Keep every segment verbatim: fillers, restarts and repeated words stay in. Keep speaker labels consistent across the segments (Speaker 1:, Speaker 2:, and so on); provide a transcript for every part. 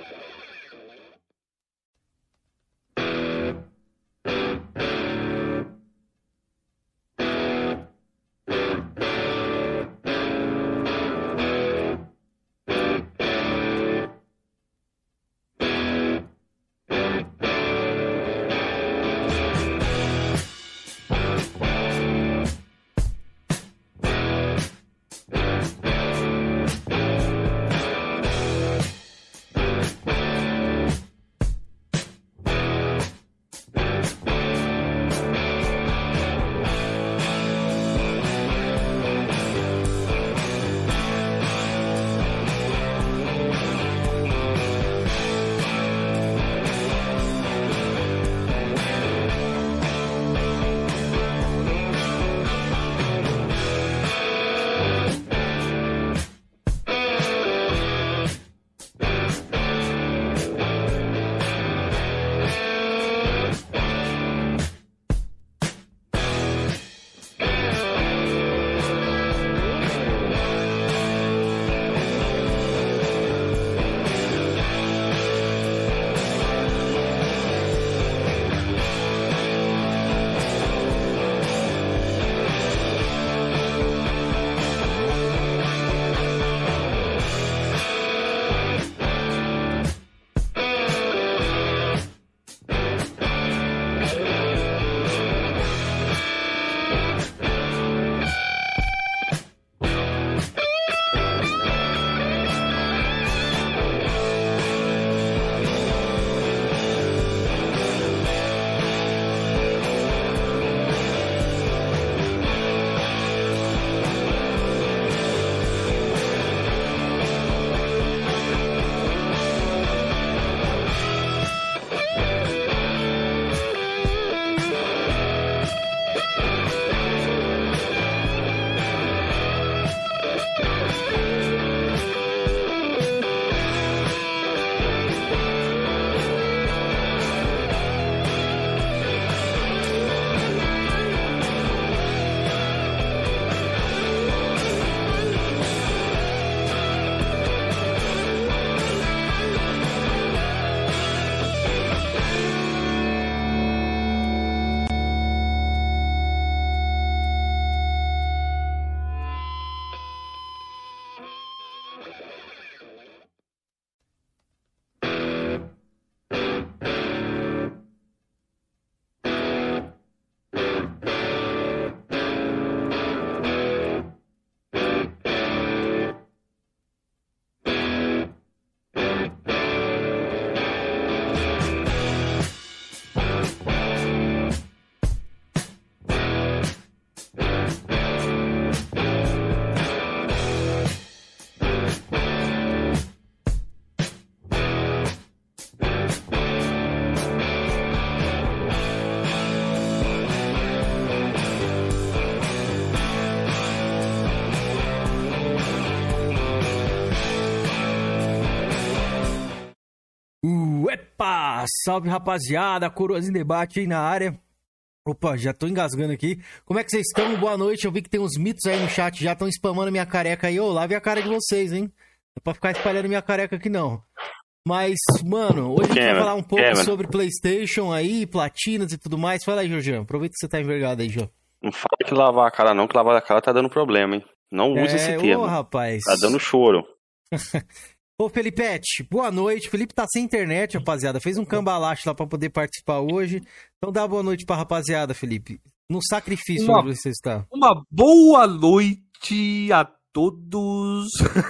Speaker 1: Epa! Salve, rapaziada, Coroas em Debate aí na área. Opa, já tô engasgando aqui. Como é que vocês estão? Boa noite. Eu vi que tem uns mitos aí no chat, já estão spamando minha careca aí. Ô, lave a cara de vocês, hein? Não é pra ficar espalhando minha careca aqui, não. Mas, mano, hoje a gente vai falar um pouco é, sobre PlayStation aí, platinas e tudo mais. Fala aí, Jorjão. Aproveita que você tá envergado aí, Jô.
Speaker 2: Não fala que lavar a cara não, que lavar a cara tá dando problema, hein? Não use é, esse termo.
Speaker 1: Ô, rapaz.
Speaker 2: Tá dando choro.
Speaker 1: Ô, Felipete, boa noite. Felipe tá sem internet, rapaziada. Fez um cambalacho lá pra poder participar hoje. Então dá boa noite pra rapaziada, Felipe. No sacrifício uma, onde você está.
Speaker 3: Uma boa noite a todos.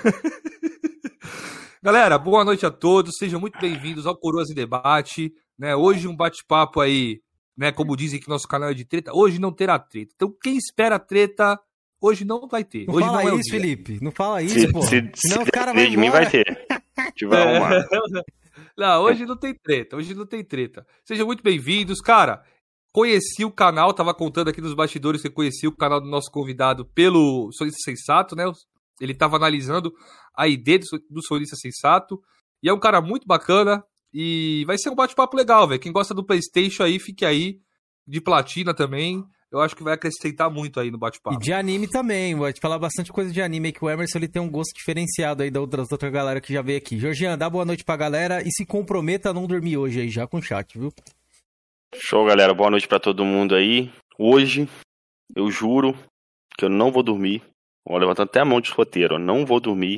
Speaker 3: Galera, boa noite a todos. Sejam muito bem-vindos ao Coroas em Debate. Né? Hoje um bate-papo aí, né? Como dizem que nosso canal é de treta. Hoje não terá treta. Então quem espera treta... Hoje não vai ter.
Speaker 1: Não
Speaker 3: Hoje
Speaker 1: fala
Speaker 3: não é
Speaker 1: isso, Felipe. Não fala isso,
Speaker 2: se,
Speaker 1: pô.
Speaker 2: Se,
Speaker 1: Senão
Speaker 2: se
Speaker 1: o cara vai
Speaker 2: de mim vai ter. Vai arrumar.
Speaker 3: Não, hoje não tem treta. Hoje não tem treta. Sejam muito bem-vindos. Cara, conheci o canal, tava contando aqui nos bastidores que eu conheci o canal do nosso convidado pelo Solista Sensato, né? Ele tava analisando a I D do, do Solista Sensato. E é um cara muito bacana. E vai ser um bate-papo legal, velho. Quem gosta do PlayStation aí, fique aí. De platina também. eu acho que vai acrescentar muito aí no bate-papo.
Speaker 1: E de anime também, vou te falar bastante coisa de anime aí, que o Emerson ele tem um gosto diferenciado aí da outra, da outra galera que já veio aqui. Georgian, dá boa noite pra galera e se comprometa a não dormir hoje aí já com o chat, viu?
Speaker 2: Show, galera. Boa noite pra todo mundo aí. Hoje, eu juro que eu não vou dormir. Vou levantando até a mão de roteiro, eu não vou dormir.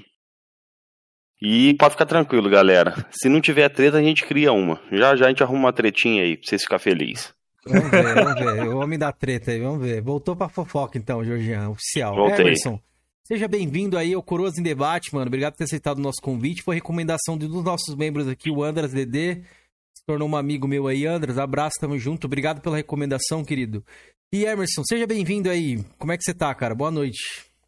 Speaker 2: E pode ficar tranquilo, galera. Se não tiver treta, a gente cria uma. Já já a gente arruma uma tretinha aí, pra vocês ficarem felizes.
Speaker 1: Vamos ver, vamos ver. O homem da treta aí, vamos ver. Voltou pra fofoca então, Georgian, oficial.
Speaker 2: Voltei.
Speaker 1: Emerson, seja bem-vindo aí ao Coroas em Debate, mano. Obrigado por ter aceitado o nosso convite. Foi recomendação de um dos nossos membros aqui, o Andras D D. Se tornou um amigo meu aí, Andras. Abraço, tamo junto. Obrigado pela recomendação, querido. E Emerson, seja bem-vindo aí. Como é que você tá, cara? Boa noite.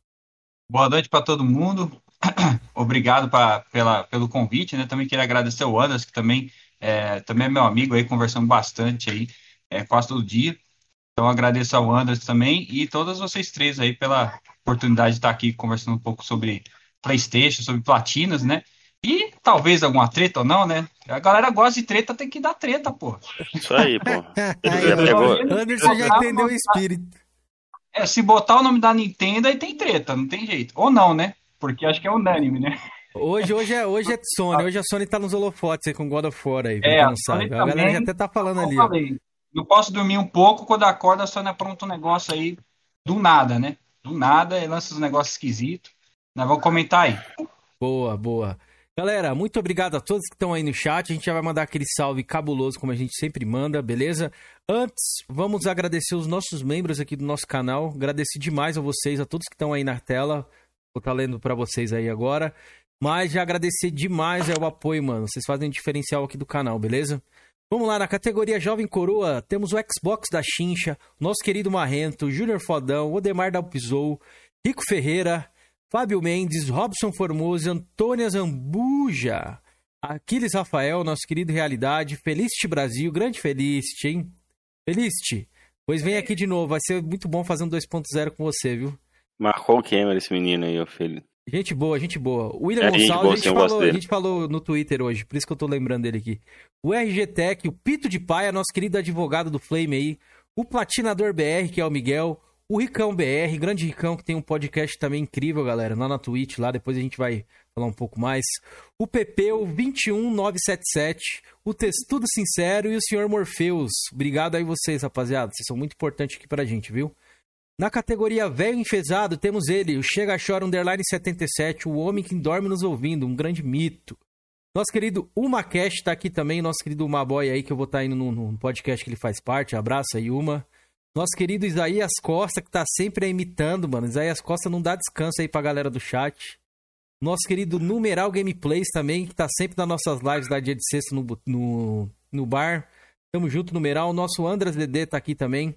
Speaker 4: Boa noite pra todo mundo. Obrigado pra, pela, pelo convite, né? Também queria agradecer ao Andras, que também é, também é meu amigo aí, conversando bastante aí, é, quase todo dia. Então agradeço ao Andras também e todas vocês três aí pela oportunidade de estar aqui conversando um pouco sobre PlayStation, sobre platinas, né? E talvez alguma treta ou não, né? A galera gosta de treta, tem que dar treta, pô.
Speaker 2: Isso aí, pô.
Speaker 1: Aí,
Speaker 2: pegou.
Speaker 1: Anderson já entendeu o espírito.
Speaker 4: É, se botar o nome da Nintendo, aí tem treta, não tem jeito. Ou não, né? Porque acho que é unânime, né?
Speaker 1: Hoje, hoje, é, hoje é Sony, hoje a Sony tá nos holofotes aí com God of War aí, pra
Speaker 4: É,
Speaker 1: quem não
Speaker 4: a
Speaker 1: sabe.
Speaker 4: Sony
Speaker 1: A galera
Speaker 4: também,
Speaker 1: já até tá falando ali,
Speaker 4: eu
Speaker 1: ó.
Speaker 4: falei, não posso dormir um pouco, quando acorda a Sony apronta um negócio aí do nada, né? Do nada, e lança uns negócios esquisitos. Nós vamos comentar aí.
Speaker 1: Boa, boa. Galera, muito obrigado a todos que estão aí no chat. A gente já vai mandar aquele salve cabuloso, como a gente sempre manda, beleza? Antes, vamos agradecer os nossos membros aqui do nosso canal. Agradecer demais a vocês, a todos que estão aí na tela. Vou estar lendo pra vocês aí agora. Mas já agradecer demais é o apoio, mano. Vocês fazem um diferencial aqui do canal, beleza? Vamos lá, na categoria Jovem Coroa, temos o Xbox da Chincha, nosso querido Marrento, Júnior Fodão, Odemar Dalpizou, Rico Ferreira, Fábio Mendes, Robson Formoso, Antônia Zambuja, Aquiles Rafael, nosso querido Realidade, Felicity Brasil, grande Felicity, hein? Felicity, pois vem aqui de novo, vai ser muito bom fazer um dois ponto zero com você, viu?
Speaker 2: Marcou o gamer esse menino aí, ô filho.
Speaker 1: Gente boa, gente boa. O William
Speaker 2: É,
Speaker 1: Gonçalves,
Speaker 2: gente boa,
Speaker 1: a, gente
Speaker 2: sim, eu
Speaker 1: falou,
Speaker 2: gosto
Speaker 1: a
Speaker 2: dele.
Speaker 1: gente falou no Twitter hoje, por isso que eu tô lembrando dele aqui. O R G Tech, o Pito de Paia, nosso querido advogado do Flame aí. O Platinador B R, que é o Miguel. O Ricão B R, grande Ricão, que tem um podcast também incrível, galera, lá na Twitch, lá depois a gente vai falar um pouco mais. O Pepeu vinte e um nove sete sete, o Testudo Sincero e o senhor Morpheus. Obrigado aí vocês, rapaziada, vocês são muito importantes aqui pra gente, viu? Na categoria Velho Enfesado, temos ele, o Chega Chora Underline setenta e sete, o homem que dorme nos ouvindo, um grande mito. Nosso querido Uma Cash tá aqui também, nosso querido Uma Boy aí, que eu vou estar indo no, no podcast que ele faz parte. Abraço aí, Uma. Nosso querido Isaías Costa, que tá sempre aí imitando, mano. Isaías Costa não dá descanso aí pra galera do chat. Nosso querido Numeral Gameplays também, que tá sempre nas nossas lives da dia de sexta no, no, no bar. Tamo junto, Numeral. Nosso Andras D D tá aqui também.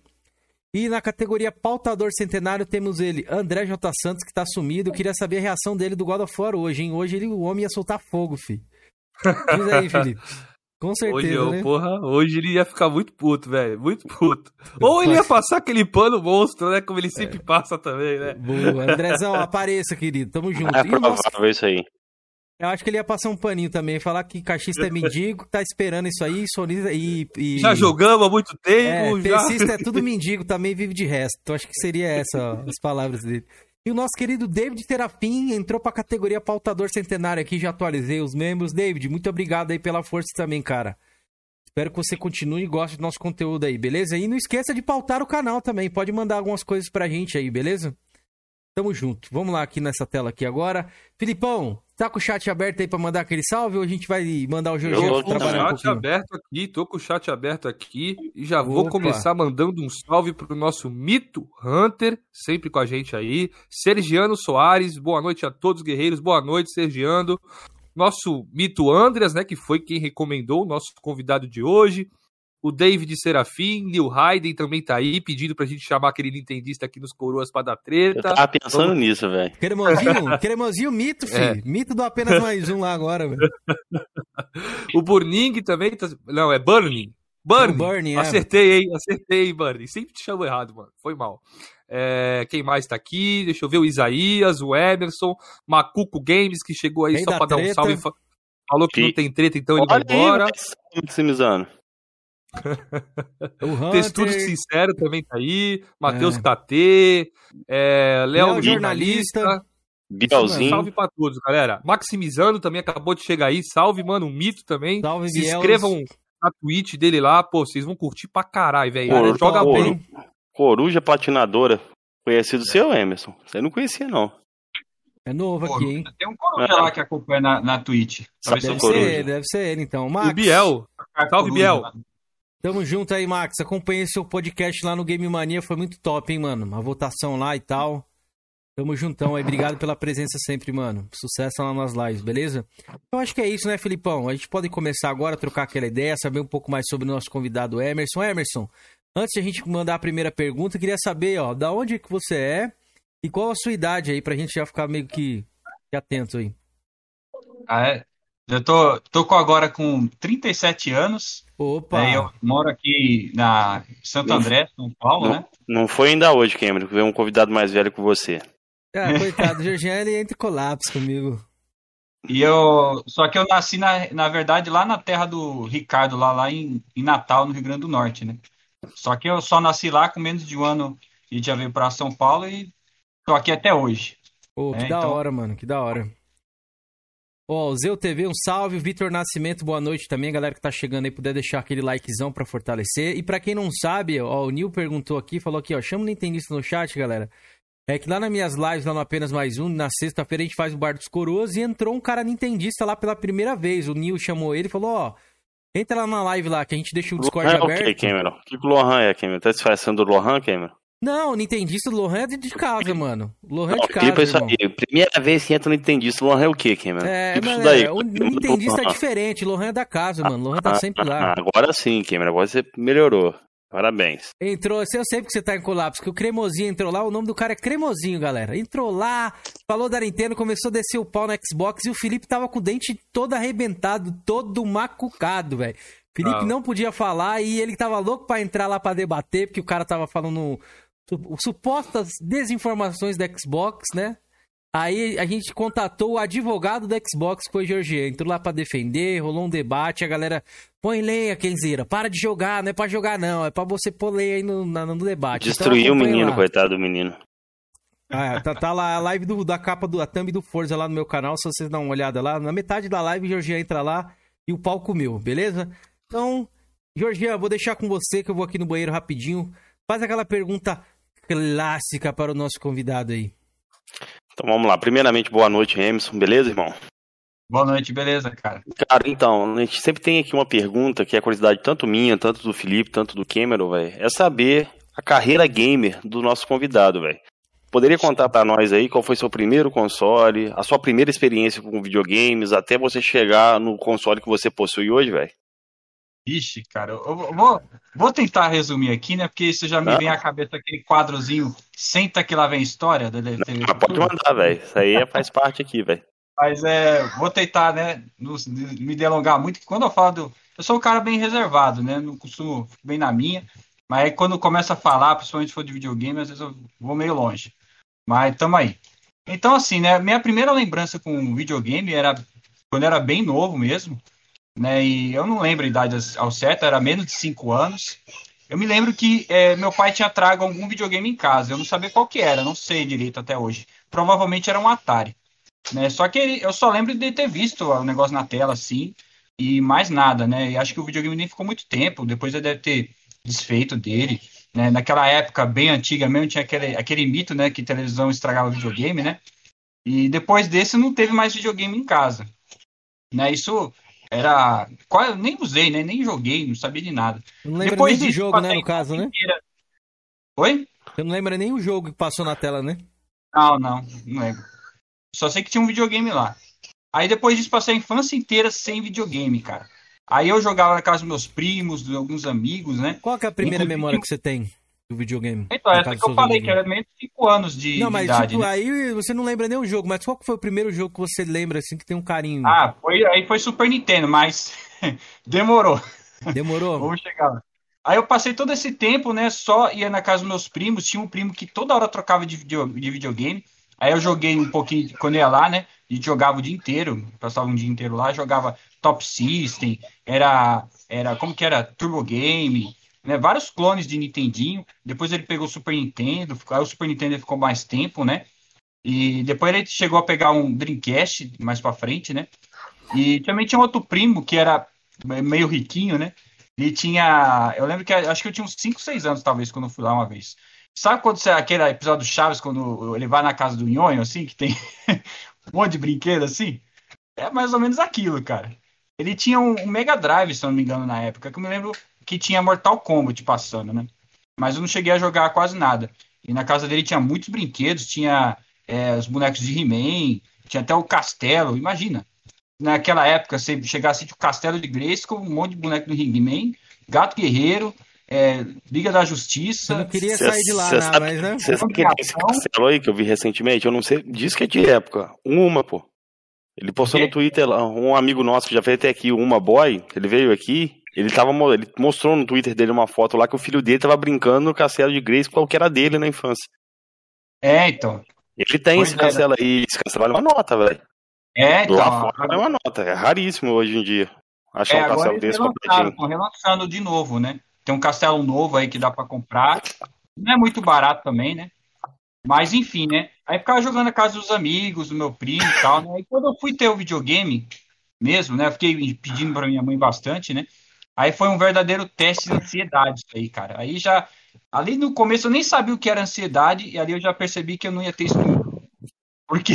Speaker 1: E na categoria Pautador Centenário temos ele, André J. Santos, que tá sumido. Eu queria saber a reação dele do God of War hoje, hein? Hoje ele, o homem ia soltar fogo, fi. Diz aí, Felipe. Com certeza,
Speaker 3: hoje, eu,
Speaker 1: né?
Speaker 3: Porra, hoje ele ia ficar muito puto, velho. Muito puto. Ou ele ia passar aquele pano monstro, né? Como ele sempre é. passa também, né?
Speaker 1: Boa. Andrezão, apareça, querido. Tamo junto.
Speaker 2: É
Speaker 1: E o nosso...
Speaker 2: provável isso aí.
Speaker 1: Eu acho que ele ia passar um paninho também, falar que cachista é mendigo, tá esperando isso aí, sonista e, e...
Speaker 3: Já jogamos há muito tempo,
Speaker 1: é,
Speaker 3: já...
Speaker 1: Persista é tudo mendigo, também vive de resto. Então acho que seria essa, ó, as palavras dele. E o nosso querido David Serafim entrou pra categoria Pautador Centenário aqui, já atualizei os membros. David, muito obrigado aí pela força também, cara. Espero que você continue e goste do nosso conteúdo aí, beleza? E não esqueça de pautar o canal também, pode mandar algumas coisas pra gente aí, beleza? Tamo junto. Vamos lá aqui nessa tela aqui agora. Filipão, tá com o chat aberto aí pra mandar aquele salve ou a gente vai mandar o Jorginho trabalhar um pouquinho?
Speaker 3: Tô com o chat aberto aqui, tô com o chat aberto aqui e já
Speaker 1: Opa.
Speaker 3: vou começar mandando um salve pro nosso Mito Hunter, sempre com a gente aí. Sergiano Soares, boa noite a todos, guerreiros, boa noite, Sergiano. Nosso Mito Andreas, né, que foi quem recomendou o nosso convidado de hoje. O David Serafim, Neil Hayden também tá aí, pedindo pra gente chamar aquele nintendista aqui nos coroas pra dar treta.
Speaker 2: Eu tava pensando Vamos... nisso, velho.
Speaker 1: Cremosinho, cremosinho mito, filho. É. Mito do apenas mais um lá agora, velho.
Speaker 3: O Burning também tá... Não, é Burning. Burning. Burning, é. Acertei, hein? Acertei, Burning. Sempre te chamo errado, mano. Foi mal. É... Quem mais tá aqui? Deixa eu ver o Isaías, o Emerson, Macuco Games, que chegou aí Rei só pra treta. dar um salve. Falou que, que não tem treta, então ele vai embora.
Speaker 2: Maximizando.
Speaker 1: O Hunter,
Speaker 3: Textudo Sincero também tá aí. Matheus K T. É, Léo,
Speaker 1: Léo,
Speaker 3: jornalista.
Speaker 1: jornalista.
Speaker 2: Bielzinho.
Speaker 3: Salve pra todos, galera. Maximizando também acabou de chegar aí. Salve, mano. Um mito também.
Speaker 1: Salve,
Speaker 3: Se
Speaker 1: Biels.
Speaker 3: inscrevam na Twitch dele lá. Pô, vocês vão curtir pra caralho, velho.
Speaker 2: Coru-
Speaker 3: Ele joga
Speaker 2: Coru-
Speaker 3: bem.
Speaker 2: Coruja Platinadora. Conhecido seu, Emerson? Você não conhecia, não.
Speaker 1: É novo
Speaker 4: Pô,
Speaker 1: aqui, hein?
Speaker 4: tem um coruja lá que acompanha na, na Twitch.
Speaker 2: Sabe
Speaker 4: Talvez
Speaker 1: Deve
Speaker 2: seu
Speaker 1: ser
Speaker 2: Coruja.
Speaker 1: ele, deve ser ele, então. Max,
Speaker 3: O Biel.
Speaker 4: seja
Speaker 3: Salve,
Speaker 4: coruja
Speaker 3: Biel.
Speaker 4: lá.
Speaker 1: tamo junto aí, Max. Acompanhei seu podcast lá no Game Mania, foi muito top, hein, mano? A votação lá e tal. Tamo juntão aí, obrigado pela presença sempre, mano. Sucesso lá nas lives, beleza? Eu acho que é isso, né, Filipão? A gente pode começar agora a trocar aquela ideia, saber um pouco mais sobre o nosso convidado Emerson. Emerson, antes de a gente mandar a primeira pergunta, eu queria saber, ó, da onde que você é e qual a sua idade aí, pra gente já ficar meio que, que atento aí.
Speaker 4: Ah, é? Eu tô, tô com agora com trinta e sete anos.
Speaker 1: Opa!
Speaker 4: Né, eu moro aqui na Santo André, São Paulo,
Speaker 2: Não,
Speaker 4: né?
Speaker 2: não foi ainda hoje, Cameron, que veio um convidado mais velho que você.
Speaker 1: Ah, coitado, o Georgian, ele entra em colapso comigo.
Speaker 4: E eu, só que eu nasci, na, na verdade, lá na terra do Ricardo, lá, lá em, em Natal, no Rio Grande do Norte, né? Só que eu só nasci lá com menos de um ano e já veio para São Paulo e tô aqui até hoje.
Speaker 1: Pô, que
Speaker 4: É,
Speaker 1: da
Speaker 4: então-
Speaker 1: hora, mano, que da hora. Ó, o Zeu T V, um salve. O Vitor Nascimento, boa noite também. A galera que tá chegando aí, puder deixar aquele likezão pra fortalecer. E pra quem não sabe, ó, o Nil perguntou aqui, falou aqui, ó, chama o Nintendista no chat, galera. É que lá nas minhas lives, lá no Apenas Mais Um, na sexta-feira a gente faz o Bar dos Coroas e entrou um cara nintendista lá pela primeira vez. O Nil chamou ele e falou, ó, entra lá na live lá, que a gente deixa o Discord
Speaker 2: Lohan é o
Speaker 1: aberto.
Speaker 2: quê, Cameron? O que que o Lohan é, Cameron? Tá disfarçando do Lohan, Cameron?
Speaker 1: Não, o Nintendista do Lohan é de casa, mano. O Lohan é
Speaker 2: Não,
Speaker 1: de casa,
Speaker 2: clipa isso
Speaker 1: irmão.
Speaker 2: aí. Primeira vez que entra no Nintendista, o Lohan é o quê, Cameron?
Speaker 1: É,
Speaker 2: Clipa
Speaker 1: mas
Speaker 2: isso daí.
Speaker 1: é, o Nintendista é diferente, o Lohan é da casa, mano. O Lohan tá sempre lá.
Speaker 2: Ah, agora sim, Cameron. Agora você melhorou. Parabéns.
Speaker 1: Entrou, eu sei que você tá em colapso, que o Cremosinho entrou lá, o nome do cara é Cremosinho, galera. Entrou lá, falou da Nintendo, começou a descer o pau no Xbox e o Felipe tava com o dente todo arrebentado, todo macucado, velho. Felipe
Speaker 3: Ah.
Speaker 1: não podia falar e ele tava louco pra entrar lá pra debater, porque o cara tava falando su- supostas desinformações da Xbox, né? Aí a gente contatou o advogado da Xbox, que foi o Georgian. Entrou lá pra defender, rolou um debate, a galera... Põe lenha, Kenzeira, para de jogar, não é pra jogar não, é pra você pôr lenha aí no, na- no debate.
Speaker 2: Destruiu
Speaker 1: Então,
Speaker 2: o
Speaker 1: acompanha
Speaker 2: menino,
Speaker 1: lá.
Speaker 2: coitado do menino.
Speaker 1: Ah, tá, tá lá a live do, da capa do a thumb do Forza lá no meu canal, se vocês dão uma olhada lá. Na metade da live, o Georgian entra lá e o pau comeu, beleza? Então, Georgian, vou deixar com você que eu vou aqui no banheiro rapidinho. Faz aquela pergunta clássica para o nosso convidado aí.
Speaker 2: Então vamos lá. Primeiramente, boa noite, Emerson. Beleza, irmão?
Speaker 4: Boa noite, beleza, cara?
Speaker 2: Cara, então, a gente sempre tem aqui uma pergunta que é a curiosidade tanto minha, tanto do Felipe, tanto do Cameron, velho. É saber a carreira gamer do nosso convidado, velho. Poderia contar pra nós aí qual foi seu primeiro console, a sua primeira experiência com videogames, até você chegar no console que você possui hoje, velho?
Speaker 4: Ixi, cara, eu vou, vou tentar resumir aqui, né? Porque isso já me
Speaker 2: Ah.
Speaker 4: vem à cabeça aquele quadrozinho Senta que lá vem história da T V
Speaker 2: Ah, pode mandar, velho. Isso aí é- faz parte aqui, velho.
Speaker 4: Mas é, vou tentar, né, não me delongar muito, que quando eu falo do... Eu sou um cara bem reservado, né? Não costumo ficar bem na minha. Mas aí quando começa a falar, principalmente se for de videogame, às vezes eu vou meio longe. Mas tamo aí. Então, assim, né? Minha primeira lembrança com videogame era quando eu era bem novo mesmo, né? E eu não lembro a idade ao certo, era menos de cinco anos. Eu me lembro que é, meu pai tinha trago algum videogame em casa. Eu não sabia qual que era, não sei direito até hoje. Provavelmente era um Atari. Né? Só que ele, eu só lembro de ter visto o negócio na tela assim e mais nada, né? E acho que o videogame nem ficou muito tempo. Depois ele deve ter desfeito dele, né? Naquela época bem antiga mesmo tinha aquele, aquele mito, né? Que televisão estragava videogame, né? E depois desse não teve mais videogame em casa, né? Isso era qual eu nem usei, né? Nem joguei, não sabia de nada.
Speaker 1: Não lembra
Speaker 4: Depois
Speaker 1: nem do
Speaker 4: disso,
Speaker 1: jogo, né,
Speaker 4: passei
Speaker 1: no caso, né?
Speaker 4: inteira- Oi?
Speaker 1: Você não lembra nem o jogo que passou na tela, né?
Speaker 4: Não, não, não lembro. Só sei que tinha um videogame lá. Aí depois disso passei a infância inteira sem videogame, cara. Aí eu jogava na casa dos meus primos, de alguns amigos, né?
Speaker 1: Qual que é a primeira
Speaker 4: Inclusive,
Speaker 1: memória que você tem do videogame?
Speaker 4: Então,
Speaker 1: Na
Speaker 4: essa
Speaker 1: casa
Speaker 4: que
Speaker 1: dos
Speaker 4: eu
Speaker 1: seus
Speaker 4: falei,
Speaker 1: amigos?
Speaker 4: que era menos de cinco anos de,
Speaker 1: Não,
Speaker 4: de
Speaker 1: mas
Speaker 4: idade,
Speaker 1: tipo,
Speaker 4: né?
Speaker 1: aí você não lembra nem o jogo, mas qual que foi o primeiro jogo que você lembra, assim, que tem um carinho?
Speaker 4: Ah, foi, aí foi Super Nintendo, mas demorou.
Speaker 1: Demorou?
Speaker 4: Vamos chegar lá. Aí eu passei todo esse tempo, né? Só ia na casa dos meus primos. Tinha um primo que toda hora trocava de, video, de videogame. Aí eu joguei um pouquinho quando ia lá, né? a gente jogava o dia inteiro, passava um dia inteiro lá, jogava Top System, era, era como que era? Turbo Game, né? Vários clones de Nintendinho. Depois ele pegou o Super Nintendo, aí o Super Nintendo ficou mais tempo, né? E depois ele chegou a pegar um Dreamcast mais pra frente, né? E também tinha outro primo que era meio riquinho, né? Ele tinha. Eu lembro que acho que eu tinha uns cinco, seis anos, talvez, quando eu fui lá uma vez. Sabe quando você, aquele episódio do Chaves, quando ele vai na casa do Nhonho, assim, que tem um monte de brinquedo assim? É mais ou menos aquilo, cara. Ele tinha um, um Mega Drive, se eu não me engano, na época, que eu me lembro que tinha Mortal Kombat passando, né? Mas eu não cheguei a jogar quase nada. E na casa dele tinha muitos brinquedos, tinha é, os bonecos de He-Man, tinha até o castelo, imagina. Naquela época, você chegasse de Castelo de Grayskull, um monte de boneco do He-Man, Gato Guerreiro, é, Liga da Justiça.
Speaker 1: Você não queria
Speaker 2: Cê,
Speaker 1: sair de lá,
Speaker 2: cê
Speaker 1: né?
Speaker 2: sabe,
Speaker 1: Mas, né?
Speaker 2: Você sabe que tem esse castelo aí que eu vi recentemente? Eu não sei, diz que é de época. Uma, pô. Ele postou no Twitter lá, um amigo nosso que já veio até aqui, o Uma Boy, ele veio aqui, ele, tava, ele mostrou no Twitter dele uma foto lá que o filho dele tava brincando no castelo de Grayskull, que era dele na infância.
Speaker 4: É, então.
Speaker 2: Ele tem
Speaker 4: Pois
Speaker 2: esse
Speaker 4: é.
Speaker 2: castelo aí, esse castelo vale uma nota, velho.
Speaker 4: É, então.
Speaker 2: Lá fora vale uma nota, é raríssimo hoje em dia. Achar
Speaker 4: É,
Speaker 2: um
Speaker 4: agora
Speaker 2: castelo
Speaker 4: eles
Speaker 2: desse
Speaker 4: relançaram,
Speaker 2: completinho.
Speaker 4: estão relançando de novo, né? Tem um castelo novo aí que dá pra comprar. Não é muito barato também, né? Mas enfim, né? Aí ficava jogando na casa dos amigos, do meu primo e tal, né? E quando eu fui ter o videogame mesmo, né? Eu fiquei pedindo pra minha mãe bastante, né? Aí foi um verdadeiro teste de ansiedade isso aí, cara. Aí já, ali no começo eu nem sabia o que era ansiedade e ali eu já percebi que eu não ia ter isso nunca. Porque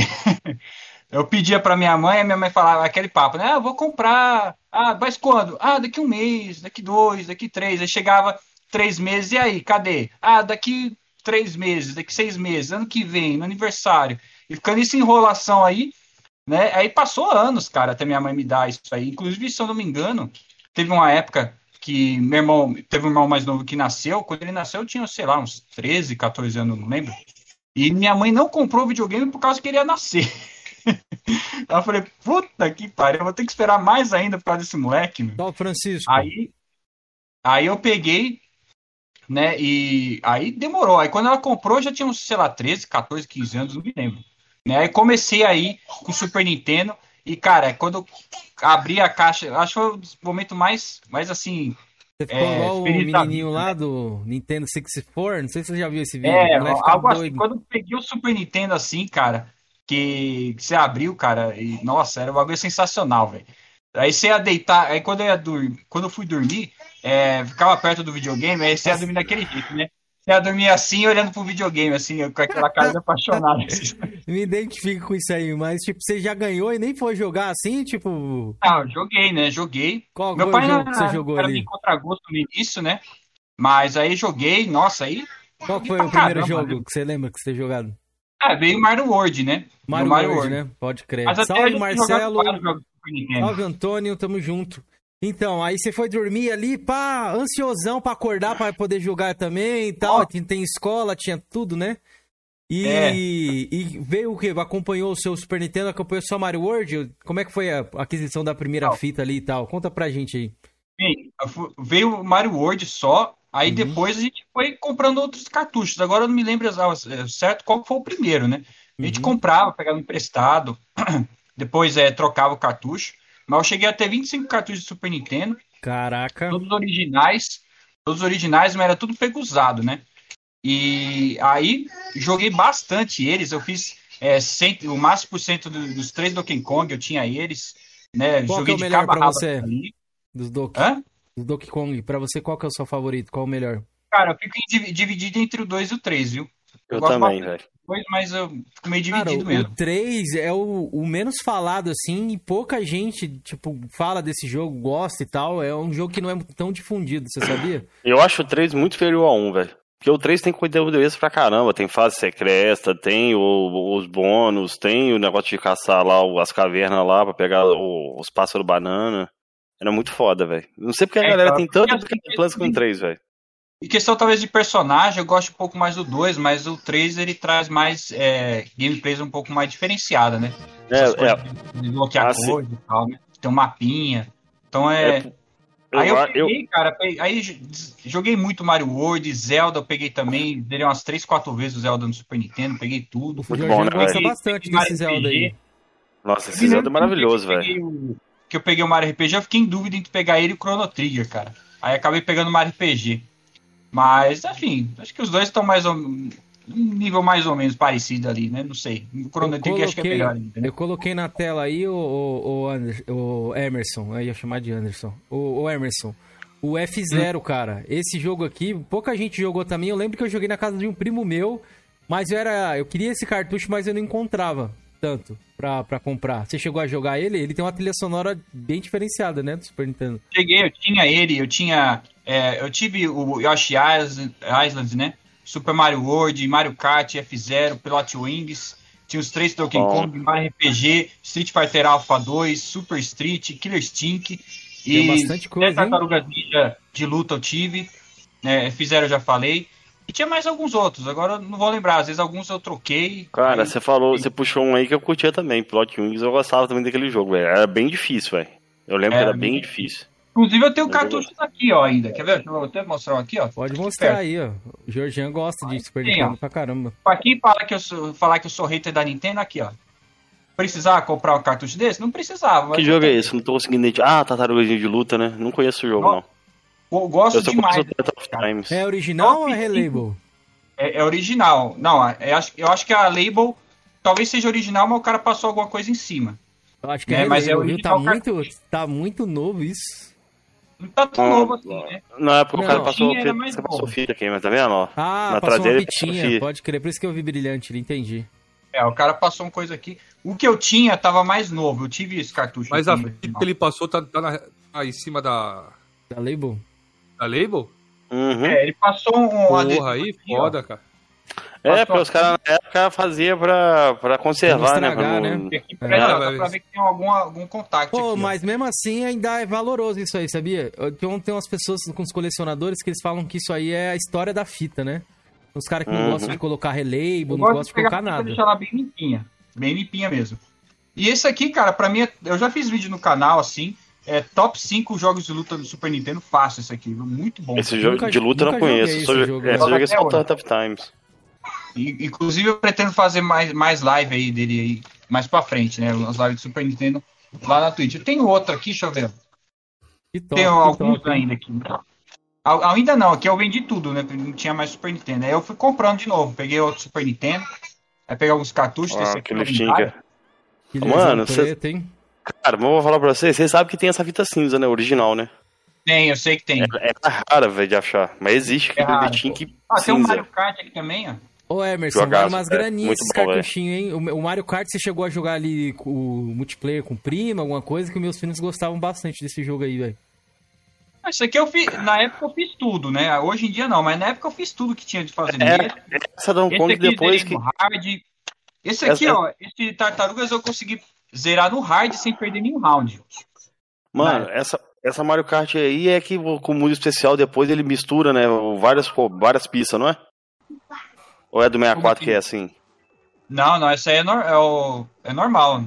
Speaker 4: eu pedia pra minha mãe, a minha mãe falava aquele papo, né? Ah, eu vou comprar. Ah, mas quando? Ah, daqui um mês, daqui dois, daqui três. Aí chegava três meses, e aí, cadê? Ah, daqui três meses, daqui seis meses, ano que vem, no aniversário. E ficando isso enrolação aí, né? Aí passou anos, cara, até minha mãe me dar isso aí. Inclusive, se eu não me engano, teve uma época que meu irmão, teve um irmão mais novo que nasceu. Quando ele nasceu, eu tinha, sei lá, uns treze, quatorze anos, não lembro. E minha mãe não comprou o videogame por causa que ele ia nascer. Aí eu falei, puta que pariu, eu vou ter que esperar mais ainda por causa desse moleque, meu.
Speaker 1: Ó, Francisco.
Speaker 4: Aí, aí eu peguei, né, e aí demorou. Aí quando ela comprou, já tinha uns, sei lá, treze, quatorze, quinze anos, não me lembro. Né? Aí comecei aí com o Super Nintendo, e cara, quando eu abri a caixa, acho que foi o momento mais, mais assim...
Speaker 1: Você ficou
Speaker 4: é,
Speaker 1: igual o
Speaker 4: feliz da
Speaker 1: menininho
Speaker 4: vida,
Speaker 1: lá
Speaker 4: né?
Speaker 1: do Nintendo sessenta e quatro, não sei se você já viu esse vídeo.
Speaker 4: É,
Speaker 1: O moleque fica
Speaker 4: algo assim.
Speaker 1: doido.
Speaker 4: Quando eu peguei o Super Nintendo assim, cara, que, que você abriu, cara, e nossa, era um bagulho sensacional, velho. Aí você ia deitar, aí quando eu ia dormir, quando eu fui dormir, é, ficava perto do videogame, aí você ia dormir daquele jeito, né? Você ia dormir assim, olhando pro videogame, assim, com aquela cara de apaixonado. Assim.
Speaker 1: Me identifico com isso aí, mas tipo, você já ganhou e nem foi jogar assim, tipo...
Speaker 4: Ah, eu joguei, né? Joguei.
Speaker 1: Qual
Speaker 4: Meu
Speaker 1: foi
Speaker 4: pai
Speaker 1: o jogo
Speaker 4: não
Speaker 1: que você jogou
Speaker 4: era
Speaker 1: ali?
Speaker 4: de contragosto no início, né? Mas aí joguei, nossa, aí...
Speaker 1: Qual
Speaker 4: joguei
Speaker 1: foi
Speaker 4: pra
Speaker 1: o primeiro
Speaker 4: caramba,
Speaker 1: jogo
Speaker 4: né?
Speaker 1: que você lembra que você tem jogado?
Speaker 4: Ah, veio o Mario World, né?
Speaker 1: Mario,
Speaker 4: No Mario
Speaker 1: World,
Speaker 4: World.
Speaker 1: né? Pode crer.
Speaker 4: Mas até
Speaker 1: Salve,
Speaker 4: eu já tinha
Speaker 1: Marcelo.
Speaker 4: jogado vários jogos do Super Nintendo.
Speaker 1: Salve, Antônio. Tamo junto. Então, aí você foi dormir ali, pá, ansiosão pra acordar pra poder jogar também e tal.
Speaker 4: Ó.
Speaker 1: Tem, tem escola, tinha tudo, né? E,
Speaker 4: É.
Speaker 1: e veio o quê? Acompanhou o seu Super Nintendo, acompanhou só Mario World? Como é que foi a aquisição da primeira
Speaker 4: Não.
Speaker 1: fita ali e tal? Conta pra gente aí.
Speaker 4: Bem, eu fu- veio o Mario World só, aí
Speaker 1: Uhum.
Speaker 4: depois a gente foi comprando outros cartuchos. Agora eu não me lembro exa- certo qual foi o primeiro, né? A gente
Speaker 1: Uhum.
Speaker 4: comprava, pegava emprestado, depois é, trocava o cartucho. Mas eu cheguei a ter vinte e cinco cartuchos de Super Nintendo,
Speaker 1: Caraca.
Speaker 4: todos originais, todos originais, mas era tudo pego usado, né? E aí joguei bastante eles, eu fiz é, cem, o máximo por cento do- dos três Donkey Kong, eu tinha eles, né?
Speaker 1: Qual que
Speaker 4: Joguei
Speaker 1: é o
Speaker 4: de
Speaker 1: melhor
Speaker 4: cabo a
Speaker 1: pra
Speaker 4: rabo
Speaker 1: você?
Speaker 4: ali.
Speaker 1: Dos Donkey,
Speaker 4: Hã?
Speaker 1: dos Donkey Kong. Pra você, qual que é o seu favorito? Qual o melhor?
Speaker 4: Cara, eu fico divi- dividido entre o dois e o três, viu?
Speaker 2: Eu
Speaker 4: gosto
Speaker 2: também,
Speaker 4: bastante
Speaker 2: velho.
Speaker 4: do dois, mas eu fico meio
Speaker 1: Cara,
Speaker 4: dividido
Speaker 1: o,
Speaker 4: mesmo.
Speaker 1: o três é o, o menos falado, assim, e pouca gente, tipo, fala desse jogo, gosta e tal. É um jogo que não é tão difundido, você sabia?
Speaker 2: Eu acho o três muito inferior a um, velho. Porque o três tem conteúdo extra pra caramba. Tem fase secreta, tem o- os bônus, tem o negócio de caçar lá o- as cavernas lá pra pegar o- os pássaros banana. Era muito foda, velho. Não sei porque a
Speaker 4: É,
Speaker 2: galera
Speaker 4: cara,
Speaker 2: tem tanto
Speaker 4: porque assim,
Speaker 2: Plus com o três, velho.
Speaker 4: E questão talvez de personagem, eu gosto um pouco mais do dois, mas o três ele traz mais é, gameplays um pouco mais diferenciada, né? Essas
Speaker 2: É, é.
Speaker 4: coisas de desbloquear
Speaker 2: Ah, sim.
Speaker 4: coisa e tal, né? Tem um mapinha. Então é.
Speaker 2: É, Eu,
Speaker 4: Aí eu
Speaker 2: eu,
Speaker 4: peguei, cara, peguei- aí j- joguei muito Mario World, Zelda eu peguei também, dei umas três, quatro vezes o Zelda no Super Nintendo, peguei tudo.
Speaker 1: O
Speaker 2: Muito
Speaker 1: Jorginho
Speaker 2: bom, né,
Speaker 1: gosta
Speaker 2: velho?
Speaker 1: bastante
Speaker 4: Mario
Speaker 1: desse Zelda
Speaker 4: R P G.
Speaker 1: aí.
Speaker 2: Nossa, esse Zelda é maravilhoso,
Speaker 4: velho. Que eu peguei o Mario R P G, eu fiquei em dúvida entre pegar ele e o Chrono Trigger, cara. Aí acabei pegando o Mario R P G. Mas, enfim, acho que os dois estão mais ou um nível mais ou menos parecido ali, né? Não sei. O Chrono Trigger acho que é melhor ainda, né?
Speaker 1: Eu coloquei na tela aí o, o, o, Ander, o Emerson, eu ia chamar de Anderson. O, o Emerson. O F zero, hum. cara. Esse jogo aqui, pouca gente jogou também. Eu lembro que eu joguei na casa de um primo meu, mas eu, era, eu queria esse cartucho, mas eu não encontrava tanto pra, pra comprar. Você chegou a jogar ele? Ele tem uma trilha sonora bem diferenciada, né, do Super Nintendo.
Speaker 4: Cheguei, eu tinha ele, eu tinha... É, eu tive o Yoshi Island, né? Super Mario World, Mario Kart, F zero, Pilot Wings. Tinha os três Donkey Kong, Mario R P G, Street Fighter Alpha dois, Super Street, Killer Instinct.
Speaker 1: Tem e bastante coisa,
Speaker 4: Tartarugas Ninja de luta eu tive. É, F zero eu já falei. E tinha mais alguns outros, agora eu não vou lembrar. Às vezes alguns eu troquei.
Speaker 2: Cara,
Speaker 4: aí...
Speaker 2: você falou, você puxou um aí que eu curtia também, Pilot Wings. Eu gostava também daquele jogo, velho. Era bem difícil, velho. Eu lembro é, que era bem difícil.
Speaker 4: Inclusive eu tenho cartuchos aqui, ó, ainda. Quer ver? Vou até mostrar um aqui, ó.
Speaker 1: Pode mostrar aí, ó. O Georgian gosta de Super Nintendo pra caramba.
Speaker 4: Pra quem fala que eu sou, falar que eu sou hater da Nintendo, aqui, ó. Precisava comprar um cartucho desse? Não precisava. Mas
Speaker 2: que jogo é esse? Não tô conseguindo identificar. Ah, Tartarugazinho de luta, né? Não conheço o jogo, não. não.
Speaker 4: Eu gosto eu demais.
Speaker 1: É original ou é relabel?
Speaker 4: É, é original. Não, é, eu acho que a label talvez seja original, mas o cara passou alguma coisa em cima.
Speaker 1: Eu acho que é, é mas é original. Tá muito, tá muito novo isso.
Speaker 4: Não tá tão novo assim, né?
Speaker 2: Não, é porque não, o cara passou fita, você passou fita aqui, mas tá vendo, ó?
Speaker 1: Ah, na passou uma fitinha, pode crer. Por isso que eu vi brilhante, entendi.
Speaker 4: É, o cara passou uma coisa aqui. O que eu tinha tava mais novo, eu tive esse cartucho.
Speaker 3: Mas aqui, a fita que ele passou tá, tá, na, tá em cima da...
Speaker 1: Da label?
Speaker 3: Da label?
Speaker 2: Uhum.
Speaker 4: É, ele passou um...
Speaker 3: Porra, aí, aqui, foda, ó. Cara.
Speaker 2: É, passou porque os caras na época faziam pra, pra conservar, pra estragar,
Speaker 4: né? Pra, né? Aqui, pra, é, dá pra ver que tem algum, algum contato.
Speaker 1: Pô,
Speaker 4: aqui,
Speaker 1: mas ó. Mesmo assim ainda é valoroso isso aí, sabia? Tem, tem umas pessoas com os colecionadores que eles falam que isso aí é a história da fita, né? Os caras que não uhum. gostam de colocar relabel, não gostam de, de colocar nada.
Speaker 4: Deixar ela bem limpinha, bem limpinha mesmo. E esse aqui, cara, pra mim, eu já fiz vídeo no canal, assim, é top cinco jogos de luta do Super Nintendo, fácil esse aqui, muito bom.
Speaker 2: Esse jogo nunca, de luta eu não conheço, só jogo, é, só joguei só o Tough Times.
Speaker 4: E, inclusive eu pretendo fazer mais, mais live aí dele aí, mais pra frente, né, as lives do Super Nintendo lá na Twitch. Eu tenho outro aqui, deixa eu ver. Que top, tenho que alguns top, ainda aqui. Ainda não, aqui eu vendi tudo, né? Não tinha mais Super Nintendo. Aí eu fui comprando de novo. Peguei outro Super Nintendo. Aí peguei alguns cartuchos.
Speaker 2: Ah, desse aqui que Mano, você... Cara, mas eu vou falar pra vocês. Vocês sabem que tem essa fita cinza, né? Original, né?
Speaker 4: Tem, eu sei que tem.
Speaker 2: É, é rara, velho, de achar. Mas existe
Speaker 4: é
Speaker 2: aquele bilhetinho que
Speaker 4: Ah,
Speaker 2: cinza.
Speaker 4: tem um Mario Kart aqui também, ó.
Speaker 1: Ô, Emerson, vale umas graninhas esses cartuchinhos, hein? O Mario Kart, você chegou a jogar ali o multiplayer com prima, alguma coisa, que meus filhos gostavam bastante desse jogo aí, velho.
Speaker 4: Isso aqui eu fiz, na época eu fiz tudo, né? Hoje em dia não, mas na época eu fiz tudo que tinha de fazer
Speaker 2: é,
Speaker 4: nele.
Speaker 2: Essa Donkey Kong depois que...
Speaker 4: hard. Esse aqui, essa... ó, esse Tartarugas eu consegui zerar no hard sem perder nenhum round.
Speaker 2: Mano, mas... essa, essa Mario Kart aí é que com o mundo especial depois ele mistura, né? Várias, várias pistas, não é? Ou é do sessenta e quatro que é assim?
Speaker 4: Não, não, essa aí é, no, é, o, é normal.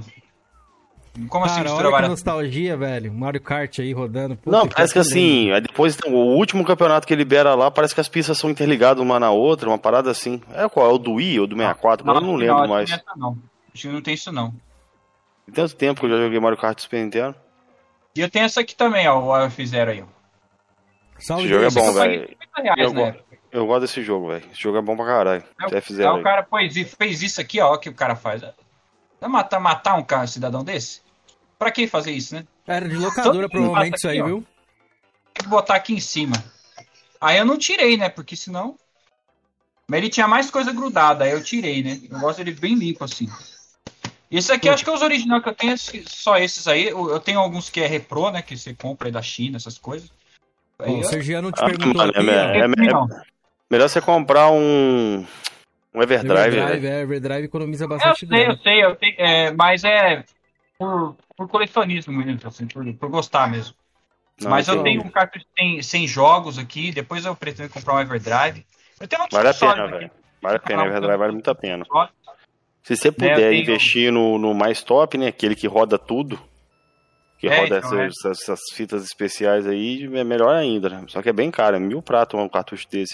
Speaker 4: Como
Speaker 1: Cara,
Speaker 4: assim mistura
Speaker 1: olha
Speaker 4: várias...
Speaker 1: que nostalgia, velho. Mario Kart aí rodando. Puta
Speaker 2: não, parece que, que assim, aí depois tem o último campeonato que libera lá, parece que as pistas são interligadas uma na outra, uma parada assim. É qual? É o do Wii ou do sessenta e quatro? Não, eu não lembro
Speaker 4: não,
Speaker 2: mais.
Speaker 4: Não, não. Acho que não tem isso não.
Speaker 2: Tem tanto tempo que eu já joguei Mario Kart Super Nintendo.
Speaker 4: E eu tenho essa aqui também, ó, o F zero aí, ó.
Speaker 2: Esse jogo é bom, velho. Eu, né? eu gosto desse jogo, velho. Esse jogo é bom pra caralho.
Speaker 4: É, F zero é, o cara pois, fez isso aqui, ó, o que o cara faz. Vai matar, matar um cara, cidadão desse? Pra que fazer isso, né?
Speaker 1: Era de locadora, provavelmente, isso aí, ó, viu?
Speaker 4: Tem que botar aqui em cima. Aí eu não tirei, né? Porque senão... Mas ele tinha mais coisa grudada, aí eu tirei, né? Eu gosto dele bem limpo, assim. Esse aqui, eu acho que é os originais que eu tenho, só esses aí. Eu tenho alguns que é repro, né? Que você compra aí da China, essas coisas.
Speaker 1: Aí Bom, eu... O Sergiano te ah, perguntou mano, aqui,
Speaker 2: é, é, é, é melhor você comprar um... Um Everdrive.
Speaker 1: Everdrive, é, Everdrive economiza bastante.
Speaker 4: Eu sei, eu sei, eu tenho, é, mas é... Por, por colecionismo mesmo, assim, por, por gostar mesmo. Não, mas eu tenho um cartucho sem, sem jogos aqui, depois eu pretendo comprar um Everdrive. Eu tenho um
Speaker 2: vale a pena, velho. Vale a pena, Everdrive vale muito a pena. Se você puder é, investir tenho... no, no mais top, né, aquele que roda tudo, que é, roda então, essas, é. essas fitas especiais aí, é melhor ainda, né? Só que é bem caro, é mil pratos um cartucho desse aí.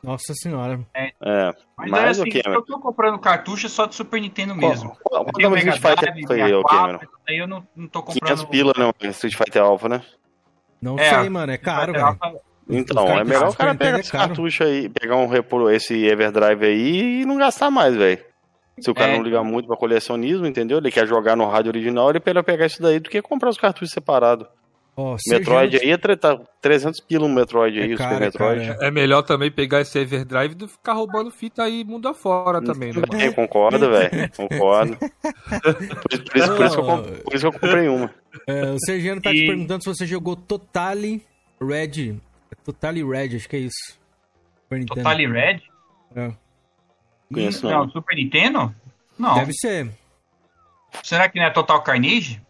Speaker 1: Nossa senhora.
Speaker 2: É,
Speaker 4: Mas,
Speaker 2: mas
Speaker 4: é assim,
Speaker 2: o que,
Speaker 4: eu tô comprando cartucho só de Super Nintendo mesmo.
Speaker 2: Qual,
Speaker 4: Eu
Speaker 2: qual
Speaker 4: tenho
Speaker 2: nome
Speaker 4: Mega
Speaker 2: Street
Speaker 4: Drive,
Speaker 2: Fighter foi,
Speaker 4: sessenta e
Speaker 2: ô,
Speaker 4: quatro,
Speaker 2: Cameron?
Speaker 4: aí eu não, não tô comprando...
Speaker 2: quinhentos pila não, é Street Fighter Alpha, né?
Speaker 1: Não
Speaker 4: É,
Speaker 1: sei, mano. É caro,
Speaker 4: Street
Speaker 1: velho.
Speaker 4: Fighter Alpha-
Speaker 1: Os- os
Speaker 2: Então, é
Speaker 1: cartuchos
Speaker 2: melhor
Speaker 1: do
Speaker 2: o cara
Speaker 1: Super Nintendo
Speaker 2: pegar
Speaker 1: é
Speaker 2: esse
Speaker 1: caro.
Speaker 2: cartucho aí, pegar um repro, esse Everdrive aí e não gastar mais, velho. Se o cara
Speaker 4: É,
Speaker 2: não ligar muito pra colecionismo, entendeu? Ele quer jogar no rádio original, ele pega pegar isso daí do que comprar os cartuchos separados.
Speaker 1: Ó,
Speaker 2: Metroid
Speaker 1: Sergiano-
Speaker 2: aí é treta- trezentos pila um Metroid aí,
Speaker 1: É
Speaker 2: o
Speaker 1: caro,
Speaker 2: Super
Speaker 1: é caro,
Speaker 2: Metroid.
Speaker 1: é.
Speaker 3: É melhor também pegar esse Everdrive do que ficar roubando fita aí mundo afora também, né, mano?
Speaker 2: Eu concordo, velho. Concordo. Por, isso- por isso, por, isso que eu, comp- por isso que eu comprei uma.
Speaker 1: É, o Sergiano tá
Speaker 4: E-
Speaker 1: te perguntando se você jogou Totally Red. Totally Red, acho que é isso. Super Nintendo.
Speaker 4: Totally Red?
Speaker 1: É.
Speaker 2: Conheço
Speaker 4: não,
Speaker 2: não.
Speaker 4: Super Nintendo? Não.
Speaker 1: Deve ser.
Speaker 4: Será que não é Total Carnage?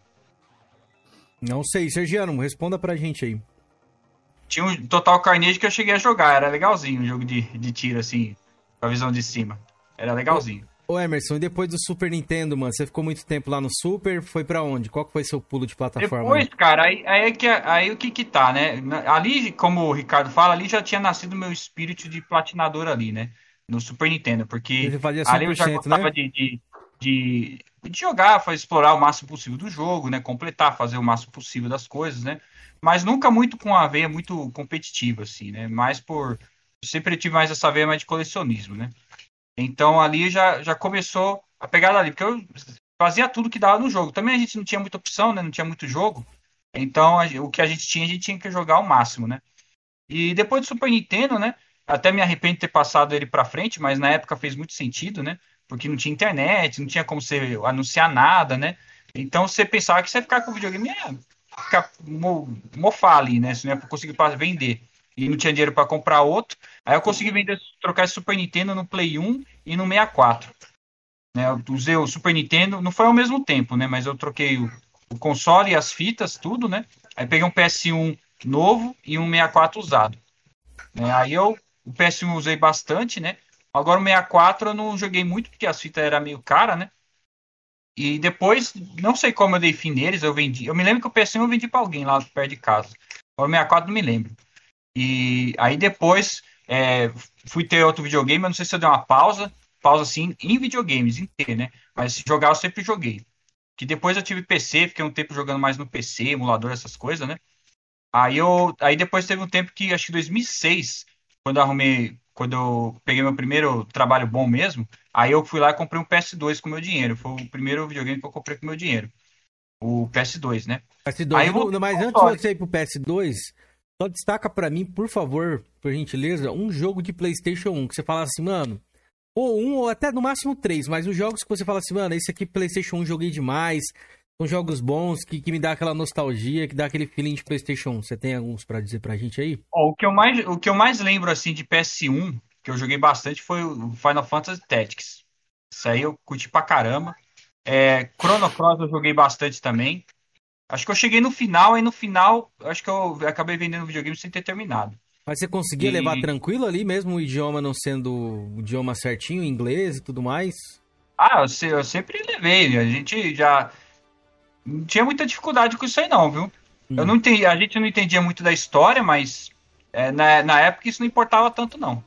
Speaker 1: Não sei. Sergiano, responda pra gente aí.
Speaker 4: Tinha um Total Carnage que eu cheguei a jogar, era legalzinho, um jogo de, de tiro, assim, com a visão de cima. Era legalzinho.
Speaker 1: Ô Emerson, e depois do Super Nintendo, mano, você ficou muito tempo lá no Super, foi pra onde? Qual que foi seu pulo de plataforma?
Speaker 4: Depois, cara, aí, aí, é que, aí o que que tá, né? Na- Ali, como o Ricardo fala, ali já tinha nascido meu espírito de platinador ali, né? No Super Nintendo, porque
Speaker 1: Você fazia
Speaker 4: ali eu já
Speaker 1: cem por cento,
Speaker 4: gostava
Speaker 1: né?
Speaker 4: de, de, de, de jogar, fazer, explorar o máximo possível do jogo, né? Completar, fazer o máximo possível das coisas, né? Mas nunca muito com a veia muito competitiva, assim, né? Mais por... Sempre tive mais essa veia mais de colecionismo, né? Então ali já, já começou a pegada ali, porque eu fazia tudo que dava no jogo. Também a gente não tinha muita opção, né? Não tinha muito jogo. Então a- o que a gente tinha, a gente tinha que jogar ao máximo, né? E depois do Super Nintendo, né? Até me arrependo de ter passado ele pra frente, mas na época fez muito sentido, né? Porque não tinha internet, não tinha como você anunciar nada, né? Então você pensava que você ia ficar com o videogame, ia ficar mo- mofar ali, né? Você não ia conseguir pra vender. E não tinha dinheiro para comprar outro. Aí eu consegui vender, trocar esse Super Nintendo no Play um e no sessenta e quatro. Né? Eu usei o Super Nintendo, não foi ao mesmo tempo, né? Mas eu troquei o, o console e as fitas, tudo, né? Aí peguei um P S um novo e um sessenta e quatro usado. Né? Aí eu, o P S um eu usei bastante, né? Agora o sessenta e quatro eu não joguei muito porque as fitas eram meio caras, né? E depois, não sei como eu dei fim neles, eu vendi. Eu me lembro que o P S um eu vendi para alguém lá perto de casa. Agora o sessenta e quatro não me lembro. E aí depois é, fui ter outro videogame, eu não sei se eu dei uma pausa, pausa assim, em videogames inteiro, né? Mas jogar eu sempre joguei. Que depois eu tive P C, fiquei um tempo jogando mais no P C, emulador, essas coisas, né? Aí eu, aí depois teve um tempo que, acho que dois mil e seis, quando eu arrumei, quando eu peguei meu primeiro trabalho bom mesmo, aí eu fui lá e comprei um P S dois com meu dinheiro. Foi o primeiro videogame que eu comprei com meu dinheiro. O P S dois, né?
Speaker 1: P S dois.
Speaker 4: Aí eu vou-
Speaker 1: No- mas antes de você ir pro P S dois, só destaca pra mim, por favor, por gentileza, um jogo de PlayStation um que você fala assim, mano, ou um ou até no máximo três, mas os jogos que você fala assim, mano, esse aqui PlayStation um joguei demais, são jogos bons que, que me dá aquela nostalgia, que dá aquele feeling de PlayStation um. Você tem alguns pra dizer pra gente aí?
Speaker 4: Ó, o que eu mais, o que eu mais lembro assim de P S um, que eu joguei bastante, foi o Final Fantasy Tactics. Isso aí eu curti pra caramba. É, Chrono Cross eu joguei bastante também. Acho que eu cheguei no final, aí no final, acho que eu acabei vendendo o videogame sem ter terminado.
Speaker 1: Mas você conseguia
Speaker 4: E-
Speaker 1: levar tranquilo ali, mesmo o idioma não sendo o idioma certinho, inglês e tudo mais?
Speaker 4: Ah, eu, se- eu sempre levei. A gente já não tinha muita dificuldade com isso aí, não, viu? Eu
Speaker 1: Hum.
Speaker 4: não entendi, a gente não entendia muito da história, mas é, na, na época isso não importava tanto, não.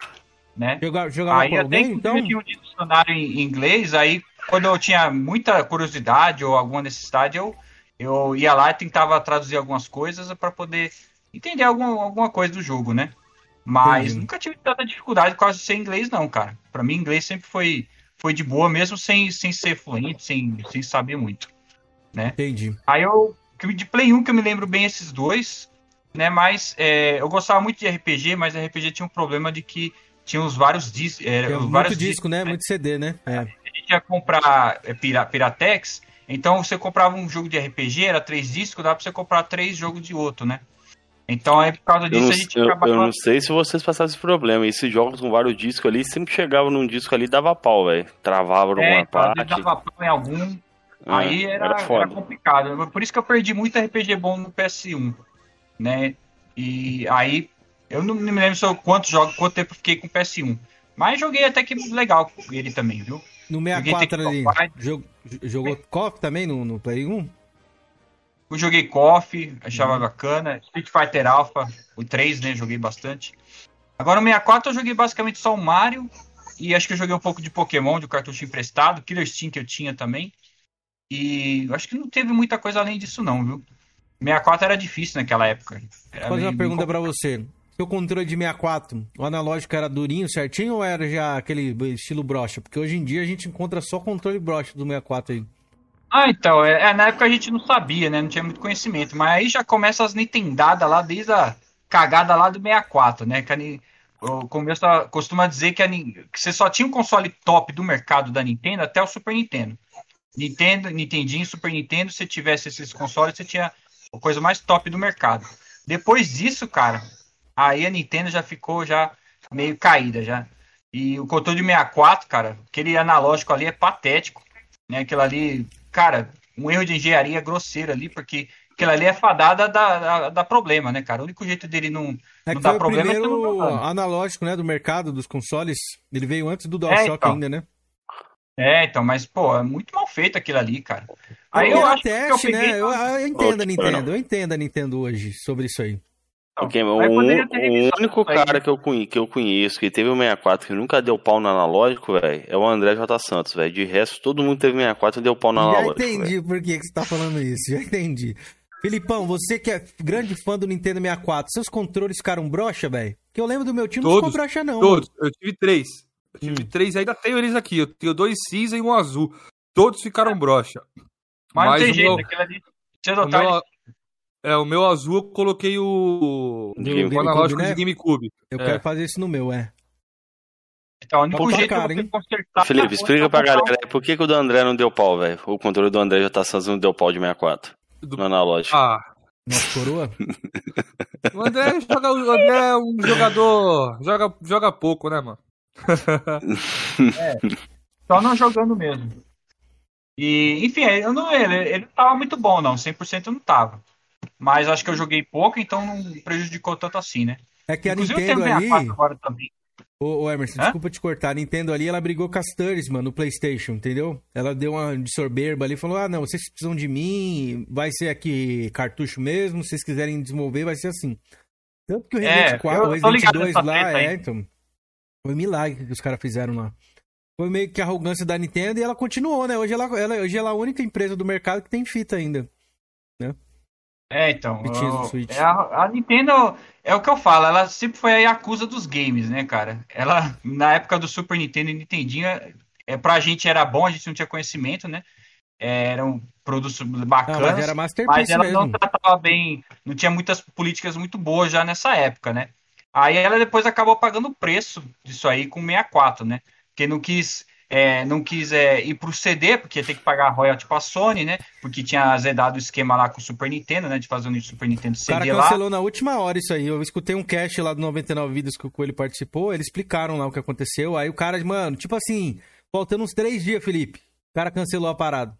Speaker 4: Né?
Speaker 1: Jogava, jogava
Speaker 4: Aí
Speaker 1: com
Speaker 4: até
Speaker 1: alguém,
Speaker 4: que
Speaker 1: então?
Speaker 4: eu tinha um dicionário em inglês, aí quando eu tinha muita curiosidade ou alguma necessidade, eu, eu ia lá e tentava traduzir algumas coisas para poder entender algum, alguma coisa do jogo, né? Mas
Speaker 1: Entendi.
Speaker 4: nunca tive tanta dificuldade quase de ser inglês, não, cara. Para mim, inglês sempre foi, foi de boa, mesmo sem, sem ser fluente, sem, sem saber muito, né?
Speaker 1: Entendi.
Speaker 4: Aí eu, de Play um que eu me lembro bem esses dois, né? Mas é, eu gostava muito de R P G, mas R P G tinha um problema de que tinha os vários discos. É,
Speaker 1: Tem
Speaker 4: os
Speaker 1: muito
Speaker 4: vários
Speaker 1: disco,
Speaker 4: discos,
Speaker 1: né? Muito C D, né? É.
Speaker 4: A gente ia comprar é, pira, Piratex, então você comprava um jogo de R P G, era três discos, dava pra você comprar três jogos de outro, né? Então aí por causa
Speaker 2: Eu
Speaker 4: disso
Speaker 2: não,
Speaker 4: a gente
Speaker 2: eu,
Speaker 4: acabava.
Speaker 2: eu não sei se vocês passaram esse problema. Esses jogos com vários discos ali, sempre chegava num disco ali e dava pau, velho. Travava
Speaker 4: É,
Speaker 2: alguma
Speaker 4: então, às vezes
Speaker 2: parte.
Speaker 4: dava pau em algum.
Speaker 2: Ah,
Speaker 4: Aí era,
Speaker 2: era
Speaker 4: era,
Speaker 2: foda.
Speaker 4: complicado. Por isso que eu perdi muito R P G bom no P S um, né? E aí eu não me lembro só quantos jogos, quanto tempo eu fiquei com o P S um. Mas joguei até que legal com ele também, viu?
Speaker 1: No sessenta e
Speaker 4: Joguei
Speaker 1: quatro ali,
Speaker 4: Tekken Fight.
Speaker 1: jog- jogou C O F também no, no Play um?
Speaker 4: Eu joguei K O F, achava
Speaker 1: Uhum.
Speaker 4: bacana. Street Fighter Alpha, o três, né? Joguei bastante. Agora o sessenta e quatro eu joguei basicamente só o Mario, e acho que eu joguei um pouco de Pokémon, de cartucho emprestado, Killer Instinct que eu tinha também, e acho que não teve muita coisa além disso não, viu? sessenta e quatro era difícil naquela época. Era
Speaker 1: Vou fazer
Speaker 4: meio-
Speaker 1: uma pergunta
Speaker 4: meio
Speaker 1: pra você. Seu controle de sessenta e quatro, o analógico era durinho, certinho, ou era já aquele estilo brocha? Porque hoje em dia a gente encontra só controle brocha do sessenta e quatro aí.
Speaker 4: Ah, então, é, é, na época a gente não sabia, né? Não tinha muito conhecimento. Mas aí já começa as nintendadas lá, desde a cagada lá do sessenta e quatro, né? Que a, Ni- o começo da- costuma dizer que, a Nin- que você só tinha um console top do mercado da Nintendo até o Super Nintendo. Nintendo, Nintendinho, Super Nintendo, se tivesse esses consoles, você tinha a coisa mais top do mercado. Depois disso, cara, aí a Nintendo já ficou já meio caída já. E o controle de sessenta e quatro, cara, aquele analógico ali é patético, né? Aquilo ali, cara, um erro de engenharia grosseiro ali, porque aquilo ali é fadada da, da, da problema, né, cara? O único jeito dele não,
Speaker 1: É
Speaker 4: não
Speaker 1: que
Speaker 4: dar
Speaker 1: foi o
Speaker 4: problema é você não
Speaker 1: primeiro
Speaker 4: jogando.
Speaker 1: analógico, né, do mercado dos consoles. Ele veio antes do
Speaker 4: É,
Speaker 1: DualShock
Speaker 4: então.
Speaker 1: ainda, né?
Speaker 4: É, então, mas, pô, é muito mal feito aquilo ali, cara. Aí
Speaker 1: Porque
Speaker 4: eu
Speaker 1: era
Speaker 4: acho que eu
Speaker 1: teste,
Speaker 4: peguei.
Speaker 1: né? Eu, eu entendo a
Speaker 2: Ô,
Speaker 1: Nintendo, eu entendo a Nintendo hoje sobre isso aí.
Speaker 2: Porque
Speaker 4: Aí
Speaker 2: o,
Speaker 4: poderia ter
Speaker 2: o
Speaker 4: revisado
Speaker 2: único
Speaker 4: isso aí,
Speaker 2: cara
Speaker 4: né?
Speaker 2: que eu, conhe- que eu conheço que teve o sessenta e quatro que nunca deu pau no analógico, velho, é o André J. Santos, velho. De resto, todo mundo teve sessenta e quatro e deu pau no
Speaker 1: Já
Speaker 2: analógico,
Speaker 1: entendi
Speaker 2: velho.
Speaker 1: por que, que você tá falando isso, já entendi. Filipão, você que é grande fã do Nintendo sessenta e quatro, seus controles ficaram broxa, velho? Que eu lembro do meu tio, não ficou
Speaker 3: Todos,
Speaker 1: broxa não.
Speaker 3: Todos. Eu tive três. Eu tive
Speaker 1: Hum.
Speaker 3: três, ainda tenho eles aqui. Eu tenho dois cinza e um azul. Todos ficaram broxa.
Speaker 4: Mas não
Speaker 3: Mas
Speaker 4: tem
Speaker 3: o
Speaker 4: jeito,
Speaker 3: meu,
Speaker 4: aquilo ali. Deixa eu
Speaker 3: o
Speaker 4: notar.
Speaker 3: meu, é, o meu azul eu coloquei o,
Speaker 2: De
Speaker 3: o
Speaker 2: GameCube,
Speaker 3: analógico
Speaker 1: né?
Speaker 3: de GameCube.
Speaker 1: Eu
Speaker 3: É.
Speaker 1: quero fazer isso no meu, é.
Speaker 4: Então, o único
Speaker 1: Tá
Speaker 4: jeito
Speaker 1: caro,
Speaker 4: de você
Speaker 1: hein?
Speaker 4: consertar.
Speaker 2: Felipe, explica pra
Speaker 4: comprar um-
Speaker 2: galera aí por que, que o do André não deu pau, velho. O controle do André J. Santos não deu pau de sessenta e quatro.
Speaker 3: Do-
Speaker 2: No analógico.
Speaker 3: Ah,
Speaker 1: Nossa, coroa?
Speaker 3: o André, joga, o André é um jogador. Joga, joga pouco, né, mano?
Speaker 4: Só não jogando mesmo. E, enfim, eu não, ele, ele não tava muito bom, não. cem por cento não tava. Mas acho que eu joguei pouco, então não prejudicou tanto assim, né?
Speaker 1: É que a
Speaker 4: Inclusive eu
Speaker 1: Nintendo
Speaker 4: tenho sessenta e quatro
Speaker 1: ali...
Speaker 4: agora também.
Speaker 1: Ô, ô Emerson,
Speaker 4: Hã?
Speaker 1: desculpa te cortar. A Nintendo ali, ela brigou com as Turtles, mano, no PlayStation, entendeu? Ela deu uma de soberba ali e falou: ah, não, vocês precisam de mim, vai ser aqui cartucho mesmo, se vocês quiserem desenvolver, vai ser assim. Tanto que o
Speaker 4: É,
Speaker 1: Resident quatro,
Speaker 4: eu
Speaker 1: o
Speaker 4: tô
Speaker 1: Resident
Speaker 4: ligado
Speaker 1: dois
Speaker 4: nessa
Speaker 1: lá,
Speaker 4: treta aí.
Speaker 1: é, então. Foi um milagre que os caras fizeram lá. Foi meio que a arrogância da Nintendo e ela continuou, né? Hoje ela, ela, hoje ela é a única empresa do mercado que tem fita ainda.
Speaker 4: É, então.
Speaker 1: Fitinhas no
Speaker 4: eu-
Speaker 1: Switch.
Speaker 4: é a, a Nintendo é o que eu falo, ela sempre foi a Yakuza dos games, né, cara? Ela, na época do Super Nintendo e Nintendinho, é, pra gente era bom, a gente não tinha conhecimento, né? É, eram produtos
Speaker 1: Não,
Speaker 4: bacanas,
Speaker 1: mas era
Speaker 4: mas
Speaker 1: Masterpiece
Speaker 4: ela não
Speaker 1: mesmo.
Speaker 4: tratava bem, não tinha muitas políticas muito boas já nessa época, né? Aí ela depois acabou pagando o preço disso aí com sessenta e quatro, né? Porque não quis, é, não quis é, ir pro C D, porque ia ter que pagar royalty pra Sony, né? Porque tinha azedado o esquema lá com o Super Nintendo, né? De fazer um Super Nintendo
Speaker 1: O cara
Speaker 4: C D lá.
Speaker 1: cancelou na última hora isso aí. Eu escutei um cast lá do noventa e nove Vidas que o Coelho participou. Eles explicaram lá o que aconteceu. Aí o cara, mano, tipo assim, faltando uns três dias, Felipe. O cara cancelou a parada.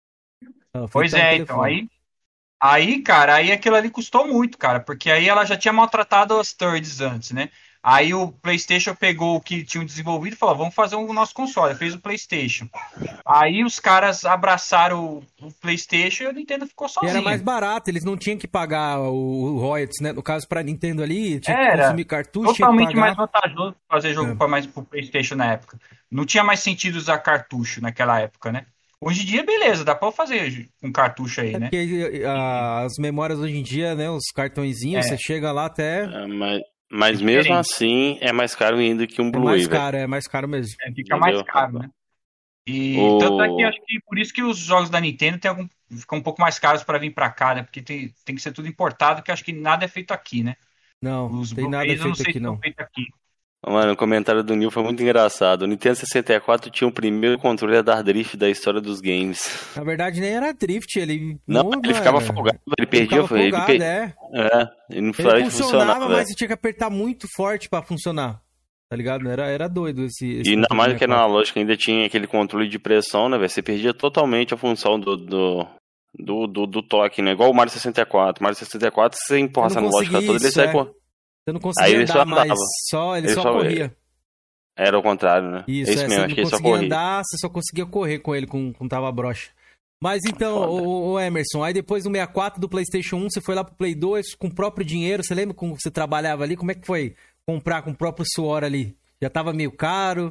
Speaker 1: Ah, foi
Speaker 4: Pois
Speaker 1: até o
Speaker 4: é,
Speaker 1: telefone.
Speaker 4: então, aí, aí, cara, aí aquilo ali custou muito, cara, porque aí ela já tinha maltratado as thirds antes, né? Aí o PlayStation pegou o que tinham desenvolvido e falou: vamos fazer o nosso console. Fez o PlayStation. Aí os caras abraçaram o, o PlayStation e a Nintendo ficou
Speaker 1: E
Speaker 4: sozinha.
Speaker 1: era mais barato, eles não tinham que pagar o, o royalties, né? No caso, pra Nintendo ali, tinha que
Speaker 4: Era
Speaker 1: consumir cartucho,
Speaker 4: totalmente
Speaker 1: tinha que
Speaker 4: mais
Speaker 1: pagar.
Speaker 4: vantajoso fazer jogo
Speaker 1: É.
Speaker 4: para mais pro PlayStation na época. Não tinha mais sentido usar cartucho naquela época, né? Hoje em dia, beleza, dá pra fazer com cartucho aí,
Speaker 1: É
Speaker 4: né?
Speaker 1: porque ah, as memórias hoje em dia, né? Os cartõezinhos,
Speaker 4: É.
Speaker 1: você chega lá até.
Speaker 2: É, mas mas
Speaker 4: É
Speaker 2: mesmo
Speaker 4: diferente.
Speaker 2: assim, é mais caro ainda que um
Speaker 1: É
Speaker 2: Blu-ray,
Speaker 1: mais
Speaker 2: velho.
Speaker 1: caro, é mais caro mesmo.
Speaker 4: É, fica
Speaker 2: Entendeu?
Speaker 4: mais caro, né? E
Speaker 2: O-
Speaker 4: tanto é que acho que por isso que os jogos da Nintendo tem algum, ficam um pouco mais caros para vir para cá, né? Porque tem, tem que ser tudo importado, que acho que nada é feito aqui, né?
Speaker 1: Não,
Speaker 4: Os
Speaker 1: tem nada
Speaker 4: Blu-rays eu não
Speaker 1: feito
Speaker 4: sei
Speaker 1: aqui
Speaker 4: se são
Speaker 1: não.
Speaker 4: feitos aqui.
Speaker 2: Mano, o comentário do Nil foi muito engraçado. O Nintendo sessenta e quatro tinha o primeiro controle a dar drift da história dos games.
Speaker 1: Na verdade, nem era drift, ele.
Speaker 2: Não,
Speaker 1: Pô,
Speaker 2: ele ficava
Speaker 1: mano,
Speaker 2: folgado, ele
Speaker 1: Ele
Speaker 2: perdia,
Speaker 1: ficava
Speaker 2: ele,
Speaker 1: folgado,
Speaker 2: per-
Speaker 1: é.
Speaker 2: é, ele não
Speaker 1: Ele
Speaker 2: falava que
Speaker 1: funcionava,
Speaker 2: funcionava,
Speaker 1: mas
Speaker 2: velho.
Speaker 1: você tinha que apertar muito forte pra funcionar. Tá ligado? Era, era doido esse. esse
Speaker 2: E ainda
Speaker 1: controle
Speaker 2: mais
Speaker 1: do
Speaker 2: que na
Speaker 1: sessenta e quatro.
Speaker 2: lógica ainda tinha aquele controle de pressão, né, velho? Você perdia totalmente a função do, do, do, do, do toque, né? Igual o Mario sessenta e quatro. Mario sessenta e quatro, se você empurrasse
Speaker 1: Eu
Speaker 2: na
Speaker 1: não
Speaker 2: lógica
Speaker 1: consegui
Speaker 2: toda, ele
Speaker 1: isso,
Speaker 2: sai
Speaker 1: é.
Speaker 2: com...
Speaker 1: Você não
Speaker 2: Aí
Speaker 1: conseguia
Speaker 2: ele só
Speaker 1: andar mais,
Speaker 2: andava.
Speaker 1: só, ele,
Speaker 2: Ele
Speaker 1: só,
Speaker 2: só-
Speaker 1: corria.
Speaker 2: Era o contrário, né?
Speaker 1: Isso,
Speaker 2: é isso
Speaker 1: é,
Speaker 2: mesmo,
Speaker 1: você
Speaker 2: acho que
Speaker 1: não
Speaker 2: ele só
Speaker 1: conseguia
Speaker 2: corria.
Speaker 1: andar, você só conseguia correr com ele com, com tava broxa. Mas então,
Speaker 2: Foda.
Speaker 1: ô, ô Emerson, aí depois do sessenta e quatro do PlayStation um, você foi lá pro Play dois com o próprio dinheiro. Você lembra como você trabalhava ali? Como é que foi comprar com o próprio suor ali? Já tava meio caro?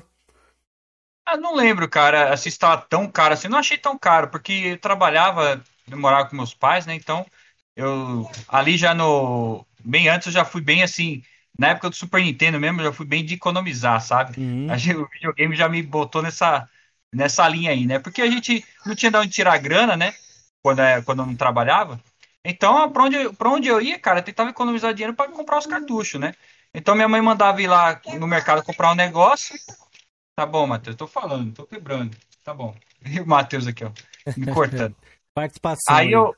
Speaker 4: Ah, não lembro, cara, assim, se estava tão caro assim. Não achei tão caro, porque eu trabalhava, eu morava com meus pais, né? Então, eu ali já no. Bem antes eu já fui bem assim. Na época do Super Nintendo mesmo, eu já fui bem de economizar, sabe?
Speaker 1: Uhum.
Speaker 4: Aí o videogame já me botou nessa, nessa linha aí, né? Porque a gente não tinha de onde tirar grana, né? Quando, é, quando eu não trabalhava. Então, pra onde, pra onde eu ia, cara, eu tentava economizar dinheiro para comprar os cartuchos, né? Então, minha mãe mandava ir lá no mercado comprar um negócio. Tá bom, Matheus, tô falando, tô quebrando. Tá bom. E o Matheus aqui, ó, me cortando.
Speaker 1: Participação
Speaker 4: Aí
Speaker 1: aí.
Speaker 4: eu,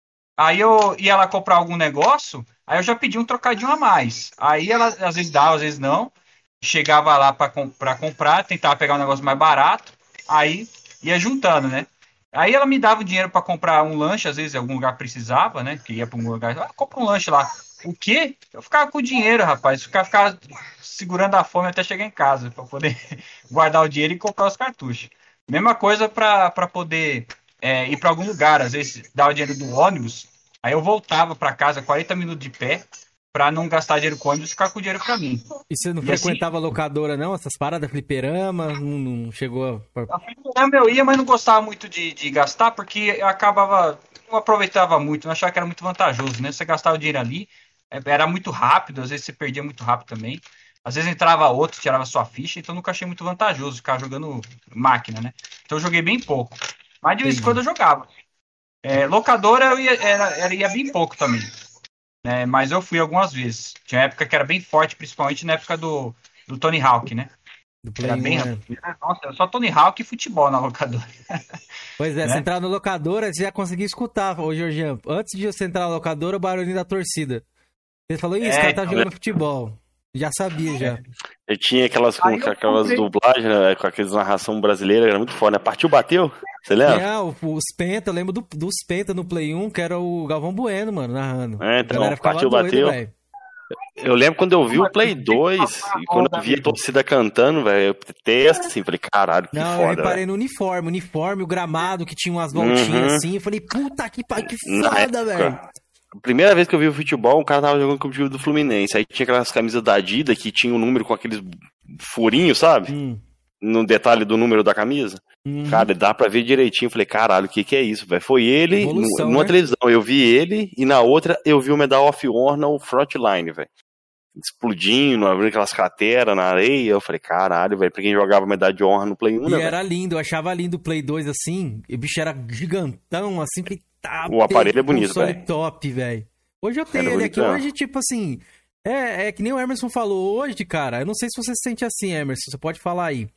Speaker 4: aí eu ia lá comprar algum negócio, aí eu já pedi um trocadinho a mais. Aí ela às vezes dava, às vezes não. Chegava lá para comprar, comprar, tentava pegar um negócio mais barato, aí ia juntando, né? Aí ela me dava o dinheiro para comprar um lanche, às vezes em algum lugar precisava, né? Que ia para um lugar, ah, compra um lanche lá. O quê? Eu ficava com o dinheiro, rapaz. Ficava, ficava segurando a fome até chegar em casa para poder guardar o dinheiro e comprar os cartuchos. Mesma coisa para poder é, ir para algum lugar. Às vezes dava o dinheiro do ônibus, aí eu voltava para casa quarenta minutos de pé para não gastar dinheiro com o ônibus e ficar com o dinheiro para mim.
Speaker 1: E você não
Speaker 4: E assim,
Speaker 1: frequentava locadora, não? Essas paradas, fliperama? Não, não chegou a...
Speaker 4: a fliperama eu ia, mas não gostava muito de, de gastar, porque eu acabava, não aproveitava muito, não achava que era muito vantajoso, né? Você gastava o dinheiro ali, era muito rápido, às vezes você perdia muito rápido também. Às vezes entrava outro, tirava sua ficha, então nunca achei muito vantajoso ficar jogando máquina, né? Então eu joguei bem pouco. Mas de vez em quando
Speaker 1: Entendi.
Speaker 4: eu jogava. É, locadora eu ia, era, era, ia bem pouco também. Né? Mas eu fui algumas vezes. Tinha época que era bem forte, principalmente na época do, do Tony Hawk, né?
Speaker 1: Do
Speaker 4: Era
Speaker 1: Play
Speaker 4: bem.
Speaker 1: um, é.
Speaker 4: Nossa, só Tony Hawk e futebol na locadora.
Speaker 1: Pois é, você
Speaker 4: Né?
Speaker 1: entrar na locadora, você já conseguia escutar, ô Georgiano. Antes de você entrar na locadora, o barulhinho da torcida. Você falou, ih, esse
Speaker 4: É,
Speaker 1: cara tá
Speaker 4: então,
Speaker 1: jogando futebol. Já sabia, já.
Speaker 2: Eu tinha aquelas, com,
Speaker 4: Aí eu
Speaker 2: aquelas
Speaker 4: comprei.
Speaker 2: dublagens, né, com aquelas narração brasileira, era muito foda, né? Partiu, bateu? Você lembra?
Speaker 1: É, o- os Penta, eu lembro do- dos Penta no Play um, que era o Galvão Bueno, mano, narrando.
Speaker 2: É,
Speaker 1: A
Speaker 2: então,
Speaker 1: galera ficava
Speaker 2: partiu,
Speaker 1: doida,
Speaker 2: bateu.
Speaker 1: velho.
Speaker 2: Eu lembro quando eu vi o Play
Speaker 4: Tem que
Speaker 2: dois
Speaker 4: passar
Speaker 2: e
Speaker 4: a
Speaker 2: quando
Speaker 4: onda,
Speaker 2: eu vi a
Speaker 4: amigo.
Speaker 2: torcida cantando, velho, eu até assim, falei, caralho, que
Speaker 1: Não, eu
Speaker 2: foda,
Speaker 1: reparei
Speaker 2: velho.
Speaker 1: no uniforme, uniforme, o gramado que tinha umas voltinhas
Speaker 2: Uhum.
Speaker 1: assim. Eu falei, puta que pariu, que
Speaker 2: Na
Speaker 1: foda, velho.
Speaker 2: época, a primeira vez que eu vi o futebol, o cara tava jogando com o time do Fluminense. Aí tinha aquelas camisas da Adidas que tinha um número com aqueles furinhos, sabe?
Speaker 1: Hum,
Speaker 2: No detalhe do número da camisa.
Speaker 1: uhum.
Speaker 2: Cara, dá pra ver direitinho. Falei, caralho, o que que é isso, velho? Foi ele,
Speaker 1: Evolução,
Speaker 2: nu- numa
Speaker 1: né?
Speaker 2: televisão, eu vi ele, e na outra eu vi o Medal of Honor no Frontline, velho. Explodindo, abrindo aquelas crateras na areia. Eu falei, caralho, velho, pra quem jogava medalha de honra no Play um,
Speaker 1: E
Speaker 2: né, velho?
Speaker 1: era lindo, eu achava lindo o Play dois assim. E o bicho era gigantão, assim, que tá.
Speaker 2: O aparelho é bonito,
Speaker 1: console
Speaker 2: velho.
Speaker 1: top, velho. Hoje eu tenho
Speaker 2: Era
Speaker 1: ele aqui.
Speaker 2: bonitão.
Speaker 1: Hoje, tipo assim. É, é que nem o Emerson falou hoje, cara. Eu não sei se você se sente assim, Emerson. Você pode falar aí.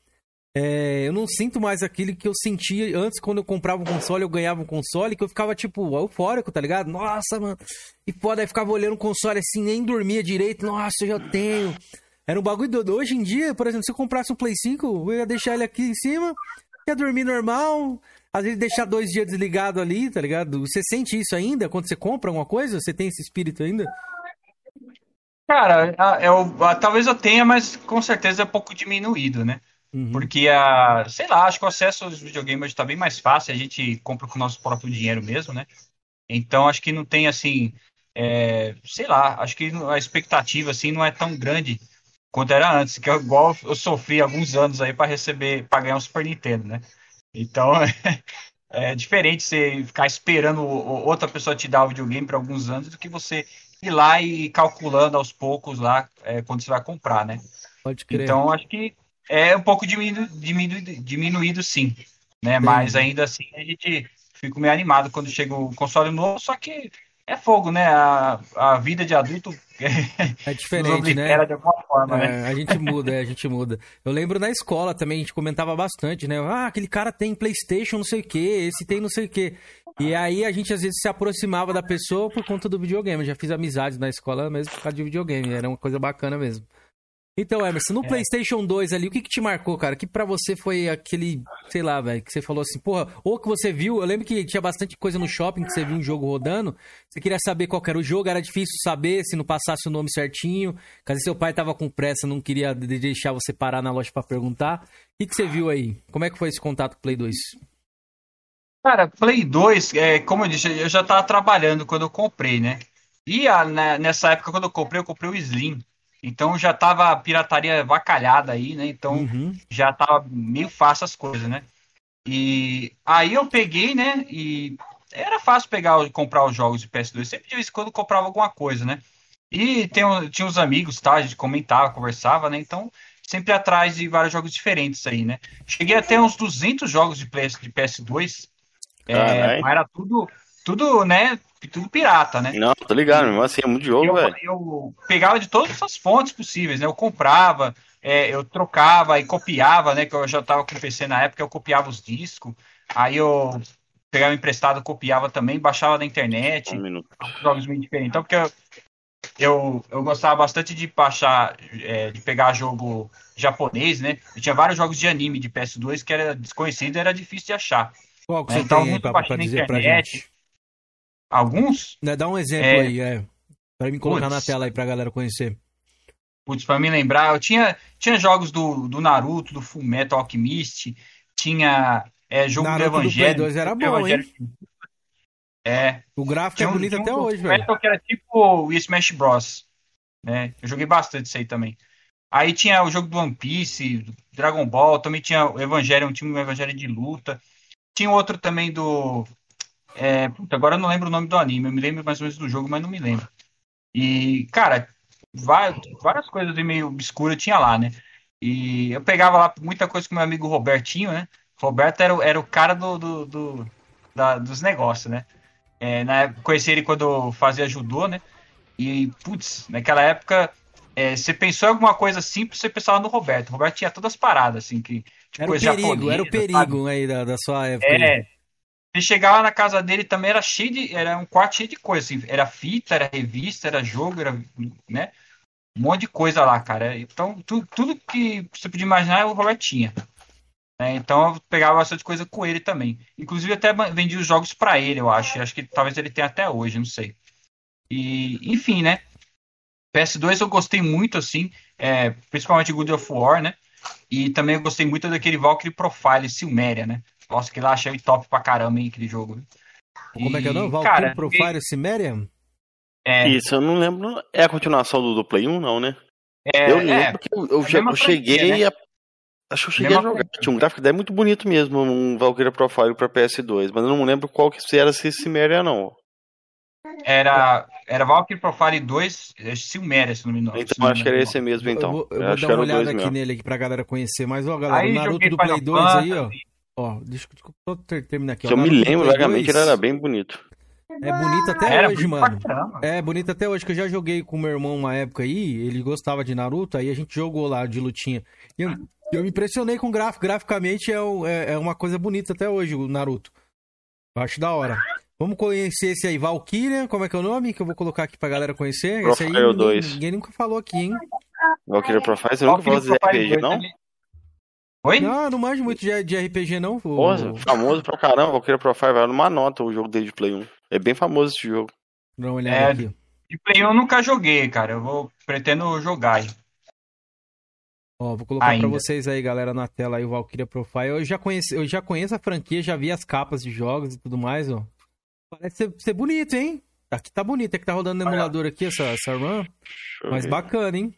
Speaker 1: É, eu não sinto mais aquilo que eu sentia antes quando eu comprava um console, eu ganhava um console, que eu ficava, tipo, eufórico, tá ligado? Nossa, mano. E foda, aí ficava olhando o console assim, nem dormia direito. Nossa, eu já tenho. Era um bagulho doido. Hoje em dia, por exemplo, se eu comprasse um Play cinco, eu ia deixar ele aqui em cima, ia dormir normal, às vezes deixar dois dias desligado ali, tá ligado? Você sente isso ainda quando você compra alguma coisa? Você tem esse espírito ainda?
Speaker 4: Cara, a- eu, a- talvez eu tenha, mas com certeza é pouco diminuído, né?
Speaker 1: Uhum.
Speaker 4: Porque, a, sei lá, acho que o acesso aos videogames hoje tá bem mais fácil, a gente compra com o nosso próprio dinheiro mesmo, né? Então, acho que não tem, assim, é, sei lá, acho que a expectativa, assim, não é tão grande quanto era antes, que é igual eu sofri alguns anos aí para receber, para ganhar um Super Nintendo, né? Então, é diferente você ficar esperando o- outra pessoa te dar o videogame por alguns anos do que você ir lá e ir calculando aos poucos lá é, quando você vai comprar, né?
Speaker 1: Pode crer.
Speaker 4: Então, acho que é um pouco diminuído, diminuído, diminuído sim, né? Mas
Speaker 1: Entendi.
Speaker 4: ainda assim a gente fica meio animado quando chega o console novo, só que é fogo, né? A, a vida de adulto
Speaker 1: É
Speaker 4: nos
Speaker 1: diferente, né?
Speaker 4: obriga de alguma forma, né?
Speaker 1: É, a gente muda, é, a gente muda. Eu lembro na escola também, a gente comentava bastante, né? Ah, aquele cara tem PlayStation, não sei o quê, esse tem não sei o quê. E aí a gente às vezes se aproximava da pessoa por conta do videogame. Eu já fiz amizades na escola mesmo por causa de videogame, era uma coisa bacana mesmo. Então, Emerson, no
Speaker 4: É.
Speaker 1: PlayStation dois ali, o que que te marcou, cara? Que pra você foi aquele, sei lá, velho, que você falou assim, porra, ou que você viu, eu lembro que tinha bastante coisa no shopping que você viu um jogo rodando, você queria saber qual que era o jogo, era difícil saber se não passasse o nome certinho, caso seu pai tava com pressa, não queria de- deixar você parar na loja pra perguntar. O que que você viu aí? Como é que foi esse contato com o Play dois?
Speaker 4: Cara, Play dois, é, como eu disse, eu já tava trabalhando quando eu comprei, né? E a- né, nessa época, quando eu comprei, eu comprei o Slim. Então já tava a pirataria vacalhada aí, né? Então
Speaker 1: Uhum.
Speaker 4: já tava meio fácil as coisas, né? E aí eu peguei, né? E era fácil pegar, o- comprar os jogos de P S dois. Sempre de vez em quando eu comprava alguma coisa, né? E tem, um- tinha uns amigos, tá? A gente comentava, conversava, né? Então sempre atrás de vários jogos diferentes aí, né? Cheguei a ter uns duzentos jogos de, P S, de P S dois, é,
Speaker 2: Caralho.
Speaker 4: mas era tudo, tudo, né? Tudo pirata, né?
Speaker 2: Não, tô ligado,
Speaker 4: E
Speaker 2: mesmo assim, é muito jogo,
Speaker 4: eu,
Speaker 2: velho.
Speaker 4: eu pegava de todas as fontes possíveis, né? Eu comprava, é, eu trocava e copiava, né? Que eu já estava com o P C na época, eu copiava os discos. Aí eu pegava emprestado, copiava também, baixava da
Speaker 2: Um
Speaker 4: internet,
Speaker 2: minuto.
Speaker 4: jogos meio diferentes. Então, porque eu, eu, eu gostava bastante de baixar, é, de pegar jogo japonês, né? E tinha vários jogos de anime de P S dois que era desconhecido e era difícil de achar.
Speaker 1: Qual que
Speaker 4: Né?
Speaker 1: você
Speaker 4: Então,
Speaker 1: tem aí
Speaker 4: alguns eu
Speaker 1: pra,
Speaker 4: baixei
Speaker 1: pra
Speaker 4: na
Speaker 1: dizer pra
Speaker 4: internet,
Speaker 1: gente?
Speaker 4: alguns,
Speaker 1: Né, dá um exemplo
Speaker 4: é,
Speaker 1: aí, é. Pra me colocar na
Speaker 4: putz,
Speaker 1: tela aí pra galera conhecer.
Speaker 4: Putz, pra me lembrar, eu tinha, tinha jogos do, do Naruto, do Fullmetal Alchemist, tinha é, jogo do
Speaker 1: Naruto do Play
Speaker 4: Evangelho,
Speaker 1: dois era
Speaker 4: do
Speaker 1: bom, hein?
Speaker 4: Evangelho, é,
Speaker 1: O gráfico é
Speaker 4: tinha um,
Speaker 1: bonito
Speaker 4: tinha um
Speaker 1: até
Speaker 4: do
Speaker 1: hoje, velho.
Speaker 4: Fullmetal que era tipo o Smash Bros, né? Eu joguei bastante isso aí também. Aí tinha o jogo do One Piece, do Dragon Ball, também tinha o Evangelho, tinha um Evangelho de luta. Tinha outro também do, é, puta, agora eu não lembro o nome do anime, eu me lembro mais ou menos do jogo, mas não me lembro. E, cara, várias, várias coisas meio obscuras tinha lá, né? E eu pegava lá muita coisa com meu amigo Robertinho, né? Roberto era, o- era o cara do, do, do- da- dos negócios, né? É, na época, conheci ele quando eu fazia judô, né? E, putz, naquela época, é, você pensou em alguma coisa simples, você pensava no Roberto. O Roberto tinha todas as paradas, assim, que, tipo,
Speaker 1: Era o
Speaker 4: coisa
Speaker 1: perigo, era o
Speaker 4: japonesa, sabe?
Speaker 1: perigo aí da, da sua época aí.
Speaker 4: É, você chegava na casa dele também, era cheio de, era um quarto cheio de coisa, assim, era fita, era revista, era jogo, era, né? Um monte de coisa lá, cara. Então, tu, tudo que você podia imaginar, o Robert tinha. Né? Então, eu pegava bastante coisa com ele também. Inclusive, até vendi os jogos pra ele, eu acho. Acho que talvez ele tenha até hoje, não sei. E, enfim, né? P S dois eu gostei muito, assim, é, principalmente God of War, né? E também eu gostei muito daquele Valkyrie Profile Silméria, né? Nossa, que lá achei top pra caramba, hein, aquele jogo. Viu?
Speaker 1: Como é que é o nome?
Speaker 4: E,
Speaker 1: Valkyrie
Speaker 4: cara, joguei.
Speaker 1: Profile Cimmerian?
Speaker 4: É,
Speaker 2: Isso, eu não lembro. É a continuação do, do Play um, não, né? Eu
Speaker 4: é,
Speaker 2: lembro
Speaker 4: é,
Speaker 2: que eu, eu,
Speaker 4: a
Speaker 2: che-
Speaker 4: mesma
Speaker 2: eu
Speaker 4: franquia, né?
Speaker 2: cheguei a. Acho que eu cheguei a
Speaker 4: Mesma
Speaker 2: jogar.
Speaker 4: franquia.
Speaker 2: Tinha um gráfico daí muito bonito mesmo, um Valkyria Profile pra P S dois, mas eu não lembro qual que era, se Cimeria não.
Speaker 4: Era, era Valkyrie Profile dois, é Silméria, se não me engano. se
Speaker 2: Então
Speaker 4: não me
Speaker 2: acho que era
Speaker 4: engano.
Speaker 2: esse mesmo,
Speaker 1: Eu
Speaker 2: então.
Speaker 1: vou, eu
Speaker 2: Eu
Speaker 1: vou
Speaker 2: acho
Speaker 1: dar
Speaker 2: que
Speaker 1: uma
Speaker 2: era o dois
Speaker 1: olhada aqui
Speaker 2: mesmo.
Speaker 1: nele aqui pra galera conhecer. Mas, ó, galera, o
Speaker 4: Aí
Speaker 1: Naruto
Speaker 4: joguei
Speaker 1: do
Speaker 4: Final
Speaker 1: Play dois aí, ó.
Speaker 4: Fantasy.
Speaker 1: Ó, deixa eu ter- terminar aqui, ó.
Speaker 2: Se eu me
Speaker 1: Naruto do
Speaker 2: lembro
Speaker 1: Play
Speaker 2: vagamente, ele
Speaker 1: dois
Speaker 2: era bem bonito.
Speaker 1: é bonito até
Speaker 4: Era
Speaker 1: hoje,
Speaker 4: bonito pra
Speaker 1: mano.
Speaker 4: caramba.
Speaker 1: É bonito até hoje, que eu já joguei com meu irmão uma época aí, ele gostava de Naruto, aí a gente jogou lá de lutinha. E eu, eu me impressionei com o gráfico, graficamente é, um- é, é uma coisa bonita até hoje, o Naruto. Eu acho da hora. Vamos conhecer esse aí, Valkyria, como é que é o nome? Que eu vou colocar aqui pra galera conhecer. Esse aí
Speaker 2: Profile
Speaker 1: ninguém,
Speaker 2: dois.
Speaker 1: ninguém nunca falou aqui, hein?
Speaker 2: Valkyria Profile, você nunca falou
Speaker 4: Valkyrie
Speaker 2: de
Speaker 4: Profile
Speaker 2: R P G,
Speaker 4: dois,
Speaker 2: não?
Speaker 4: né? Oi?
Speaker 1: Não, eu não manjo muito de, de R P G, não.
Speaker 2: Pô,
Speaker 1: O...
Speaker 2: famoso pra caramba, Valkyria Profile, vai numa nota o jogo dele de Play um. É bem famoso esse jogo.
Speaker 1: Dá uma olhada
Speaker 4: É,
Speaker 1: aqui.
Speaker 4: de Play eu nunca joguei, cara. Eu vou pretendo jogar aí.
Speaker 1: Ó, vou colocar
Speaker 4: Ainda.
Speaker 1: pra vocês aí, galera, na tela aí o Valkyria Profile. Eu já, conheci, eu já conheço a franquia, já vi as capas de jogos e tudo mais, ó. Parece ser, ser bonito, hein? Aqui tá bonito, é que tá rodando no emulador aqui, essa, essa run.
Speaker 2: Deixa eu
Speaker 1: Mas
Speaker 2: ver.
Speaker 1: bacana, hein?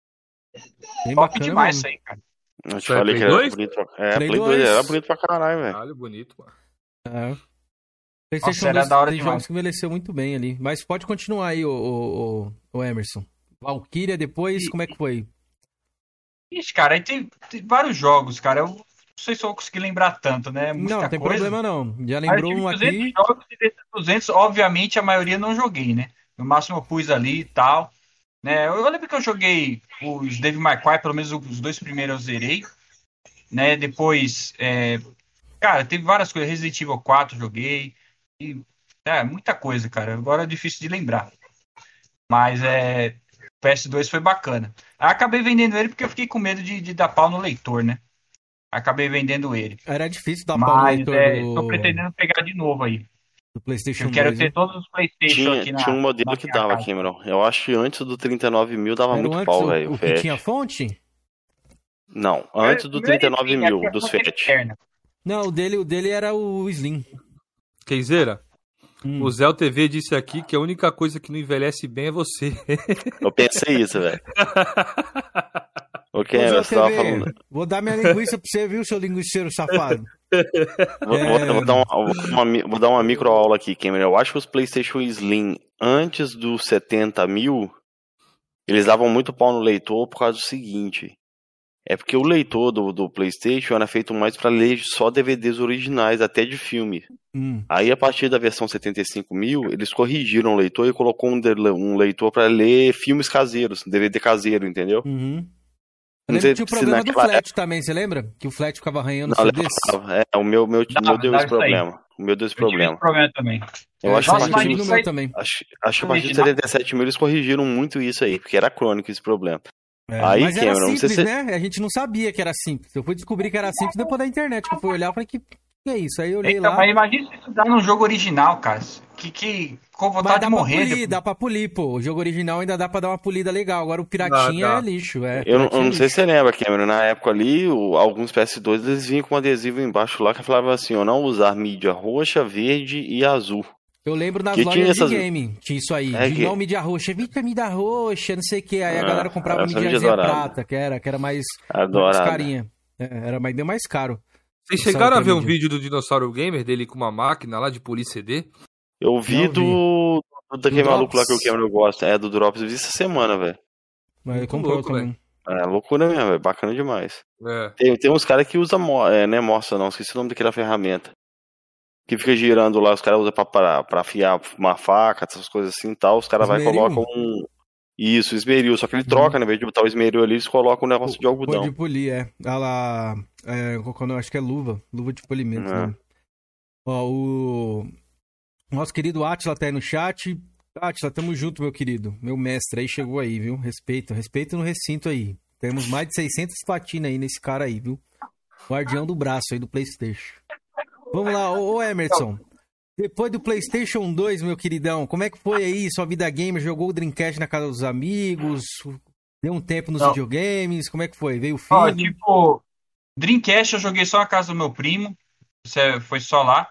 Speaker 1: Bem
Speaker 4: Top
Speaker 1: bacana
Speaker 4: demais
Speaker 1: mesmo.
Speaker 4: isso aí, cara.
Speaker 2: Eu te
Speaker 3: Isso é
Speaker 2: falei
Speaker 3: Play
Speaker 2: que era
Speaker 3: dois?
Speaker 2: bonito pra... É,
Speaker 1: Play
Speaker 2: Play dois,
Speaker 1: dois.
Speaker 2: era bonito pra caralho, velho.
Speaker 3: Caralho, bonito, mano.
Speaker 1: É. PlayStation
Speaker 4: era
Speaker 1: dois
Speaker 4: da hora
Speaker 1: tem
Speaker 4: demais.
Speaker 1: jogos que envelheceu muito bem ali. Mas pode continuar aí, o, o, o, o Emerson. Valkyria depois,
Speaker 4: E-
Speaker 1: como é que foi?
Speaker 4: Ixi, cara, aí tem, tem vários jogos, cara. Eu não sei se eu vou conseguir lembrar tanto, né? Muita
Speaker 1: Não, não tem
Speaker 4: coisa.
Speaker 1: problema não. Já
Speaker 4: Mas eu
Speaker 1: lembrou
Speaker 4: tive
Speaker 1: um
Speaker 4: duzentos
Speaker 1: aqui.
Speaker 4: jogos e desses duzentos, obviamente, a maioria eu não joguei, né? No máximo eu pus ali e tal. Né? Eu, eu lembro que eu joguei os Devil May Cry, pelo menos os dois primeiros eu zerei. Né? Depois, é, cara, teve várias coisas. Resident Evil quatro eu joguei. E, é, muita coisa, cara. Agora é difícil de lembrar. Mas é, o P S dois foi bacana. Aí acabei vendendo ele porque eu fiquei com medo de, de dar pau no leitor, né? Acabei vendendo ele.
Speaker 1: Era difícil dar pau no
Speaker 4: Mas
Speaker 1: leitor
Speaker 4: é,
Speaker 1: do,
Speaker 4: tô pretendendo pegar de novo aí.
Speaker 1: do PlayStation
Speaker 4: Eu quero
Speaker 1: dois.
Speaker 4: ter
Speaker 1: hein?
Speaker 4: todos os PlayStation
Speaker 2: Tinha,
Speaker 4: aqui na.
Speaker 2: tinha um modelo
Speaker 4: na
Speaker 2: que
Speaker 4: minha
Speaker 2: dava,
Speaker 4: casa.
Speaker 2: Cameron. Eu acho que antes do trinta e nove mil dava
Speaker 1: Era o
Speaker 2: muito
Speaker 1: antes,
Speaker 2: pau,
Speaker 1: o,
Speaker 2: velho.
Speaker 1: o
Speaker 2: o
Speaker 1: que
Speaker 2: F A T.
Speaker 1: tinha fonte?
Speaker 2: Não, antes do
Speaker 4: O meu é
Speaker 2: trinta e nove
Speaker 4: Slim,
Speaker 2: mil,
Speaker 4: aqui é
Speaker 2: dos
Speaker 4: fonte
Speaker 2: F A T.
Speaker 4: externa.
Speaker 1: Não, o dele, o dele era o Slim.
Speaker 3: Kenzeira,
Speaker 1: Hum.
Speaker 3: o Zé T V disse aqui que a única coisa que não envelhece bem é você.
Speaker 2: Eu pensei isso, velho. O
Speaker 1: Ô,
Speaker 2: que
Speaker 1: Zé
Speaker 2: você tava
Speaker 1: T V,
Speaker 2: falando?
Speaker 1: vou dar minha linguiça pra você, viu, seu linguiceiro safado?
Speaker 2: Vou,
Speaker 1: É.
Speaker 2: vou- vou dar uma, vou dar uma mi- vou dar uma microaula aqui, Cameron. Eu acho que os PlayStation Slim, antes dos setenta mil, eles davam muito pau no leitor por causa do seguinte. É porque o leitor do, do PlayStation era feito mais pra ler só D V Ds originais, até de filme.
Speaker 1: Hum.
Speaker 2: Aí, a partir da versão setenta e cinco mil, eles corrigiram o leitor e colocou um, de- um leitor pra ler filmes caseiros, D V D caseiro, entendeu?
Speaker 1: Uhum.
Speaker 2: Não
Speaker 1: Eu
Speaker 2: sei
Speaker 1: lembro que tinha o
Speaker 2: se
Speaker 1: problema do
Speaker 2: naquela
Speaker 1: flat também, você lembra? Que o flat ficava arranhando
Speaker 2: Não,
Speaker 1: o C Ds?
Speaker 2: levantava. É, o meu, meu,
Speaker 4: Dava,
Speaker 2: meu deu
Speaker 4: dava
Speaker 2: esse
Speaker 4: isso aí.
Speaker 2: problema. O meu deu esse
Speaker 4: Eu tive
Speaker 2: problema.
Speaker 4: esse problema também.
Speaker 2: Eu acho que
Speaker 1: Nossa,
Speaker 2: a
Speaker 4: Nossa,
Speaker 1: eu
Speaker 2: partir
Speaker 1: tive
Speaker 4: mas
Speaker 1: no
Speaker 4: isso
Speaker 1: meu
Speaker 4: aí-
Speaker 1: também.
Speaker 2: Acho, acho que a partir de
Speaker 4: Original.
Speaker 2: setenta e sete mil eles corrigiram muito isso aí, porque era crônico esse problema.
Speaker 1: É,
Speaker 2: Aí,
Speaker 1: mas era
Speaker 2: Cameron, não sei
Speaker 1: simples,
Speaker 2: se-
Speaker 1: né? A gente não sabia que era simples. Eu fui descobrir que era simples depois da internet, que eu fui olhar e falei, que, que é isso? Aí eu olhei
Speaker 4: Eita,
Speaker 1: lá.
Speaker 4: mas imagina se estudar num jogo original, cara. Que, que com
Speaker 1: Mas
Speaker 4: vontade
Speaker 1: dá
Speaker 4: de
Speaker 1: pra
Speaker 4: morrer.
Speaker 1: polir,
Speaker 4: depois.
Speaker 1: dá pra polir, pô. O jogo original ainda dá pra dar uma polida legal. Agora o piratinha
Speaker 3: Dá, dá.
Speaker 1: é lixo, é.
Speaker 2: Eu, não- eu
Speaker 1: piratinha
Speaker 2: não
Speaker 1: é
Speaker 2: sei
Speaker 1: lixo.
Speaker 2: se você lembra, Cameron, na época ali, o- alguns P S dois eles vinham com um adesivo embaixo lá que falava assim, ó, não usar mídia roxa, verde e azul.
Speaker 1: Eu lembro nas
Speaker 2: Que
Speaker 1: lojas
Speaker 2: tinha
Speaker 1: de
Speaker 2: essas-
Speaker 1: game, tinha isso aí.
Speaker 2: É
Speaker 1: de
Speaker 2: que-
Speaker 1: não mídia roxa, vita mídia roxa, não sei o que. Aí a
Speaker 2: Ah,
Speaker 1: galera comprava
Speaker 2: essa mídia
Speaker 1: mídiazinha
Speaker 2: dourada.
Speaker 1: prata, que era, que era mais, mais
Speaker 2: Adorada.
Speaker 1: carinha. É, era mais, bem mais caro.
Speaker 3: Vocês
Speaker 1: Essa
Speaker 3: chegaram a
Speaker 1: outra
Speaker 3: ver um
Speaker 1: mídia.
Speaker 3: vídeo do Dinossauro Gamer, dele com uma máquina lá de polir C D?
Speaker 2: Eu vi
Speaker 1: Não vi.
Speaker 2: do, do daquele
Speaker 1: Do
Speaker 2: maluco lá
Speaker 1: Drops?
Speaker 2: que o Cameron gosta. É, do Drops, eu vi essa semana, velho.
Speaker 1: Mas ele
Speaker 3: Muito
Speaker 1: comprou
Speaker 3: louco,
Speaker 1: também.
Speaker 2: É loucura mesmo, velho. Bacana demais.
Speaker 3: É.
Speaker 2: Tem, tem uns caras que usam, mo- é, não é morsa não, esqueci o nome daquela ferramenta. Que fica girando lá, os caras usam pra, pra, pra afiar uma faca, essas coisas assim e tal. Os caras vai e
Speaker 1: Esmeril?
Speaker 2: colocam um. Isso, esmeril. Só que ele troca, né? Em vez de botar o esmeril ali, eles colocam um negócio de
Speaker 1: Pô
Speaker 2: algodão.
Speaker 1: de polir, é. Ah lá, é, qual que é o nome? Acho que é luva. Luva de polimento,
Speaker 2: É.
Speaker 1: né? Ó, o nosso querido Atila tá aí no chat. Atila, tamo junto, meu querido. Meu mestre aí chegou aí, viu? Respeito, respeito no recinto aí. Temos mais de seiscentas platinas aí nesse cara aí, viu? Guardião do braço aí do PlayStation. Vamos lá, ô, ô Emerson. Depois do PlayStation dois, meu queridão, como é que foi aí sua vida gamer? Jogou o Dreamcast na casa dos amigos? Deu um tempo nos
Speaker 4: Não.
Speaker 1: videogames? Como é que foi? Veio o
Speaker 4: Ó,
Speaker 1: filho?
Speaker 4: tipo, Dreamcast eu joguei só na casa do meu primo. Isso é- foi só lá.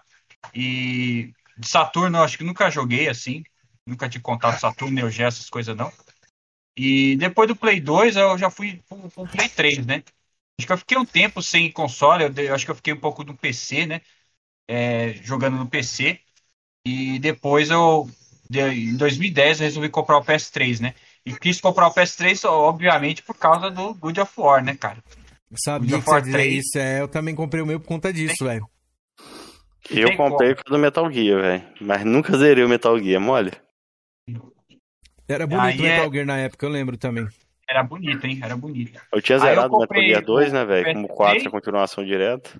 Speaker 4: E de Saturno eu acho que nunca joguei assim. Nunca tive contato com Saturno, Neo Geo, essas coisas não. E depois do Play dois eu já fui pro, pro Play três, né? Acho que eu fiquei um tempo sem console. Eu, de- eu acho que eu fiquei um pouco no P C, né? É, jogando no P C. E depois eu, de- em dois mil e dez, eu resolvi comprar o P S três, né? E quis comprar o P S três, obviamente, por causa do God of War, né, cara?
Speaker 1: Sabia que
Speaker 4: God of War
Speaker 1: você ia dizer
Speaker 4: três.
Speaker 1: isso. É, eu também comprei o meu por conta disso, velho.
Speaker 2: Eu
Speaker 4: Tem
Speaker 2: comprei com o do Metal Gear, velho. Mas nunca zerei o Metal Gear, mole.
Speaker 1: Era bonito
Speaker 4: Aí
Speaker 1: o Metal
Speaker 4: é-
Speaker 1: Gear na época, eu lembro também.
Speaker 4: Era bonito, hein? Era bonito.
Speaker 2: Eu tinha
Speaker 4: Aí eu
Speaker 2: zerado o Metal
Speaker 4: comprei
Speaker 2: Gear dois, né,
Speaker 4: o
Speaker 2: velho?
Speaker 4: P S
Speaker 2: Como quatro,
Speaker 4: três.
Speaker 2: a continuação direta.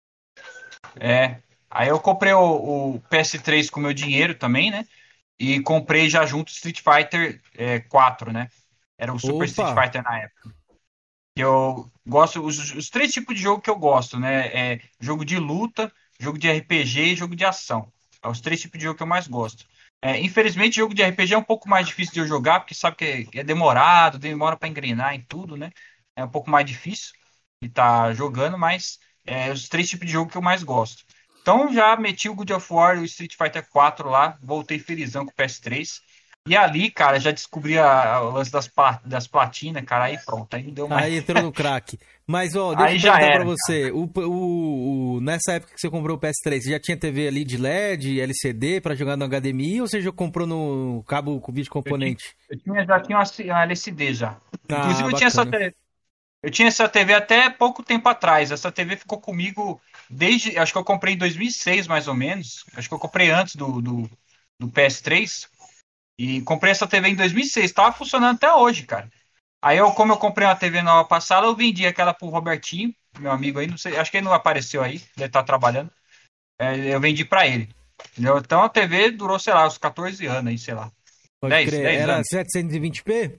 Speaker 4: É. Aí eu comprei o, o P S três com meu dinheiro também, né? E comprei já junto o Street Fighter é, quatro, né? Era o Super
Speaker 1: Opa!
Speaker 4: Street Fighter na época. Eu gosto, os, os três tipos de jogo que eu gosto, né? É jogo de luta, jogo de R P G e jogo de ação. É os três tipos de jogo que eu mais gosto. É, infelizmente, jogo de R P G é um pouco mais difícil de eu jogar, porque sabe que é, é demorado, demora pra engrenar em tudo, né? É um pouco mais difícil de estar jogando, mas é os três tipos de jogo que eu mais gosto. Então já meti o God of War e o Street Fighter quatro lá, voltei felizão com o P S três. E ali, cara, já descobri a, a- o lance das, pla- das platinas, cara, aí pronto, aí não deu mais.
Speaker 1: Aí entrou no crack. Mas, ó, deixa
Speaker 4: Aí
Speaker 1: eu
Speaker 4: já
Speaker 1: perguntar
Speaker 4: era,
Speaker 1: pra você. O, o, o- nessa época que você comprou o P S três, você já tinha T V ali de L E D, L C D pra jogar no H D M I ou você já comprou no cabo com vídeo componente?
Speaker 4: Eu tinha, já tinha uma, uma L C D já.
Speaker 1: Ah,
Speaker 4: Inclusive, eu tinha, essa
Speaker 1: bacana.
Speaker 4: T V, eu tinha essa T V até pouco tempo atrás. Essa T V ficou comigo desde. Acho que eu comprei em dois mil e seis, mais ou menos. Acho que eu comprei antes do, do, do P S três. E comprei essa T V em dois mil e seis. Tava funcionando até hoje, cara. Aí, eu, como eu comprei uma T V nova passada, eu vendi aquela pro Robertinho, meu amigo aí. Não sei, acho que ele não apareceu aí, deve estar trabalhando. É, eu vendi pra ele. Entendeu? Então a T V durou, sei lá, uns quatorze anos aí, sei lá.
Speaker 1: Pode
Speaker 4: dez,
Speaker 1: crer.
Speaker 4: dez
Speaker 1: Era
Speaker 4: anos.
Speaker 1: setecentos e vinte p?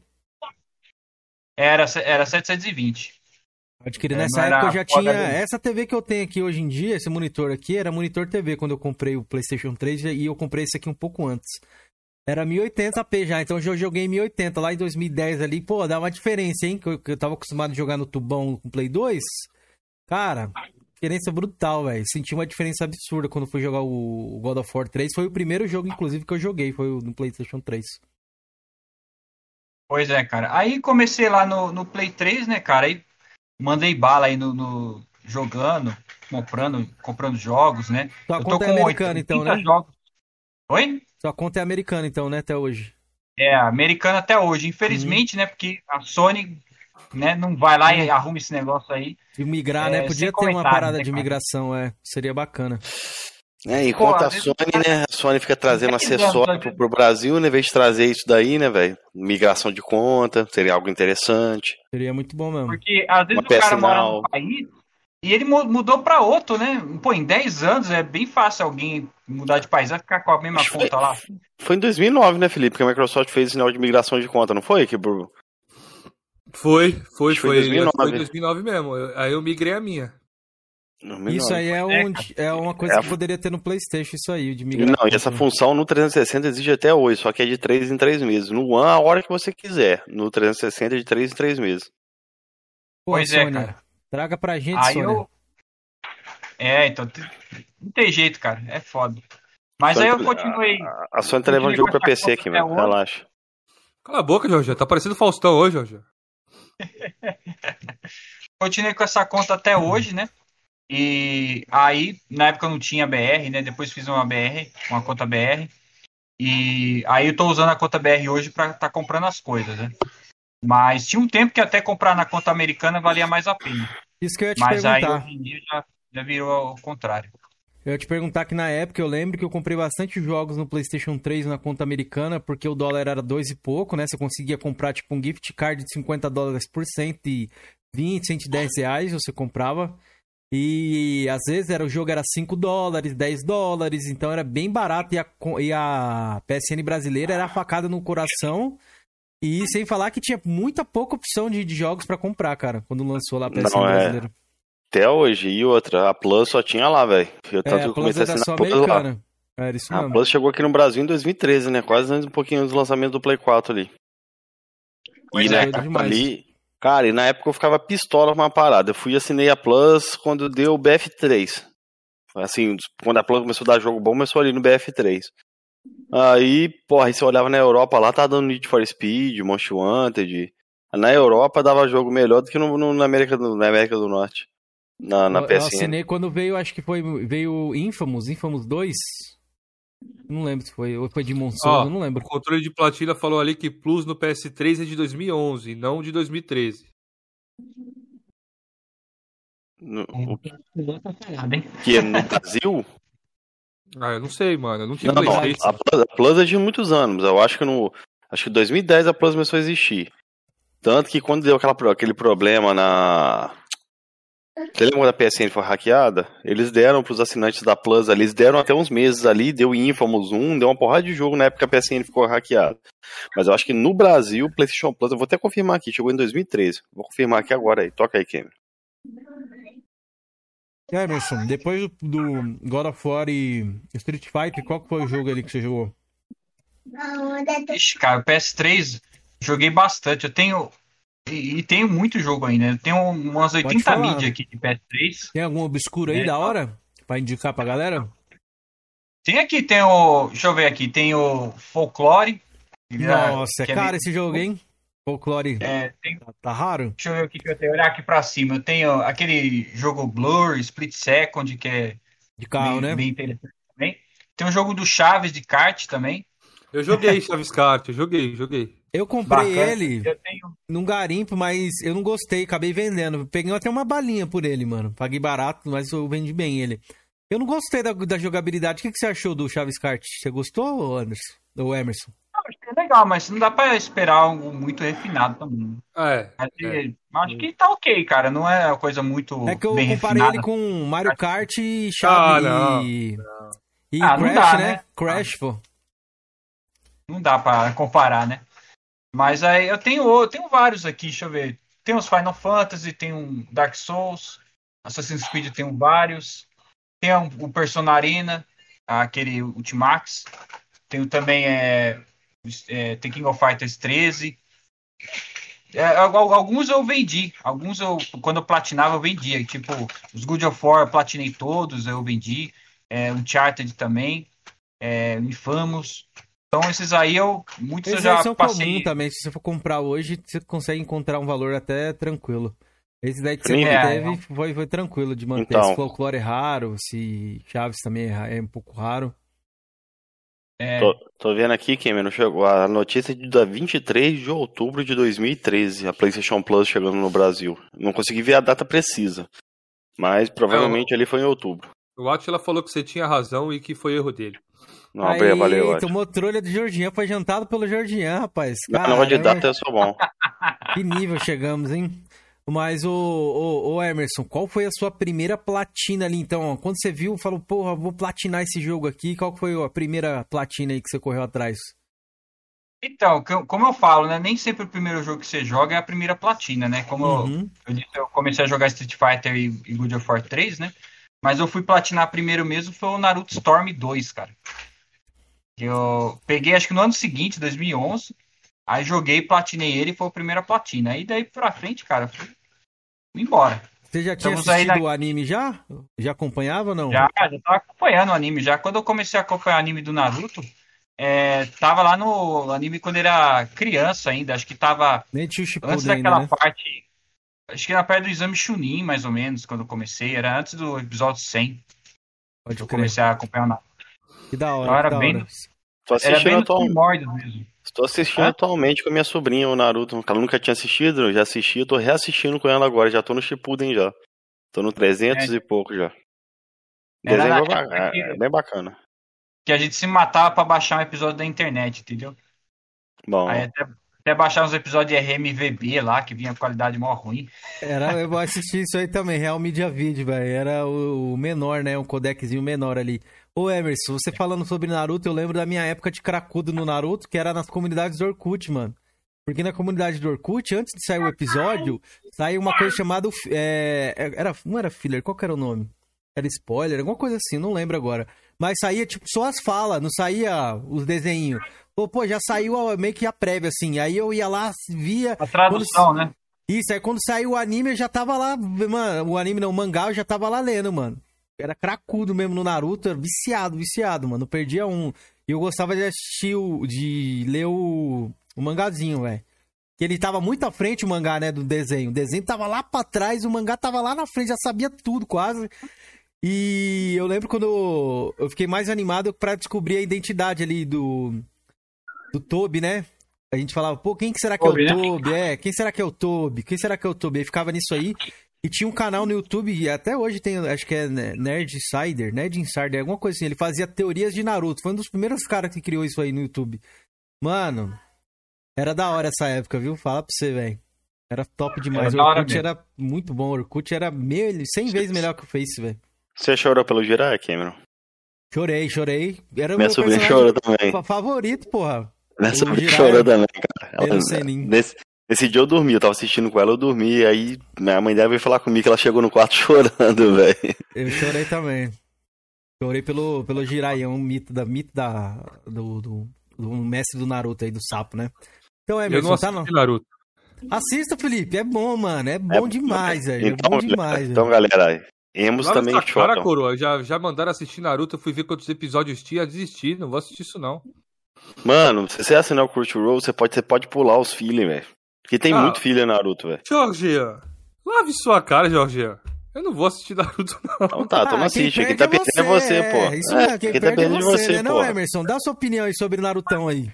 Speaker 4: Era, era setecentos e vinte.
Speaker 1: Pode crer.
Speaker 4: É,
Speaker 1: Nessa
Speaker 4: não era
Speaker 1: época eu já
Speaker 4: Full
Speaker 1: tinha.
Speaker 4: H D.
Speaker 1: Essa T V que eu tenho aqui hoje em dia, esse monitor aqui, era monitor T V quando eu comprei o PlayStation três e eu comprei esse aqui um pouco antes. Era mil e oitenta p já, então eu joguei em mil e oitenta lá em dois mil e dez ali. Pô, dá uma diferença, hein? Que eu, que eu tava acostumado a jogar no tubão com Play dois. Cara, diferença brutal, velho. Senti uma diferença absurda quando fui jogar o God of War três. Foi o primeiro jogo, inclusive, que eu joguei. Foi no PlayStation três.
Speaker 4: Pois é, cara. Aí comecei lá no, no Play três, né, cara? Aí mandei bala aí no, no- jogando, comprando, comprando jogos, né?
Speaker 1: Sua
Speaker 4: Eu tô
Speaker 1: conta é
Speaker 4: com
Speaker 1: americana, então,
Speaker 4: oitenta
Speaker 1: né?
Speaker 4: jogos. Oi?
Speaker 1: Sua conta é americana, então, né? Até hoje.
Speaker 4: É, americana até hoje.
Speaker 1: Hum.
Speaker 4: Infelizmente, né? Porque a Sony, né, não vai lá e
Speaker 1: Hum.
Speaker 4: arruma esse negócio aí.
Speaker 1: De migrar, né?
Speaker 4: É, sem
Speaker 1: Podia ter uma
Speaker 4: comentários,
Speaker 1: parada
Speaker 4: né,
Speaker 1: de
Speaker 4: cara?
Speaker 1: migração, é. Seria bacana.
Speaker 2: É, enquanto
Speaker 4: Pô,
Speaker 2: a
Speaker 4: às vezes
Speaker 2: Sony,
Speaker 4: o cara-
Speaker 2: né? A Sony fica trazendo
Speaker 4: dez anos,
Speaker 2: acessório pro,
Speaker 4: às
Speaker 2: pro Brasil, né? Em vez de trazer isso daí, né, velho? Migração de conta, seria algo interessante.
Speaker 1: Seria muito bom mesmo.
Speaker 4: Porque às vezes
Speaker 2: Uma
Speaker 4: o cara
Speaker 2: peça
Speaker 4: mora
Speaker 2: final.
Speaker 4: num país e ele mu- mudou pra outro, né? Pô, em dez anos é bem fácil alguém mudar de país, vai ficar com a mesma
Speaker 2: Acho que foi,
Speaker 4: conta lá.
Speaker 2: foi em dois mil e nove, né, Felipe? Que a Microsoft fez esse negócio de migração de conta, não foi? Que, pro-
Speaker 3: Foi, foi,
Speaker 2: Acho que foi
Speaker 3: foi.
Speaker 2: dois mil e nove.
Speaker 3: Foi em dois mil e nove mesmo. Eu- Aí eu migrei a minha.
Speaker 2: dois mil e nove.
Speaker 1: Isso aí é, um, é uma coisa
Speaker 2: É a-
Speaker 1: que poderia ter no PlayStation, isso aí, de migrar.
Speaker 2: Não, e essa função no trezentos e sessenta existe até hoje, só que é de três em três meses. No One, a hora que você quiser. No trezentos e sessenta é de três em três meses.
Speaker 1: Pô,
Speaker 4: Pois é,
Speaker 1: Sônia,
Speaker 4: cara.
Speaker 1: traga pra gente,
Speaker 4: Aí
Speaker 1: Sônia.
Speaker 4: eu. É, então. te- Não tem jeito, cara. É foda. Mas
Speaker 2: Só
Speaker 4: aí eu
Speaker 2: entre-
Speaker 4: continuei.
Speaker 2: A, a Sony tá levando
Speaker 4: continuei
Speaker 2: jogo
Speaker 4: com
Speaker 2: pra
Speaker 4: essa
Speaker 2: P C
Speaker 4: conta
Speaker 2: aqui,
Speaker 4: até
Speaker 2: mano.
Speaker 4: hoje.
Speaker 2: Relaxa.
Speaker 3: Cala a boca, Jorge. Tá parecendo Faustão hoje, Jorge.
Speaker 4: Continuei com essa conta até hoje, né? E aí, na época eu não tinha B R, né? Depois fiz uma B R, uma conta B R. E aí eu tô usando a conta B R hoje pra tá comprando as coisas, né? Mas tinha um tempo que até comprar na conta americana valia mais a pena.
Speaker 1: Isso que eu ia te
Speaker 4: Mas aí
Speaker 1: perguntar.
Speaker 4: hoje em dia já, já virou ao contrário.
Speaker 1: Eu ia te perguntar que na época eu lembro que eu comprei bastante jogos no PlayStation três na conta americana, porque o dólar era dois e pouco, né? Você conseguia comprar tipo um gift card de cinquenta dólares por cento e vinte, cento e dez reais, você comprava. E às vezes era, o jogo era cinco dólares, dez dólares, então era bem barato e a, co- e a P S N brasileira era a facada no coração. E sem falar que tinha muita pouca opção de, de jogos pra comprar, cara, quando lançou lá a P S N
Speaker 2: Não, é.
Speaker 1: brasileira.
Speaker 2: Até hoje. E outra, a Plus só tinha lá, velho. Eu
Speaker 1: É,
Speaker 2: tanto que
Speaker 1: a
Speaker 2: eu
Speaker 1: Plus
Speaker 2: comecei a
Speaker 1: era
Speaker 2: assinar
Speaker 1: só
Speaker 2: a Plus lá.
Speaker 1: americana. Era isso
Speaker 2: A
Speaker 1: mesmo.
Speaker 2: Plus chegou aqui no Brasil em dois mil e treze, né? Quase um pouquinho antes do lançamento do Play quatro ali.
Speaker 4: Pois
Speaker 2: e
Speaker 4: é,
Speaker 2: na
Speaker 1: doido
Speaker 2: época
Speaker 1: demais.
Speaker 2: ali, cara, e na época eu ficava pistola com uma parada. Eu fui e assinei a Plus quando deu o B F três. Assim, quando a Plus começou a dar jogo bom, começou ali no B F três. Aí, porra, aí você olhava na Europa lá, tava dando Need for Speed, Most Wanted. Na Europa dava jogo melhor do que no, no- na, América do, na América do Norte. Na, na
Speaker 1: Eu, eu
Speaker 2: P S N.
Speaker 1: assinei quando veio, acho que foi, veio Infamous, Infamous dois. Não lembro se foi, ou foi de Souls,
Speaker 3: Ó,
Speaker 1: eu não
Speaker 3: o
Speaker 1: lembro.
Speaker 3: controle de platina falou ali que Plus no P S três é de dois mil e onze, não de dois mil e treze.
Speaker 2: No, o
Speaker 4: Nada, hein?
Speaker 2: que no Brasil?
Speaker 3: Ah, eu não sei, mano. Eu não tive
Speaker 2: Não, não.
Speaker 3: PlayStation.
Speaker 2: A Plus, a Plus é de muitos anos. Eu acho que no. Acho que em dois mil e dez a Plus começou a existir. Tanto que quando deu aquela, aquele problema na. Você lembra quando a P S N foi hackeada? Eles deram pros assinantes da Plus ali, eles deram até uns meses ali, deu Infamous um, deu uma porrada de jogo na época que a P S N ficou hackeada. Mas eu acho que no Brasil, o PlayStation Plus, eu vou até confirmar aqui, chegou em dois mil e treze. Vou confirmar aqui agora aí. Toca aí, Cameron.
Speaker 1: Emerson, depois do, do God of War e Street Fighter, qual que foi o jogo ali que você jogou?
Speaker 4: Ixi, cara, o P S três joguei bastante. Eu tenho. E, e tenho muito jogo ainda. Eu tenho umas oitenta
Speaker 1: falar.
Speaker 4: mídias aqui de P S três.
Speaker 1: Tem algum obscuro aí
Speaker 4: É,
Speaker 1: da
Speaker 4: ó.
Speaker 1: hora? Pra indicar pra galera?
Speaker 4: Tem aqui, tem o. Deixa eu ver aqui, tem o Folklore.
Speaker 1: Nossa, é
Speaker 4: que é
Speaker 1: caro
Speaker 4: meio-
Speaker 1: esse jogo, hein? Folklore.
Speaker 4: É, tem-
Speaker 1: Tá, tá raro?
Speaker 4: deixa eu ver o que que eu tenho. Olhar aqui pra cima. Eu tenho aquele jogo Blur, Split Second, que é
Speaker 1: De carro,
Speaker 4: bem,
Speaker 1: né?
Speaker 4: bem interessante também. Tem um jogo do Chaves de kart também.
Speaker 3: Eu joguei Chaves Kart, eu joguei, joguei.
Speaker 1: Eu comprei
Speaker 4: Bacana.
Speaker 1: ele
Speaker 4: Eu tenho.
Speaker 1: num garimpo, mas eu não gostei, acabei vendendo. Peguei até uma balinha por ele, mano. Paguei barato, mas eu vendi bem ele. Eu não gostei da, da jogabilidade. O que, que você achou do Chaves Kart? Você gostou, Anderson? Ou Emerson?
Speaker 4: Acho que é legal, mas não dá pra esperar algo muito refinado também.
Speaker 3: É,
Speaker 4: Mas,
Speaker 3: é.
Speaker 4: eh, Acho que tá ok, cara. Não é uma coisa muito
Speaker 1: É que eu
Speaker 4: bem
Speaker 1: comparei
Speaker 4: refinada.
Speaker 1: ele com Mario Kart e
Speaker 3: Ah,
Speaker 1: Chaves
Speaker 3: não,
Speaker 1: e... E
Speaker 4: Ah, não
Speaker 1: Crash,
Speaker 4: dá,
Speaker 1: né?
Speaker 4: né?
Speaker 1: Crash, pô.
Speaker 4: Não dá pra comparar, né? Mas aí eu tenho, eu tenho vários aqui, deixa eu ver. Tem os Final Fantasy, tem um Dark Souls, Assassin's Creed tem um vários. Tem um, o Persona Arena, aquele Ultimax. Tem também é, é, tem King of Fighters treze. É, alguns eu vendi. Alguns eu, quando eu platinava, eu vendia. Tipo, os God of War eu platinei todos, eu vendi. É, Uncharted também. É, Infamous. Então, esses aí eu. Muitos
Speaker 1: Esses
Speaker 4: eu
Speaker 1: aí
Speaker 4: já
Speaker 1: são
Speaker 4: passei.
Speaker 1: comum também. Se você for comprar hoje, você consegue encontrar um valor até tranquilo. Esse daí que você
Speaker 2: Sim.
Speaker 1: manteve
Speaker 4: É,
Speaker 1: foi, foi tranquilo de manter.
Speaker 2: Então.
Speaker 1: Se Folklore é raro, se Chaves também é, ra- é um pouco raro.
Speaker 4: É,
Speaker 2: Tô, tô vendo aqui, Cameron, chegou a notícia de da vinte e três de outubro de dois mil e treze, a PlayStation Plus chegando no Brasil. Não consegui ver a data precisa, mas provavelmente ali foi em outubro.
Speaker 3: O Atila falou que você tinha razão e que foi erro dele.
Speaker 2: Não,
Speaker 1: Aí,
Speaker 2: valeu, Ed.
Speaker 1: tomou trolha do Jorginho, foi jantado pelo Jorginho, rapaz.
Speaker 2: Na hora de
Speaker 1: Caramba,
Speaker 2: data eu sou bom.
Speaker 1: que nível chegamos, hein? Mas, ô, ô, ô Emerson, qual foi a sua primeira platina ali, então? Quando você viu, falou, porra, vou platinar esse jogo aqui, qual foi a primeira platina aí que você correu atrás?
Speaker 4: então, que eu- como eu falo, né? Nem sempre o primeiro jogo que você joga é a primeira platina, né? Como eu-
Speaker 1: Uhum.
Speaker 4: eu, disse, eu comecei a jogar Street Fighter e, e God of War três, né? Mas eu fui platinar primeiro mesmo, foi o Naruto Storm dois, cara. Eu peguei, acho que no ano seguinte, dois mil e onze, aí joguei, platinei ele, foi a primeira platina. Aí daí pra frente, cara, fui embora.
Speaker 1: Você já tinha
Speaker 4: Estamos aí
Speaker 1: assistido
Speaker 4: na-
Speaker 1: o anime já? Já acompanhava ou não?
Speaker 4: Já, já tava acompanhando o anime já. Quando eu comecei a acompanhar o anime do Naruto, é, tava lá no anime quando era criança ainda, acho que tava
Speaker 1: Nem tinha o
Speaker 4: antes
Speaker 1: Shippuden
Speaker 4: daquela
Speaker 1: ainda, né?
Speaker 4: parte, acho que era perto do exame Chunin, mais ou menos, quando eu comecei, era antes do episódio cem,
Speaker 1: Pode
Speaker 4: eu
Speaker 1: crer.
Speaker 4: comecei a acompanhar o Naruto.
Speaker 1: Que da
Speaker 4: Então
Speaker 1: hora, que
Speaker 4: era
Speaker 1: da
Speaker 4: bem,
Speaker 1: hora.
Speaker 2: Tô
Speaker 4: era
Speaker 2: assistindo,
Speaker 4: bem nos
Speaker 2: atual...
Speaker 4: primórdios mesmo.
Speaker 2: Tô assistindo
Speaker 4: Hã?
Speaker 2: atualmente com a minha sobrinha, o Naruto. Ela nunca tinha assistido, eu já assisti, eu tô reassistindo com ela agora, já tô no Shippuden já. Tô no trezentos
Speaker 4: É.
Speaker 2: e pouco já.
Speaker 4: Era
Speaker 2: Desenho
Speaker 4: na
Speaker 2: é
Speaker 4: época
Speaker 2: ba-
Speaker 4: que-
Speaker 2: é bem bacana.
Speaker 4: que a gente se matava pra baixar um episódio da internet, entendeu?
Speaker 2: Bom,
Speaker 4: Aí até, até baixar uns episódios de R M V B lá, que vinha qualidade mó ruim.
Speaker 1: Era, eu assisti isso aí também, Real Media Video, velho. Era o, o menor, né? Um codeczinho menor ali. Ô, Emerson, você falando sobre Naruto, eu lembro da minha época de cracudo no Naruto, que era nas comunidades do Orkut, mano. Porque na comunidade do Orkut, antes de sair o episódio, saiu uma coisa chamada. É, era, não era filler, qual que era o nome? Era spoiler, alguma coisa assim, não lembro agora. Mas saía, tipo, só as falas, não saía os desenhos. Pô, pô, já saiu a- meio que a prévia, assim. Aí eu ia lá, via.
Speaker 4: A tradução, né?
Speaker 1: Isso, aí quando saiu o anime, eu já tava lá, mano, o anime não, o mangá, eu já tava lá lendo, mano. Era cracudo mesmo no Naruto, era viciado, viciado, mano, não perdia um. E eu gostava de assistir, o, de ler o, o mangazinho, velho. Que ele tava muito à frente, o mangá, né, do desenho. O desenho tava lá pra trás, o mangá tava lá na frente, já sabia tudo quase. E eu lembro quando eu, eu fiquei mais animado pra descobrir a identidade ali do, do Tobi, né? A gente falava, pô, quem que será que
Speaker 4: Tobi,
Speaker 1: é
Speaker 4: né?
Speaker 1: o Tobi? É, quem será que é o Tobi? Quem será que é o Tobi? Aí ficava nisso aí. E tinha um canal no YouTube, e até hoje tem, acho que é Nerd Insider, Nerd Insider, alguma coisa assim. Ele fazia teorias de Naruto. Foi um dos primeiros caras que criou isso aí no YouTube. Mano, era da hora essa época, viu? Fala pra você, velho. Era top demais.
Speaker 4: Era
Speaker 1: O
Speaker 4: da hora
Speaker 1: Orkut
Speaker 4: mesmo.
Speaker 1: era muito bom. O Orkut era mil, cem vezes melhor que o Face, velho.
Speaker 2: você chorou pelo Jiraiya, Cameron?
Speaker 1: Chorei, chorei. Era o
Speaker 2: Minha
Speaker 1: meu
Speaker 2: sobrinha
Speaker 1: personagem
Speaker 2: chorou também.
Speaker 1: fa- favorito, porra.
Speaker 2: Minha
Speaker 1: o
Speaker 2: sobrinha
Speaker 1: Jiraiya,
Speaker 2: chorou também, cara.
Speaker 1: eu
Speaker 2: Ela,
Speaker 1: não sei nem.
Speaker 2: nesse, nesse dia eu dormi, eu tava assistindo com ela, eu dormi, aí minha mãe dela veio falar comigo que ela chegou no quarto chorando, velho.
Speaker 1: Eu chorei também. Chorei pelo, pelo Jiraiya, um mito, da, mito da, do, do, do mestre do Naruto aí, do sapo, né? Então,
Speaker 3: Eu não
Speaker 1: Emerson, tá
Speaker 3: assisti
Speaker 1: no...
Speaker 3: Naruto.
Speaker 1: Assista, Felipe, é bom, mano. É bom
Speaker 2: É,
Speaker 1: demais, velho.
Speaker 2: Então,
Speaker 1: é bom demais,
Speaker 2: então
Speaker 1: velho.
Speaker 2: galera, Emos
Speaker 3: Lá
Speaker 2: também
Speaker 3: nessa cara,
Speaker 2: choram.
Speaker 3: coroa, já, já mandaram assistir Naruto, eu fui ver quantos episódios tinha, desisti, não vou assistir isso não.
Speaker 2: Mano, se você assinar o Crunchyroll, você pode, você pode pular os filler, velho. Porque tem
Speaker 3: Ah.
Speaker 2: muito filler Naruto, velho.
Speaker 3: Georgian, lave sua cara, Georgian. Eu não vou assistir Naruto não.
Speaker 2: Então tá, então não
Speaker 1: Ah, quem
Speaker 2: assiste. Quem
Speaker 1: perde
Speaker 2: tá
Speaker 1: é
Speaker 2: perdendo é você, pô.
Speaker 1: é, Isso mesmo, quem,
Speaker 2: quem tá
Speaker 1: perde é
Speaker 2: perdendo é
Speaker 1: você,
Speaker 2: você,
Speaker 1: né? Não,
Speaker 2: pô.
Speaker 1: Emerson, dá sua opinião aí sobre Narutão aí.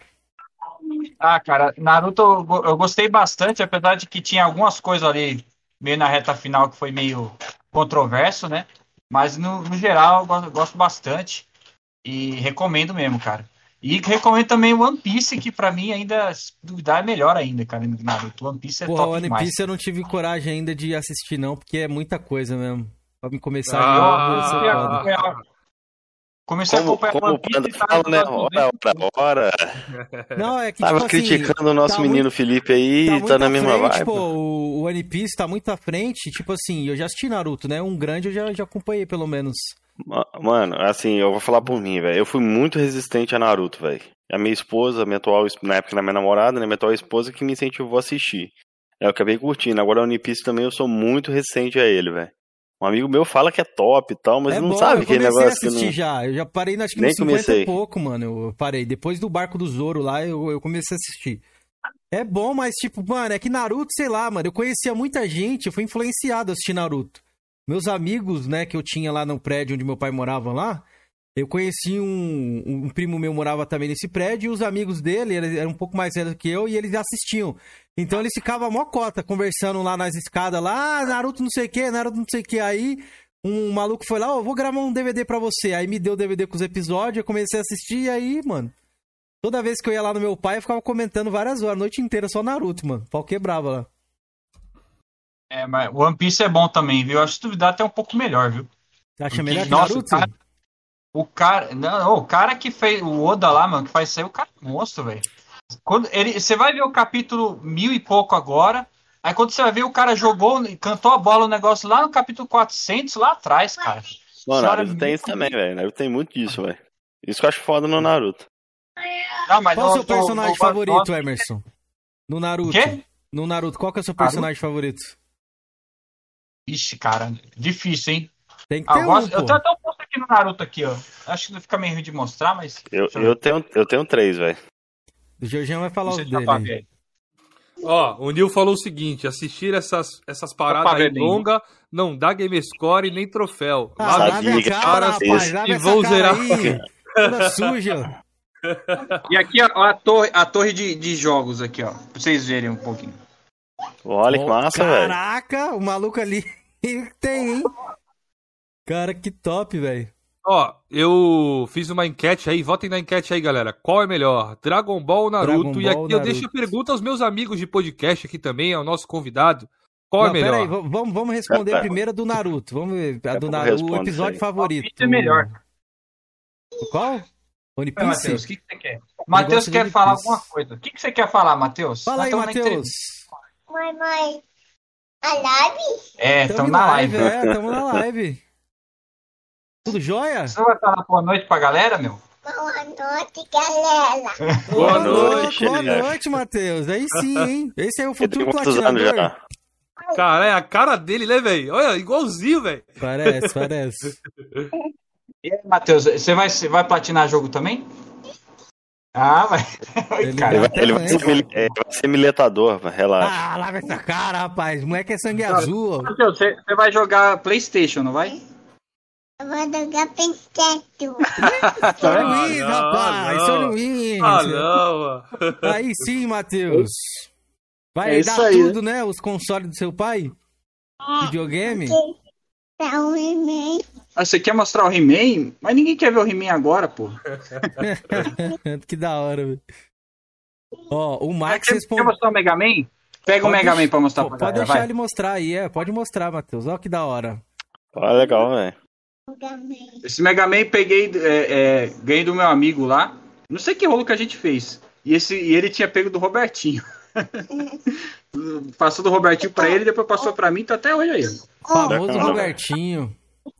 Speaker 4: Ah, cara, Naruto eu go- eu gostei bastante, apesar de que tinha algumas coisas ali meio na reta final que foi meio controverso, né? Mas no, no geral eu gosto, gosto bastante e recomendo mesmo, cara. E recomendo também o One Piece, que pra mim ainda, se duvidar, é melhor ainda, cara, do que Naruto. One Piece é
Speaker 1: Porra, o
Speaker 4: top
Speaker 1: One
Speaker 4: demais.
Speaker 1: Piece eu não tive coragem ainda de assistir, não, porque é muita coisa mesmo. Pra me começar
Speaker 3: Ah,
Speaker 1: a
Speaker 4: Comecei
Speaker 1: ver,
Speaker 4: a
Speaker 1: foda.
Speaker 4: acompanhar, comecei a
Speaker 2: Como,
Speaker 4: acompanhar
Speaker 2: como
Speaker 4: One
Speaker 2: o
Speaker 4: Piece
Speaker 2: Panda
Speaker 4: e tá
Speaker 2: fala, né?
Speaker 4: no
Speaker 2: Ora, ora, ora.
Speaker 1: Não, é que,
Speaker 2: Tava
Speaker 1: tipo assim,
Speaker 2: criticando o nosso
Speaker 1: tá
Speaker 2: menino
Speaker 1: muito-
Speaker 2: Felipe aí,
Speaker 1: tá
Speaker 2: tá,
Speaker 1: muito
Speaker 2: na
Speaker 1: à
Speaker 2: mesma
Speaker 1: frente,
Speaker 2: vibe.
Speaker 1: pô, o o One Piece tá muito à frente, tipo assim, eu já assisti Naruto, né? Um grande eu já, já acompanhei, pelo menos.
Speaker 2: Ma- Mano, assim, eu vou falar por mim, velho. Eu fui muito resistente a Naruto, velho. A minha esposa, a minha atual, na época, na minha namorada, né? Minha atual esposa que me incentivou a assistir. É, eu acabei curtindo. Agora o One Piece também eu sou muito recente a ele, velho. Um amigo meu fala que é top e tal, mas
Speaker 1: é
Speaker 2: não
Speaker 1: bom,
Speaker 2: sabe
Speaker 1: eu
Speaker 2: que negócio...
Speaker 1: comecei a assistir
Speaker 2: não...
Speaker 1: já. Eu já parei, acho que
Speaker 2: Nem
Speaker 1: nos cinquenta
Speaker 2: comecei.
Speaker 1: e pouco, mano. Eu parei. Depois do Barco do Zoro lá, eu, eu comecei a assistir. É bom, mas tipo, mano, é que Naruto, sei lá, mano. Eu conhecia muita gente, eu fui influenciado a assistir Naruto. Meus amigos, né, que eu tinha lá no prédio onde meu pai morava lá, eu conheci um, um primo meu morava também nesse prédio, e os amigos dele, eles eram um pouco mais velhos que eu, e eles assistiam. Então eles ficavam mó cota, conversando lá nas escadas, lá, ah, Naruto não sei o que, Naruto não sei o que. Aí um maluco foi lá, ó, oh, vou gravar um D V D pra você. Aí me deu o D V D com os episódios, eu comecei a assistir, e aí, mano, toda vez que eu ia lá no meu pai, eu ficava comentando várias horas, a noite inteira, só Naruto, mano. O pau quebrava lá.
Speaker 4: É, mas o One Piece é bom também, viu? Eu acho que duvidar até um pouco melhor, viu?
Speaker 1: Você acha
Speaker 4: Porque,
Speaker 1: melhor que
Speaker 4: nossa,
Speaker 1: Naruto?
Speaker 4: o cara, o cara, não, o cara que fez o Oda lá, mano, que faz isso aí, o cara é monstro, velho. Quando ele, você vai ver o capítulo mil e pouco agora, aí quando você vai ver o cara jogou, cantou a bola o negócio lá no capítulo quatrocentos, lá atrás, cara.
Speaker 2: Mano,
Speaker 4: Chora
Speaker 2: Naruto tem
Speaker 4: muito.
Speaker 2: isso também, velho. Naruto tem muito disso, velho. Isso que eu acho foda no Naruto.
Speaker 4: Não, mas
Speaker 1: Qual o
Speaker 4: eu
Speaker 1: seu
Speaker 4: tô-
Speaker 1: personagem
Speaker 4: eu-
Speaker 1: favorito,
Speaker 4: eu-
Speaker 1: Emerson? No Naruto.
Speaker 4: Quê?
Speaker 1: No Naruto, qual que é o seu personagem favorito?
Speaker 4: Ixi, cara, difícil, hein?
Speaker 1: Tem que
Speaker 4: Ah,
Speaker 1: ter
Speaker 4: eu,
Speaker 1: um,
Speaker 4: gosto,
Speaker 1: pô.
Speaker 4: eu tenho até um posto aqui no Naruto aqui, ó. Acho que fica meio ruim de mostrar, mas.
Speaker 2: Eu,
Speaker 4: deixa
Speaker 2: eu, tenho, eu tenho três, velho.
Speaker 1: O Georgian vai falar
Speaker 4: Não
Speaker 1: os
Speaker 4: sei se dá
Speaker 1: dele.
Speaker 4: pra
Speaker 1: aí.
Speaker 4: ver.
Speaker 3: Ó, o Nil falou o seguinte: assistir essas, essas paradas
Speaker 4: Opa,
Speaker 3: aí
Speaker 4: Belinho.
Speaker 3: longas não dá game score nem troféu.
Speaker 1: Ah,
Speaker 3: Lá
Speaker 2: Sabia
Speaker 1: lave a
Speaker 2: que
Speaker 1: cara,
Speaker 2: era
Speaker 1: rapaz.
Speaker 2: isso.
Speaker 1: Lave
Speaker 3: E
Speaker 1: essa
Speaker 3: vou
Speaker 1: cara
Speaker 3: zerar.
Speaker 1: aí. Toda suja.
Speaker 4: E aqui, ó, a torre, a torre de, de jogos aqui, ó. Pra vocês verem um pouquinho.
Speaker 2: Olha que
Speaker 1: Ó,
Speaker 2: massa, velho.
Speaker 1: Caraca, o maluco ali tem, hein? Cara, que top, velho.
Speaker 3: Ó, eu fiz uma enquete aí, votem na enquete aí, galera. Qual é melhor, Dragon Ball ou Naruto?
Speaker 1: Dragon
Speaker 3: e aqui
Speaker 1: Ball,
Speaker 3: eu
Speaker 1: Naruto.
Speaker 3: deixo a pergunta aos meus amigos de podcast aqui também, ao nosso convidado. Qual
Speaker 1: Não,
Speaker 3: é melhor?
Speaker 1: pera aí, v- vamos, vamos responder
Speaker 2: Pera,
Speaker 1: primeiro a do Naruto. Vamos ver. A
Speaker 2: Daqui a
Speaker 1: do
Speaker 2: pouco
Speaker 1: Naruto, o
Speaker 2: responde
Speaker 1: episódio
Speaker 2: isso aí.
Speaker 1: favorito.
Speaker 4: One Piece é melhor.
Speaker 1: O qual? One
Speaker 4: Vai,
Speaker 1: Piece?
Speaker 4: Matheus, o que, que você quer? Matheus
Speaker 1: gosto de
Speaker 4: quer
Speaker 1: One
Speaker 4: falar
Speaker 1: Piece.
Speaker 4: alguma coisa. O que, que você quer falar, Matheus?
Speaker 1: Fala aí,
Speaker 4: Nós estamos na
Speaker 1: Matheus.
Speaker 4: entrevista.
Speaker 5: Mãe, mãe, a live?
Speaker 4: É,
Speaker 1: Tamo
Speaker 4: estamos
Speaker 1: na
Speaker 4: na
Speaker 1: live,
Speaker 4: live.
Speaker 1: é, tamo na live. Tudo jóia?
Speaker 4: Você vai falar boa noite pra galera, meu?
Speaker 5: Boa noite, galera.
Speaker 2: Boa
Speaker 1: Ô,
Speaker 2: noite,
Speaker 1: Boa
Speaker 2: chefe.
Speaker 1: noite, Matheus. Aí sim, hein? Esse é o
Speaker 2: Ele tem
Speaker 1: futuro
Speaker 2: quantos anos
Speaker 1: platinador.
Speaker 2: já?
Speaker 3: Cara, é a cara dele, né, velho? Olha, igualzinho, velho.
Speaker 1: Parece, parece.
Speaker 4: E aí, Matheus, você vai, você vai platinar jogo também? Ah, vai. Oi,
Speaker 1: Ele
Speaker 4: cara.
Speaker 2: Ele vai,
Speaker 1: até
Speaker 2: ele vai
Speaker 1: lembra.
Speaker 2: ser, mili- é, vai ser miletador, relaxa.
Speaker 1: Ah, lava essa cara, rapaz. Moleque é sangue azul. ó.
Speaker 4: Matheus, você, você vai jogar PlayStation, não vai?
Speaker 5: Eu vou jogar penteto.
Speaker 1: Sou
Speaker 3: Ah,
Speaker 1: Luiz,
Speaker 3: não,
Speaker 1: rapaz.
Speaker 3: não.
Speaker 1: Sou Luiz.
Speaker 3: Ah, não, mano.
Speaker 1: Aí sim, Matheus. Vai
Speaker 4: É isso
Speaker 1: dar
Speaker 4: aí,
Speaker 1: tudo, né? Os consoles do seu pai? Videogame?
Speaker 5: Pra um e-mail.
Speaker 4: Ah, você quer mostrar o He-Man? Mas ninguém quer ver o He-Man agora, pô.
Speaker 1: Que da hora, velho. Ó, o Max
Speaker 4: Quer, quer
Speaker 1: respondeu.
Speaker 4: mostrar o Mega Man? Pega o
Speaker 1: Pode
Speaker 4: Mega
Speaker 1: deixar-
Speaker 4: Man pra mostrar
Speaker 1: Pô,
Speaker 4: pra
Speaker 1: Pode
Speaker 4: galera,
Speaker 1: deixar
Speaker 4: vai.
Speaker 1: ele mostrar aí, é. Pode mostrar, Matheus. Ó que da hora.
Speaker 2: Olha, legal, velho.
Speaker 4: Esse Mega Man peguei, é, é, ganhei do meu amigo lá. Não sei que rolo que a gente fez. E, esse, e ele tinha pego do Robertinho. Passou do Robertinho pra ele, depois passou pra mim, tá até hoje aí.
Speaker 1: Famoso
Speaker 2: Bacana.
Speaker 1: Robertinho.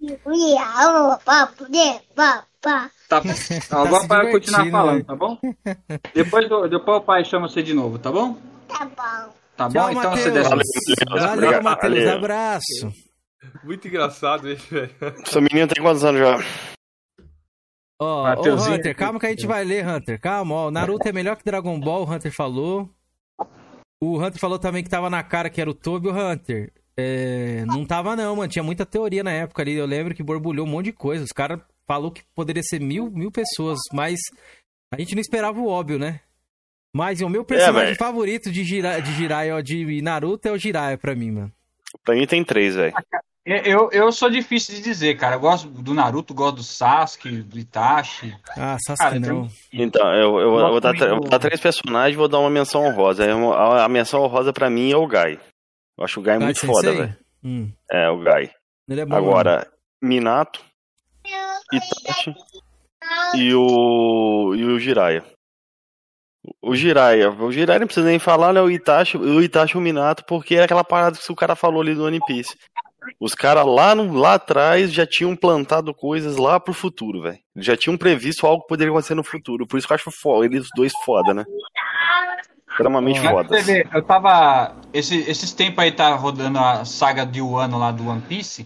Speaker 5: Papá.
Speaker 4: Tá, agora
Speaker 1: se
Speaker 4: para continuar
Speaker 1: divertindo,
Speaker 4: falando,
Speaker 1: né?
Speaker 4: tá bom? Depois, do- depois o pai chama você de novo, tá bom?
Speaker 5: Tá bom.
Speaker 4: Tá
Speaker 1: Tchau,
Speaker 4: bom? Então você
Speaker 1: Matheus.
Speaker 4: desce.
Speaker 2: Valeu,
Speaker 1: Valeu,
Speaker 2: Obrigado.
Speaker 1: Matheus.
Speaker 2: Valeu.
Speaker 1: Abraço.
Speaker 3: Muito engraçado ele, velho.
Speaker 2: Seu menino tem quantos anos já?
Speaker 1: Ó, ô
Speaker 4: Mateuzinho.
Speaker 1: Hunter, calma que a gente vai ler, Hunter. Calma, ó. Naruto é melhor que Dragon Ball, o Hunter falou. O Hunter falou também que tava na cara que era o Toby. O Hunter, é, não tava não, mano. Tinha muita teoria na época ali. Eu lembro que borbulhou um monte de coisa. Os caras falaram que poderia ser mil, mil pessoas, mas a gente não esperava o óbvio, né? Mas o meu personagem
Speaker 2: velho.
Speaker 1: favorito de, Jira, de Jiraiya, de Naruto, é o Jiraiya pra mim, mano.
Speaker 2: Pra mim tem três, velho.
Speaker 4: Eu, eu sou difícil de dizer, cara. Eu gosto do Naruto, gosto do Sasuke, do Itachi.
Speaker 1: Ah, Sasuke
Speaker 4: Cara,
Speaker 1: não.
Speaker 2: Então, eu, eu, eu vou, dar,
Speaker 4: Gosto
Speaker 2: eu vou dar três personagens e vou dar uma menção honrosa. Aí, A, a menção honrosa pra mim é o Gai. Eu acho o Gai
Speaker 1: Gai
Speaker 2: muito
Speaker 1: Sensei?
Speaker 2: foda, velho.
Speaker 1: Hum,
Speaker 2: É, o Gai.
Speaker 1: ele é bom.
Speaker 2: Agora, Minato, Itachi e o, e o Jiraiya. O Jiraiya, o Jiraiya não precisa nem falar, né? O Itachi, o Itachi e o Minato, porque é aquela parada que o cara falou ali do One Piece. Os caras lá, no- lá atrás já tinham plantado coisas lá pro futuro, velho. Já tinham previsto algo que poderia acontecer no futuro. Por isso que eu acho foda, eles dois foda, né? Extremamente
Speaker 1: Ó,
Speaker 2: foda.
Speaker 4: Você vê, eu tava. Esse, esses tempos aí tá rodando a saga de Wano lá do One Piece.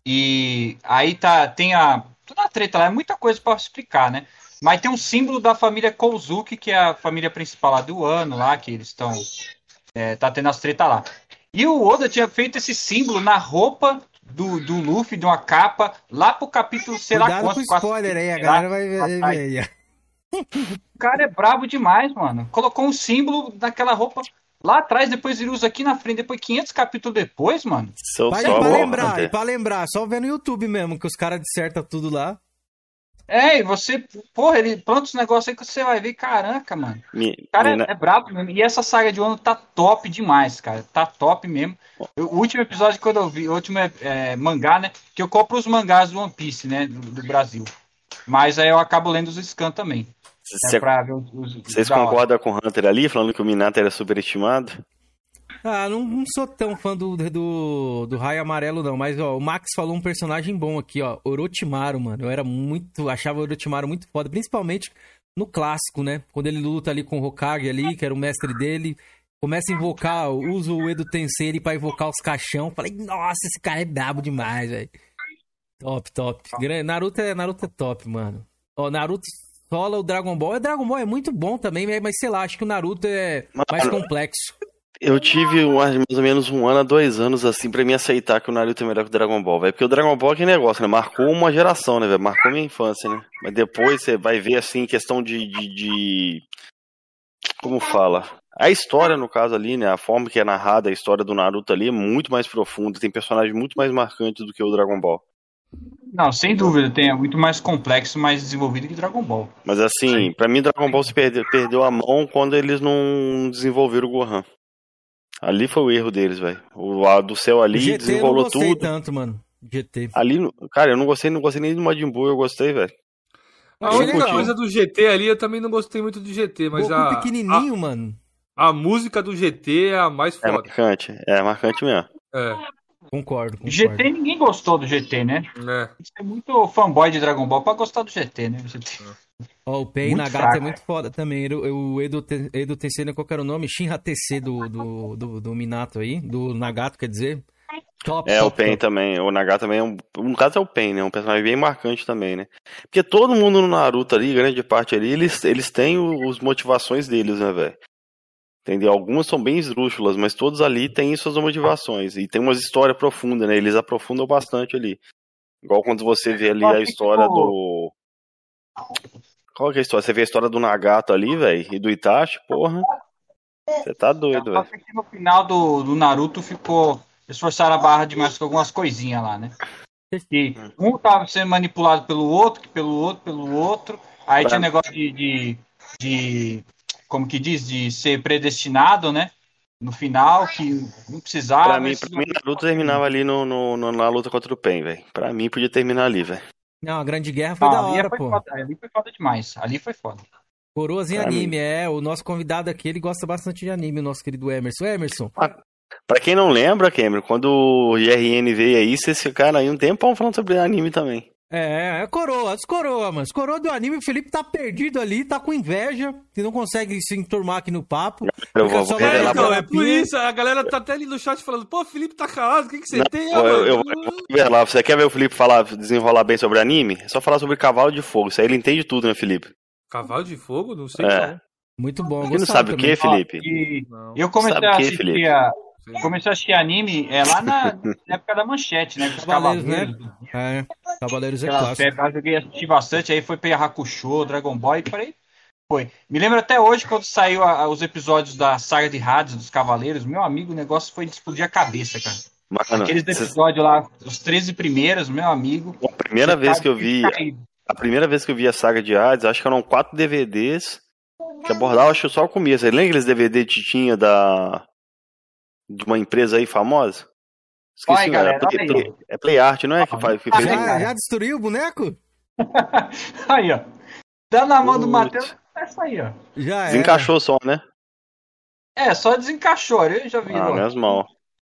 Speaker 4: E aí tá. Tem a. Toda a treta lá, é muita coisa pra explicar, né? Mas tem um símbolo da família Kozuki, que é a família principal lá do Wano, lá, que eles estão. É, tá tendo as tretas lá. E o Oda tinha feito esse símbolo na roupa do, do Luffy, de uma capa, lá pro capítulo, sei lá
Speaker 1: Cuidado
Speaker 4: quanto.
Speaker 1: com o spoiler aí, a galera vai ver, ver aí.
Speaker 4: O cara é brabo demais, mano. Colocou um símbolo daquela roupa lá atrás, depois ele usa aqui na frente, depois quinhentos capítulos depois, mano.
Speaker 2: Sou
Speaker 1: Pra,
Speaker 2: só
Speaker 1: pra
Speaker 2: bom,
Speaker 1: lembrar,
Speaker 2: né?
Speaker 1: e pra lembrar, só ver no YouTube mesmo, que os caras dissertam tudo lá.
Speaker 4: É, e você, porra, ele planta os negócios aí que você vai ver, caraca, mano.
Speaker 2: Mi-
Speaker 4: O cara
Speaker 2: mina-
Speaker 4: é, é brabo mesmo. E essa saga de Wano tá top demais, cara. Tá top mesmo. Eu- o último episódio quando eu vi, o último é, é, mangá, né? Que eu compro os mangás do One Piece, né? Do, do Brasil. Mas aí eu acabo lendo os scan também.
Speaker 2: Cê-
Speaker 4: É pra ver os, os, os
Speaker 2: Vocês
Speaker 4: da hora.
Speaker 2: concordam com o Hunter ali, falando que o Minato era superestimado?
Speaker 1: Ah, não, não sou tão fã do, do, do Raio Amarelo, não. Mas, ó, o Max falou um personagem bom aqui, ó. Orochimaru, mano. Eu era muito... Achava o Orochimaru muito foda. Principalmente no clássico, né? Quando ele luta ali com o Hokage ali, que era o mestre dele. Começa a invocar... Usa o Edo Tensei ali pra invocar os caixão. Falei, nossa, esse cara é brabo demais, velho. Top, top. Gran- Naruto é, Naruto é top, mano. Ó, Naruto sola o Dragon Ball. O Dragon Ball é muito bom também, mas sei lá, acho que o Naruto é mais
Speaker 2: Mano,
Speaker 1: complexo.
Speaker 2: Eu tive um- mais ou menos um ano a dois anos, assim, pra me aceitar que o Naruto é melhor que o Dragon Ball, velho. Porque o Dragon Ball é aquele negócio, né? Marcou uma geração, né, velho? Marcou minha infância, né? Mas depois você vai ver, assim, questão de, de, de... Como fala? A história, no caso ali, né? A forma que é narrada a história do Naruto ali é muito mais profunda. Tem personagens muito mais marcantes do que o Dragon Ball.
Speaker 4: Não, sem dúvida. Tem, é muito mais complexo, mais desenvolvido que Dragon Ball.
Speaker 2: Mas, assim, pra mim, Dragon Ball se perdeu, perdeu a mão quando eles não desenvolveram o Gohan. Ali foi o erro deles, velho. O a do céu ali
Speaker 1: G T eu não
Speaker 2: desenrolou
Speaker 1: gostei
Speaker 2: tudo.
Speaker 1: tanto, mano. G T.
Speaker 2: Ali, no- cara, eu não gostei, não gostei nem do Majin Buu, eu gostei, velho.
Speaker 3: A
Speaker 1: Achei
Speaker 3: única
Speaker 1: legal.
Speaker 3: coisa do G T ali, eu também não gostei muito do G T, mas
Speaker 1: Goku
Speaker 3: a,
Speaker 1: pequenininho, mano.
Speaker 3: a, a música do G T é a mais
Speaker 2: É
Speaker 3: foda.
Speaker 2: marcante, é marcante mesmo.
Speaker 3: É,
Speaker 1: Concordo, concordo.
Speaker 4: G T, ninguém gostou do G T, né?
Speaker 3: é.
Speaker 4: Você é muito fanboy de Dragon Ball pra gostar do G T, né? G T.
Speaker 1: Ó, o Pain
Speaker 4: Muito
Speaker 1: Nagato
Speaker 4: fraco.
Speaker 1: é muito foda também. O, o Edo, Te- Edo Tensei, né, qual que era o nome? Shinra T C do, do, do, do Minato aí. Do Nagato, quer dizer. Top,
Speaker 2: É, o
Speaker 1: top,
Speaker 2: Pain
Speaker 1: top.
Speaker 2: também, o Nagata também é um... No caso é o Pain, né? Um personagem bem marcante também, né? Porque todo mundo no Naruto ali, grande parte ali, eles, eles têm os motivações deles, né, velho? Entendeu? Algumas são bem esdrúxulas, mas todos ali têm suas motivações. E tem umas histórias profundas, né? Eles aprofundam bastante ali. Igual quando você vê ali a história do... Qual que é a história? Você vê a história do Nagato ali, velho, e do Itachi, porra. Você tá doido,
Speaker 4: Só
Speaker 2: velho.
Speaker 4: que no final do, do Naruto ficou. Eles forçaram a barra demais com algumas coisinhas lá, né? Que um tava sendo manipulado pelo outro, que pelo outro, pelo outro. Aí tinha negócio de, de, de. Como que diz? De ser predestinado, né? No final, que não precisava.
Speaker 2: Pra mim,
Speaker 4: mas-
Speaker 2: pra mim, Naruto terminava ali no, no, no- na luta contra o Pain, velho. Pra mim, podia terminar ali, velho.
Speaker 1: Não, a Grande Guerra foi
Speaker 4: Não,
Speaker 1: da
Speaker 4: ali
Speaker 1: hora,
Speaker 4: foi
Speaker 1: pô.
Speaker 4: foda, ali foi foda demais. Ali foi foda.
Speaker 1: Coroas em
Speaker 2: Pra
Speaker 1: anime, é. O nosso convidado aqui, ele gosta bastante de anime, o nosso querido Emerson. Emerson,
Speaker 2: Pra quem não lembra, Cameron, quando o G R N veio aí, vocês ficaram aí um tempão falando sobre anime também.
Speaker 1: é, é coroa, as coroa, mano. As coroa do anime, o Felipe tá perdido ali, tá com inveja, que não consegue se enturmar aqui no papo.
Speaker 2: Eu
Speaker 1: Fica
Speaker 2: vou,
Speaker 1: só
Speaker 2: vou
Speaker 1: lá
Speaker 3: É,
Speaker 2: revelar
Speaker 1: na
Speaker 3: então,
Speaker 2: pra...
Speaker 3: é por isso, a galera tá até ali no chat falando, pô, Felipe tá calado, o que, que você
Speaker 2: Não,
Speaker 3: tem,
Speaker 2: eu, eu, eu
Speaker 3: mano?
Speaker 2: vou revelar. Você quer ver o Felipe falar, desenrolar bem sobre anime? É só falar sobre Cavalo de Fogo. Isso aí ele entende tudo, né, Felipe?
Speaker 3: Cavalo de fogo? Não sei
Speaker 2: É.
Speaker 3: não.
Speaker 1: Muito bom,
Speaker 2: Você não
Speaker 1: gostava
Speaker 2: sabe o que,
Speaker 1: também.
Speaker 2: Felipe?
Speaker 4: E
Speaker 3: Não.
Speaker 4: eu comecei
Speaker 2: Sabe
Speaker 4: a
Speaker 2: o quê,
Speaker 4: assistir
Speaker 2: Felipe?
Speaker 4: a,
Speaker 3: Sei.
Speaker 4: comecei a assistir anime é, lá na, na época da Manchete, né? Com os
Speaker 1: Cavaleiros, né?
Speaker 4: Cavaleiros.
Speaker 1: É, Cavaleiros é
Speaker 4: Aquela
Speaker 1: clássico.
Speaker 4: febre, eu joguei assistir bastante, aí foi pra Hakusho, Dragon Ball e parei. Foi. Me lembro até hoje quando saiu a- a- os episódios da saga de Hades dos Cavaleiros, meu amigo, o negócio foi de explodir a cabeça, cara.
Speaker 2: Mano,
Speaker 4: Aqueles
Speaker 2: cês-
Speaker 4: episódios lá, os treze primeiros, meu amigo.
Speaker 2: a primeira vez que eu vi,
Speaker 4: Caído.
Speaker 2: a primeira vez que eu vi a saga de Hades, acho que eram quatro D V Ds que abordavam, acho que só o começo. Você lembra aqueles D V D que tinha da de uma empresa aí famosa? Esqueci,
Speaker 4: Olha,
Speaker 2: o nome,
Speaker 4: galera,
Speaker 2: é, Play,
Speaker 4: olha aí.
Speaker 2: Play- é Play Art, não é? Que, faz, que
Speaker 4: Ah,
Speaker 2: fez
Speaker 4: é,
Speaker 2: isso?
Speaker 1: Já, já destruiu o boneco?
Speaker 4: Aí, ó. Dá na mão do
Speaker 2: Putz.
Speaker 4: Matheus, é isso aí, ó.
Speaker 1: Já é.
Speaker 2: Desencaixou só, né?
Speaker 4: É, só desencaixou, eu já vi.
Speaker 2: Ah,
Speaker 4: ó.
Speaker 2: menos mal.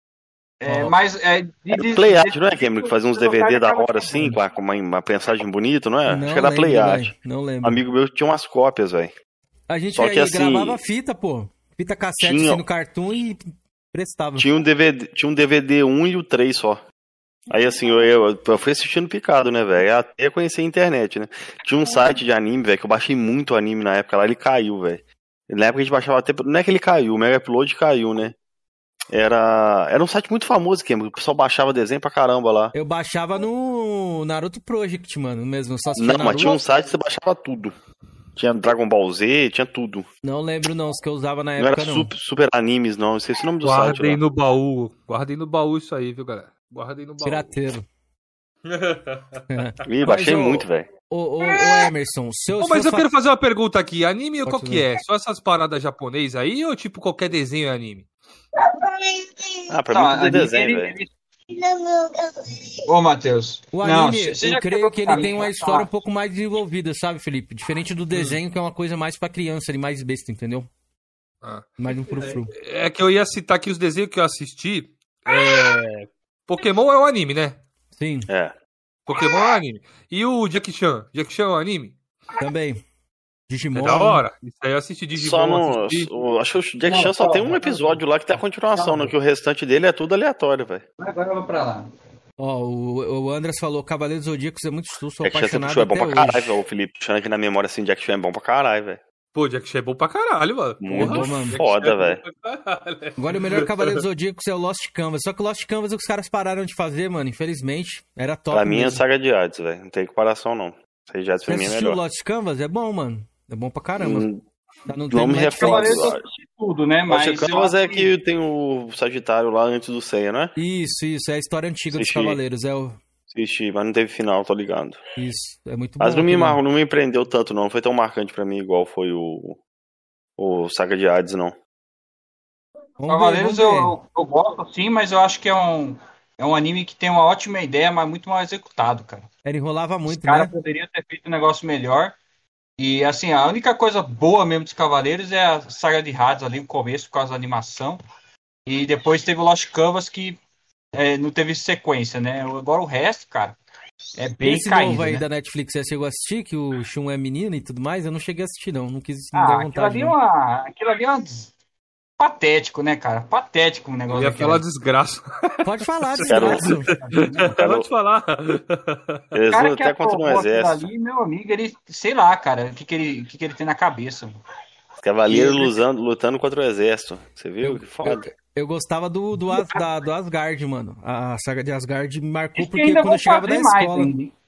Speaker 4: É, mas é. De,
Speaker 2: Era
Speaker 4: de-
Speaker 2: o Play
Speaker 4: de-
Speaker 2: Art, não é, Cameron? Que fazia uns D V D da hora assim, com, a- com uma, uma mensagem bonita, não é?
Speaker 1: Não
Speaker 2: Acho que era
Speaker 1: lembro,
Speaker 2: Play Art.
Speaker 1: velho, Não
Speaker 2: Um
Speaker 1: lembro.
Speaker 2: amigo meu tinha umas cópias, velho.
Speaker 1: A gente
Speaker 2: Só
Speaker 1: aí
Speaker 2: que assim-
Speaker 1: gravava fita, pô. Fita cassete
Speaker 2: Tinha-
Speaker 1: assim, no Cartoon e prestava.
Speaker 2: Tinha um D V D, tinha um D V D um e o três só. Aí assim, eu, eu, eu fui assistindo picado, né, velho? Até conhecer a internet, né? Tinha um site de anime, velho, que eu baixei muito anime na época lá, ele caiu, velho. Na época a gente baixava até. Não é que ele caiu, o Mega Upload caiu, né? Era, era um site muito famoso, que o pessoal baixava desenho pra caramba lá.
Speaker 1: Eu baixava no Naruto Project, mano, mesmo. Só assistia
Speaker 2: Não,
Speaker 1: Naruto.
Speaker 2: mas tinha um site que você baixava tudo. Tinha Dragon Ball Z, tinha tudo.
Speaker 1: Não lembro não, os que eu usava na
Speaker 2: Não
Speaker 1: época,
Speaker 2: era
Speaker 1: não.
Speaker 2: super, super animes, não. Esqueci o nome do site
Speaker 3: Guardem
Speaker 2: lá.
Speaker 3: no baú. Guardem no baú isso aí, viu, galera? Guardem no baú.
Speaker 1: Pirateiro.
Speaker 2: Ih, baixei
Speaker 1: Mas, ô,
Speaker 2: muito, velho.
Speaker 1: Ô, ô, ô, Emerson, se eu,
Speaker 3: Ô,
Speaker 1: se
Speaker 3: mas
Speaker 1: eu
Speaker 3: eu
Speaker 1: fa-
Speaker 3: quero fazer uma pergunta aqui. Anime
Speaker 1: Pode
Speaker 3: qual que
Speaker 1: fazer.
Speaker 3: é? Só essas paradas japonesas aí ou tipo qualquer desenho é anime?
Speaker 2: Ah, pra
Speaker 4: Não,
Speaker 2: mim tudo é
Speaker 4: anime,
Speaker 2: desenho,
Speaker 4: ele-
Speaker 2: velho.
Speaker 4: ele- Ô, Matheus.
Speaker 1: O
Speaker 4: não,
Speaker 1: anime,
Speaker 4: você- você
Speaker 1: eu
Speaker 4: já
Speaker 1: creio
Speaker 4: pegou
Speaker 1: que ele
Speaker 4: caminho
Speaker 1: tem uma
Speaker 4: pra
Speaker 1: história um
Speaker 4: falar?
Speaker 1: pouco mais desenvolvida, sabe, Felipe? Diferente do desenho, que é uma coisa mais pra criança, ali, mais besta, entendeu?
Speaker 3: Ah.
Speaker 1: Mais um frufru.
Speaker 3: É que eu ia citar aqui os desenhos que eu assisti. É... Pokémon é um anime, né?
Speaker 1: Sim,
Speaker 2: É.
Speaker 3: Pokémon é um anime. E o Jackie Chan? Jackie Chan é um anime?
Speaker 1: também.
Speaker 3: É
Speaker 1: Digimon.
Speaker 3: da hora. Isso aí eu assisti Digimon.
Speaker 2: Só no.
Speaker 3: assisti.
Speaker 2: o- acho que o Jack
Speaker 4: Não,
Speaker 2: Chan só
Speaker 4: calma,
Speaker 2: tem um
Speaker 4: calma.
Speaker 2: episódio lá que tem a continuação, né? Que o restante dele é tudo aleatório, velho.
Speaker 4: Agora eu vou pra lá.
Speaker 1: Ó, o, o Andras falou, Cavaleiros Zodíacos é muito susto, sou
Speaker 2: Jack Chan sempre
Speaker 1: apaixonado
Speaker 2: foi bom
Speaker 1: até
Speaker 2: pra caralho,
Speaker 1: hoje.
Speaker 2: velho. O Felipe puxando aqui na memória assim, Jack Chan é bom pra caralho, velho.
Speaker 3: Pô, Jackie Chan é bom pra caralho, mano.
Speaker 2: Muito
Speaker 3: Porra,
Speaker 1: mano.
Speaker 3: Jackie
Speaker 2: foda,
Speaker 3: Chan é
Speaker 2: velho.
Speaker 3: bom pra caralho.
Speaker 1: Agora o melhor Cavaleiros Zodíacos é o Lost Canvas. Só que o Lost Canvas os caras pararam de fazer, mano, infelizmente. Era top
Speaker 2: Pra mim é
Speaker 1: mesmo.
Speaker 2: Saga de Hades, velho. Não tem comparação, não. Saga de Hades
Speaker 1: Você
Speaker 2: pra mim é
Speaker 1: assistiu o
Speaker 2: melhor.
Speaker 1: Lost Canvas? É bom, mano. É bom pra caramba.
Speaker 2: Hum,
Speaker 1: Tá no
Speaker 2: não me
Speaker 1: Netflix.
Speaker 2: recordo.
Speaker 4: Cavaleiros eu assisti tudo, né? Mas
Speaker 2: Lost
Speaker 4: eu
Speaker 2: Canvas
Speaker 4: acho
Speaker 2: é que tem o Sagitário lá antes do Seiya, né?
Speaker 1: Isso, isso. É a história antiga dos
Speaker 2: Assisti.
Speaker 1: Cavaleiros. É o...
Speaker 2: Assisti, mas não teve final, tô ligado.
Speaker 1: Isso. É muito bom.
Speaker 2: Mas não me,
Speaker 1: aquele-
Speaker 2: mar... não me prendeu tanto, não. Não foi tão marcante pra mim igual foi o. O Saga de Hades, não.
Speaker 1: Vamos ver,
Speaker 4: Cavaleiros
Speaker 1: vamos
Speaker 4: eu,
Speaker 1: ver.
Speaker 4: eu, eu gosto sim, mas eu acho que é um, é um anime que tem uma ótima ideia, mas muito mal executado, cara.
Speaker 1: Ele enrolava
Speaker 4: Os
Speaker 1: muito,
Speaker 4: caras
Speaker 1: né?
Speaker 4: poderiam ter feito um negócio melhor. E assim, a única coisa boa mesmo dos Cavaleiros é a saga de Hades ali no começo, por causa da animação. E depois teve o Lost Canvas que é, não teve sequência, né? Agora o resto, cara, é bem
Speaker 1: Esse
Speaker 4: caído,
Speaker 1: novo aí
Speaker 4: né?
Speaker 1: da Netflix, você chegou a assistir? Que o Shun é menino e tudo mais? Eu não cheguei a assistir, não. Não quis, não deu
Speaker 4: Ah, aquilo
Speaker 1: vontade,
Speaker 4: ali, é
Speaker 1: não.
Speaker 4: uma, aquilo ali é um des- patético, né, cara? Patético o
Speaker 3: Eu
Speaker 4: negócio.
Speaker 3: ia
Speaker 4: daquele
Speaker 3: falar
Speaker 4: ali.
Speaker 3: desgraça.
Speaker 1: Pode falar,
Speaker 2: Quero-
Speaker 1: desgraça.
Speaker 2: Quero-
Speaker 3: Pode falar.
Speaker 2: Eles
Speaker 4: O cara
Speaker 2: lutam
Speaker 4: que
Speaker 2: até contra um
Speaker 4: aprovou aquilo
Speaker 2: exército.
Speaker 4: ali, meu amigo, ele, sei lá, cara, o que, que, ele, o que, que ele tem na cabeça. mano.
Speaker 2: Os cavaleiros
Speaker 4: E-
Speaker 2: lutando, lutando contra o exército. Você viu?
Speaker 1: Eu-
Speaker 2: Que foda.
Speaker 1: Eu gostava do, do, As- da- do Asgard, mano. A saga de Asgard me marcou
Speaker 4: Diz que
Speaker 1: porque
Speaker 4: ainda
Speaker 1: quando
Speaker 4: vão
Speaker 1: eu chegava da
Speaker 4: fazer mais
Speaker 1: escola.
Speaker 4: ainda, hein?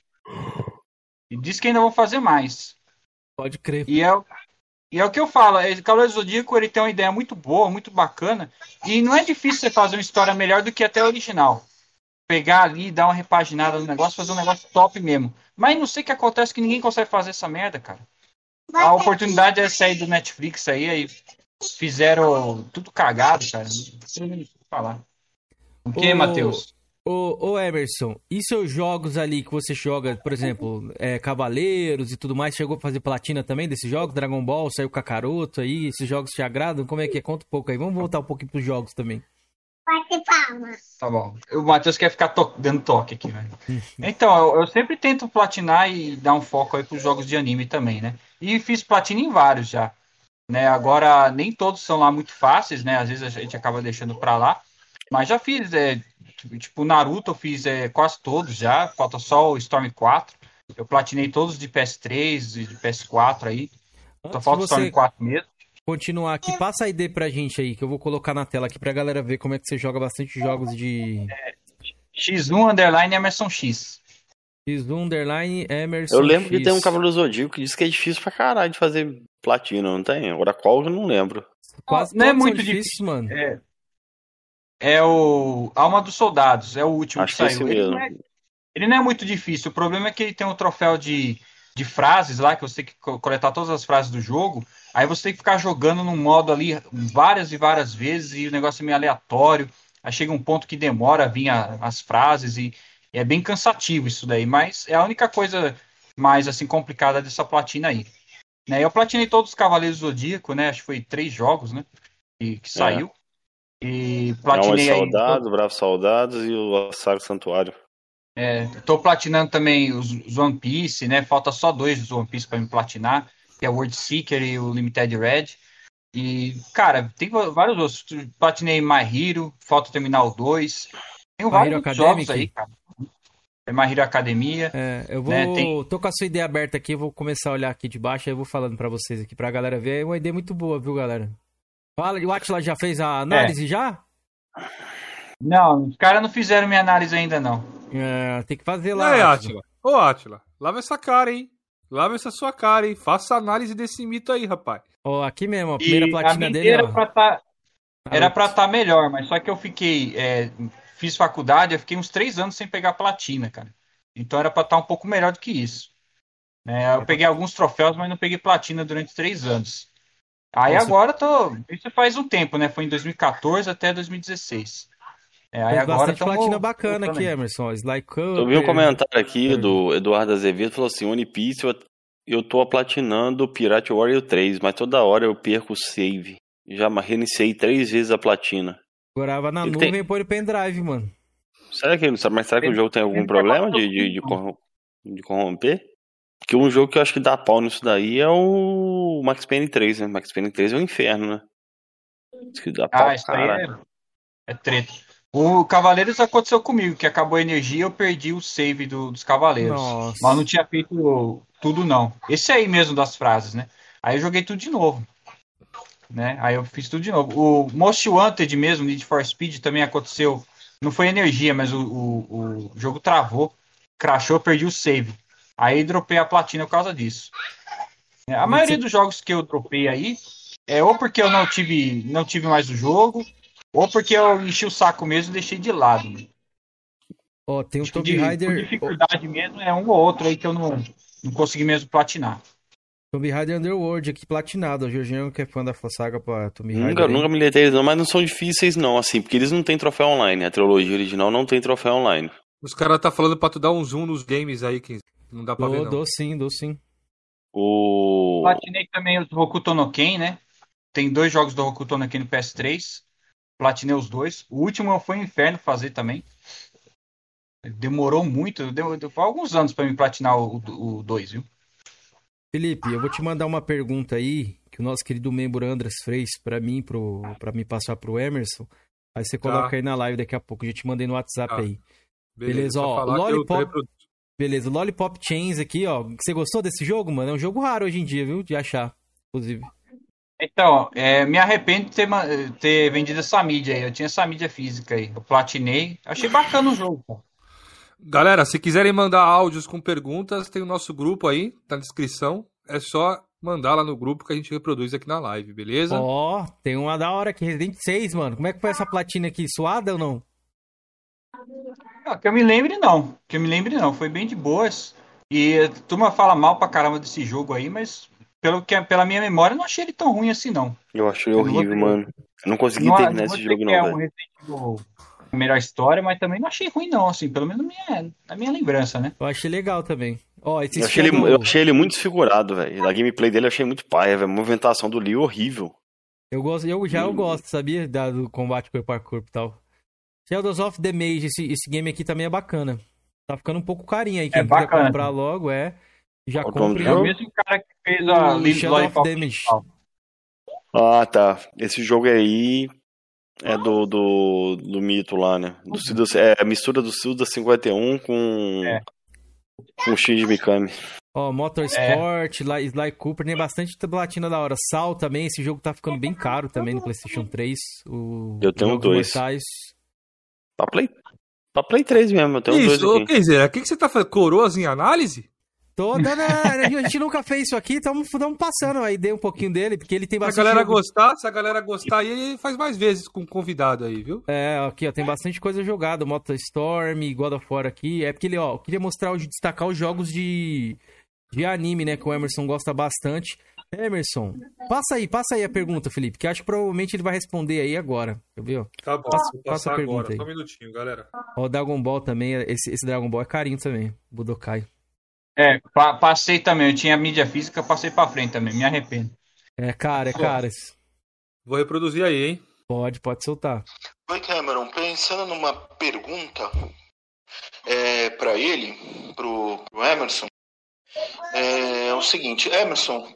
Speaker 4: E diz que ainda vão fazer mais.
Speaker 1: Pode crer.
Speaker 4: E é, o- e é o que eu falo, é, Cavaleiro do Zodíaco ele tem uma ideia muito boa, muito bacana, e não é difícil você fazer uma história melhor do que até a original. Pegar ali, dar uma repaginada no negócio, fazer um negócio top mesmo. Mas não sei o que acontece que ninguém consegue fazer essa merda, cara. A oportunidade é sair do Netflix aí, aí fizeram tudo cagado, cara. Não sei nem o que falar. O que,
Speaker 1: Ô,
Speaker 4: Matheus?
Speaker 1: Ô, ô Emerson, e seus jogos ali que você joga, por exemplo, é, Cavaleiros e tudo mais, chegou a fazer platina também desses jogos? Dragon Ball, saiu Kakaroto aí, esses jogos te agradam? Como é que é? Conta um pouco aí. Vamos voltar um pouquinho pros jogos também.
Speaker 5: Bate palmas.
Speaker 4: Tá bom. O Matheus quer ficar to- dando toque aqui, velho. Então, eu, eu sempre tento platinar e dar um foco aí pros jogos de anime também, né? E fiz platina em vários já. Né? Agora, nem todos são lá muito fáceis, né? Às vezes a gente acaba deixando pra lá. Mas já fiz, é, tipo, Naruto eu fiz é, quase todos já. Falta só o Storm quatro. Eu platinei todos de P S três e de P S quatro aí. Só
Speaker 1: Antes
Speaker 4: falta
Speaker 1: de
Speaker 4: o Storm
Speaker 1: você
Speaker 4: quatro mesmo.
Speaker 1: continuar aqui, passa a I D pra gente aí, que eu vou colocar na tela aqui pra galera ver como é que você joga bastante jogos de
Speaker 4: X um underline Emerson X.
Speaker 1: X um, underline, Emerson
Speaker 2: Eu lembro que
Speaker 1: X.
Speaker 2: tem um Cavaleiro Zodíaco que diz que é difícil pra caralho de fazer platina, não tem? Agora qual eu não lembro.
Speaker 1: Quase
Speaker 4: Não é
Speaker 1: todos são
Speaker 4: muito
Speaker 1: difíceis,
Speaker 4: difícil.
Speaker 1: mano.
Speaker 4: É, é o Alma dos Soldados, é o último
Speaker 2: Acho
Speaker 4: que
Speaker 2: que é
Speaker 4: saiu.
Speaker 2: esse
Speaker 4: Ele
Speaker 2: mesmo.
Speaker 4: não, é, ele não é muito difícil, o problema é que ele tem um troféu de, de frases lá, que você tem que co- coletar todas as frases do jogo, aí você tem que ficar jogando num modo ali várias e várias vezes, e o negócio é meio aleatório, aí chega um ponto que demora a vir a- as frases, e, e é bem cansativo isso daí, mas é a única coisa mais assim complicada dessa platina aí. Né, eu platinei todos os Cavaleiros do Zodíaco, né? Acho que foi três jogos, né? Que, que saiu. E
Speaker 2: Alma de
Speaker 4: platinei aí.
Speaker 2: Soldados, Bravos Soldados e o Saga Santuário.
Speaker 4: É, tô platinando também os, os One Piece, né? Falta só dois dos One Piece para me platinar, que é o World Seeker e o Limited Red. E, cara, tem vários outros. Platinei My Hero, Photo Terminal dois. Tem
Speaker 1: My
Speaker 4: vários
Speaker 1: Hero
Speaker 4: outros
Speaker 1: Academic?
Speaker 4: jogos aí, cara. É My Hero Academia.
Speaker 1: É, eu vou.
Speaker 4: Né, tem...
Speaker 1: Tô com a sua ideia aberta aqui, eu vou começar a olhar aqui de baixo, aí eu vou falando pra vocês aqui, pra galera ver. É uma ideia muito boa, viu, galera? Fala, o Atila já fez a análise
Speaker 4: é.
Speaker 1: já?
Speaker 4: Não, os caras não fizeram minha análise ainda, não.
Speaker 1: É, tem que fazer lá.
Speaker 3: E aí, Atila? Ô, Atila, lava essa cara, hein? Lava essa sua cara, hein? Faça análise desse mito aí, rapaz.
Speaker 1: Ó, aqui mesmo, a primeira
Speaker 4: E
Speaker 1: platina
Speaker 4: a
Speaker 1: dele,
Speaker 4: era
Speaker 1: ó.
Speaker 4: pra tá, era pra estar tá melhor, mas só que eu fiquei... É, fiz faculdade, eu fiquei uns três anos sem pegar platina, cara. Então era pra estar tá um pouco melhor do que isso. É, eu peguei alguns troféus, mas não peguei platina durante três anos. Aí Nossa. agora tô... Isso faz um tempo, né? Foi em dois mil e quatorze até dois mil e dezesseis. É, aí
Speaker 1: Tem
Speaker 4: agora
Speaker 1: bastante
Speaker 4: tamo...
Speaker 1: platina bacana aqui, Emerson. Sly Cooper.
Speaker 2: Eu vi um comentário aqui do Eduardo Azevedo, falou assim, One Piece, eu, eu tô platinando Pirate Warrior três, mas toda hora eu perco o save. Já reiniciei três vezes a platina.
Speaker 1: Grava na
Speaker 2: Ele
Speaker 1: nuvem
Speaker 2: tem...
Speaker 1: e põe no pendrive, mano.
Speaker 2: Será que ele não sabe? Mas será que o jogo tem algum problema de, de, de, corrom... de corromper? Porque um jogo que eu acho que dá pau nisso daí é o Max Payne três, né? Max Payne três é um inferno, né? Isso que dá pau,
Speaker 4: ah, isso
Speaker 2: cara.
Speaker 4: aí é... é treta. O Cavaleiros aconteceu comigo, que acabou a energia e eu perdi o save do, dos Cavaleiros.
Speaker 1: Nossa.
Speaker 4: Mas não tinha feito tudo, não. Esse aí mesmo das frases, né? Aí eu joguei tudo de novo. Né? Aí eu fiz tudo de novo. O Most Wanted mesmo, Need for Speed, também aconteceu. Não foi energia, mas o, o, o jogo travou, crashou, eu perdi o save. Aí dropei a platina por causa disso. A maioria dos jogos que eu dropei aí é ou porque eu não tive, não tive mais o jogo, ou porque eu enchi o saco mesmo e deixei de lado.
Speaker 1: Ó, oh, tem um Tomb
Speaker 4: de,
Speaker 1: Raider...
Speaker 4: Por dificuldade oh. mesmo, é um ou outro aí que eu não, não consegui mesmo platinar.
Speaker 1: Tomb Raider Underworld aqui platinado. O Jorginho que é fã da saga pra Tomb Raider.
Speaker 2: Nunca, nunca me letei eles não, mas não são difíceis não, assim, porque eles não têm troféu online. A trilogia original não tem troféu online.
Speaker 3: Os caras tá falando pra tu dar um zoom nos games aí, que não dá pra
Speaker 1: dou,
Speaker 3: ver não.
Speaker 1: Dou sim, dou sim.
Speaker 2: O...
Speaker 4: Platinei também os Hokuto no Ken, né? Tem dois jogos do Hokuto no Ken no P S três. Platinei os dois. O último foi um inferno fazer também. Demorou muito. Deu, deu alguns anos pra me platinar o dois, viu?
Speaker 1: Felipe, eu vou te mandar uma pergunta aí que o nosso querido membro Andras fez pra mim, pro, pra me passar pro Emerson. Aí você coloca tá. aí na live daqui a pouco. Eu já te mandei no WhatsApp tá. aí. Beleza, Beleza ó. Lollipop... Beleza, Lollipop Chains aqui, ó. Você gostou desse jogo, mano? É um jogo raro hoje em dia, viu? De achar, inclusive.
Speaker 4: Então, é, me arrependo de ter, ter vendido essa mídia aí. Eu tinha essa mídia física aí. Eu platinei. Achei bacana o jogo, pô.
Speaker 3: Galera, se quiserem mandar áudios com perguntas, tem o nosso grupo aí, tá na descrição. É só mandar lá no grupo que a gente reproduz aqui na live, beleza?
Speaker 1: Ó, oh, tem uma da hora aqui, Resident seis, mano. Como é que foi essa platina aqui? Suada ou não?
Speaker 4: Não, que eu me lembre, não. Que eu me lembre, não. Foi bem de boas. E a turma fala mal pra caramba desse jogo aí, mas pelo que, pela minha memória, eu não achei ele tão ruim assim, não.
Speaker 2: Eu achei eu horrível, mano. Eu não consegui não, terminar não esse jogo, não,
Speaker 4: é
Speaker 2: velho.
Speaker 4: Um Resident a melhor história, mas também não achei ruim, não, assim, pelo menos na minha, na minha lembrança, né?
Speaker 1: Eu achei legal também. Ó, esse
Speaker 2: eu, achei ele, do... eu achei ele muito desfigurado, velho. A gameplay dele eu achei muito paia, velho. A movimentação do Leo horrível.
Speaker 1: Eu gosto, eu já hum. eu gosto, sabia? Da, do combate corpo a corpo e tal. Shadows of the Mage, esse, esse game aqui também é bacana. Tá ficando um pouco carinho aí. Quem
Speaker 4: é
Speaker 1: quiser
Speaker 4: bacana.
Speaker 1: comprar logo, é. Já compre.
Speaker 4: É o mesmo cara que fez a
Speaker 1: o Shadow of the Mage.
Speaker 2: Ah, tá. Esse jogo aí é do, do, do mito lá, né? Do Suda, é a mistura do Suda cinquenta e um com, é. com o Shinji Mikami.
Speaker 1: Ó, oh, Motorsport, é. Sly Cooper, tem bastante platina da hora. Sal também, esse jogo tá ficando bem caro também no PlayStation três. O
Speaker 2: eu tenho dois.
Speaker 1: Mortais.
Speaker 2: Pra Play, pra Play três mesmo, eu tenho
Speaker 3: isso,
Speaker 2: dois aqui.
Speaker 3: Quer dizer, o que, que você tá fazendo? Coroas em análise?
Speaker 1: Toda, né? A gente nunca fez isso aqui, estamos passando aí, dei um pouquinho dele, porque ele tem bastante...
Speaker 3: Se a galera
Speaker 1: jogo...
Speaker 3: gostar, se a galera gostar, aí faz mais vezes com convidado aí, viu?
Speaker 1: É, aqui, ó, tem bastante coisa jogada, MotoStorm, God of War aqui, é porque ele, ó, eu queria mostrar, destacar os jogos de, de anime, né, que o Emerson gosta bastante. Emerson, passa aí, passa aí a pergunta, Felipe, que acho que provavelmente ele vai responder aí agora, quer ver, ó?
Speaker 3: Tá bom,
Speaker 1: passa,
Speaker 3: vou
Speaker 1: passa a pergunta
Speaker 3: agora,
Speaker 1: aí.
Speaker 3: só um minutinho, galera.
Speaker 1: Ó, o Dragon Ball também, esse, esse Dragon Ball é carinho também, Budokai.
Speaker 4: É, pa- passei também, eu tinha mídia física, passei pra frente também, me arrependo.
Speaker 1: É cara, é cara.
Speaker 3: Vou reproduzir aí, hein?
Speaker 1: Pode, pode soltar.
Speaker 6: Oi, Cameron, pensando numa pergunta é, pra ele, pro, pro Emerson, é o seguinte, Emerson,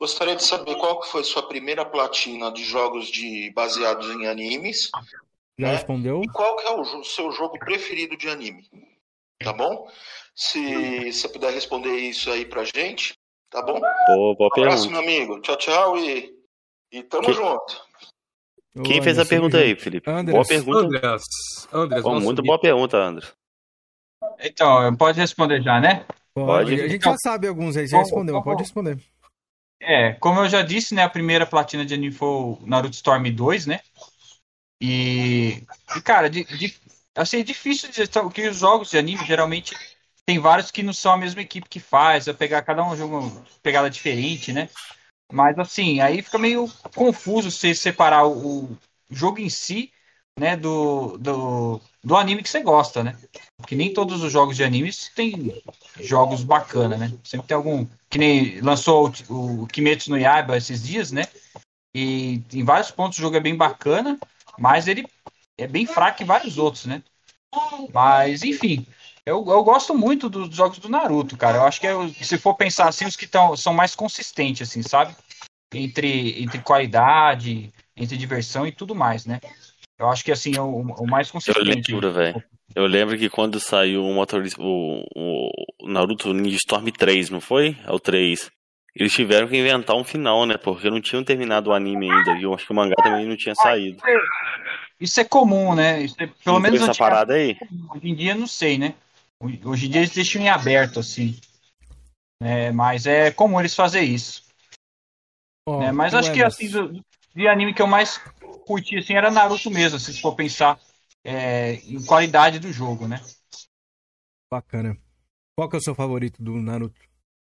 Speaker 6: Gostaria de saber qual que foi sua primeira platina de jogos de baseados em animes.
Speaker 1: Já
Speaker 6: né?
Speaker 1: respondeu?
Speaker 6: E qual que é o jo- seu jogo preferido de anime? Tá bom? Se você puder responder isso aí pra gente, tá bom?
Speaker 2: Boa, boa
Speaker 6: Um abraço,
Speaker 2: pergunta.
Speaker 6: meu amigo. Tchau, tchau e, e tamo
Speaker 2: Que-
Speaker 6: junto.
Speaker 1: Ô,
Speaker 2: Quem fez a
Speaker 1: Anderson,
Speaker 2: pergunta
Speaker 1: junto.
Speaker 2: aí, Felipe?
Speaker 1: Andras.
Speaker 2: Boa pergunta.
Speaker 3: Andreas. Andreas,
Speaker 2: Pô,
Speaker 3: nosso
Speaker 2: muito
Speaker 3: mito.
Speaker 2: boa pergunta, André.
Speaker 4: Então, pode responder já, né?
Speaker 1: Pode.
Speaker 2: Pode.
Speaker 1: A gente
Speaker 4: Então,
Speaker 1: já sabe alguns aí, já
Speaker 4: como-
Speaker 1: respondeu, mas
Speaker 4: como-
Speaker 1: pode responder.
Speaker 4: É, como eu já disse, né, a primeira platina de anime foi o Naruto Storm dois, né? E, e cara, de, de- assim, é difícil dizer, porque os jogos de anime, geralmente, tem vários que não são a mesma equipe que faz, vai pegar cada um jogo uma pegada diferente, né? Mas, assim, aí fica meio confuso você separar o, o jogo em si, né, do, do, do anime que você gosta, né? Porque nem todos os jogos de animes têm jogos bacanas, né? Sempre tem algum... Que nem lançou o, o Kimetsu no Yaiba esses dias, né? E em vários pontos o jogo é bem bacana, mas ele é bem fraco em vários outros, né? Mas, enfim, eu, eu gosto muito dos jogos do Naruto, cara. Eu acho que é, se for pensar assim, os que tão, são mais consistentes, assim, sabe? Entre, entre qualidade, entre diversão e tudo mais, né? Eu acho que, assim, é o, o mais
Speaker 2: Eu
Speaker 4: consistente.
Speaker 2: lembro, velho. Eu lembro que quando saiu o, motorista, o, o Naruto Ninja Storm três, não foi? É o três. Eles tiveram que inventar um final, né? Porque não tinham terminado o anime ainda. E eu acho que o mangá também não tinha saído.
Speaker 4: Isso é comum, né? Isso é, pelo
Speaker 2: Não
Speaker 4: menos
Speaker 2: foi essa
Speaker 4: antigamente,
Speaker 2: parada aí?
Speaker 4: hoje em dia não sei, né? Hoje em dia eles deixam em aberto, assim. É, mas é comum eles fazer isso.
Speaker 1: Ó,
Speaker 4: Né? Mas
Speaker 1: o
Speaker 4: acho que
Speaker 1: Emerson.
Speaker 4: assim, do- de anime que eu mais curti assim, era Naruto mesmo, assim, se for pensar é, em qualidade do jogo, né?
Speaker 1: Bacana. Qual que é o seu favorito do Naruto?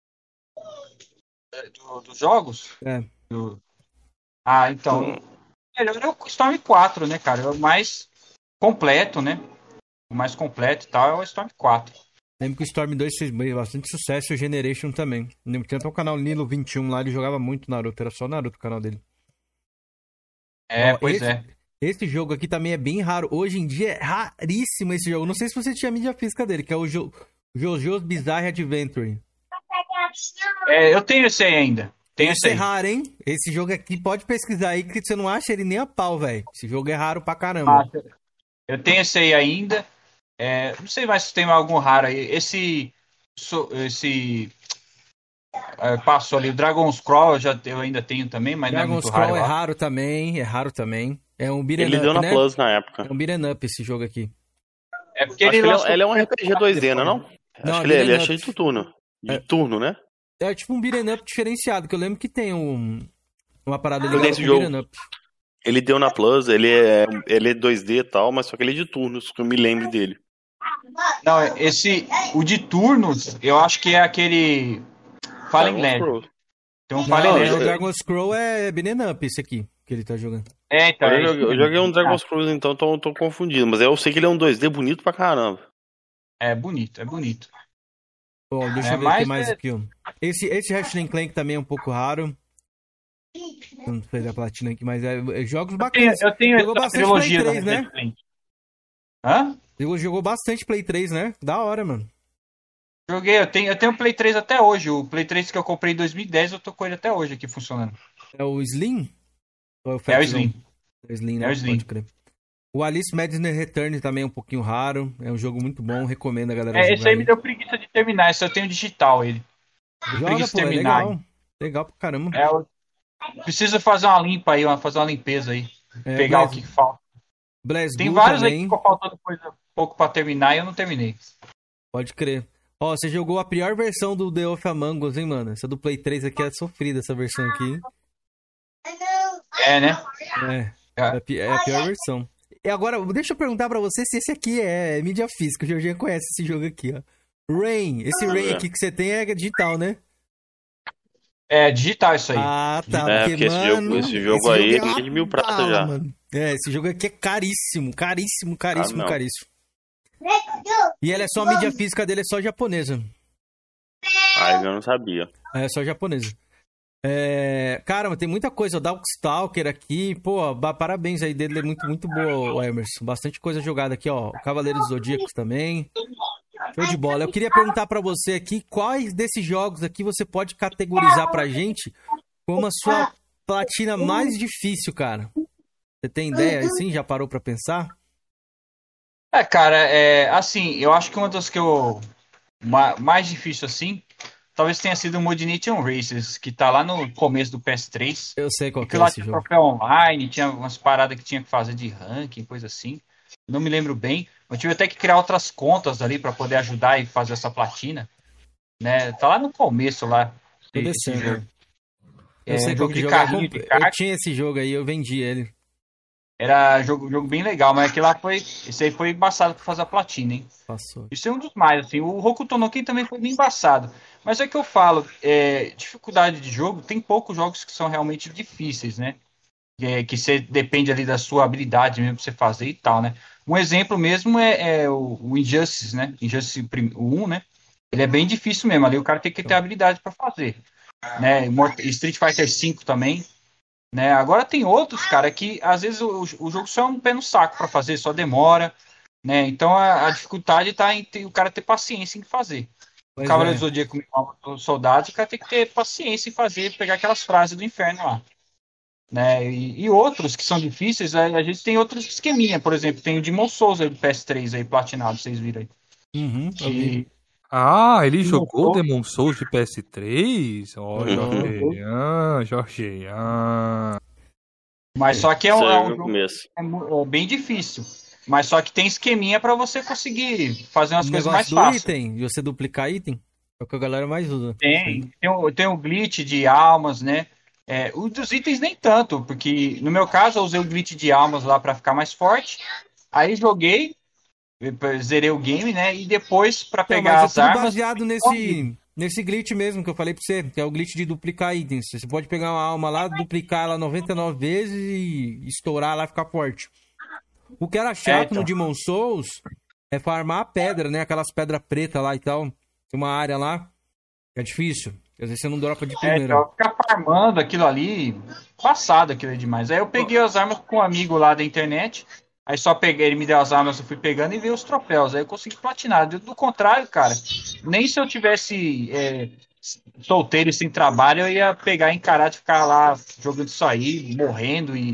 Speaker 4: Do- dos jogos?
Speaker 1: É.
Speaker 4: Do- Ah, então. Melhor é o Storm quatro, né, cara? É o mais completo, né? O mais completo e tal é o Storm quatro.
Speaker 1: Lembro que o Storm dois fez bastante sucesso e o Generation também. Lembro que tinha até o canal Nilo vinte e um lá, ele jogava muito Naruto, era só Naruto o canal dele.
Speaker 4: É,
Speaker 1: Ó,
Speaker 4: pois
Speaker 1: esse-
Speaker 4: é.
Speaker 1: Esse jogo aqui também é bem raro. Hoje em dia é raríssimo esse jogo. Não sei se você tinha a mídia física dele, que é o jo JoJo's Bizarre Adventure.
Speaker 4: É, eu tenho esse aí ainda. Tenho esse
Speaker 1: Esse é
Speaker 4: aí.
Speaker 1: raro, hein? Esse jogo aqui, pode pesquisar aí, que você não acha ele nem a pau, velho. Esse jogo é raro pra caramba.
Speaker 4: Ah, eu tenho esse aí ainda. É, não sei mais se tem algum raro aí. Esse. so- Esse. é, passou ali. O Dragon Scroll eu, já, eu ainda tenho também, mas
Speaker 1: Dragon
Speaker 4: não é muito
Speaker 1: Scroll
Speaker 4: raro.
Speaker 1: é
Speaker 4: eu acho.
Speaker 1: raro também, é raro também. É um beat'em
Speaker 2: Ele
Speaker 1: up,
Speaker 2: deu na
Speaker 1: né?
Speaker 2: Plus na época.
Speaker 1: É um beat'em up esse jogo aqui.
Speaker 4: É porque
Speaker 2: Acho
Speaker 4: ele
Speaker 2: que ele é,
Speaker 4: lançou.
Speaker 2: ele é um R P G dois D, não é não?
Speaker 1: Não,
Speaker 2: Acho que ele, ele é
Speaker 1: beat'em
Speaker 2: cheio
Speaker 1: up.
Speaker 2: de turno. De
Speaker 1: É.
Speaker 2: turno, né?
Speaker 1: É tipo um beat'em up diferenciado, que eu lembro que tem um, uma parada
Speaker 2: Eu
Speaker 1: legal
Speaker 2: desse
Speaker 1: com
Speaker 2: jogo.
Speaker 1: beat'em up.
Speaker 2: Ele deu na Plus, ele é, ele é dois D e tal, mas só que ele é de turnos, que eu me lembro dele.
Speaker 4: Não, esse. O de turnos, eu acho que é aquele. Fallen
Speaker 2: Dragon
Speaker 4: Legend.
Speaker 2: Scroll.
Speaker 4: Tem um
Speaker 1: Não,
Speaker 4: Fallen
Speaker 1: é,
Speaker 4: Legend.
Speaker 1: o Dragon Scroll é beat'em up esse aqui, que ele tá jogando.
Speaker 4: É, então.
Speaker 2: Eu
Speaker 4: é
Speaker 2: joguei,
Speaker 4: isso
Speaker 2: eu joguei um
Speaker 4: mesmo.
Speaker 2: Dragon Scroll, então tô, tô confundido. Mas eu sei que ele é um dois D bonito pra caramba.
Speaker 4: É bonito, é bonito.
Speaker 1: Ó, deixa
Speaker 4: É,
Speaker 1: eu ver o que
Speaker 4: mas
Speaker 1: mais
Speaker 4: é-
Speaker 1: aqui, ó. Esse, esse Ratchet and Clank também é um pouco raro. Não fez a platina aqui, mas é, é jogos
Speaker 4: Eu tenho,
Speaker 1: bacanas.
Speaker 4: eu tenho
Speaker 1: Jogou
Speaker 4: essa
Speaker 1: bastante
Speaker 4: trilogia
Speaker 1: Play
Speaker 4: da
Speaker 1: três, né?
Speaker 4: Ratchet and Clank. Hã?
Speaker 1: Ele jogou bastante Play três, né? Da hora, mano.
Speaker 4: Joguei, eu tenho, eu tenho o Play três até hoje. O Play três que eu comprei em dois mil e dez, eu tô com ele até hoje aqui funcionando.
Speaker 1: É o Slim? Ou é o
Speaker 4: É o
Speaker 1: Fatzão?
Speaker 4: Slim.
Speaker 1: É o Slim, né?
Speaker 4: É o Slim.
Speaker 1: Pode crer. O Alice Madness Return também é um pouquinho raro. É um jogo muito bom, recomendo a galera
Speaker 4: É,
Speaker 1: jogar.
Speaker 4: esse aí me
Speaker 1: aí.
Speaker 4: deu preguiça de terminar, esse eu tenho digital ele.
Speaker 1: Joga,
Speaker 4: preguiça
Speaker 1: pô, é
Speaker 4: de terminar.
Speaker 1: legal. Legal pra caramba.
Speaker 4: É, eu preciso fazer uma limpa aí, uma- fazer uma limpeza aí.
Speaker 1: É,
Speaker 4: pegar
Speaker 1: Blaze-
Speaker 4: o que falta.
Speaker 1: Blaze
Speaker 4: Tem
Speaker 1: Blue
Speaker 4: vários aí
Speaker 1: também.
Speaker 4: que ficou faltando coisa pouco pra terminar e eu não terminei.
Speaker 1: Pode crer. Ó, você jogou a pior versão do The Wolf Among Us, hein, mano? Essa do Play três aqui é sofrida, essa versão aqui, hein?
Speaker 4: É, né?
Speaker 1: É, é a pi- é a pior versão. E agora, deixa eu perguntar pra você se esse aqui é mídia física. O Jorginho conhece esse jogo aqui, ó. Rain. Esse Rain
Speaker 2: é.
Speaker 1: aqui que você tem é digital, né?
Speaker 4: É digital isso aí.
Speaker 1: Ah, tá.
Speaker 2: É,
Speaker 1: porque,
Speaker 2: porque esse
Speaker 1: mano,
Speaker 2: jogo- esse jogo aí é
Speaker 1: uma
Speaker 2: de mil prata
Speaker 1: bala,
Speaker 2: já.
Speaker 1: mano. É, esse jogo aqui é caríssimo, caríssimo, caríssimo,
Speaker 2: Ah, não.
Speaker 1: caríssimo. E ele é só, a mídia física dele é só japonesa.
Speaker 2: Ah, eu não sabia.
Speaker 1: É só japonesa. É, cara, tem muita coisa. O Darkstalker aqui, pô, ba- parabéns aí dele, é muito, muito boa, o Emerson. Bastante coisa jogada aqui, ó. O Cavaleiro dos Zodíacos também. Show de bola. Eu queria perguntar pra você aqui, quais desses jogos aqui você pode categorizar pra gente como a sua platina mais difícil, cara? Você tem ideia, assim? Já parou pra pensar?
Speaker 4: É, cara, é, assim, eu acho que uma das que eu... ma- mais difícil, assim, talvez tenha sido o Modination Races, que tá lá no começo do P S três.
Speaker 1: Eu sei qual
Speaker 4: E
Speaker 1: que
Speaker 4: que
Speaker 1: é
Speaker 4: lá
Speaker 1: esse
Speaker 4: tinha
Speaker 1: jogo.
Speaker 4: troféu online, tinha umas paradas que tinha que fazer de ranking, coisa assim. Não me lembro bem. Eu tive até que criar outras contas ali pra poder ajudar e fazer essa platina, né? Tá lá no começo lá,
Speaker 1: Tô
Speaker 4: esse esse
Speaker 1: descendo,
Speaker 4: jogo.
Speaker 1: né? Eu
Speaker 4: É
Speaker 1: sei
Speaker 4: um
Speaker 1: qual
Speaker 4: jogo
Speaker 1: que
Speaker 4: de
Speaker 1: jogo é. Eu
Speaker 4: carrinho,
Speaker 1: comp-
Speaker 4: de
Speaker 1: Eu
Speaker 4: kart.
Speaker 1: tinha esse jogo aí, eu vendi ele.
Speaker 4: Era jogo, jogo bem legal, mas aquele lá foi. Esse aí foi embaçado pra fazer a platina, hein?
Speaker 1: Passou.
Speaker 4: Isso é um dos mais, assim. O Hokuto no Ken também foi bem embaçado. Mas é que eu falo, é, dificuldade de jogo, tem poucos jogos que são realmente difíceis, né? É, que você depende ali da sua habilidade mesmo pra você fazer e tal, né? Um exemplo mesmo é, é o, o Injustice, né? Injustice prim- o um, né? Ele é bem difícil mesmo. Ali o cara tem que ter habilidade pra fazer, né? Mort- Street Fighter cinco também, né? Agora tem outros, cara, que às vezes o, o jogo só é um pé no saco pra fazer, só demora, né? Então a, a dificuldade tá em ter- o cara ter paciência em fazer. O
Speaker 1: Pois
Speaker 4: Cavaleiro do
Speaker 1: é.
Speaker 4: Zodíaco, os soldados, o cara tem que ter paciência em fazer, pegar aquelas frases do inferno lá, né? E, e outros que são difíceis, a, a gente tem outros esqueminha, por exemplo, tem o Demon Souls aí do P S três aí, platinado, vocês viram aí.
Speaker 1: Uhum, eu vi.
Speaker 4: Que
Speaker 3: Ah, ele
Speaker 4: Demon
Speaker 3: jogou
Speaker 4: Souls,
Speaker 3: Demon Souls de P S três? Ó,
Speaker 1: Jogou.
Speaker 3: Jorgean, Jorgean.
Speaker 4: mas só que é
Speaker 2: Isso
Speaker 4: um,
Speaker 2: aí
Speaker 4: é
Speaker 2: eu
Speaker 4: um
Speaker 2: vi no
Speaker 4: jogo
Speaker 2: começo.
Speaker 4: é mu- é bem difícil. Mas só que tem esqueminha pra você conseguir fazer
Speaker 1: O
Speaker 4: umas coisas mais
Speaker 1: negócio do
Speaker 4: fáceis.
Speaker 1: item, de você duplicar item, é o que a galera mais usa.
Speaker 4: Tem, tem o, tem o glitch de almas, né? É, o dos itens nem tanto, porque no meu caso eu usei o glitch de almas lá pra ficar mais forte. Aí joguei, zerei o game, né? E depois pra
Speaker 1: Não, mas
Speaker 4: pegar
Speaker 1: é
Speaker 4: as
Speaker 1: tudo
Speaker 4: armas,
Speaker 1: baseado
Speaker 4: com um amigo.
Speaker 1: nesse, nesse glitch mesmo que eu falei pra você, que é o glitch de duplicar itens. Você pode pegar uma alma lá, duplicar ela noventa e nove vezes e estourar lá e ficar forte. O que era
Speaker 4: É,
Speaker 1: chato no
Speaker 4: então.
Speaker 1: Demon Souls é farmar a pedra, né? Aquelas pedras pretas lá e tal. Tem uma área lá. É difícil. Às vezes você não dropa de
Speaker 4: É,
Speaker 1: primeira.
Speaker 4: então, ficar farmando aquilo ali, passado aquilo é demais. Aí eu peguei as armas com um amigo lá da internet. Aí só peguei, ele me deu as armas, eu fui pegando e vi os troféus. Aí eu consegui platinar. Do, do contrário, cara, nem se eu tivesse é, solteiro e sem trabalho, eu ia pegar, encarar de ficar lá jogando isso aí, morrendo e,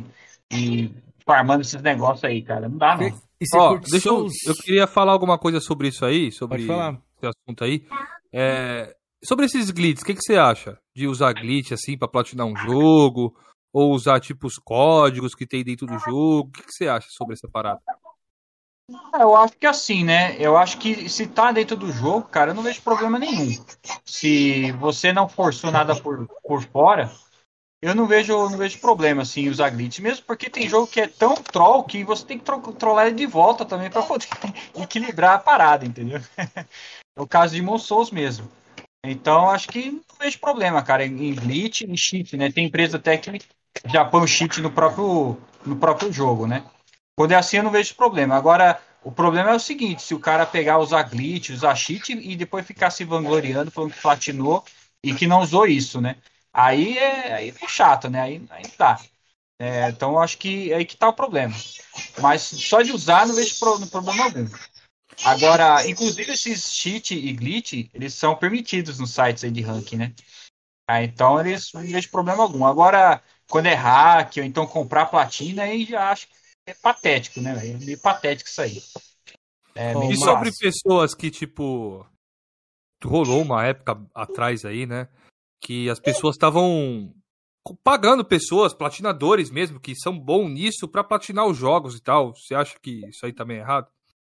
Speaker 4: e farmando esses negócios aí, cara. Não dá, não.
Speaker 1: Você- E você
Speaker 3: Ó,
Speaker 1: curte
Speaker 3: deixa eu.
Speaker 1: Souls?
Speaker 3: Eu queria falar alguma coisa sobre isso aí,
Speaker 1: Pode
Speaker 3: sobre
Speaker 1: falar.
Speaker 3: esse assunto aí. É, sobre esses glitches, o que, que você acha? De usar glitch assim pra platinar um jogo? Ou usar tipo os códigos que tem dentro do jogo? O que, que você acha sobre essa parada?
Speaker 4: É, eu acho que assim, né? Eu acho que se tá dentro do jogo, cara, eu não vejo problema nenhum. Se você não forçou nada por, por fora, eu não vejo, não vejo problema assim em usar glitch, mesmo porque tem jogo que é tão troll que você tem que tro trollar ele de volta também para poder equilibrar a parada, entendeu? É o caso de Demon Souls mesmo. Então, acho que não vejo problema, cara, em glitch, em cheat, né? Tem empresa até que já põe o cheat no próprio, no próprio jogo, né? Quando é assim, eu não vejo problema. Agora, o problema é o seguinte: se o cara pegar, usar glitch, usar cheat e depois ficar se vangloriando, falando que platinou e que não usou isso, né? Aí é, aí é chato, né? Aí, aí tá. É, então, eu acho que é aí que tá o problema. Mas só de usar, não vejo pro- problema algum. Agora, inclusive esses cheat e glitch, eles são permitidos nos sites aí de ranking, né? Ah, então eles não vejo problema algum. Agora, quando é hack ou então comprar platina, aí já acho que é patético, né? É meio patético isso aí. É
Speaker 1: Ó,
Speaker 4: meio
Speaker 3: E
Speaker 1: uma-
Speaker 3: sobre
Speaker 4: zoado.
Speaker 3: pessoas que, tipo, rolou uma época atrás aí, né? Que as pessoas estavam pagando pessoas, platinadores mesmo, que são bons nisso pra platinar os jogos e tal. Você acha que isso aí também é errado?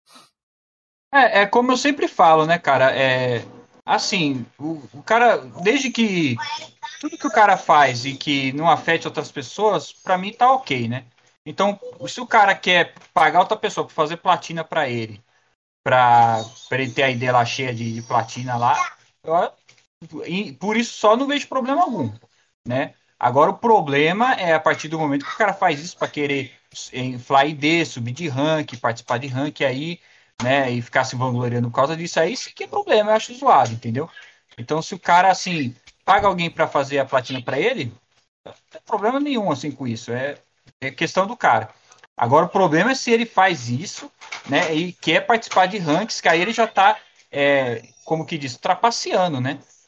Speaker 4: É, é como eu sempre falo, né, cara? É assim, o, o cara, desde que tudo que o cara faz e que não afete outras pessoas, pra mim tá ok, né? Então, se o cara quer pagar outra pessoa pra fazer platina pra ele, pra, pra ele ter a I D lá cheia de, de platina lá, eu, e por isso só não vejo problema algum, né? Agora o problema é a partir do momento que o cara faz isso para querer inflar I D, subir de rank, participar de rank aí, né? E ficar se vangloriando por causa disso aí, isso que é problema, eu acho zoado, entendeu? Então se o cara assim paga alguém para fazer a platina para ele, não tem problema nenhum assim com isso, é, é questão do cara. Agora o problema é se ele faz isso, né? E quer participar de ranks, que aí ele já tá, é, como que diz, trapaceando, né?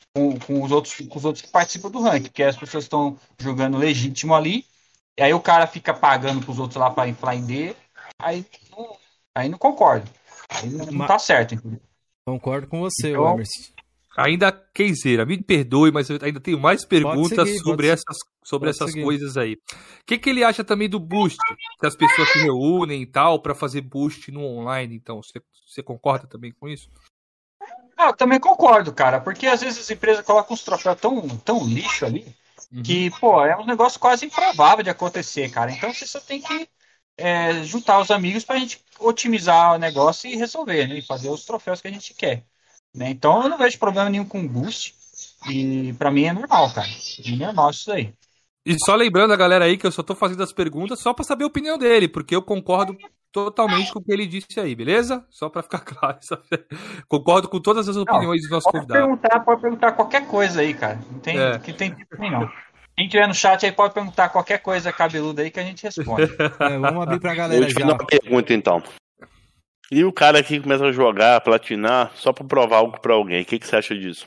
Speaker 4: com, com os outros, com os outros que participam do ranking, porque as pessoas estão jogando legítimo ali, e aí o cara fica pagando pros outros lá para inflar em D, aí não, aí não concordo. Aí não, não tá certo, entendeu?
Speaker 1: Concordo com você,
Speaker 4: Então-
Speaker 1: Emerson.
Speaker 3: Ainda, Keizeira, me perdoe, mas eu ainda tenho mais perguntas
Speaker 1: seguir,
Speaker 3: sobre
Speaker 1: pode-
Speaker 3: essas, sobre
Speaker 1: pode
Speaker 3: essas
Speaker 1: seguir.
Speaker 3: coisas aí. O que, que ele acha também do boost? Que as pessoas se reúnem e tal para fazer boost no online, então. Você, você concorda também com isso?
Speaker 4: Ah, eu também concordo, cara, porque às vezes as empresas colocam uns troféus tão, tão lixo ali,
Speaker 3: Uhum.
Speaker 4: que, pô, é um negócio quase improvável de acontecer, cara. Então você só tem que é, juntar os amigos pra gente otimizar o negócio e resolver, né? E fazer os troféus que a gente quer. Né? Então eu não vejo problema nenhum com boost. E pra mim é normal, cara. É normal isso aí.
Speaker 3: E só lembrando a galera aí que eu só tô fazendo as perguntas só pra saber a opinião dele, porque eu concordo totalmente com o que ele disse aí, beleza? Só pra ficar claro. sabe? Concordo com todas as opiniões dos nossos
Speaker 4: Pode
Speaker 3: convidados.
Speaker 4: perguntar, pode perguntar qualquer coisa aí, cara. Não tem,
Speaker 3: É.
Speaker 4: que tem tipo assim, não. Quem tiver no chat aí pode perguntar qualquer coisa cabeluda aí que a gente responde.
Speaker 1: É, vamos abrir pra
Speaker 2: Eu
Speaker 1: galera
Speaker 2: te
Speaker 1: já.
Speaker 2: fazer uma pergunta então. E o cara que começa a jogar, platinar, só pra provar algo pra alguém, o que, que você acha disso?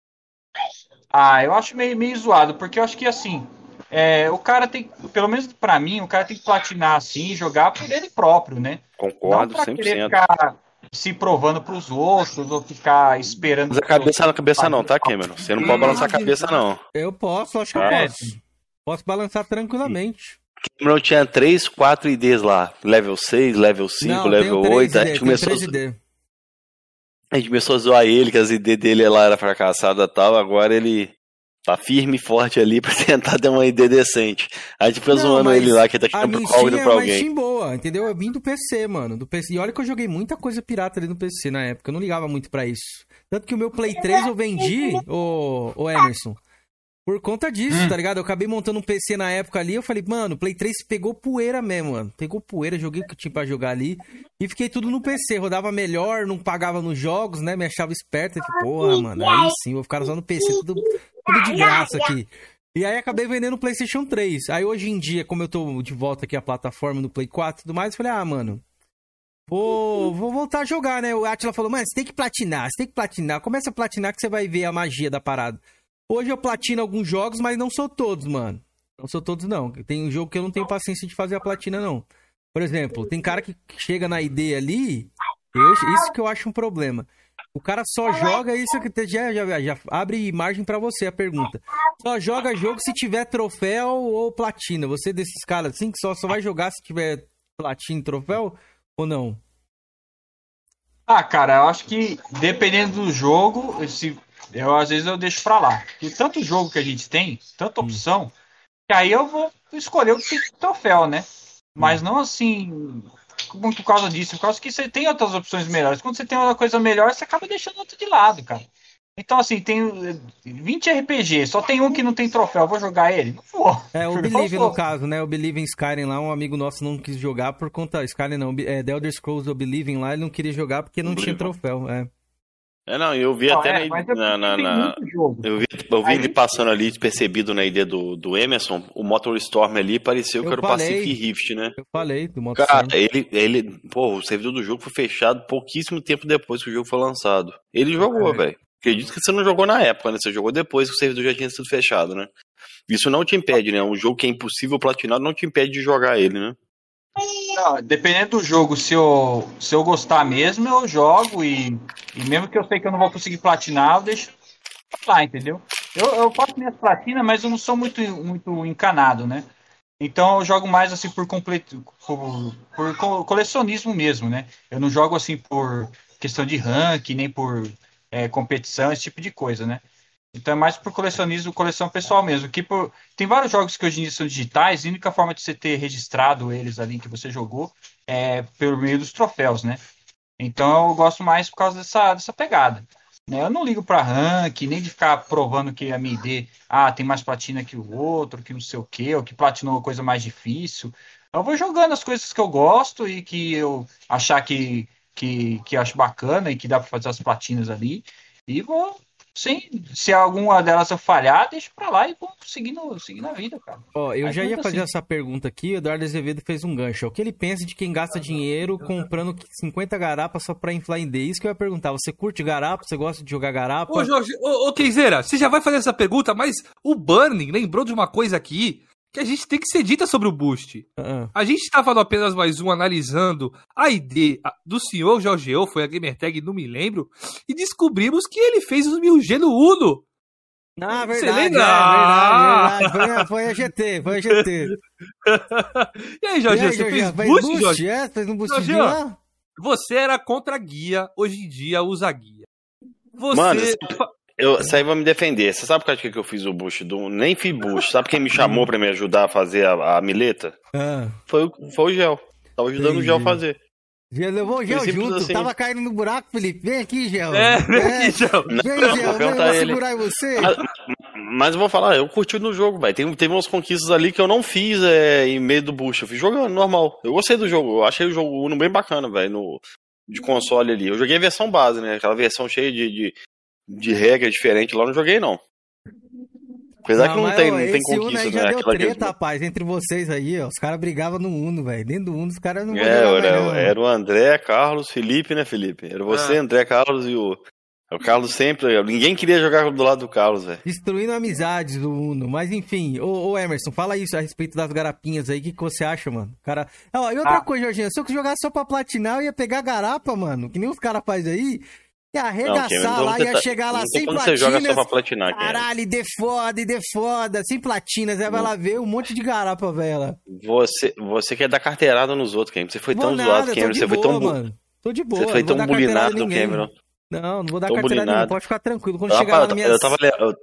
Speaker 4: Ah, eu acho meio, meio zoado, porque eu acho que assim, é, o cara tem, pelo menos pra mim, o cara tem que platinar assim e jogar por ele próprio, né?
Speaker 2: Concordo,
Speaker 4: Não pra
Speaker 2: cem por
Speaker 4: querer
Speaker 2: cento.
Speaker 4: ficar se provando pros outros ou ficar esperando.
Speaker 2: Mas a cabeça na cabeça não, tá, Cameron? Você não pode balançar a cabeça, não.
Speaker 1: Eu posso, acho que eu
Speaker 2: É.
Speaker 1: posso. Posso balançar tranquilamente.
Speaker 2: Cameron tinha três, quatro I Ds lá. Level seis, level cinco,
Speaker 1: Não,
Speaker 2: level
Speaker 1: tenho
Speaker 2: oito.
Speaker 1: três
Speaker 2: A
Speaker 1: I D,
Speaker 2: gente,
Speaker 1: tenho
Speaker 2: começou,
Speaker 1: três I D.
Speaker 2: a gente começou a zoar ele, que as I D dele lá era fracassada e tal. Agora ele tá firme e forte ali pra tentar ter uma I D decente. A gente foi
Speaker 1: Não,
Speaker 2: zoando
Speaker 1: mas
Speaker 2: ele lá, que tá
Speaker 1: A
Speaker 2: querendo
Speaker 1: minha
Speaker 2: pro call
Speaker 1: Steam é
Speaker 2: pra
Speaker 1: uma
Speaker 2: alguém.
Speaker 1: Steam boa, entendeu? Eu vim do P C, mano. Do P C. E olha que eu joguei muita coisa pirata ali no P C na época. Eu não ligava muito pra isso. Tanto que o meu Play três eu vendi, ô, ô Emerson, por conta disso,
Speaker 4: Hum.
Speaker 1: tá ligado? Eu acabei montando um P C na época ali. Eu falei, mano, o Play três pegou poeira mesmo, mano. Pegou poeira, joguei o que tinha pra jogar ali. E fiquei tudo no P C. Rodava melhor, não pagava nos jogos, né? Me achava esperto. Eu falei, porra, mano, aí sim, vou ficar só no P C, tudo, tudo de graça aqui. E aí acabei vendendo o PlayStation três. Aí hoje em dia, como eu tô de volta aqui à plataforma no Play quatro e tudo mais, eu falei, ah, mano, vou, vou voltar a jogar, né? O Atila falou, mano, você tem que platinar, você tem que platinar. Começa a platinar que você vai ver a magia da parada. Hoje eu platino alguns jogos, mas não sou todos, mano. Não sou todos, não. Tem um jogo que eu não tenho paciência de fazer a platina, não. Por exemplo, tem cara que chega na I D ali, eu- isso que eu acho um problema. O cara só joga isso que já, já, já abre margem pra você a pergunta. Só joga jogo se tiver troféu ou platina. Você é desses caras assim que só, só vai jogar se tiver platina e troféu ou não?
Speaker 4: Ah, cara, eu acho que dependendo do jogo, se, eu às vezes eu deixo pra lá. Porque tanto jogo que a gente tem, tanta opção, que aí eu vou escolher o que tem troféu, né? Mas não assim, muito por causa disso, por causa que você tem outras opções melhores. Quando você tem outra coisa melhor, você acaba deixando outro de lado, cara. Então, assim, tem eh, vinte R P G, só tem um que não tem troféu, eu vou jogar ele? Não vou.
Speaker 1: É, o
Speaker 4: Jogar
Speaker 1: Believe
Speaker 4: os
Speaker 1: no
Speaker 4: outros.
Speaker 1: caso, né? O Believe em Skyrim lá, um amigo nosso não quis jogar por conta... Skyrim não, é, The Elder Scrolls do Believe lá, ele não queria jogar porque não tinha troféu, é.
Speaker 2: É, não, eu vi
Speaker 4: Não,
Speaker 2: até
Speaker 4: é,
Speaker 2: na,
Speaker 4: mas é
Speaker 2: na, na,
Speaker 4: porque tem
Speaker 2: na-
Speaker 4: muito jogo.
Speaker 2: Eu vi, eu vi
Speaker 4: Aí-
Speaker 2: ele passando ali, despercebido na ideia do, do Emerson, o Motor Storm ali pareceu que
Speaker 1: Eu
Speaker 2: era o
Speaker 1: falei.
Speaker 2: Pacific Rift, né?
Speaker 1: Eu falei do modo
Speaker 2: Cara, ele, ele, pô, o servidor do jogo foi fechado pouquíssimo tempo depois que o jogo foi lançado. Ele jogou,
Speaker 4: É.
Speaker 2: velho. Acredito que você não jogou na época, né? Você jogou depois que o servidor já tinha sido fechado, né? Isso não te impede, né? Um jogo que é impossível platinar não te impede de jogar ele, né?
Speaker 4: Não, dependendo do jogo, se eu, se eu gostar mesmo, eu jogo e, e mesmo que eu sei que eu não vou conseguir platinar, eu deixo lá, entendeu? Eu, eu faço minhas platinas, mas eu não sou muito, muito encanado, né? Então eu jogo mais assim por, completo, por, por co- colecionismo mesmo, né? Eu não jogo assim por questão de ranking, nem por é, competição, esse tipo de coisa, né? Então é mais por colecionismo, coleção pessoal mesmo. Que por... Tem vários jogos que hoje em dia são digitais, e a única forma de você ter registrado eles ali que você jogou é pelo meio dos troféus, né? Então eu gosto mais por causa dessa, dessa pegada. Né? Eu não ligo pra rank, nem de ficar provando que a minha I D ah, tem mais platina que o outro, que não sei o quê, ou que platinou uma coisa mais difícil. Eu vou jogando as coisas que eu gosto e que eu achar que, que, que acho bacana e que dá pra fazer as platinas ali. E vou Sim, se alguma delas eu falhar, deixa pra lá e vou seguindo, seguindo a vida, cara.
Speaker 1: Ó, eu
Speaker 4: Mas
Speaker 1: já ia
Speaker 4: muito
Speaker 1: fazer
Speaker 4: assim.
Speaker 1: essa pergunta aqui, o Eduardo Azevedo fez um gancho. O que ele pensa de quem gasta dinheiro comprando cinquenta garapas só pra inflar em D? Isso que eu ia perguntar. Você curte garapa? Você gosta de jogar garapa?
Speaker 3: Ô, Jorge, ô, ô Kenzeira, você já vai fazer essa pergunta, mas o Burning lembrou de uma coisa aqui que a gente tem que ser dita sobre o Boost.
Speaker 1: Ah,
Speaker 3: A gente estava no apenas mais um analisando a I D do senhor Jorge, foi a Gamertag, não me lembro, e descobrimos que ele fez os mil G no Uno.
Speaker 1: ah
Speaker 3: Você
Speaker 1: verdade,
Speaker 3: lembra?
Speaker 1: é, verdade, verdade. Foi, a- foi a G T, foi a G T.
Speaker 3: E aí, Jorge,
Speaker 1: E aí,
Speaker 3: você
Speaker 1: Jorginho,
Speaker 3: fez boost, Jorge?
Speaker 1: É? Fez um boostzinho
Speaker 3: Jorginho,
Speaker 1: lá?
Speaker 3: Você era contra a guia, hoje em dia usa guia. Você...
Speaker 2: Mano, eu, isso aí vai me defender. Você sabe por que que eu fiz o boost? Do, nem fiz boost. Sabe quem me chamou pra me ajudar a fazer a, a mileta?
Speaker 1: Ah,
Speaker 2: Foi, o- foi o Gel. Tava ajudando o Gel a
Speaker 1: Entendi.
Speaker 2: fazer.
Speaker 1: já levou o Gel
Speaker 2: Simples
Speaker 1: junto.
Speaker 2: assim.
Speaker 1: Tava caindo no buraco, Felipe. Vem aqui, Gel.
Speaker 3: É, vem aqui, Gel.
Speaker 1: Vem, Gel.
Speaker 2: vou
Speaker 1: Vem, eu
Speaker 2: perguntar
Speaker 1: vou
Speaker 2: a ele.
Speaker 1: segurar em você.
Speaker 2: Mas, mas eu vou falar, eu curti no jogo, velho. Tem, teve umas conquistas ali que eu não fiz é, em meio do boost. Eu fiz jogando, normal. Eu gostei do jogo. Eu achei o jogo Uno bem bacana, velho, no de console ali. Eu joguei a versão base, né? Aquela versão cheia de, de, de regra diferente lá, eu não joguei, não. Apesar que não
Speaker 1: mas,
Speaker 2: tem,
Speaker 1: ó,
Speaker 2: não tem
Speaker 1: esse Uno aí
Speaker 2: conquistas,
Speaker 1: já
Speaker 2: né?
Speaker 1: deu
Speaker 2: Aquela
Speaker 1: treta,
Speaker 2: que...
Speaker 1: rapaz, entre vocês aí, ó. Os caras brigavam no Uno, velho. Dentro do Uno, os caras não vão
Speaker 2: É,
Speaker 1: jogar
Speaker 2: era,
Speaker 1: mais, não.
Speaker 2: era o André, Carlos, Felipe, né, Felipe? Era você,
Speaker 3: Ah.
Speaker 2: André, Carlos e o... O Carlos sempre... Ninguém queria jogar do lado do Carlos, velho.
Speaker 1: Destruindo amizades do Uno. Mas enfim, ô, ô Emerson, fala isso a respeito das garapinhas aí. O que, que você acha, mano? Cara... Ó, e outra
Speaker 4: Ah.
Speaker 1: coisa, Jorginho, se eu jogasse só pra platinar, eu ia pegar garapa, mano. Que nem os caras fazem aí. Ia
Speaker 2: Não,
Speaker 1: arregaçar
Speaker 2: Kevin, não
Speaker 1: lá,
Speaker 2: tem-
Speaker 1: ia chegar lá
Speaker 2: não tem
Speaker 1: sem
Speaker 2: quando você joga só
Speaker 1: platinas.
Speaker 2: pra platinar, Kevin.
Speaker 1: Caralho, e de foda, e de foda, sem platinas. Aí vai lá ver um monte de garapa, velho.
Speaker 2: Você, você quer dar carteirada nos outros, Kevin. Você foi
Speaker 1: Vou
Speaker 2: tão
Speaker 1: nada,
Speaker 2: zoado,
Speaker 1: tô
Speaker 2: Cameron.
Speaker 1: de
Speaker 2: Você foi
Speaker 1: boa,
Speaker 2: tão... bu-
Speaker 1: mano. Tô de boa,
Speaker 2: Você foi
Speaker 1: não vou
Speaker 2: tão
Speaker 1: dar carteirada
Speaker 2: bulinado
Speaker 1: em
Speaker 2: no
Speaker 1: ninguém.
Speaker 2: Cameron.
Speaker 1: Não, não vou dar
Speaker 2: Tão
Speaker 1: carteirada nenhuma,
Speaker 2: bulinado.
Speaker 1: pode ficar tranquilo. Quando
Speaker 2: Eu
Speaker 1: chegar lá
Speaker 2: tava,
Speaker 1: nas
Speaker 2: eu
Speaker 1: minhas,
Speaker 2: tava, eu-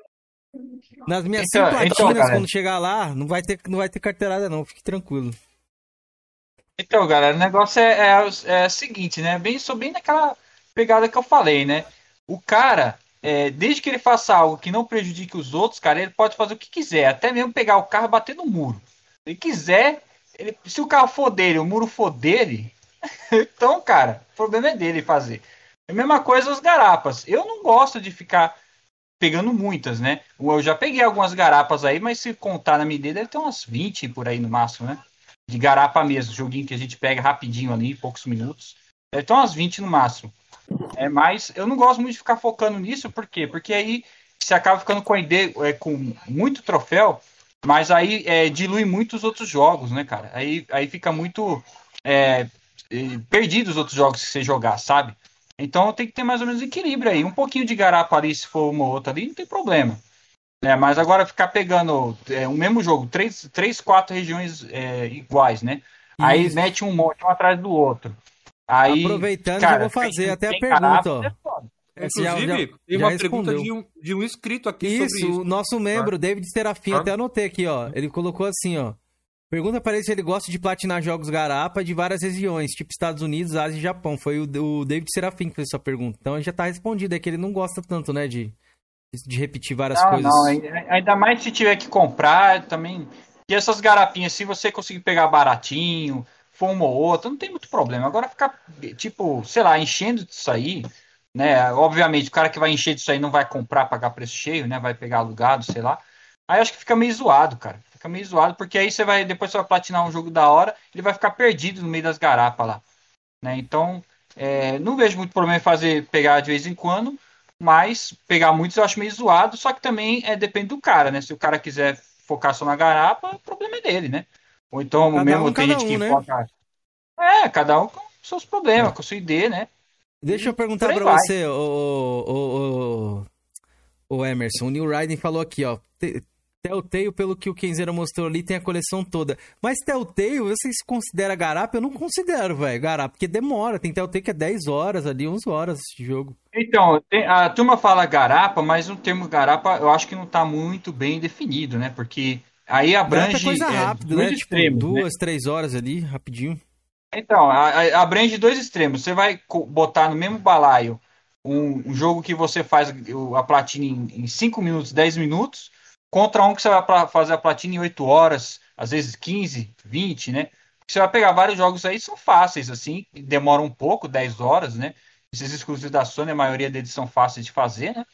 Speaker 1: nas minhas
Speaker 4: Então-
Speaker 1: cem platinas,
Speaker 4: então, cara.
Speaker 1: quando chegar lá, não vai, ter, não vai ter carteirada não, fique tranquilo.
Speaker 4: Então, galera, o negócio é, é, o- é o seguinte, né? Bem, sou bem naquela pegada que eu falei, né? O cara, é, desde que ele faça algo que não prejudique os outros, cara, ele pode fazer o que quiser, até mesmo pegar o carro e bater no muro. Se ele quiser, ele- se o carro for dele, o muro for dele, então, cara, o problema é dele fazer. É a mesma coisa os garapas. Eu não gosto de ficar pegando muitas, né? Eu já peguei algumas garapas aí, mas se contar na medida, deve ter umas vinte por aí no máximo, né? De garapa mesmo, joguinho que a gente pega rapidinho ali, em poucos minutos. Deve ter umas vinte no máximo. É, mas eu não gosto muito de ficar focando nisso, por quê? Porque aí você acaba ficando com a ideia, é, com muito troféu, mas aí é, dilui muito os outros jogos, né, cara? Aí, aí fica muito é, é, perdido os outros jogos que você jogar, sabe? Então tem que ter mais ou menos equilíbrio aí. Um pouquinho de garapa ali, se for uma ou outra ali, não tem problema. É, mas agora ficar pegando é, o mesmo jogo, três, três quatro regiões é, iguais, né? Aí
Speaker 1: Isso.
Speaker 4: mete um monte um atrás do outro. Aí,
Speaker 1: Aproveitando,
Speaker 4: cara,
Speaker 1: já vou fazer
Speaker 4: tem-
Speaker 1: até a
Speaker 4: tem
Speaker 1: pergunta,
Speaker 4: garapa,
Speaker 1: ó.
Speaker 4: é foda.
Speaker 1: Esse já-
Speaker 3: Inclusive,
Speaker 1: já-
Speaker 3: tem
Speaker 1: já
Speaker 3: uma pergunta
Speaker 1: respondeu.
Speaker 3: de um, de um inscrito aqui
Speaker 1: Isso,
Speaker 3: sobre isso.
Speaker 1: o nosso membro, David Serafim,
Speaker 3: Ah.
Speaker 1: até anotei aqui, ó. Ele colocou assim, ó. Pergunta para ele se ele gosta de platinar jogos garapa de várias regiões, tipo Estados Unidos, Ásia e Japão. Foi o, o David Serafim que fez essa pergunta. Então já tá respondido, é que ele não gosta tanto, né, de, de repetir várias
Speaker 4: Não,
Speaker 1: coisas.
Speaker 4: não, ai- ainda mais se tiver que comprar também. E essas garapinhas, se você conseguir pegar baratinho, for uma ou outra, não tem muito problema. Agora ficar, tipo, sei lá, enchendo disso aí, né? Obviamente, o cara que vai encher disso aí não vai comprar, pagar preço cheio, né? Vai pegar alugado, sei lá. Aí acho que fica meio zoado, cara. Fica meio zoado, porque aí você vai, depois você vai platinar um jogo da hora, ele vai ficar perdido no meio das garapas lá, né? Então, é, não vejo muito problema em fazer, pegar de vez em quando, mas pegar muitos eu acho meio zoado, só que também é, depende do cara, né? Se o cara quiser focar só na garapa, o problema é dele, né? Ou então,
Speaker 1: Cada
Speaker 4: mesmo
Speaker 1: um,
Speaker 4: tem
Speaker 1: cada
Speaker 4: gente
Speaker 1: um,
Speaker 4: que
Speaker 1: né?
Speaker 4: foca... É, cada um com seus problemas, com a sua ideia, né?
Speaker 1: Deixa eu perguntar
Speaker 4: Por aí
Speaker 1: pra
Speaker 4: vai.
Speaker 1: você, o, o, o, o Emerson. O Neil Ryden falou aqui, ó. Te- Telltale, pelo que o Kenzeira mostrou ali, tem a coleção toda. Mas Telltale, vocês consideram garapa? Eu não considero, velho, garapa, porque demora. Tem Telltale que é dez horas ali, onze horas de jogo.
Speaker 4: Então, tem- a turma fala garapa, mas o termo garapa eu acho que não está muito bem definido, né? Porque aí
Speaker 1: Garapa é
Speaker 4: abrange
Speaker 1: coisa
Speaker 4: é,
Speaker 1: rápida,
Speaker 4: dois
Speaker 1: né? Tipo,
Speaker 4: extremos, né?
Speaker 1: duas, três horas ali, rapidinho.
Speaker 4: Então, a- a- abrange dois extremos. Você vai co- botar no mesmo balaio um, um jogo que você faz o- a platina em cinco minutos, dez minutos, contra um que você vai pra- fazer a platina em oito horas, às vezes quinze, vinte, né? Você vai pegar vários jogos aí, são fáceis, assim, demoram um pouco, dez horas, né? Esses exclusivos da Sony, a maioria deles são fáceis de fazer, né?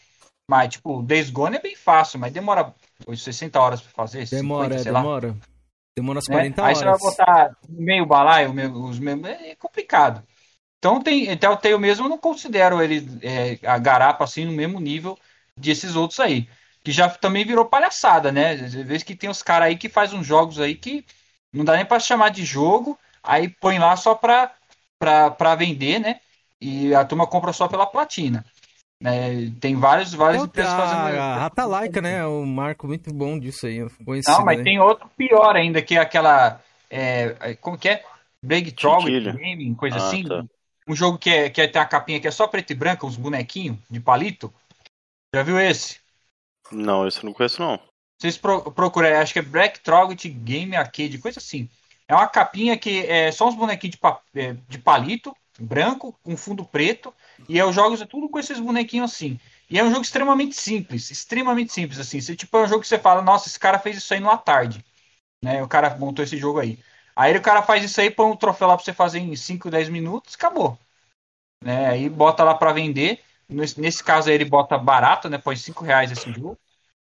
Speaker 4: Mas, tipo, o Days Gone é bem fácil, mas demora sessenta horas pra fazer.
Speaker 1: Demora,
Speaker 4: cinquenta, sei lá.
Speaker 1: demora. Demora umas
Speaker 4: Né?
Speaker 1: quarenta
Speaker 4: Aí
Speaker 1: horas.
Speaker 4: você vai botar meio balaio, meio, os meio, é complicado. Então, tem, até o Telltale mesmo, eu não considero ele, é, a garapa, assim, no mesmo nível desses outros aí. Que já também virou palhaçada, né? Às vezes que tem os caras aí que faz uns jogos aí que não dá nem pra chamar de jogo, aí põe lá só pra, pra, pra vender, né? E a turma compra só pela platina. É, tem vários, várias
Speaker 1: Então,
Speaker 4: empresas fazendo.
Speaker 1: a Ratalaika, né? O marco muito bom disso aí. Conhecido,
Speaker 4: Não, mas
Speaker 1: né?
Speaker 4: tem outro pior ainda, que é aquela. É, como que é? Break Troll
Speaker 2: Chinchilla.
Speaker 4: Gaming, coisa
Speaker 2: Ah,
Speaker 4: assim.
Speaker 2: tá.
Speaker 4: Um jogo que, é, que é, tem a capinha que é só preto e branco, uns bonequinhos de palito. Já viu esse?
Speaker 2: Não, esse eu não conheço, não.
Speaker 4: Vocês pro, procuram, acho que é Black Trout Game Arcade, coisa assim. É uma capinha que é só uns bonequinhos de, pa, é, de palito, branco, com fundo preto. E é, os jogos é tudo com esses bonequinhos assim. E é um jogo extremamente simples, extremamente simples, assim. Você, tipo, é um jogo que você fala, nossa, esse cara fez isso aí numa tarde. Né? O cara montou esse jogo aí. Aí o cara faz isso aí, põe um troféu lá pra você fazer em cinco, dez minutos, acabou. Né? Aí bota lá pra vender. Nesse, nesse caso aí ele bota barato, né? Põe cinco reais esse jogo.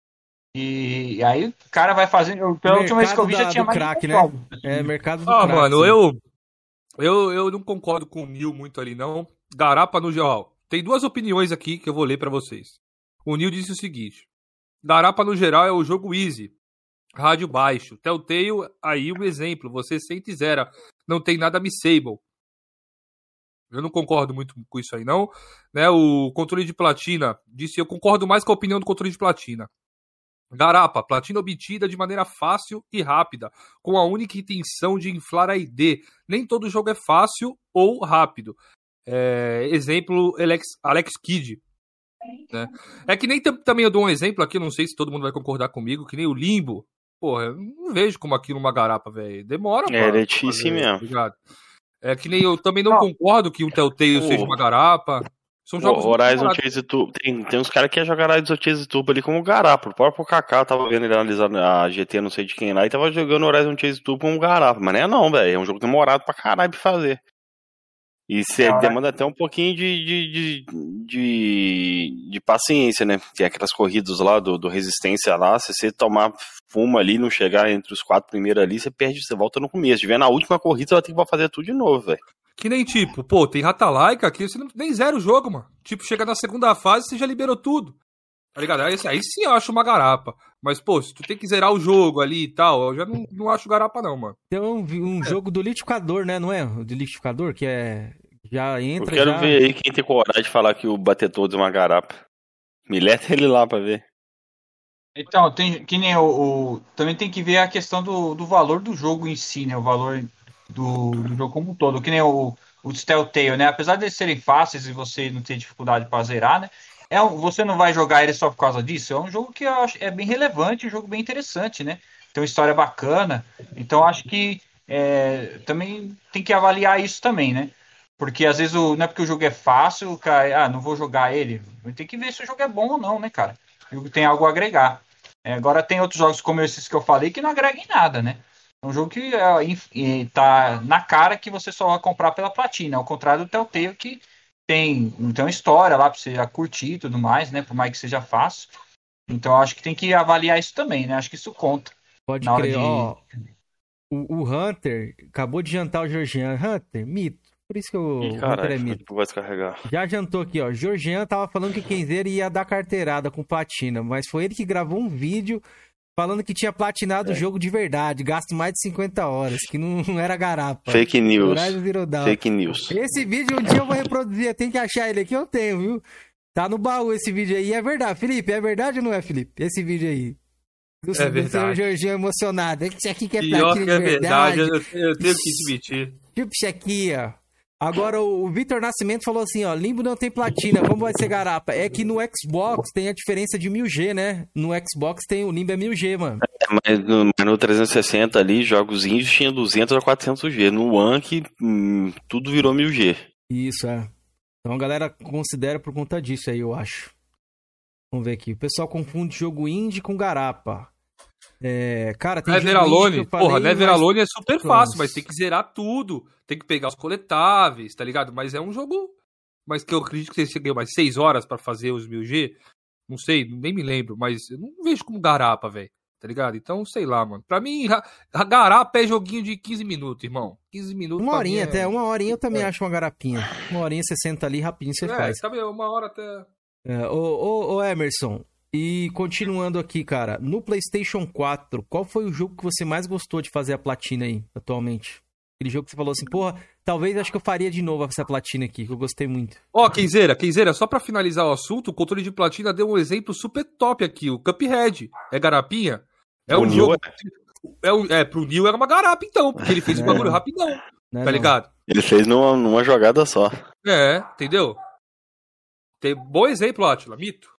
Speaker 4: E aí o cara vai fazendo. Eu, pela última vez que eu vi,
Speaker 1: da,
Speaker 4: já tinha
Speaker 1: do
Speaker 4: mais
Speaker 1: crack,
Speaker 4: de
Speaker 1: né?
Speaker 4: jogos.
Speaker 1: É, mercado do
Speaker 3: Ah,
Speaker 1: crack.
Speaker 3: mano,
Speaker 1: sim.
Speaker 3: eu, eu, eu não concordo com o Nil muito ali, não. Garapa no geral. Tem duas opiniões aqui que eu vou ler pra vocês. O Nil disse o seguinte: Garapa no geral é o jogo easy, rádio baixo. Telltale, aí um exemplo, você sente zero. Não tem nada missable. Eu não concordo muito com isso aí, não. Né, o controle de platina disse: eu concordo mais com a opinião do controle de platina. Garapa, platina obtida de maneira fácil e rápida, com a única intenção de inflar a I D. Nem todo jogo é fácil ou rápido. É, exemplo, Alex, Alex Kidd. Né? É que nem também eu dou um exemplo aqui, não sei se todo mundo vai concordar comigo, que nem o Limbo. Porra, eu não vejo como aquilo uma garapa, velho. Demora,
Speaker 2: É, ele é difícil mesmo.
Speaker 3: Ligado? É que nem eu também não, não. concordo que o Telltale seja uma garapa. São jogos
Speaker 2: o Horizon Chase Turbo. Tem, tem uns caras que querem jogar Horizon Chase Turbo ali como garapa. O próprio Kaká, eu tava vendo ele analisando a G T, não sei de quem lá, e tava jogando Horizon Chase Turbo como garapa. Mas não é não, velho. É um jogo demorado pra caralho pra fazer. E você é, demanda até um pouquinho de, de, de, de, de paciência, né? Tem aquelas corridas lá do, do Resistência lá, se você tomar fumo ali, não chegar entre os quatro primeiros ali, você perde, você volta no começo. De ver na última corrida, você vai ter que fazer tudo de novo, velho.
Speaker 3: Que nem tipo, pô, tem Ratalaika aqui, você não, nem zero o jogo, mano. Tipo, chega na segunda fase, você já liberou tudo. Tá ligado? Aí, aí sim eu acho uma garapa. Mas, pô, se tu tem que zerar o jogo ali e tal, eu já não, não acho garapa não, mano.
Speaker 1: Tem um, um é. jogo do liquidificador, né? Não é? O do liquidificador, que é... Já entra,
Speaker 2: Eu quero
Speaker 1: já...
Speaker 2: ver aí quem tem coragem de falar que o Bater Todos é uma garapa. Me leta ele lá pra ver.
Speaker 4: Então, tem, que nem o, o... Também tem que ver a questão do, do valor do jogo em si, né? O valor do, do jogo como um todo. Que nem o, o Telltale, né? Apesar de eles serem fáceis e você não ter dificuldade pra zerar, né? É um, você não vai jogar ele só por causa disso. É um jogo que eu acho é bem relevante, um jogo bem interessante, né? Tem uma história bacana. Então, acho que é, também tem que avaliar isso também, né? Porque às vezes o, não é porque o jogo é fácil, o cara, ah, não vou jogar ele. Tem que ver se o jogo é bom ou não, né, cara? O jogo tem algo a agregar. É, agora tem outros jogos como esses que eu falei que não agregam em nada, né? É um jogo que é, tá na cara que você só vai comprar pela platina. Ao contrário do Telltale, que tem, tem uma história lá pra você já curtir e tudo mais, né? Por mais que seja fácil. Então acho que tem que avaliar isso também, né? Acho que isso conta.
Speaker 1: Pode
Speaker 4: na hora
Speaker 1: crer,
Speaker 4: de...
Speaker 1: ó. O, o Hunter acabou de jantar o Georgian. Hunter, mito. Por isso que o
Speaker 2: Ih, caralho,
Speaker 1: Hunter é mito.
Speaker 2: vai descarregar.
Speaker 1: Já jantou aqui, ó. Georgian tava falando que Kenzeira ia dar carteirada com platina, mas foi ele que gravou um vídeo falando que tinha platinado o
Speaker 2: é.
Speaker 1: jogo de verdade, gasto mais de cinquenta horas, que não, não era garapa.
Speaker 2: Fake news. Fake news.
Speaker 1: Esse vídeo um dia eu vou reproduzir, tem que achar ele aqui, eu tenho, viu? Tá no baú esse vídeo aí, é verdade. Felipe, é verdade ou não é, Felipe? Esse vídeo aí. Do,
Speaker 3: é verdade.
Speaker 1: Do senhor Georgian emocionado. Esse aqui que é
Speaker 3: Pior
Speaker 1: platina
Speaker 3: que é
Speaker 1: de verdade.
Speaker 3: verdade, eu, eu tenho que admitir.
Speaker 1: Tipo isso aqui, ó. Agora, o Vitor Nascimento falou assim, ó, Limbo não tem platina, como vai ser garapa? É que no Xbox tem a diferença de mil G, né? No Xbox tem o Limbo é mil G, mano.
Speaker 2: É, mas no, mas no trezentos e sessenta ali, jogos indies tinha duzentos a quatrocentos G. No One, que hum, tudo virou mil G.
Speaker 1: Isso, é. Então a galera considera por conta disso aí, eu acho. Vamos ver aqui. O pessoal confunde jogo indie com garapa. É, cara, tem
Speaker 3: Never Alone, porra, Never Alone é super fácil, mas tem que zerar tudo. Tem que pegar os coletáveis, tá ligado? Mas é um jogo... Mas que eu acredito que você cheguei mais seis horas pra fazer os mil G. Não sei, nem me lembro, mas eu não vejo como garapa, velho. Tá ligado? Então, sei lá, mano. Pra mim, ra- garapa é joguinho de quinze minutos, irmão. quinze minutos
Speaker 1: Uma
Speaker 3: pra
Speaker 1: horinha
Speaker 3: mim é...
Speaker 1: até, uma horinha eu também
Speaker 3: É.
Speaker 1: acho uma garapinha. Uma horinha você senta ali, rapidinho você
Speaker 3: É,
Speaker 1: faz.
Speaker 3: sabe, uma hora até...
Speaker 1: É, ô, ô, ô, Emerson, e continuando aqui, cara, no PlayStation quatro, qual foi o jogo que você mais gostou de fazer a platina aí, atualmente? Aquele jogo que você falou assim, porra, talvez acho que eu faria de novo essa platina aqui, que eu gostei muito.
Speaker 3: Ó, Kenzeira, Kenzeira, só pra finalizar o assunto, o controle de platina deu um exemplo super top aqui, o Cuphead. É garapinha? É
Speaker 2: O
Speaker 3: um
Speaker 2: Nil
Speaker 3: jogo... É, um, é, pro Nil era uma garapa, então, porque ele fez o
Speaker 1: Não.
Speaker 3: bagulho rapidão,
Speaker 1: Né,
Speaker 3: tá
Speaker 1: não?
Speaker 3: ligado?
Speaker 2: Ele fez numa, numa jogada só.
Speaker 3: É, entendeu? Tem bom exemplo, Átila, mito.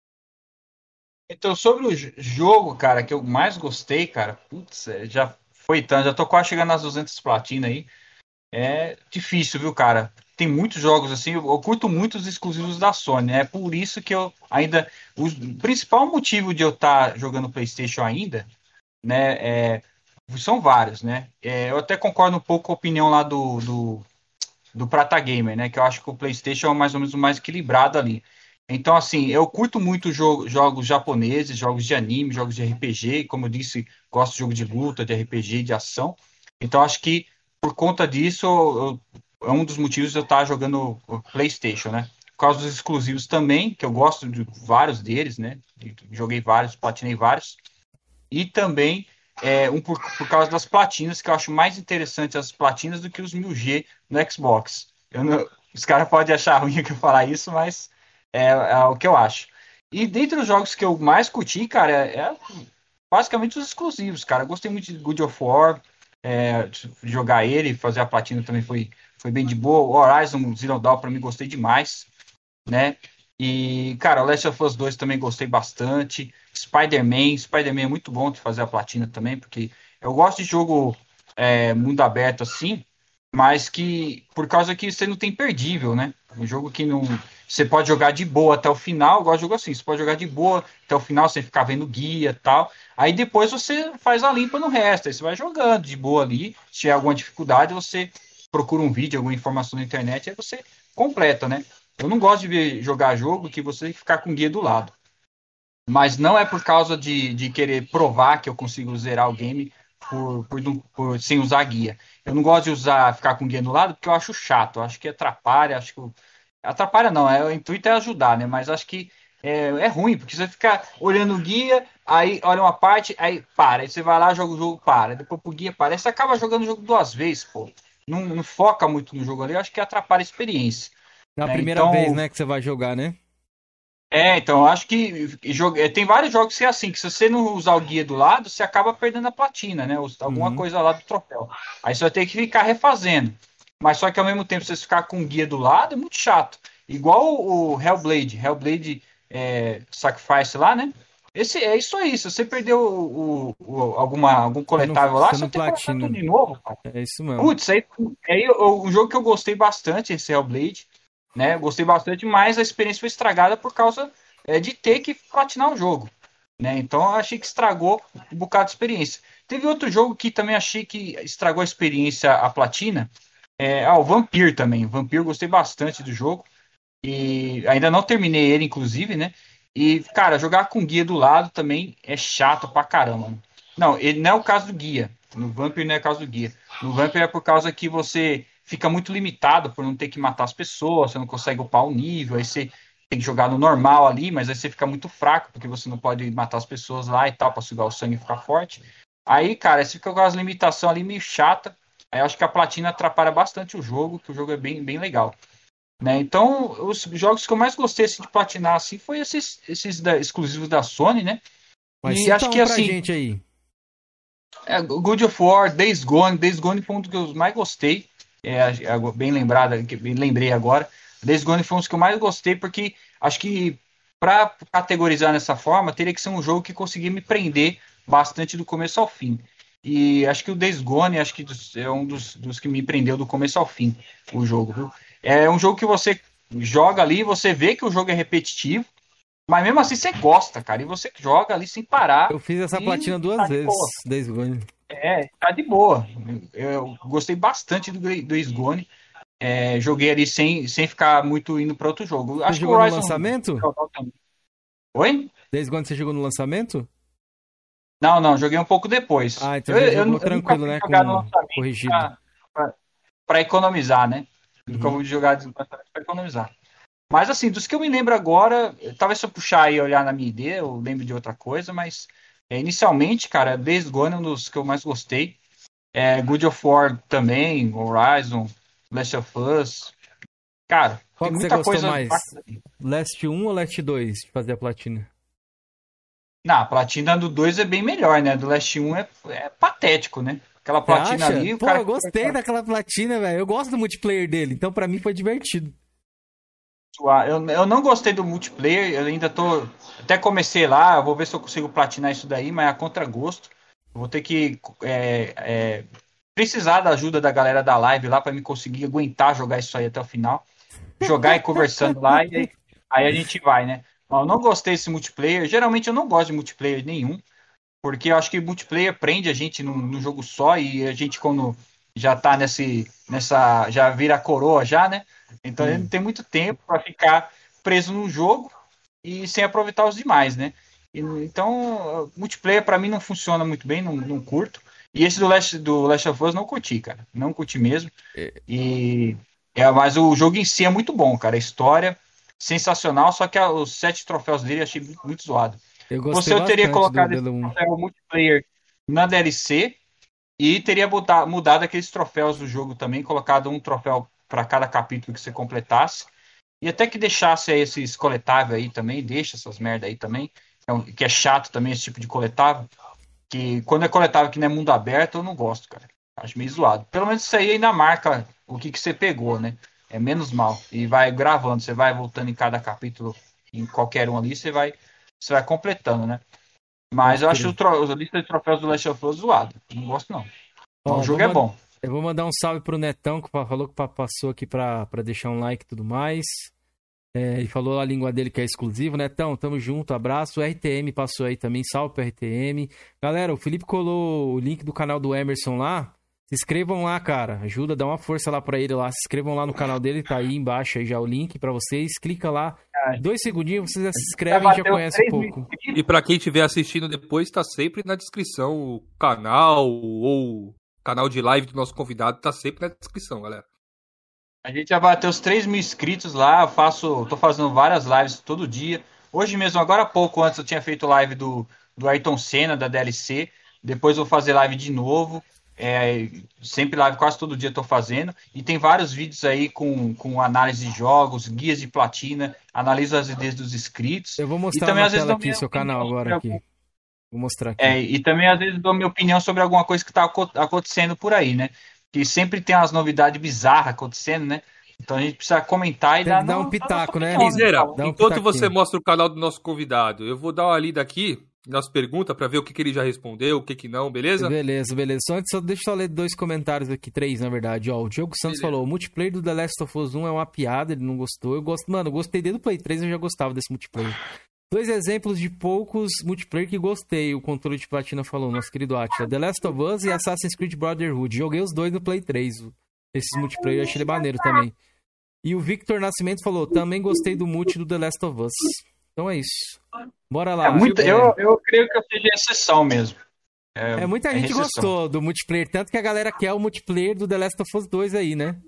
Speaker 4: Então, sobre o j- jogo, cara, que eu mais gostei, cara, putz, é, já foi tanto, já tô quase chegando nas duzentas platinas aí. É difícil, viu, cara? Tem muitos jogos assim, eu, eu curto muito os exclusivos da Sony, né? É por isso que eu ainda. O principal motivo de eu estar jogando PlayStation ainda, né? É, são vários, né? É, eu até concordo um pouco com a opinião lá do, do, do Prata Gamer, né? Que eu acho que o PlayStation é mais ou menos o mais equilibrado ali. Então, assim, eu curto muito jo jogos japoneses, jogos de anime, jogos de R P G. Como eu disse, gosto de jogo de luta, de R P G, de ação. Então, acho que por conta disso, eu- é um dos motivos de eu estar jogando o PlayStation, né? Por causa dos exclusivos também, que eu gosto de vários deles, né? Joguei vários, platinei vários. E também é, um por, por causa das platinas, que eu acho mais interessante as platinas do que os mil G no Xbox. Eu não- os caras podem achar ruim que eu falar isso, mas é, é o que eu acho. E dentre os jogos que eu mais curti, cara, é, é basicamente os exclusivos, cara. Eu gostei muito de God of War, é, jogar ele, fazer a platina também foi, foi bem de boa. O Horizon Zero Dawn, pra mim, gostei demais, né? E, cara, o Last of Us dois também gostei bastante. Spider-Man, Spider-Man é muito bom de fazer a platina também, porque eu gosto de jogo é, mundo aberto assim, mas que, por causa que você não tem perdível, né? Um jogo que não. Você pode jogar de boa até o final, eu gosto de jogo assim, você pode jogar de boa até o final, sem ficar vendo guia e tal. Aí depois você faz a limpa no resto, aí você vai jogando de boa ali. Se tiver alguma dificuldade, você procura um vídeo, alguma informação na internet, aí você completa, né? Eu não gosto de ver jogar jogo que você tem que ficar com guia do lado. Mas não é por causa de, de querer provar que eu consigo zerar o game por, por, não- por- sem usar guia. Eu não gosto de usar, ficar com guia do lado porque eu acho chato. Eu acho que atrapalha, acho que. eu- Atrapalha não, é, o intuito é ajudar, né? Mas acho que é, é ruim, porque você fica olhando o guia, aí olha uma parte, aí para. Aí você vai lá, joga o jogo, para. Depois pro guia para. Aí você acaba jogando o jogo duas vezes, pô. Não, não foca muito no jogo ali, eu acho que atrapalha a experiência.
Speaker 1: É a
Speaker 4: Né?
Speaker 1: primeira vez,
Speaker 4: Então,
Speaker 1: né, que você vai jogar, né?
Speaker 4: é, então, eu acho que jogo, é, tem vários jogos que é assim, que se você não usar o guia do lado, você acaba perdendo a platina, né? Os- Alguma
Speaker 1: Uhum.
Speaker 4: coisa lá do troféu. Aí você vai ter que ficar refazendo. Mas só que ao mesmo tempo, se você ficar com o guia do lado, é muito chato. Igual o, o Hellblade, Hellblade é, Sacrifice lá, né? Esse, é isso aí, se você perdeu o, o- o- alguma, algum
Speaker 1: Você não,
Speaker 4: coletável lá,
Speaker 1: você
Speaker 4: você
Speaker 1: não
Speaker 4: vai ter que colocar
Speaker 1: platina.
Speaker 4: tudo de novo, cara.
Speaker 1: É isso mesmo.
Speaker 4: Putz, aí, aí o- um jogo que eu gostei bastante, esse Hellblade, né? Gostei bastante, mas a experiência foi estragada por causa é, de ter que platinar o jogo, né? Então eu achei que estragou um bocado de experiência. Teve outro jogo que também achei que estragou a experiência, a platina, é ah, o Vampir também. O Vampir eu gostei bastante do jogo e ainda não terminei ele, inclusive, né? E, cara, jogar com guia do lado também é chato pra caramba. Né? Não, ele não é o caso do guia. No Vampir não é o caso do guia. No Vampir é por causa que você fica muito limitado por não ter que matar as pessoas, você não consegue upar o nível, aí você tem que jogar no normal ali, mas aí você fica muito fraco, porque você não pode matar as pessoas lá e tal, pra sugar o sangue e ficar forte. Aí, cara, você fica com as limitações ali meio chata. Aí eu acho que a platina atrapalha bastante o jogo, que o jogo é bem, bem legal. Né? Então, os jogos que eu mais gostei assim, de platinar assim, foi esses, esses da- exclusivos da Sony, né?
Speaker 1: Mas
Speaker 4: E
Speaker 1: cita
Speaker 4: acho
Speaker 1: um
Speaker 4: que
Speaker 1: pra
Speaker 4: assim,
Speaker 1: gente aí.
Speaker 4: é, God of War, Days Gone, Days Gone foi um dos que eu mais gostei. É, é, bem lembrado, que bem lembrei agora. Days Gone foi um dos que eu mais gostei, porque acho que para categorizar dessa forma, teria que ser um jogo que conseguia me prender bastante do começo ao fim. E acho que o Days Gone acho que é um dos, dos que me prendeu do começo ao fim, o jogo, viu? É um jogo que você joga ali, você vê que o jogo é repetitivo, mas mesmo assim você gosta, cara, e você joga ali sem parar
Speaker 1: Eu fiz essa
Speaker 4: e
Speaker 1: platina duas
Speaker 4: tá de
Speaker 1: vezes,
Speaker 4: boa.
Speaker 1: Days Gone.
Speaker 4: É, tá de boa. Eu gostei bastante do, do Days Gone. É, joguei ali sem, sem ficar muito indo para outro jogo.
Speaker 1: Você
Speaker 4: Acho que o
Speaker 1: jogou no
Speaker 4: Horizon
Speaker 1: lançamento?
Speaker 4: também. Oi?
Speaker 1: Desde quando você jogou no lançamento?
Speaker 4: Não, não, joguei um pouco depois.
Speaker 1: Ah, então
Speaker 4: eu,
Speaker 1: já
Speaker 4: eu,
Speaker 1: jogou
Speaker 4: eu
Speaker 1: tranquilo,
Speaker 4: nunca
Speaker 1: né?
Speaker 4: fui jogar no
Speaker 1: Com
Speaker 4: lançamento
Speaker 1: corrigido.
Speaker 4: para economizar, né? Nunca
Speaker 1: Uhum.
Speaker 4: vou jogar de lançamento para economizar. Mas assim, dos que eu me lembro agora, talvez se eu puxar aí e olhar na minha I D, eu lembro de outra coisa, mas é, inicialmente, cara, Days Gone é um dos que eu mais gostei. É, God of War também, Horizon, Last of Us. Cara,
Speaker 1: Qual
Speaker 4: tem
Speaker 1: que você
Speaker 4: muita
Speaker 1: gostou
Speaker 4: coisa
Speaker 1: mais?
Speaker 4: bacana.
Speaker 1: Last um ou Last dois de fazer a platina?
Speaker 4: Não, a platina do dois é bem melhor, né? Do Last um é, é patético, né? Aquela
Speaker 1: Você
Speaker 4: platina
Speaker 1: acha?
Speaker 4: ali, o
Speaker 1: Pô,
Speaker 4: cara.
Speaker 1: eu gostei daquela platina, velho. Eu gosto do multiplayer dele, então pra mim foi divertido.
Speaker 4: Eu, eu não gostei do multiplayer, eu ainda tô. Até comecei lá, vou ver se eu consigo platinar isso daí, mas é a contragosto. Eu vou ter que é, é, precisar da ajuda da galera da live lá para me conseguir aguentar jogar isso aí até o final. Jogar e conversando lá, e aí, aí a gente vai, né? Eu não gostei desse multiplayer. Geralmente eu não gosto de multiplayer nenhum, porque eu acho que multiplayer prende a gente num, num jogo só e a gente, quando já tá nesse, nessa. Já vira a coroa, já, né? Então ele
Speaker 1: Hum.
Speaker 4: não tem muito tempo para ficar preso num jogo e sem aproveitar os demais, né? E, então, multiplayer para mim não funciona muito bem, não, não curto. E esse do Last, do Last of Us não curti, cara. Não curti mesmo.
Speaker 1: É,
Speaker 4: E é, mas o jogo em si é muito bom, cara. A história sensacional, só que a, os sete troféus dele eu achei muito, muito zoado.
Speaker 1: Eu
Speaker 4: Você
Speaker 1: gostei
Speaker 4: eu teria
Speaker 1: bastante do
Speaker 4: colocado esse
Speaker 1: Delo um.
Speaker 4: troféu multiplayer na D L C e teria botar, mudado aqueles troféus do jogo também, colocado um troféu para cada capítulo que você completasse. E até que deixasse aí esses coletáveis aí também, deixa essas merda aí também, que é chato também esse tipo de coletável. Que quando é coletável que não é mundo aberto, eu não gosto, cara. Acho meio zoado. Pelo menos isso aí ainda marca o que, que você pegou, né? É menos mal. E vai gravando, você vai voltando em cada capítulo, em qualquer um ali, você vai, você vai completando, né? Mas
Speaker 1: Pode
Speaker 4: eu acho o
Speaker 1: crer.
Speaker 4: tro... a lista de troféus do Last of Us zoado. Não gosto, não. Mas o
Speaker 1: Ó, vou
Speaker 4: jogo é
Speaker 1: man-
Speaker 4: bom.
Speaker 1: eu vou mandar um salve pro Netão, que falou que passou aqui pra, pra deixar um like e tudo mais. É, ele falou a língua dele que é exclusivo, Netão, tamo junto, abraço. O R T M passou aí também, salve pro R T M. Galera, o Felipe colou o link do canal do Emerson lá. Se inscrevam lá, cara. Ajuda, dá uma força lá pra ele lá. Se inscrevam lá no canal dele, tá aí embaixo aí já o link pra vocês. Clica lá. Dois segundinhos, vocês já se inscrevem e já conhecem um pouco.
Speaker 3: E pra quem estiver assistindo depois, tá sempre na descrição o canal ou o canal de live do nosso convidado, tá sempre na descrição, galera.
Speaker 4: A gente já bateu os três mil inscritos lá. Eu faço, tô fazendo várias lives todo dia. Hoje mesmo, agora há pouco, antes eu tinha feito live do, do Ayrton Senna, da D L C. Depois eu vou fazer live de novo. É, sempre live, quase todo dia estou fazendo. E tem vários vídeos aí com, com análise de jogos, guias de platina, analiso as ideias dos inscritos.
Speaker 1: Eu vou
Speaker 4: E
Speaker 1: mostrar
Speaker 4: também,
Speaker 1: na
Speaker 4: às vezes,
Speaker 1: tela
Speaker 4: dou
Speaker 1: aqui
Speaker 4: minha
Speaker 1: seu
Speaker 4: opinião
Speaker 1: canal agora
Speaker 4: sobre
Speaker 1: aqui.
Speaker 4: algum-
Speaker 1: Vou mostrar aqui.
Speaker 4: É, e também, às vezes, dou minha opinião sobre alguma coisa que está acontecendo por aí, né? Que sempre tem umas novidades bizarras acontecendo, né? Então a gente precisa comentar e
Speaker 1: Tem
Speaker 4: dar,
Speaker 1: que dar um
Speaker 4: no-
Speaker 1: pitaco, né?
Speaker 4: opinião,
Speaker 3: Miseira,
Speaker 1: Dá um
Speaker 3: enquanto
Speaker 1: pitaquinho.
Speaker 3: você mostra o canal do nosso convidado, eu vou dar uma lida aqui nas perguntas pra ver o que, que ele já respondeu, o que, que não, beleza?
Speaker 1: Beleza, beleza. Só antes, só, deixa eu só ler dois comentários aqui, três na verdade. Ó, o Diogo Santos
Speaker 3: Beleza.
Speaker 1: falou: o multiplayer do The Last of Us um é uma piada, ele não gostou. Eu gosto, mano, eu gostei desde o Play três, eu já gostava desse multiplayer. Dois exemplos de poucos multiplayer que gostei, o controle de platina falou, nosso querido Atila. The Last of Us e Assassin's Creed Brotherhood. Joguei os dois no Play três. Esses multiplayer eu achei ele maneiro também. E o Victor Nascimento falou: também gostei do multi do The Last of Us. Então é isso. Bora lá.
Speaker 4: É muito,
Speaker 1: É,
Speaker 4: eu, eu creio que eu seja exceção mesmo.
Speaker 1: é, muita
Speaker 4: é
Speaker 1: gente
Speaker 4: exceção.
Speaker 1: gostou do multiplayer, tanto que a galera quer o multiplayer do The Last of Us dois aí, né?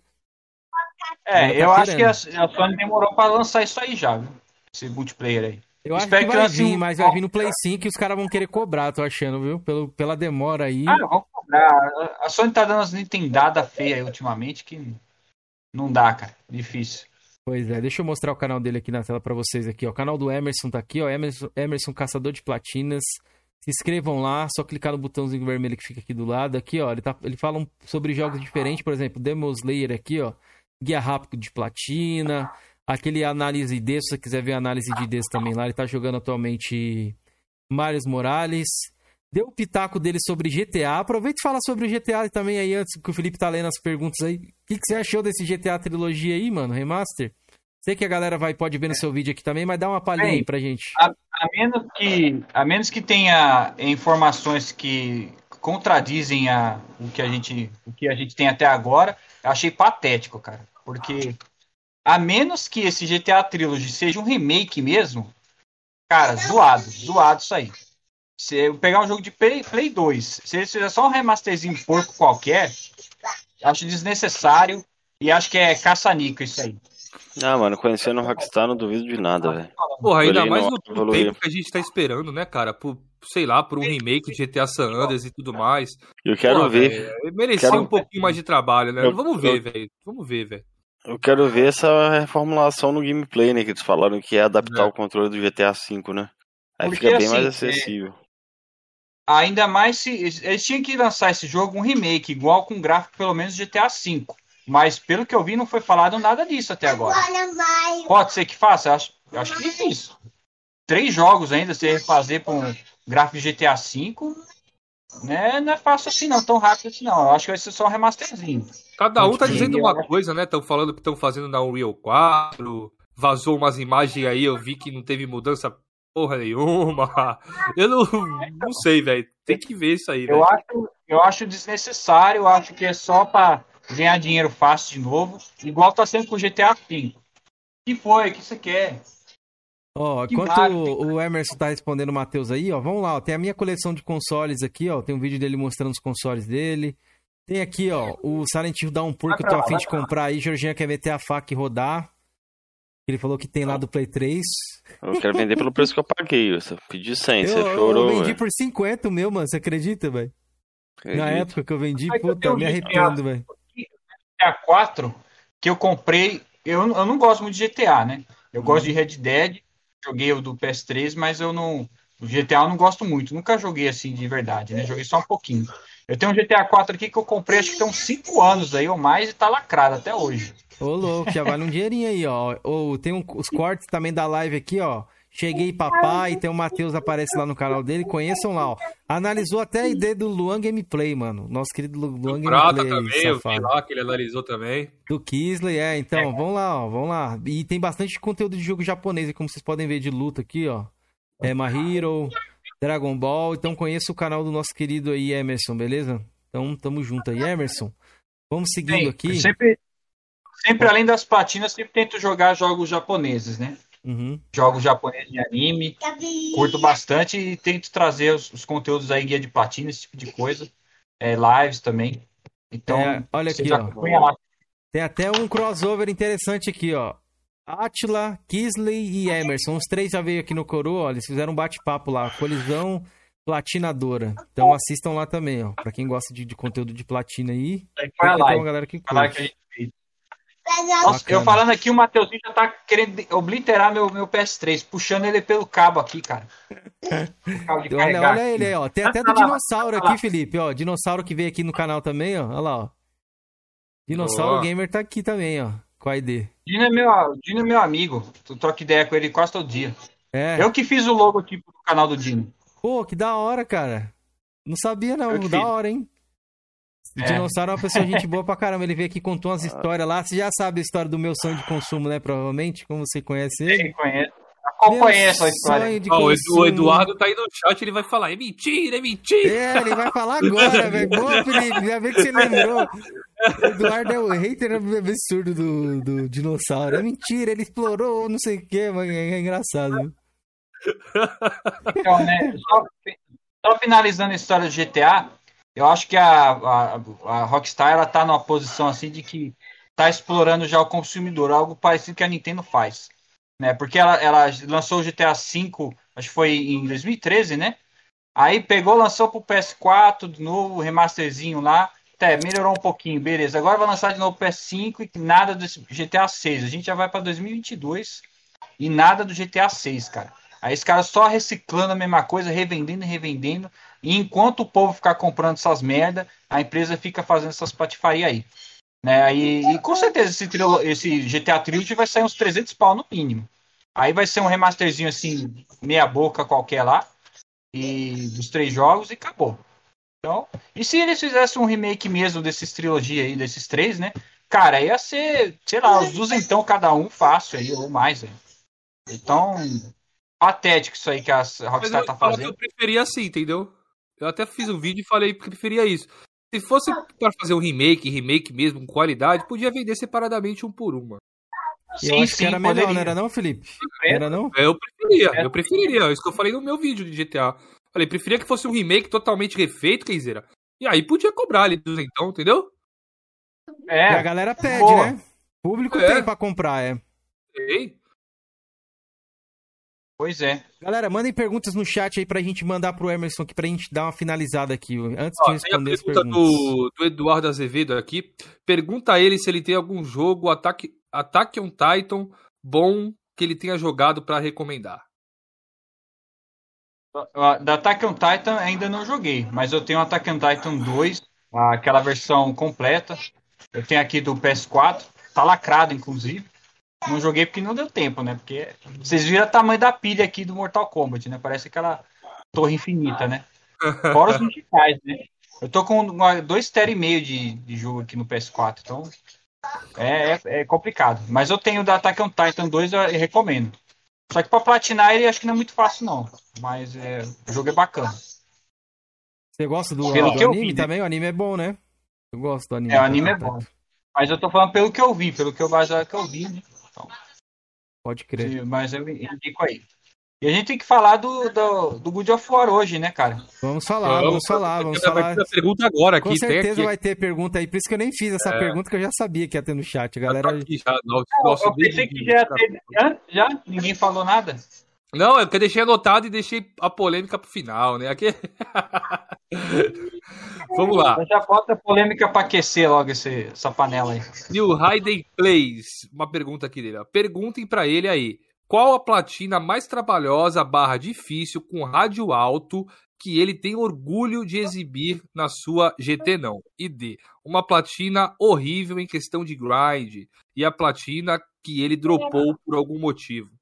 Speaker 4: É,
Speaker 1: Ela tá
Speaker 4: eu acho que a,
Speaker 1: querendo.
Speaker 4: a Sony demorou para lançar isso aí já, viu? Esse multiplayer aí.
Speaker 1: Eu acho
Speaker 4: Espero
Speaker 1: que
Speaker 4: que
Speaker 1: vai
Speaker 4: lance
Speaker 1: vir,
Speaker 4: um-
Speaker 1: mas vai vir no Play cinco e os caras vão querer cobrar, tô achando, viu? Pelo, pela demora aí.
Speaker 4: Ah, vamos cobrar. A Sony tá dando umas nintendadas feias aí ultimamente que não dá, cara. Difícil.
Speaker 1: Pois é, deixa eu mostrar o canal dele aqui na tela pra vocês aqui, ó. O canal do Emerson tá aqui, ó. Emerson, Emerson Caçador de Platinas. Se inscrevam lá, só clicar no botãozinho vermelho que fica aqui do lado. Aqui, ó, ele, tá, ele fala um- sobre jogos diferentes, por exemplo, Demon Slayer aqui, ó. Guia rápido de platina. Aquele análise I D, se você quiser ver a análise de I Ds também lá. Ele tá jogando atualmente Miles Morales. Deu o pitaco dele sobre G T A. Aproveita e fala sobre o G T A também aí, antes que o Felipe tá lendo as perguntas aí. O que, que você achou desse G T A trilogia aí, mano? Remaster? Sei que a galera vai, pode ver no seu vídeo aqui também, mas dá uma palhinha aí pra gente.
Speaker 4: A, a menos que, a menos que tenha informações que contradizem a, o, que a gente, o que a gente tem até agora, eu achei patético, cara. Porque a menos que esse G T A Trilogy seja um remake mesmo, Cara, zoado, zoado isso aí. Se eu pegar um jogo de Play, Play dois, se eles fizerem só um remasterzinho porco qualquer, acho desnecessário e acho que é caça-níquel isso aí.
Speaker 2: Ah, mano, conhecendo o Rockstar, não duvido de nada, velho.
Speaker 3: Porra, ainda
Speaker 2: Evoluir
Speaker 3: mais
Speaker 2: não
Speaker 3: no, no
Speaker 2: evoluir.
Speaker 3: tempo que a gente tá esperando, né, cara? Por, sei lá, por um remake de G T A San Andreas e tudo mais.
Speaker 2: Eu quero
Speaker 3: Porra,
Speaker 2: ver.
Speaker 3: velho, merecia
Speaker 2: Quero-
Speaker 3: um pouquinho mais de trabalho, né?
Speaker 2: Eu-
Speaker 3: Vamos ver,
Speaker 2: eu-
Speaker 3: velho. Vamos ver, velho.
Speaker 2: Eu quero ver essa reformulação no gameplay, né? Que eles falaram que é adaptar
Speaker 3: É.
Speaker 2: o controle do G T A cinco, né? Aí
Speaker 4: Porque,
Speaker 2: fica bem
Speaker 4: assim,
Speaker 2: mais
Speaker 4: é-
Speaker 2: acessível.
Speaker 4: Ainda mais se eles tinham que lançar esse jogo um remake, igual com gráfico pelo menos G T A cinco. Mas pelo que eu vi, não foi falado nada disso até agora.
Speaker 5: Agora vai.
Speaker 4: Pode ser que faça? Eu acho, eu acho que é difícil. Três jogos ainda, você refazer para um gráfico de G T A cinco, né? Não é fácil assim não, tão rápido assim não. Eu acho que vai ser só um remasterzinho.
Speaker 3: Cada um tá
Speaker 4: Sim,
Speaker 3: dizendo
Speaker 4: eu
Speaker 3: uma
Speaker 4: acho.
Speaker 3: coisa, né? Estão falando que estão fazendo na Unreal quatro. Vazou umas imagens aí, eu vi que não teve mudança porra nenhuma. Eu não, não sei, velho. Tem que ver isso aí,
Speaker 4: Eu
Speaker 3: velho.
Speaker 4: acho, eu acho desnecessário, eu acho que é só para ganhar dinheiro fácil de novo, igual tá sendo com o G T A cinco. Que foi? O que você quer?
Speaker 1: Ó,
Speaker 4: Que
Speaker 1: enquanto
Speaker 4: vale.
Speaker 1: o, o Emerson tá respondendo o Matheus aí, ó, vamos lá, ó, tem a minha coleção de consoles aqui, ó, tem um vídeo dele mostrando os consoles dele. Tem aqui, ó, o Silent Hill Downpour que eu tô
Speaker 4: Vai pra lá,
Speaker 1: afim de
Speaker 4: vai pra lá.
Speaker 1: comprar aí, Jorginho quer meter a faca e rodar. Ele falou que tem lá do Play três.
Speaker 2: Eu quero vender pelo preço que eu paguei. Eu pedi cem, você
Speaker 1: Eu, eu
Speaker 2: chorou,
Speaker 1: vendi
Speaker 2: velho.
Speaker 1: por cinquenta o meu, mano, você acredita, velho? Na
Speaker 2: Acredito.
Speaker 1: época que eu vendi,
Speaker 4: Mas eu
Speaker 1: puta,
Speaker 4: tenho
Speaker 1: me
Speaker 4: um
Speaker 1: arrependo, velho.
Speaker 4: G T A quatro que eu comprei, eu, eu não gosto muito de G T A, né? Eu gosto de Red Dead, joguei o do P S três, mas eu não. O G T A eu não gosto muito, nunca joguei assim de verdade, né? Joguei só um pouquinho. Eu tenho um G T A quatro aqui que eu comprei, acho que tem uns cinco anos aí ou mais e tá lacrado até hoje.
Speaker 1: Ô, louco, já vale um dinheirinho aí, ó. Ou tem um- os cortes também da live aqui, ó. Cheguei papai, tem o Matheus aparece lá no canal dele, conheçam lá, ó. Analisou até a ideia do Luan Gameplay, mano. Nosso querido Lu- Luan
Speaker 3: Prata
Speaker 1: Gameplay,
Speaker 3: também, eu vi
Speaker 1: safado.
Speaker 3: lá que ele analisou também.
Speaker 1: Do Kisley, é, então, vamos lá, ó, vamos lá. E tem bastante conteúdo de jogo japonês, como vocês podem ver, de luta aqui, ó. É, My Hero, Dragon Ball, então conheça o canal do nosso querido aí, Emerson, beleza? Então, tamo junto aí, Emerson. Vamos seguindo
Speaker 4: Tem,
Speaker 1: aqui.
Speaker 4: Sempre, sempre além das platinas, sempre tento jogar jogos japoneses, né?
Speaker 1: Uhum.
Speaker 4: Jogos japoneses de anime, curto bastante e tento trazer os, os conteúdos aí, guia de platina, esse tipo de coisa. É, lives também. Então,
Speaker 1: É, olha
Speaker 4: você
Speaker 1: aqui,
Speaker 4: já
Speaker 1: ó.
Speaker 4: acompanha lá.
Speaker 1: Tem até um crossover interessante aqui, ó. Atila, Kisley e Emerson. Os três já veio aqui no Coroa, ó. Eles fizeram um bate-papo lá. Colisão Platinadora. Então assistam lá também, ó. Pra quem gosta de, de conteúdo de platina aí.
Speaker 4: Vai
Speaker 1: Tem
Speaker 4: lá,
Speaker 1: uma galera que
Speaker 4: vai lá que a
Speaker 1: curte.
Speaker 4: gente fez. Nossa,
Speaker 1: Bacana.
Speaker 4: eu falando aqui, o Matheusinho já tá querendo obliterar meu, meu P S três, puxando ele pelo cabo aqui, cara. Cabo de
Speaker 1: Olha,
Speaker 4: carregar
Speaker 1: olha
Speaker 4: aqui.
Speaker 1: ele aí, ó. Tem até do dinossauro aqui, Felipe, ó. Dinossauro que veio aqui no canal também, ó. Olha lá, ó. Dinossauro
Speaker 3: Boa.
Speaker 1: Gamer tá aqui também, ó. Com a I D.
Speaker 4: Dino é meu, Dino é meu amigo. Tu troca ideia com ele quase todo dia.
Speaker 1: É.
Speaker 4: Eu que fiz o logotipo do canal do Dino.
Speaker 1: Pô, que da hora, cara. Não sabia, não.
Speaker 4: Eu que
Speaker 1: Da
Speaker 4: fiz.
Speaker 1: hora, hein? O
Speaker 4: É.
Speaker 1: Dinossauro é uma pessoa gente boa pra caramba. Ele veio aqui e contou umas histórias lá. Você já sabe a história do meu sonho de consumo, né? Provavelmente, como você conhece ele.
Speaker 4: Quem conhece? Acompanhei
Speaker 1: Meu
Speaker 4: essa história.
Speaker 1: sonho de
Speaker 3: Ó, o Edu-
Speaker 1: consumo.
Speaker 3: o Eduardo tá aí no chat, ele vai falar, é mentira, é mentira.
Speaker 1: É, ele vai falar agora, velho. Boa, Felipe. Já vê que você lembrou. O Eduardo é o hater absurdo do, do dinossauro. É mentira, ele explorou não sei o que, mas é engraçado. Viu?
Speaker 4: Então, né, só, só finalizando a história do G T A, eu acho que a, a, a Rockstar ela tá numa posição assim de que tá explorando já o consumidor, algo parecido que a Nintendo faz. Né? Porque ela, ela lançou o G T A cinco, acho que foi em dois mil e treze, né? Aí pegou, lançou pro P S quatro de novo, remasterzinho lá. Até melhorou um pouquinho, beleza. Agora vai lançar de novo o P S cinco e nada do G T A seis. A gente já vai para dois mil e vinte e dois e nada do G T A seis, cara. Aí os caras só reciclando a mesma coisa, revendendo e revendendo. E enquanto o povo ficar comprando essas merda, a empresa fica fazendo essas patifarias aí. Né? E, e com certeza esse, trilo, esse G T A Trilogy vai sair uns trezentos pau no mínimo. Aí vai ser um remasterzinho assim, meia boca qualquer lá. E dos três jogos e acabou. Então, e se eles fizessem um remake mesmo desses trilogia aí, desses três, né? Cara, ia ser, sei lá, os duzentão cada um fácil aí, ou mais. Aí. Então, patético isso aí que a
Speaker 3: Mas eu
Speaker 4: Rockstar
Speaker 3: vou
Speaker 4: tá
Speaker 3: te falar que
Speaker 4: fazendo.
Speaker 3: eu preferia assim, entendeu? Eu até fiz um vídeo e falei que preferia isso. Se fosse para fazer um remake, remake mesmo, com qualidade, podia vender separadamente um por um, mano.
Speaker 1: Eu acho que era melhor,
Speaker 4: poderia.
Speaker 1: não era não, Felipe? Era não?
Speaker 3: Eu preferia preferiria, eu preferiria. É isso que eu falei no meu vídeo de G T A. Falei, preferia que fosse um remake totalmente refeito, Kenzeira. E aí podia cobrar ali então, entendeu?
Speaker 4: É,
Speaker 1: E a galera pede,
Speaker 4: boa.
Speaker 1: né? O público
Speaker 3: É.
Speaker 1: tem pra comprar, é.
Speaker 3: Ei,
Speaker 4: Pois é.
Speaker 1: Galera, mandem perguntas no chat aí pra gente mandar pro Emerson aqui, pra gente dar uma finalizada aqui, antes de
Speaker 3: ó, tem a
Speaker 1: responder as
Speaker 3: pergunta
Speaker 1: perguntas.
Speaker 3: do, do Eduardo Azevedo aqui. Pergunta a ele se ele tem algum jogo, Attack, Attack on Titan, bom que ele tenha jogado pra recomendar.
Speaker 4: Da Attack on Titan ainda não joguei, mas eu tenho Attack on Titan dois, aquela versão completa. Eu tenho aqui do P S quatro, tá lacrado, inclusive. Não joguei porque não deu tempo, né? Porque vocês viram o tamanho da pilha aqui do Mortal Kombat, né? Parece aquela torre infinita, né? Fora os musicais, né? Eu tô com uma, dois tera e meio de, de jogo aqui no P S quatro, então é, é, é complicado. Mas eu tenho da Attack on Titan dois, eu recomendo. Só que pra platinar ele acho que não é muito fácil, não. Mas é, o jogo é bacana.
Speaker 1: Você gosta do,
Speaker 4: Pelo
Speaker 1: do
Speaker 4: que eu
Speaker 1: anime
Speaker 4: vi, né?
Speaker 1: também? O anime é bom, né? Eu gosto do anime.
Speaker 4: É, o anime é bom. Mas eu tô falando pelo que eu vi, pelo que eu baseado que eu vi, né? Então,
Speaker 1: Pode crer.
Speaker 4: se- mas eu indico aí. E a gente tem que falar do, do, do God of War hoje, né, cara?
Speaker 1: Vamos falar, vamos falar, vamos
Speaker 3: Vai
Speaker 1: falar.
Speaker 3: ter a pergunta agora aqui.
Speaker 1: Com certeza
Speaker 3: tem aqui,
Speaker 1: vai ter pergunta aí, por isso que eu nem fiz essa pergunta, que eu já sabia que ia ter no chat, a
Speaker 3: já
Speaker 1: galera.
Speaker 3: tá aqui já, nosso,
Speaker 4: Eu,
Speaker 3: nosso
Speaker 4: eu pensei que já teve antes, já? Ninguém falou nada?
Speaker 3: Não, é que eu deixei anotado e deixei a polêmica pro final, né? Aqui... Vamos lá.
Speaker 4: Então já bota polêmica pra aquecer logo esse, essa panela aí.
Speaker 3: E o Hayden Plays, uma pergunta aqui dele. Ó. Perguntem pra ele aí, qual a platina mais trabalhosa barra difícil com rádio alto que ele tem orgulho de exibir na sua G T não? E D, uma platina horrível em questão de grind e a platina que ele dropou por algum motivo.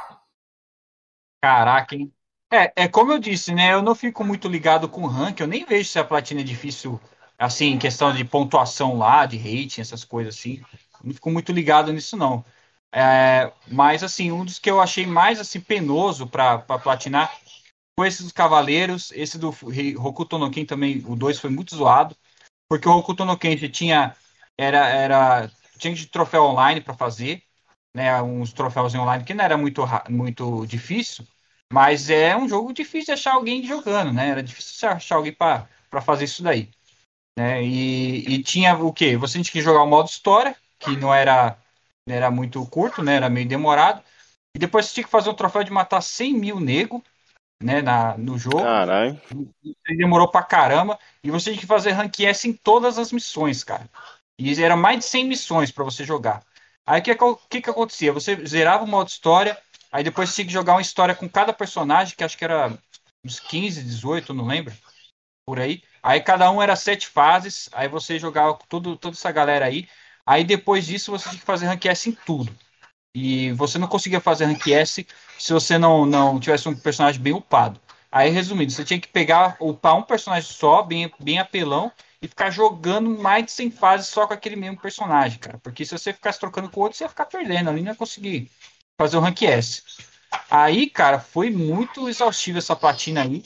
Speaker 4: Caraca, hein? É, é como eu disse, né? Eu não fico muito ligado com rank, eu nem vejo se a platina é difícil, assim, em questão de pontuação lá, de rating, essas coisas assim. Eu não fico muito ligado nisso, não. É, mas, assim, um dos que eu achei mais, assim, penoso pra, pra platinar foi esse dos Cavaleiros, esse do Hokuto no Ken também, o dois foi muito zoado, porque o Hokuto no Ken tinha, era, era, tinha de troféu online pra fazer, né, uns troféus online que não era muito, muito difícil, mas é um jogo difícil de achar alguém jogando, né? Era difícil achar alguém para fazer isso daí, né? E, e tinha o quê? Você tinha que jogar o modo história, que não era, era muito curto, né? Era meio demorado. E depois você tinha que fazer um troféu de matar cem mil nego, né? Na, no jogo.
Speaker 2: Caralho.
Speaker 4: E demorou pra caramba. E você tinha que fazer rank S em todas as missões, cara. E era mais de cem missões para você jogar. Aí o que, que, que acontecia? Você zerava o modo história, aí depois você tinha que jogar uma história com cada personagem, que acho que era uns quinze, dezoito, não lembro, por aí. Aí cada um era sete fases, aí você jogava com tudo, toda essa galera aí. Aí depois disso você tinha que fazer rank S em tudo. E você não conseguia fazer rank S se você não, não tivesse um personagem bem upado. Aí, resumindo, você tinha que pegar, upar um personagem só, bem, bem apelão, e ficar jogando mais de cem fases só com aquele mesmo personagem, cara. Porque se você ficasse trocando com o outro, você ia ficar perdendo ali, não ia conseguir fazer o rank S. Aí, cara, foi muito exaustivo essa platina aí.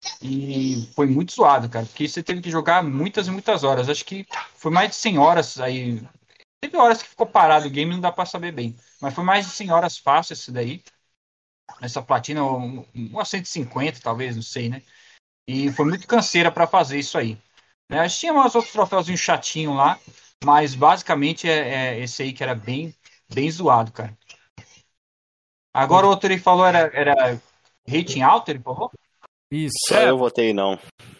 Speaker 4: E foi muito zoado, cara. Porque você teve que jogar muitas e muitas horas. Acho que foi mais de cem horas aí. Teve horas que ficou parado o game, não dá pra saber bem. Mas foi mais de cem horas fácil esse daí. Essa platina, umas cento e cinquenta talvez, não sei, né? E foi muito canseira pra fazer isso aí. Né? Tinha umas outros troféuzinhos chatinhos lá, mas basicamente é, é esse aí que era bem, bem zoado, cara. Agora o outro ele falou era, era rating alto, ele falou?
Speaker 1: Isso.
Speaker 2: Só eu votei não.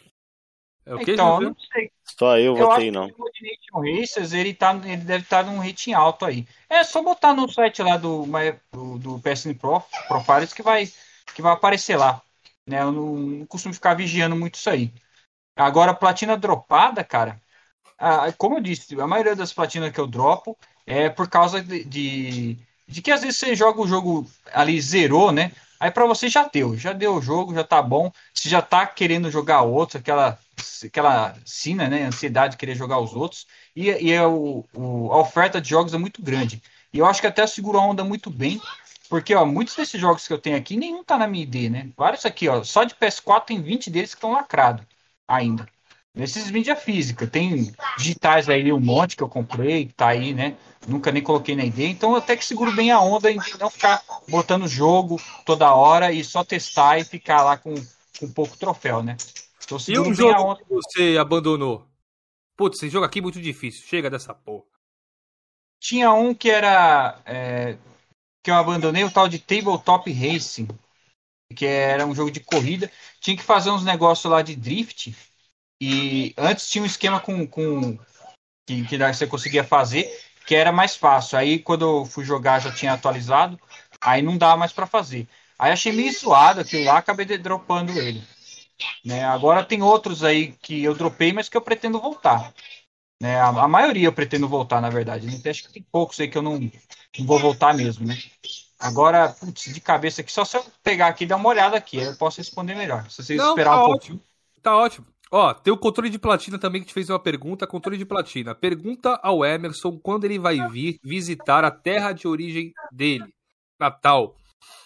Speaker 3: É o que,
Speaker 4: Então, eu
Speaker 3: Júlio?
Speaker 4: não sei.
Speaker 2: Só eu
Speaker 4: Eu acho
Speaker 2: votei
Speaker 4: que
Speaker 2: não.
Speaker 4: o Nation Racers, ele, tá, ele deve estar num rating alto aí. É só botar no site lá do, do, do P S N Pro, Profiles que vai, que vai aparecer lá. Né? Eu não, não costumo ficar vigiando muito isso aí. Agora, platina dropada, cara, ah, como eu disse, a maioria das platinas que eu dropo é por causa de, de, de que às vezes você joga o jogo ali, zerou, né? Aí pra você já deu, já deu o jogo, já tá bom. Você já tá querendo jogar outro, aquela, aquela sina, né? Ansiedade de querer jogar os outros. E, e é o, o, a oferta de jogos é muito grande. E eu acho que até segurou a onda muito bem. Porque, ó, muitos desses jogos que eu tenho aqui, nenhum tá na minha I D, né? Vários aqui, ó. Só de P S quatro tem vinte deles que estão lacrados ainda. nesses mídia física. Tem digitais aí, um monte que eu comprei, que tá aí, né? Nunca nem coloquei na I D, então eu até que seguro bem a onda em não ficar botando jogo toda hora e só testar e ficar lá com, com pouco troféu, né? Então eu
Speaker 3: E
Speaker 4: seguro
Speaker 3: um
Speaker 4: bem a
Speaker 3: jogo
Speaker 4: onda.
Speaker 3: que você abandonou? Putz, esse jogo aqui é muito difícil. Chega dessa porra.
Speaker 4: Tinha um que era é, que eu abandonei, o tal de Tabletop Racing, que era um jogo de corrida. Tinha que fazer uns negócios lá de drift. E antes tinha um esquema com, com que, que você conseguia fazer, que era mais fácil. Aí quando eu fui jogar já tinha atualizado, aí não dava mais para fazer. Aí achei meio zoado aquilo lá, acabei de- dropando ele. Né? Agora tem outros aí que eu dropei, mas que eu pretendo voltar. Né? A, a maioria eu pretendo voltar, na verdade. Né? Acho que tem poucos aí que eu não, não vou voltar mesmo, né? Agora, putz, de cabeça aqui, só se eu pegar aqui e dar uma olhada aqui, aí eu posso responder melhor. Se vocês
Speaker 3: Não,
Speaker 4: esperar
Speaker 3: tá
Speaker 4: um
Speaker 3: ótimo.
Speaker 4: pouquinho.
Speaker 3: Tá ótimo. Ó, tem o controle de platina também que te fez uma pergunta. Controle de platina. Pergunta ao Emerson quando ele vai vir visitar a terra de origem dele, Natal.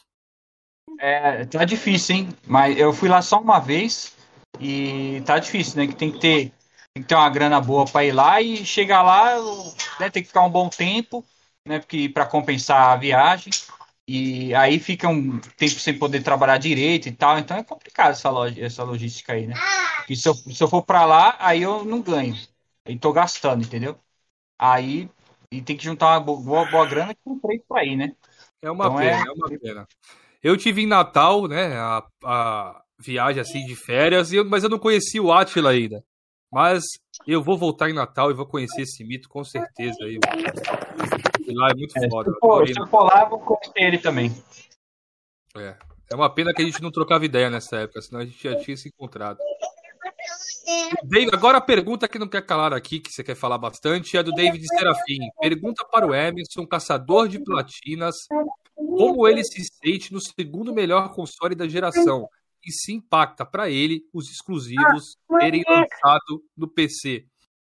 Speaker 4: É, tá difícil, hein? Mas eu fui lá só uma vez e tá difícil, né? Que tem que ter, tem que ter uma grana boa para ir lá e chegar lá, né, tem que ficar um bom tempo, né? Porque para compensar a viagem. E aí fica um tempo sem poder trabalhar direito e tal. Então é complicado essa, log essa logística aí, né? E se eu, se eu for para lá, aí eu não ganho. Aí tô gastando, entendeu? Aí e tem que juntar uma boa, boa grana que não tem para ir, né?
Speaker 3: É uma
Speaker 4: Então é.
Speaker 3: pena, é uma pena. Eu tive em Natal, né, a, a viagem assim de férias, e eu- mas eu não conheci o Átila ainda. Mas eu vou voltar em Natal e vou conhecer esse mito com certeza aí. E lá é muito
Speaker 4: É, se,
Speaker 3: foda.
Speaker 4: eu
Speaker 3: Eu
Speaker 4: for,
Speaker 3: adorei
Speaker 4: se eu
Speaker 3: Natal.
Speaker 4: for lá, eu vou conhecer ele também.
Speaker 3: É. É uma pena que a gente não trocava ideia nessa época, senão a gente já tinha se encontrado. Dave, agora a pergunta que não quer calar aqui, que você quer falar bastante, é do David Serafim. Pergunta para o Emerson, caçador de platinas, como ele se sente no segundo melhor console da geração e se impacta para ele os exclusivos terem lançado no P C.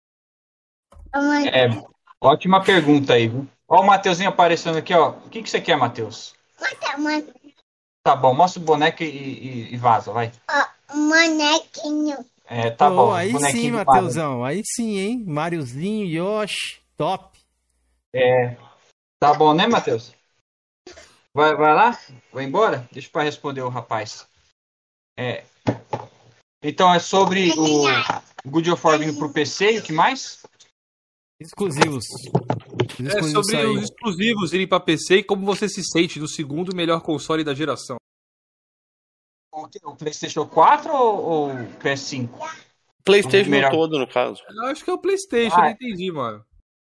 Speaker 4: É, ótima pergunta aí, viu? Ó o Mateuzinho aparecendo aqui, ó. O que, que você quer, Matheus? Tá bom, mostra o boneco e, e- e vaza, vai.
Speaker 5: Bonequinho.
Speaker 4: É, tá
Speaker 1: Ô,
Speaker 4: bom,
Speaker 1: aí sim,
Speaker 4: bonequinho do Mario.
Speaker 1: Matheusão. Aí sim, hein? Mariozinho, Yoshi, top.
Speaker 4: É, tá bom, né, Matheus? Vai, vai lá? Vai embora? Deixa eu responder o rapaz. É, então é sobre o God of War vindo pro P C e o que mais?
Speaker 1: Exclusivos. Os
Speaker 3: É
Speaker 1: exclusivos
Speaker 3: sobre
Speaker 1: saírem.
Speaker 3: os exclusivos irem para P C e como você se sente no segundo melhor console da geração.
Speaker 4: O, que- o PlayStation quatro ou, ou o P S cinco?
Speaker 2: PlayStation
Speaker 4: Melhor.
Speaker 2: todo, no caso.
Speaker 3: Eu acho que é o PlayStation,
Speaker 4: Ah,
Speaker 3: eu não entendi, mano.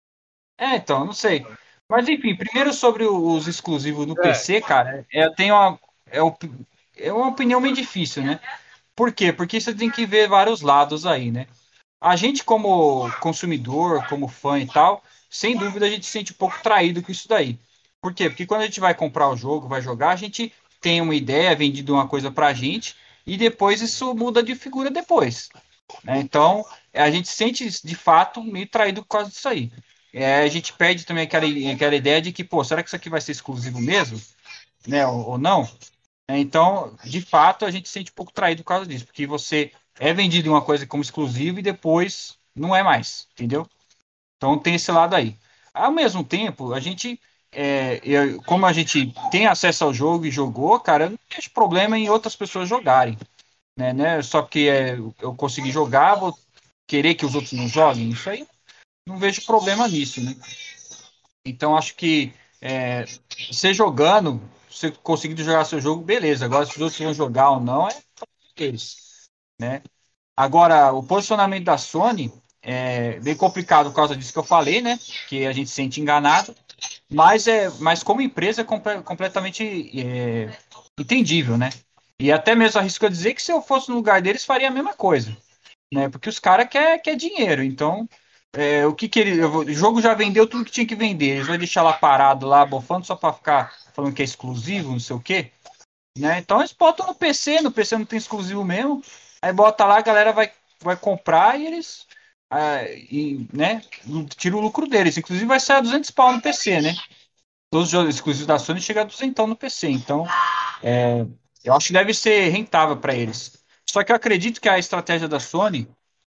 Speaker 4: É, então, não sei. Mas enfim, primeiro sobre o- os exclusivos no
Speaker 3: É.
Speaker 4: P C, cara, é, eu tenho uma, é, op- é uma opinião meio difícil, né? Por quê? Porque você tem que ver vários lados aí, né? A gente, como consumidor, como fã e tal, sem dúvida a gente se sente um pouco traído com isso daí. Por quê? Porque quando a gente vai comprar o jogo, vai jogar, a gente tem uma ideia, é vendido uma coisa pra gente, e depois isso muda de figura depois. Né? Então, a gente se sente de fato meio traído por causa disso aí. É, a gente perde também aquela, aquela ideia de que, pô, será que isso aqui vai ser exclusivo mesmo? Né? Ou, ou não? É, Então, de fato, a gente se sente um pouco traído por causa disso, porque você é vendido uma coisa como exclusiva e depois não é mais, entendeu? Então tem esse lado aí. Ao mesmo tempo, a gente, é, eu- como a gente tem acesso ao jogo e jogou, cara, eu não vejo problema em outras pessoas jogarem, né? né? Só porque é, eu consegui jogar, vou querer que os outros não joguem. Isso aí, não vejo problema nisso, né? Então acho que é, você jogando, você conseguindo jogar seu jogo, beleza. Agora, se os outros vão jogar ou não, é eles, né? Agora, o posicionamento da Sony é bem complicado por causa disso que eu falei, né? Que a gente se sente enganado, mas é, mas como empresa é comple- completamente é, entendível, né? E até mesmo arrisco a dizer que se eu fosse no lugar deles faria a mesma coisa, né? Porque os caras querem quer dinheiro, então é, o que que ele, eu vou- o jogo já vendeu tudo que tinha que vender, eles vão deixar lá parado lá bofando só para ficar falando que é exclusivo, não sei o quê, né? Então eles botam no P C, no P C não tem exclusivo mesmo. Aí bota lá, a galera vai, vai comprar e eles ah, e, né, tira o lucro deles. Inclusive vai sair a duzentos pau no P C, né? Todos os jogos exclusivos da Sony chegam a duzentos no P C. Então, é, eu acho que deve ser rentável para eles. Só que eu acredito que a estratégia da Sony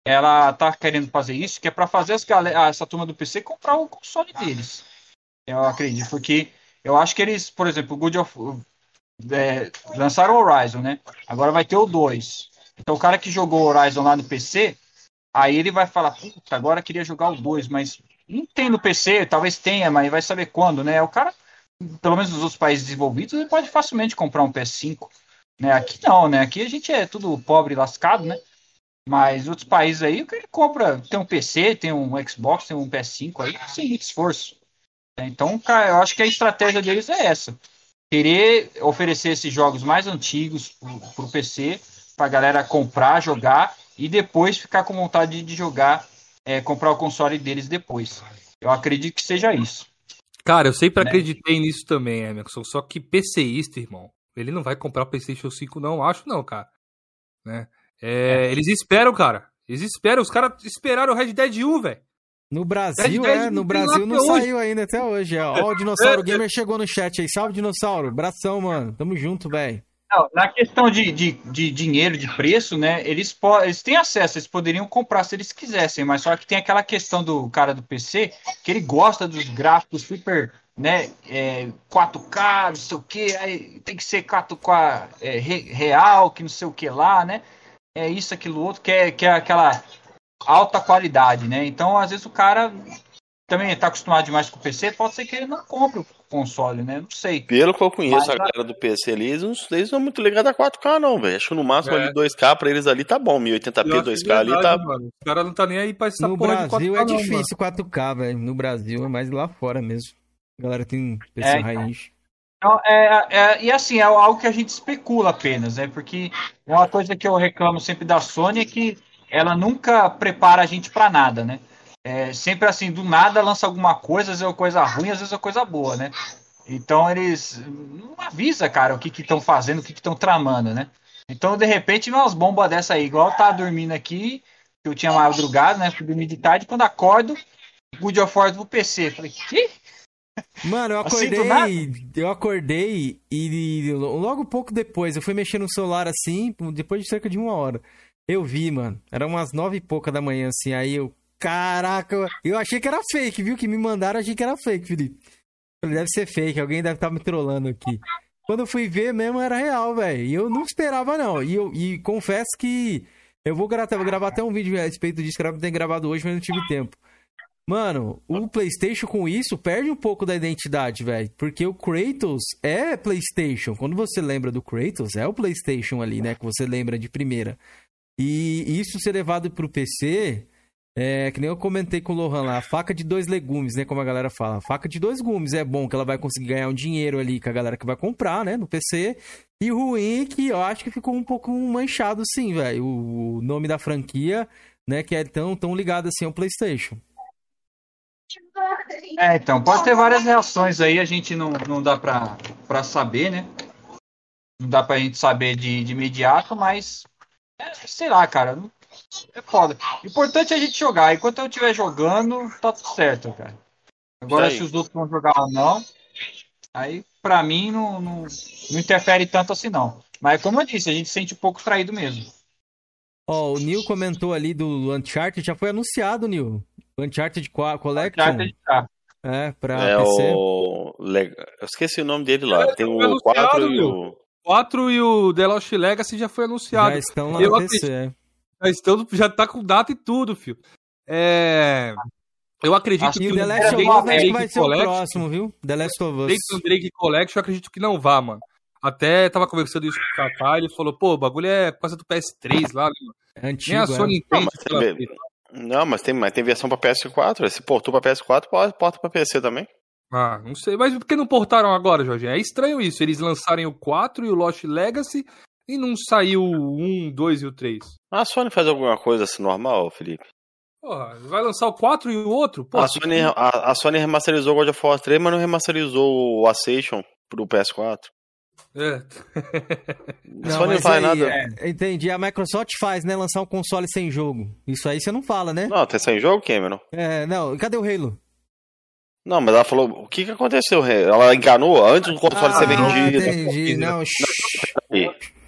Speaker 4: ela tá querendo fazer isso, que é para fazer as galera, essa turma do P C comprar o console deles. Eu acredito, porque eu acho que eles, por exemplo, o God of é, lançaram o Horizon, né? Agora vai ter o dois. Então o cara que jogou o Horizon lá no P C, aí ele vai falar, puta, agora eu queria jogar o dois, mas não tem no P C, talvez tenha, mas vai saber quando, né? O cara, pelo menos nos outros países desenvolvidos, ele pode facilmente comprar um P S cinco. Né? Aqui não, né? Aqui a gente é tudo pobre e lascado, né? Mas outros países aí, o cara compra, tem um P C, tem um Xbox, tem um P S cinco aí, sem muito esforço. Então, cara, eu acho que a estratégia deles é essa. Querer oferecer esses jogos mais antigos pro, pro P C, pra galera comprar, jogar, e depois ficar com vontade de jogar, é, comprar o console deles depois. Eu acredito que seja isso.
Speaker 3: Cara, eu sempre
Speaker 4: Né?
Speaker 3: acreditei nisso também, Emerson. Só que PCista, irmão, ele não vai comprar o PlayStation cinco, não. Acho não, cara. Né? É, é. Eles esperam, cara. Eles esperam. Os caras esperaram o Red Dead um, velho.
Speaker 1: No Brasil, é. No Brasil não saiu ainda até hoje. Ó, o Dinossauro é, Gamer é. chegou no chat aí. Salve, Dinossauro. Abração, mano. Tamo junto, velho.
Speaker 4: Na questão de, de, de dinheiro, de preço, né? Eles, po- eles têm acesso, eles poderiam comprar se eles quisessem, mas só que tem aquela questão do cara do P C, que ele gosta dos gráficos super, né? É, quatro K, não sei o que, aí tem que ser quatro K é, re- real, que não sei o que lá, né? É isso, aquilo outro, que é, que é aquela alta qualidade, né? Então, às vezes o cara também está acostumado demais com o P C, pode ser que ele não compre o console, né? Não sei.
Speaker 2: Pelo que eu conheço,
Speaker 4: Mas,
Speaker 2: a galera do P C ali, eles não, eles não são muito ligados a quatro K, não, velho. Acho que no máximo é. ali dois K pra eles ali tá bom. mil e oitenta p, dois K ali tá.
Speaker 3: Mano. Os caras não tá nem aí pra essa
Speaker 1: no
Speaker 3: porra
Speaker 1: Brasil
Speaker 3: de quatro K,
Speaker 1: é
Speaker 3: não,
Speaker 1: difícil
Speaker 3: mano.
Speaker 1: quatro K, velho. No Brasil é mais lá fora mesmo. A galera tem P C
Speaker 4: É,
Speaker 1: raiz.
Speaker 4: Então, é, é, e assim, é algo que a gente especula apenas, né? Porque uma coisa que eu reclamo sempre da Sony é que ela nunca prepara a gente para nada, né? É, sempre assim, do nada lança alguma coisa, às vezes é coisa ruim, às vezes é coisa boa, né? Então eles não avisam, cara, o que estão fazendo, o que estão tramando, né? Então, de repente, vem umas bombas dessa aí, igual eu tava dormindo aqui, que eu tinha madrugado, né? Fui dormir de tarde, quando acordo, Good of War do P C. Falei, que?
Speaker 1: Mano, eu
Speaker 4: Assim, do
Speaker 1: acordei, eu acordei e, e logo pouco depois, eu fui mexer no celular assim, depois de cerca de uma hora. Eu vi, mano, era umas nove e pouca da manhã assim, aí eu, caraca, eu achei que era fake, viu? Que me mandaram, achei que era fake, Felipe. Falei, deve ser fake, alguém deve estar me trollando aqui. Quando eu fui ver mesmo, era real, velho. E eu não esperava, não. E, eu, e confesso que eu vou gravar, vou gravar até um vídeo a respeito disso, que eu tenho gravado hoje, mas não tive tempo. Mano, o PlayStation com isso perde um pouco da identidade, velho. Porque o Kratos é PlayStation. Quando você lembra do Kratos, é o PlayStation ali, né? Que você lembra de primeira. E isso ser levado pro P C, é que nem eu comentei com o Lohan lá, faca de dois legumes, né? Como a galera fala. Faca de dois gumes. É bom que ela vai conseguir ganhar um dinheiro ali com a galera que vai comprar, né? No P C. E ruim que eu acho que ficou um pouco manchado, sim, velho. O nome da franquia, né? Que é tão, tão ligado assim ao PlayStation.
Speaker 4: É, então, pode ter várias reações aí, a gente não, não dá pra, pra saber, né? Não dá pra gente saber de, de imediato, mas é, sei lá, cara, é foda. O importante é a gente jogar. Enquanto eu estiver jogando, tá tudo certo, cara. Agora, se os outros vão jogar ou não, aí pra mim não, não, não interfere tanto assim, não. Mas como eu disse, a gente se sente um pouco traído mesmo.
Speaker 1: Ó, oh, o Neil comentou ali do Uncharted, já foi anunciado, Neil. Uncharted Collection.
Speaker 4: Uncharted já.
Speaker 1: É, pra
Speaker 2: é
Speaker 1: P C.
Speaker 2: O... Eu esqueci o nome dele lá. É, Tem o quatro e o...
Speaker 3: quatro e o The Lost Legacy já foi anunciado.
Speaker 1: Já estão lá
Speaker 3: eu
Speaker 1: no P C.
Speaker 3: Já, estão, já tá com data e tudo, filho. É... Eu acredito
Speaker 1: acho
Speaker 3: que
Speaker 1: o The Last of Us acho que vai ser o próximo, viu? The Last of Us.
Speaker 3: O Drake Collection, eu acredito que não vá, mano. Até tava conversando isso com o Kaká, ele falou, pô, o bagulho é quase do P S três lá, né, mano?
Speaker 1: É antigo,
Speaker 3: nem a Sony
Speaker 1: é.
Speaker 3: entende.
Speaker 2: Não, mas tem, não, mas tem, mas tem versão pra P S quatro. Se portou pra P S quatro, pode, porta pra P C também.
Speaker 3: Ah, não sei. Mas por que não portaram agora, Jorge? É estranho isso. Eles lançarem o quatro e o Lost Legacy e não saiu o um, dois e o três.
Speaker 2: A Sony faz alguma coisa assim normal, Felipe?
Speaker 3: Porra, vai lançar o quatro e o outro? Porra,
Speaker 2: a, Sony, a, a Sony remasterizou o God of War três, mas não remasterizou o Ascension pro P S quatro.
Speaker 3: É.
Speaker 2: A Sony não faz
Speaker 1: aí,
Speaker 2: nada.
Speaker 1: É, entendi. A Microsoft faz, né? Lançar um console sem jogo. Isso aí você não fala, né?
Speaker 2: Não, tem sem jogo, Cameron?
Speaker 1: É, não. Cadê o Halo?
Speaker 2: Não, mas ela falou, o que que aconteceu? Ela enganou antes do console
Speaker 1: ah,
Speaker 2: ser vendido.
Speaker 1: Entendi, não.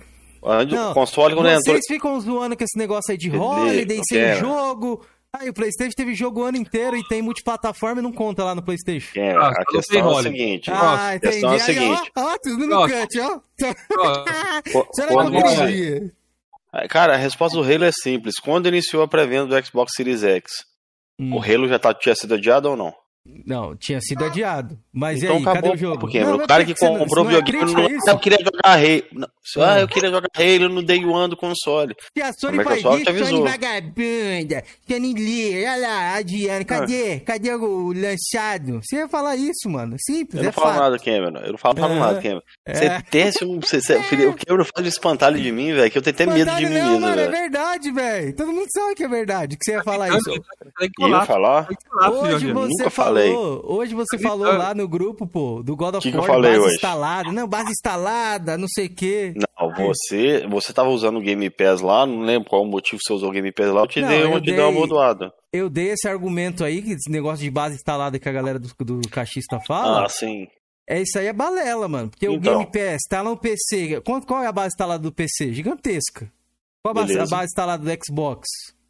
Speaker 2: O console quando
Speaker 1: vocês
Speaker 2: entrou...
Speaker 1: ficam zoando com esse negócio aí de
Speaker 2: Beleza,
Speaker 1: holiday,
Speaker 2: não
Speaker 1: sem
Speaker 2: quero.
Speaker 1: jogo. Aí o PlayStation teve jogo o ano inteiro e tem multiplataforma e não conta lá no PlayStation.
Speaker 2: É,
Speaker 3: Ah,
Speaker 2: a
Speaker 3: só não
Speaker 2: questão
Speaker 3: tem
Speaker 2: é o
Speaker 3: role.
Speaker 2: seguinte.
Speaker 1: Ah,
Speaker 2: a
Speaker 1: entendi.
Speaker 2: questão é o
Speaker 1: Aí,
Speaker 2: seguinte.
Speaker 1: ó, ó, tudo no
Speaker 3: Nossa.
Speaker 1: cut, ó.
Speaker 3: Ó,
Speaker 1: Será que eu
Speaker 2: quando-
Speaker 1: entendi?
Speaker 2: Cara, a resposta do Halo é simples. Quando iniciou a pré-venda do Xbox Series X,
Speaker 1: Hum.
Speaker 2: o Halo já tá, tinha sido adiado ou não?
Speaker 1: Não, tinha sido adiado. Mas
Speaker 2: Então
Speaker 1: e aí, cadê
Speaker 2: acabou
Speaker 1: o jogo?
Speaker 2: porque
Speaker 1: Não,
Speaker 2: o
Speaker 1: mas
Speaker 2: cara
Speaker 1: por
Speaker 2: que
Speaker 1: você não-
Speaker 2: comprou o
Speaker 1: isso não é
Speaker 2: videogame
Speaker 1: crítica,
Speaker 2: não,
Speaker 1: é isso?
Speaker 2: eu queria jogar Halo. Não, ah,
Speaker 1: Ah.
Speaker 2: eu queria jogar Halo no Day One do console.
Speaker 1: Se a Sony
Speaker 2: A
Speaker 1: faz
Speaker 2: Microsoft
Speaker 1: isso, Sony
Speaker 2: avisou.
Speaker 1: vagabunda, Sony Lee, olha lá, adiando. Cadê? Cadê o lançado? Você ia falar isso, mano. Simples,
Speaker 2: Eu não
Speaker 1: é
Speaker 2: falo
Speaker 1: fato.
Speaker 2: nada, Cameron. Eu não falo, falo
Speaker 1: É.
Speaker 2: nada, Cameron.
Speaker 1: É.
Speaker 2: Você tece um. Você, você, o Cameron faz um espantalho de mim, velho, que eu tenho até medo de
Speaker 1: Espantalho
Speaker 2: mim
Speaker 1: não,
Speaker 2: mesmo,
Speaker 1: mano, é
Speaker 2: velho.
Speaker 1: verdade, velho. Todo mundo sabe que é verdade, que você ia falar isso.
Speaker 3: Tem que
Speaker 2: E eu
Speaker 3: colar.
Speaker 2: falar?
Speaker 3: Tem que colar,
Speaker 1: Hoje
Speaker 3: filho,
Speaker 1: você
Speaker 2: nunca
Speaker 1: falou,
Speaker 2: falei.
Speaker 1: hoje você
Speaker 3: Gritando.
Speaker 1: falou lá no grupo, pô, do God of
Speaker 2: Que que eu
Speaker 1: War,
Speaker 2: falei
Speaker 1: base
Speaker 2: hoje?
Speaker 1: instalada. Não, base instalada, não sei o quê.
Speaker 2: Não, você, você tava usando o Game Pass lá, não lembro qual o motivo que você usou o Game Pass lá, eu te
Speaker 1: Não,
Speaker 2: dei
Speaker 1: eu
Speaker 2: uma, te dei uma
Speaker 1: dei-
Speaker 2: bordoada.
Speaker 1: Eu dei esse argumento aí, que esse negócio de base instalada que a galera do, do cachista fala.
Speaker 2: Ah, sim.
Speaker 1: É isso aí, é balela, mano. Porque o
Speaker 2: Então.
Speaker 1: Game Pass tá no P C. Qual, qual é a base instalada do P C? Gigantesca. Qual a base, a
Speaker 2: Beleza.
Speaker 1: base instalada do Xbox?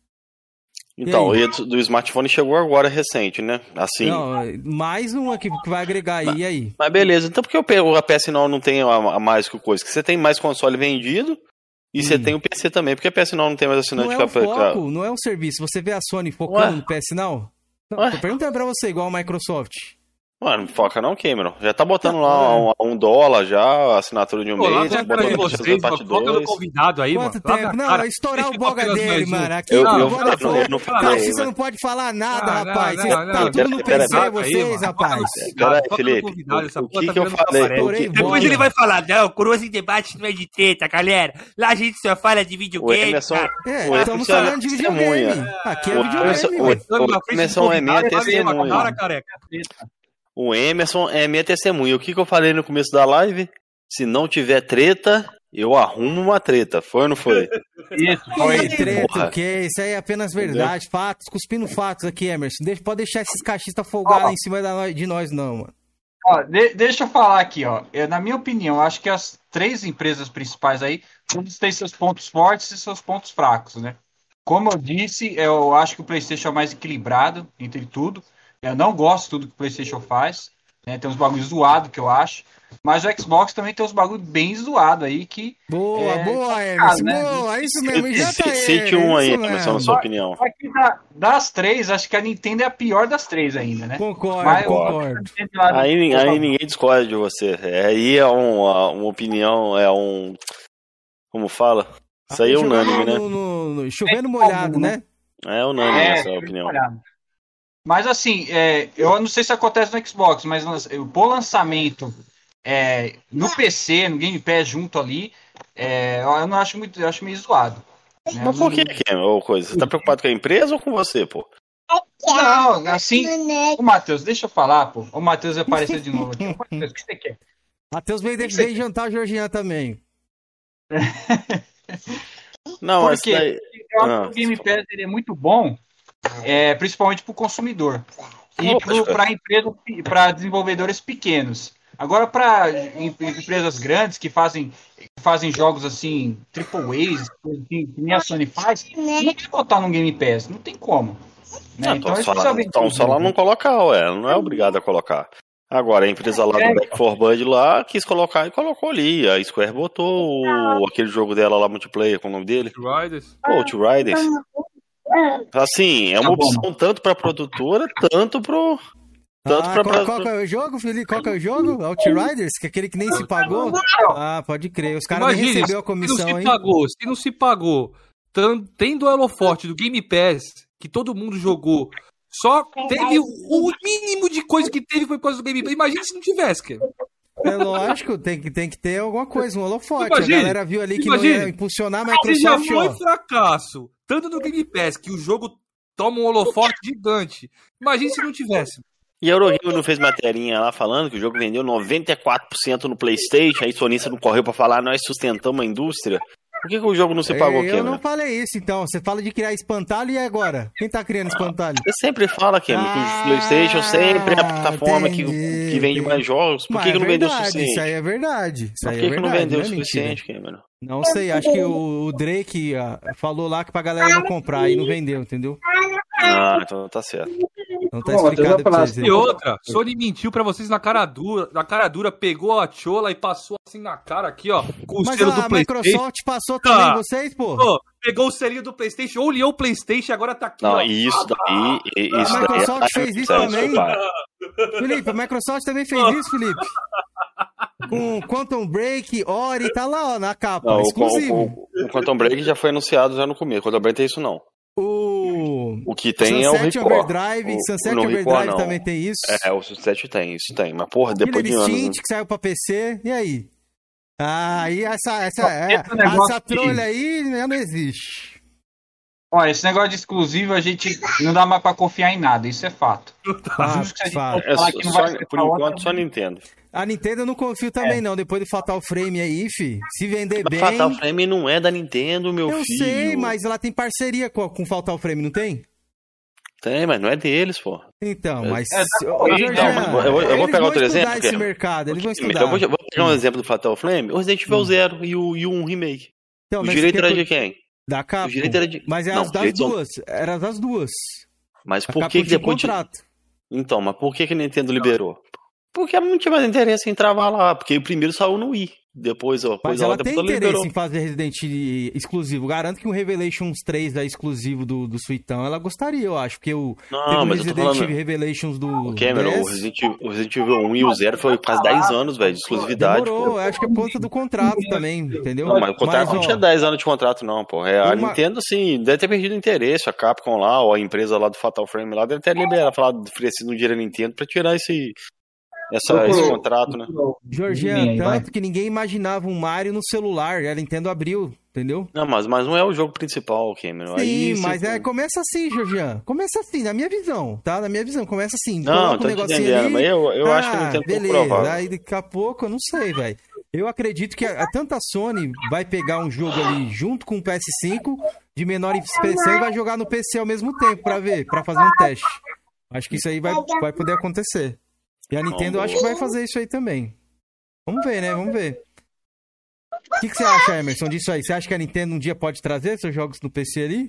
Speaker 2: Então,
Speaker 1: E
Speaker 2: e do, do smartphone chegou agora recente, né? Assim.
Speaker 1: Não, mais uma que, que vai agregar aí. E aí?
Speaker 2: Mas beleza, então por que o P- a P S não não tem a, a mais que coisa? Que você tem mais console vendido e você
Speaker 1: Hum.
Speaker 2: tem o P C também. Por que a P S não não tem mais assinante
Speaker 1: Não é
Speaker 2: com a
Speaker 1: o
Speaker 2: P- com a-
Speaker 1: foco, não é o serviço. Você vê a Sony focando
Speaker 2: Ué?
Speaker 1: no P S não? Não,
Speaker 2: Ué?
Speaker 1: tô perguntando pra você, igual a Microsoft.
Speaker 2: Mano, foca não, Cameron. Já tá botando lá um, um dólar já, a assinatura de um
Speaker 3: Pô, lá
Speaker 2: mês,
Speaker 3: na cara
Speaker 2: botando
Speaker 3: de
Speaker 2: você
Speaker 3: vocês,
Speaker 2: parte
Speaker 3: mano, foca no
Speaker 2: dois.
Speaker 3: convidado aí,
Speaker 1: Quanto
Speaker 3: mano. Lá
Speaker 1: tempo?
Speaker 3: na
Speaker 1: Não,
Speaker 3: cara.
Speaker 1: é estourar
Speaker 3: Deixa
Speaker 1: o boga
Speaker 3: apenas
Speaker 1: dele,
Speaker 3: mais um.
Speaker 1: mano. Aqui
Speaker 2: Eu-
Speaker 1: o
Speaker 2: eu-
Speaker 1: God of
Speaker 2: eu-
Speaker 1: War-
Speaker 2: eu não
Speaker 1: Cara,
Speaker 2: falei,
Speaker 1: você
Speaker 2: mas-
Speaker 1: não pode falar nada,
Speaker 3: Ah, não,
Speaker 1: rapaz.
Speaker 3: não,
Speaker 1: Vocês
Speaker 3: não,
Speaker 1: tá
Speaker 3: não.
Speaker 1: tudo no
Speaker 2: Pera-
Speaker 1: P C,
Speaker 2: pera-
Speaker 1: vocês, rapaz.
Speaker 2: Peraí,
Speaker 3: Foca no
Speaker 2: Felipe,
Speaker 3: convidado, essa
Speaker 2: o
Speaker 3: porra
Speaker 2: que
Speaker 3: tá
Speaker 2: que eu
Speaker 3: virando
Speaker 2: falei?
Speaker 3: cabaré.
Speaker 2: O
Speaker 1: Estourei
Speaker 2: que-
Speaker 1: bola.
Speaker 7: Depois ele vai falar, não, Coroas em Debate não é de treta, galera. Lá a gente só fala de
Speaker 2: O
Speaker 7: videogame,
Speaker 2: Emerson,
Speaker 7: cara.
Speaker 1: É,
Speaker 2: o
Speaker 1: estamos
Speaker 2: Emerson é
Speaker 1: falando de videogame.
Speaker 2: testemunha.
Speaker 1: Aqui é
Speaker 2: O Emerson-
Speaker 1: videogame,
Speaker 2: o-
Speaker 1: ué.
Speaker 3: Dando na frente do
Speaker 2: Emerson é minha
Speaker 3: convidado, faz uma
Speaker 2: testemunha.
Speaker 3: cara, careca.
Speaker 2: O Emerson é minha testemunha. O que, que eu falei no começo da live? Se não tiver treta, eu arrumo uma treta. Foi ou não foi?
Speaker 4: Isso,
Speaker 1: Que
Speaker 4: foi.
Speaker 1: treta,
Speaker 2: Porra.
Speaker 1: o quê? Isso aí é apenas verdade, fatos, cuspindo fatos aqui, Emerson. Deixa, pode deixar esses cachistas folgados
Speaker 4: Ó.
Speaker 1: em cima da- de nós, não, mano.
Speaker 4: Ó, de- deixa eu falar aqui, ó. Eu, na minha opinião, acho que as três empresas principais aí, todos têm seus pontos fortes e seus pontos fracos, né? Como eu disse, eu acho que o PlayStation é mais equilibrado entre tudo. Eu não gosto de tudo que o PlayStation faz, né? Tem uns bagulhos zoados que eu acho. Mas o Xbox também tem uns bagulhos bem zoados aí que.
Speaker 1: Boa,
Speaker 4: É,
Speaker 1: boa, Emerson,
Speaker 4: né?
Speaker 1: boa. Isso mesmo, já tá aí.
Speaker 2: Cite um aí,
Speaker 1: isso
Speaker 2: Emerson,
Speaker 1: mesmo.
Speaker 2: na sua opinião.
Speaker 4: Aqui da- das três, acho que a Nintendo é a pior das três ainda, né?
Speaker 1: Concordo,
Speaker 4: Mas eu-
Speaker 1: concordo.
Speaker 2: Aí, aí ninguém discorda de você. É, aí é uma, uma opinião, é um. Como fala? Isso aí é
Speaker 1: Jogando
Speaker 2: unânime, né?
Speaker 1: no- no- no- chovendo molhado, né?
Speaker 2: É unânime
Speaker 4: É,
Speaker 2: essa opinião.
Speaker 4: Mas assim, é, eu não sei se acontece no Xbox, mas lança- eu- por lançamento é, no P C, no Game Pass junto ali, é, eu não acho muito, eu acho meio zoado. né?
Speaker 2: Mas por que, Ken, ou coisa? Você tá preocupado com a empresa ou com você, pô?
Speaker 4: Não, assim,
Speaker 5: Boneca.
Speaker 4: ô Matheus, deixa eu falar, pô. O Matheus apareceu de novo aqui. Ô, Matheus, o que você quer?
Speaker 1: Matheus veio, veio jantar o Georgian também.
Speaker 2: Não,
Speaker 4: Por
Speaker 2: mas
Speaker 4: quê?
Speaker 2: daí-
Speaker 4: Eu acho
Speaker 2: Ah.
Speaker 4: que o Game Pass ele é muito bom, é, principalmente para o consumidor e
Speaker 2: Lógico.
Speaker 4: para empresas, para desenvolvedores pequenos. Agora, para empresas grandes que fazem, que fazem jogos assim, triple A's, coisa assim, que nem a Sony faz, não tem que botar no Game Pass, não tem como. Né?
Speaker 2: Ah,
Speaker 4: Então,
Speaker 2: então,
Speaker 4: eles
Speaker 2: só,
Speaker 4: precisam
Speaker 2: lá,
Speaker 4: vender
Speaker 2: então só lá
Speaker 4: tudo.
Speaker 2: não colocar, ué. Ela não é obrigada a colocar. Agora, a empresa lá
Speaker 4: É.
Speaker 2: do Back four Blood lá quis colocar e colocou ali. A Square botou o- aquele jogo dela lá, multiplayer, com o nome dele.
Speaker 3: Riders.
Speaker 2: Pô, Two Riders. Assim, é uma
Speaker 4: Tá bom.
Speaker 2: opção tanto pra produtora, tanto pro. Tanto
Speaker 1: Ah,
Speaker 2: pra.
Speaker 1: qual,
Speaker 2: pra-
Speaker 1: qual que é o jogo, Felipe? Qual que é o jogo? Outriders? Que é aquele que nem se pagou? Ah, pode crer. Os caras nem
Speaker 3: Imagine,
Speaker 1: receberam a
Speaker 3: se
Speaker 1: comissão,
Speaker 3: não se
Speaker 1: hein?
Speaker 3: pagou, se não se pagou, tan- tendo o holoforte do Game Pass, que todo mundo jogou, só teve o, o mínimo de coisa que teve foi por causa do Game Pass. Imagina se não tivesse, cara.
Speaker 1: É lógico, tem que, tem que ter alguma coisa, um holofote.
Speaker 3: Imagine,
Speaker 1: a galera viu ali que
Speaker 3: imagine.
Speaker 1: não ia impulsionar a
Speaker 3: Se já
Speaker 1: Microsoft,
Speaker 3: foi
Speaker 1: ó.
Speaker 3: fracasso, tanto no Game Pass, que o jogo toma um holoforte gigante. Imagina se não tivesse.
Speaker 2: E a Eurogamer não fez materinha lá falando que o jogo vendeu noventa e quatro por cento no PlayStation, aí o sonista não correu pra falar, nós sustentamos a indústria. Por que, que o jogo não se pagou aqui,
Speaker 1: Eu
Speaker 2: né?
Speaker 1: não falei isso, então. Você fala de criar espantalho e agora? Quem tá criando espantalho?
Speaker 2: Você sempre fala, Cameron, que
Speaker 1: Ah,
Speaker 2: o PlayStation sempre é a plataforma que,
Speaker 1: entendi,
Speaker 2: que vende
Speaker 1: entendi.
Speaker 2: mais jogos. Por
Speaker 1: Mas
Speaker 2: que, que
Speaker 1: é
Speaker 2: não vendeu o
Speaker 1: verdade,
Speaker 2: suficiente?
Speaker 1: Isso aí é verdade. Isso
Speaker 2: Por
Speaker 1: aí
Speaker 2: que,
Speaker 1: é
Speaker 2: que não
Speaker 1: verdade.
Speaker 2: vendeu o
Speaker 1: não é mentira.
Speaker 2: suficiente, Cameron?
Speaker 1: Não sei, acho que o, o Drake ah, falou lá que pra galera não comprar e não vendeu, entendeu?
Speaker 2: Ah, então tá certo.
Speaker 1: Não tá
Speaker 4: Bom, eu
Speaker 1: explicado
Speaker 4: vou
Speaker 1: pra
Speaker 4: falar
Speaker 1: vocês
Speaker 3: E
Speaker 1: aí.
Speaker 3: outra, Sony mentiu pra vocês na cara dura, na cara dura, pegou a chola e passou assim na cara aqui, ó, com o
Speaker 1: Mas
Speaker 3: selo
Speaker 1: a
Speaker 3: do PlayStation.
Speaker 1: Microsoft passou também
Speaker 3: Ah.
Speaker 1: vocês, pô?
Speaker 3: Pô, pegou o selinho do PlayStation, olhou o PlayStation e agora tá aqui,
Speaker 2: Não,
Speaker 3: ó.
Speaker 2: e isso daí. e-
Speaker 1: A
Speaker 2: Isso daí
Speaker 1: Microsoft
Speaker 2: é
Speaker 1: fez isso
Speaker 2: sério,
Speaker 1: também.
Speaker 2: desculpa.
Speaker 1: Felipe, a Microsoft também fez isso, Felipe. Com Quantum Break, Ori, tá lá, ó, na capa,
Speaker 2: Não, o,
Speaker 1: exclusivo.
Speaker 2: o, o, o Quantum Break já foi anunciado já no começo. O Quantum Break tem isso não.
Speaker 1: O,
Speaker 2: O que tem é o
Speaker 1: Sunset
Speaker 2: Record.
Speaker 1: Overdrive,
Speaker 2: O-
Speaker 1: Sunset
Speaker 2: no
Speaker 1: Overdrive
Speaker 2: Record, não.
Speaker 1: também tem isso.
Speaker 2: É, o Sunset tem, isso tem. Mas, porra, depois
Speaker 1: Killer
Speaker 2: de anos.
Speaker 1: Instinct, que saiu pra P C, e aí? Ah, aí essa, essa,
Speaker 4: Ó,
Speaker 1: é,
Speaker 4: esse negócio
Speaker 1: essa
Speaker 4: de-
Speaker 1: trolha aí né, não existe.
Speaker 4: Ó, esse negócio de exclusivo, a gente não dá mais pra confiar em nada, isso é fato.
Speaker 1: Fato,
Speaker 4: Justo que a gente
Speaker 1: fato.
Speaker 4: pode
Speaker 2: É
Speaker 4: falar
Speaker 2: só,
Speaker 4: que não
Speaker 2: só-
Speaker 4: vai ser
Speaker 2: por
Speaker 4: pra
Speaker 2: enquanto,
Speaker 4: outra,
Speaker 2: só Nintendo.
Speaker 1: A Nintendo eu não confio também, não. Depois do Fatal Frame aí, fi. Se vender
Speaker 2: Mas
Speaker 1: bem.
Speaker 2: Fatal Frame não é da Nintendo, meu
Speaker 1: eu
Speaker 2: filho.
Speaker 1: sei, mas ela tem parceria com, com Fatal Frame, não tem?
Speaker 2: Tem, mas não é deles, pô.
Speaker 1: Então,
Speaker 2: É,
Speaker 1: mas.
Speaker 4: é,
Speaker 1: Ô,
Speaker 4: não,
Speaker 1: Jorge,
Speaker 2: não, mas eu vou- eu vou
Speaker 1: eles
Speaker 2: pegar
Speaker 1: vão
Speaker 2: outro
Speaker 1: estudar
Speaker 2: exemplo,
Speaker 1: esse
Speaker 2: que é-
Speaker 1: mercado, eles vão estudar.
Speaker 2: Eu vou, vou pegar um exemplo do Fatal Flame. O Resident Evil
Speaker 1: Hum.
Speaker 2: Zero e o, e um remake.
Speaker 1: Então,
Speaker 2: O
Speaker 1: mas
Speaker 2: direito
Speaker 1: isso
Speaker 2: era
Speaker 1: aqui é
Speaker 2: de quem?
Speaker 1: Da Capcom.
Speaker 2: O direito era de...
Speaker 1: Mas é
Speaker 2: Não,
Speaker 1: as
Speaker 2: os
Speaker 1: das
Speaker 2: direitos são-
Speaker 1: duas. Era das duas.
Speaker 2: Mas
Speaker 1: A
Speaker 2: por
Speaker 1: Capcom
Speaker 2: que que
Speaker 1: tinha
Speaker 2: depois de...
Speaker 1: contrato.
Speaker 2: Então, mas por que que a Nintendo liberou? Porque ela não tinha mais interesse em travar lá. Porque o primeiro saiu no Wii. Depois, ó,
Speaker 1: Mas
Speaker 2: depois
Speaker 1: ela
Speaker 2: ela
Speaker 1: tem
Speaker 2: depois ela
Speaker 1: interesse
Speaker 2: liberou.
Speaker 1: em fazer Resident Evil exclusivo. Garanto que um Revelations três aí exclusivo do, do Suitão, ela gostaria, eu acho. Porque o, teve
Speaker 2: Não,
Speaker 1: o
Speaker 2: mas eu tô
Speaker 1: Resident
Speaker 2: falando...
Speaker 1: Evil Revelations do
Speaker 2: O Cameron,
Speaker 1: D S.
Speaker 2: o Resident, Evil- o Resident Evil um e o Zero foi quase dez anos, velho, de exclusividade.
Speaker 1: Demorou,
Speaker 2: pô.
Speaker 1: eu acho que é por conta do contrato também, entendeu?
Speaker 2: Não, mas o contrato não
Speaker 1: ó,
Speaker 2: tinha dez anos de contrato, não, pô. É, a
Speaker 1: Uma-
Speaker 2: Nintendo, assim, deve ter perdido interesse. A Capcom lá, ou a empresa lá do Fatal Frame lá, deve ter liberado, falado, oferecido um dinheiro à Nintendo pra tirar esse, essa, esse contrato, né?
Speaker 1: Georgian,
Speaker 4: Aí, vai.
Speaker 1: tanto que ninguém imaginava um Mario no celular, e a Nintendo abriu, entendeu?
Speaker 2: Não, mas, mas não é o jogo principal, Cameron.
Speaker 1: Sim,
Speaker 2: Aí,
Speaker 1: mas
Speaker 2: você-
Speaker 1: é, começa assim, Georgian. Começa assim, na minha visão, tá? Na minha visão, começa assim.
Speaker 2: Não,
Speaker 1: coloca um
Speaker 2: tô te
Speaker 1: negocinho
Speaker 2: entendendo,
Speaker 1: ali,
Speaker 2: mas eu, eu
Speaker 1: ah,
Speaker 2: acho que a Nintendo é
Speaker 1: beleza.
Speaker 2: pouco provável.
Speaker 1: Aí daqui a pouco, eu não sei, velho. Eu acredito que a, a tanta Sony vai pegar um jogo ali junto com o P S cinco de menor expressão e vai jogar no P C ao mesmo tempo pra ver, pra fazer um teste. Acho que isso aí vai, vai poder acontecer. E a Nintendo eu acho que vai fazer isso aí também. Vamos ver, né? Vamos ver. O que, que você acha, Emerson, disso aí? Você acha que a Nintendo um dia pode trazer seus jogos no P C ali?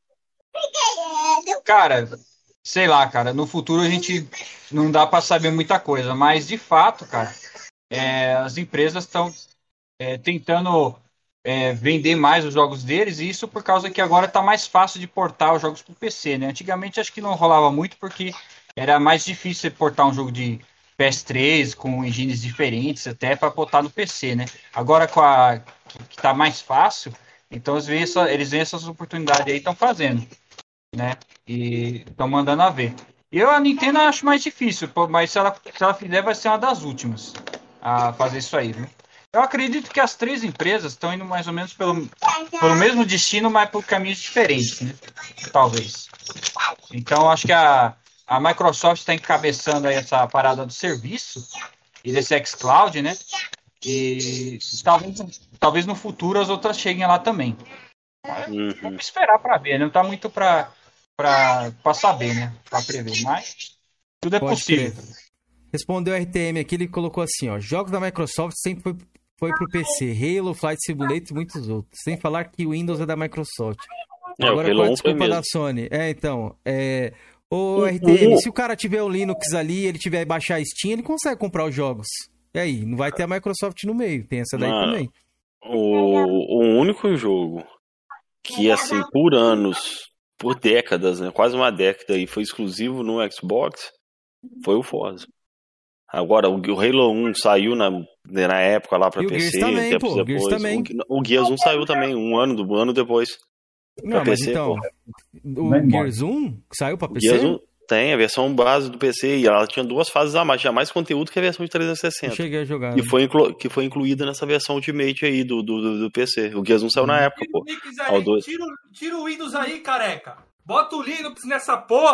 Speaker 4: Cara, sei lá, cara, no futuro a gente não dá pra saber muita coisa, mas de fato, cara, é, as empresas estão tentando é, vender mais os jogos deles, e isso por causa que agora tá mais fácil de portar os jogos pro P C, né? Antigamente acho que não rolava muito porque era mais difícil você portar um jogo de P S três com engines diferentes até para botar no P C, né? Agora com a que, que tá mais fácil, então eles veem, essa, eles veem essas oportunidades aí e estão fazendo, né? E estão mandando a ver. Eu a Nintendo acho mais difícil, pô, mas se ela, se ela fizer vai ser uma das últimas a fazer isso aí, viu? Eu acredito que as três empresas estão indo mais ou menos pelo, pelo mesmo destino, mas por caminhos diferentes, né? Talvez. Então acho que a A Microsoft está encabeçando aí essa parada do serviço e desse xCloud, né? E talvez, talvez no futuro as outras cheguem lá também.
Speaker 2: Uhum.
Speaker 4: Vamos esperar para ver, né? Não tá muito para para saber, né? Para prever, mas tudo é
Speaker 1: Pode
Speaker 4: possível.
Speaker 1: crer. Respondeu o R T M aqui, ele colocou assim, ó. Jogos da Microsoft sempre foi, foi pro P C. Halo, Flight Simulator e muitos outros. Sem falar que o Windows é da Microsoft.
Speaker 2: É, o
Speaker 1: Agora
Speaker 2: Halo
Speaker 1: qual a
Speaker 2: um foi
Speaker 1: desculpa
Speaker 2: mesmo.
Speaker 1: da Sony? É, então, é... Ô,
Speaker 2: O-
Speaker 1: R T M,
Speaker 2: o-
Speaker 1: se o cara tiver o Linux ali, ele tiver baixar a Steam, ele consegue comprar os jogos. E aí, não vai ter a Microsoft no meio, tem essa daí
Speaker 2: Mano,
Speaker 1: também.
Speaker 2: O, o único jogo que, assim, por anos, por décadas, né? Quase uma década aí, foi exclusivo no Xbox, foi o Forza. Agora, o, o Halo um saiu na, na época lá pra
Speaker 1: E o
Speaker 2: P C,
Speaker 1: Gears também,
Speaker 2: tempos
Speaker 1: pô, o Gears
Speaker 2: depois.
Speaker 1: também.
Speaker 2: O, o Gears um saiu também, um ano, do, um ano depois.
Speaker 1: Não, mas
Speaker 2: P C,
Speaker 1: então, o
Speaker 4: Vai embora.
Speaker 1: Gears um saiu pra P C?
Speaker 2: Gears um tem a versão base do P C e ela tinha duas fases a mais, tinha mais conteúdo que a versão de
Speaker 1: Eu
Speaker 2: trezentos e sessenta.
Speaker 1: cheguei a jogar.
Speaker 2: Que
Speaker 1: né?
Speaker 2: foi, inclu, que foi incluída nessa versão Ultimate aí do, do, do, do P C. O Gears um saiu na época, pô.
Speaker 3: Linux
Speaker 2: Ao
Speaker 3: aí,
Speaker 2: dois.
Speaker 3: tira, o- tira o Windows aí, careca. Bota o Linux nessa porra.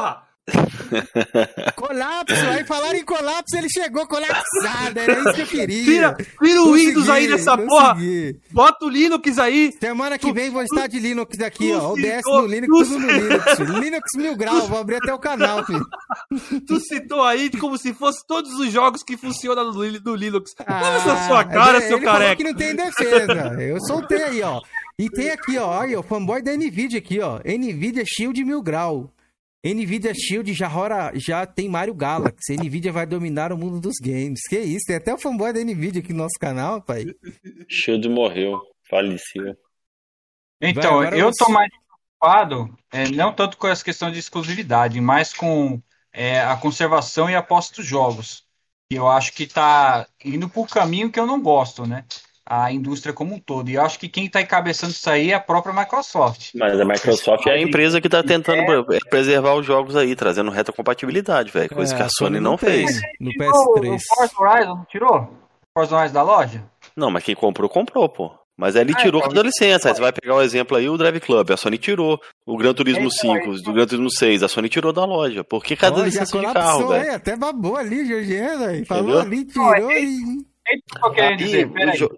Speaker 1: Colapso, aí falaram em colapso, ele chegou colapsado, era isso que eu queria.
Speaker 3: Tira, tira o
Speaker 1: Consegui,
Speaker 3: Windows aí dessa
Speaker 1: consegui.
Speaker 3: porra. Bota o Linux aí.
Speaker 1: Semana que
Speaker 3: Tu-
Speaker 1: vem vou estar de Linux aqui,
Speaker 3: tu
Speaker 1: ó. O B S
Speaker 3: citou-
Speaker 1: no Linux,
Speaker 3: tu
Speaker 1: tudo no Linux. Linux mil graus, vou abrir até o canal, filho.
Speaker 3: Tu citou aí como se fosse todos os jogos que funcionam no, Li- no Linux.
Speaker 1: Ah,
Speaker 3: Olha essa sua cara,
Speaker 1: ele
Speaker 3: seu
Speaker 1: falou
Speaker 3: careca.
Speaker 1: que não tem defesa. Eu soltei aí, ó. E tem aqui, ó, aí, o fanboy da Nvidia aqui, ó. Nvidia Shield mil grau. Nvidia Shield já, rola, já tem Mario Galaxy. Nvidia vai dominar o mundo dos games. Que isso, tem até o fanboy da Nvidia aqui no nosso canal, pai.
Speaker 2: Shield morreu, faleceu.
Speaker 4: Então,
Speaker 1: Vai, agora
Speaker 4: eu
Speaker 1: você.
Speaker 4: tô mais preocupado, é, não tanto com essa questão de exclusividade, mas com é, a conservação e a posse dos jogos. Que eu acho que tá indo por um caminho que eu não gosto, né? A indústria como um todo. E eu acho que quem tá encabeçando isso aí é a própria Microsoft.
Speaker 2: Mas a Microsoft é a empresa que tá tentando pre- preservar os jogos aí, trazendo retrocompatibilidade, velho. Coisa
Speaker 1: É,
Speaker 2: que a Sony não fez.
Speaker 1: No P
Speaker 4: Tirou
Speaker 1: S
Speaker 4: o
Speaker 1: três.
Speaker 4: Forza Horizon, não tirou? Forza Horizon da loja?
Speaker 2: Não, mas quem comprou, comprou, pô. Mas aí ele
Speaker 4: Ah,
Speaker 2: tirou
Speaker 4: então,
Speaker 2: com a licença. Aí você vai pegar o exemplo aí, o Drive Club. A Sony tirou. O Gran Turismo
Speaker 4: Então,
Speaker 2: cinco, o Gran Turismo seis, a Sony tirou da loja. Por que cada
Speaker 1: Ó, já
Speaker 2: licença de carro,
Speaker 1: colapsou aí,
Speaker 2: velho?
Speaker 1: até babou ali, Georgiano, aí. Falou
Speaker 2: Entendeu?
Speaker 1: ali, tirou
Speaker 4: é-
Speaker 1: e...
Speaker 4: É isso que eu tô querendo
Speaker 2: Aí,
Speaker 4: dizer.
Speaker 2: o
Speaker 4: Peraí.
Speaker 2: jo-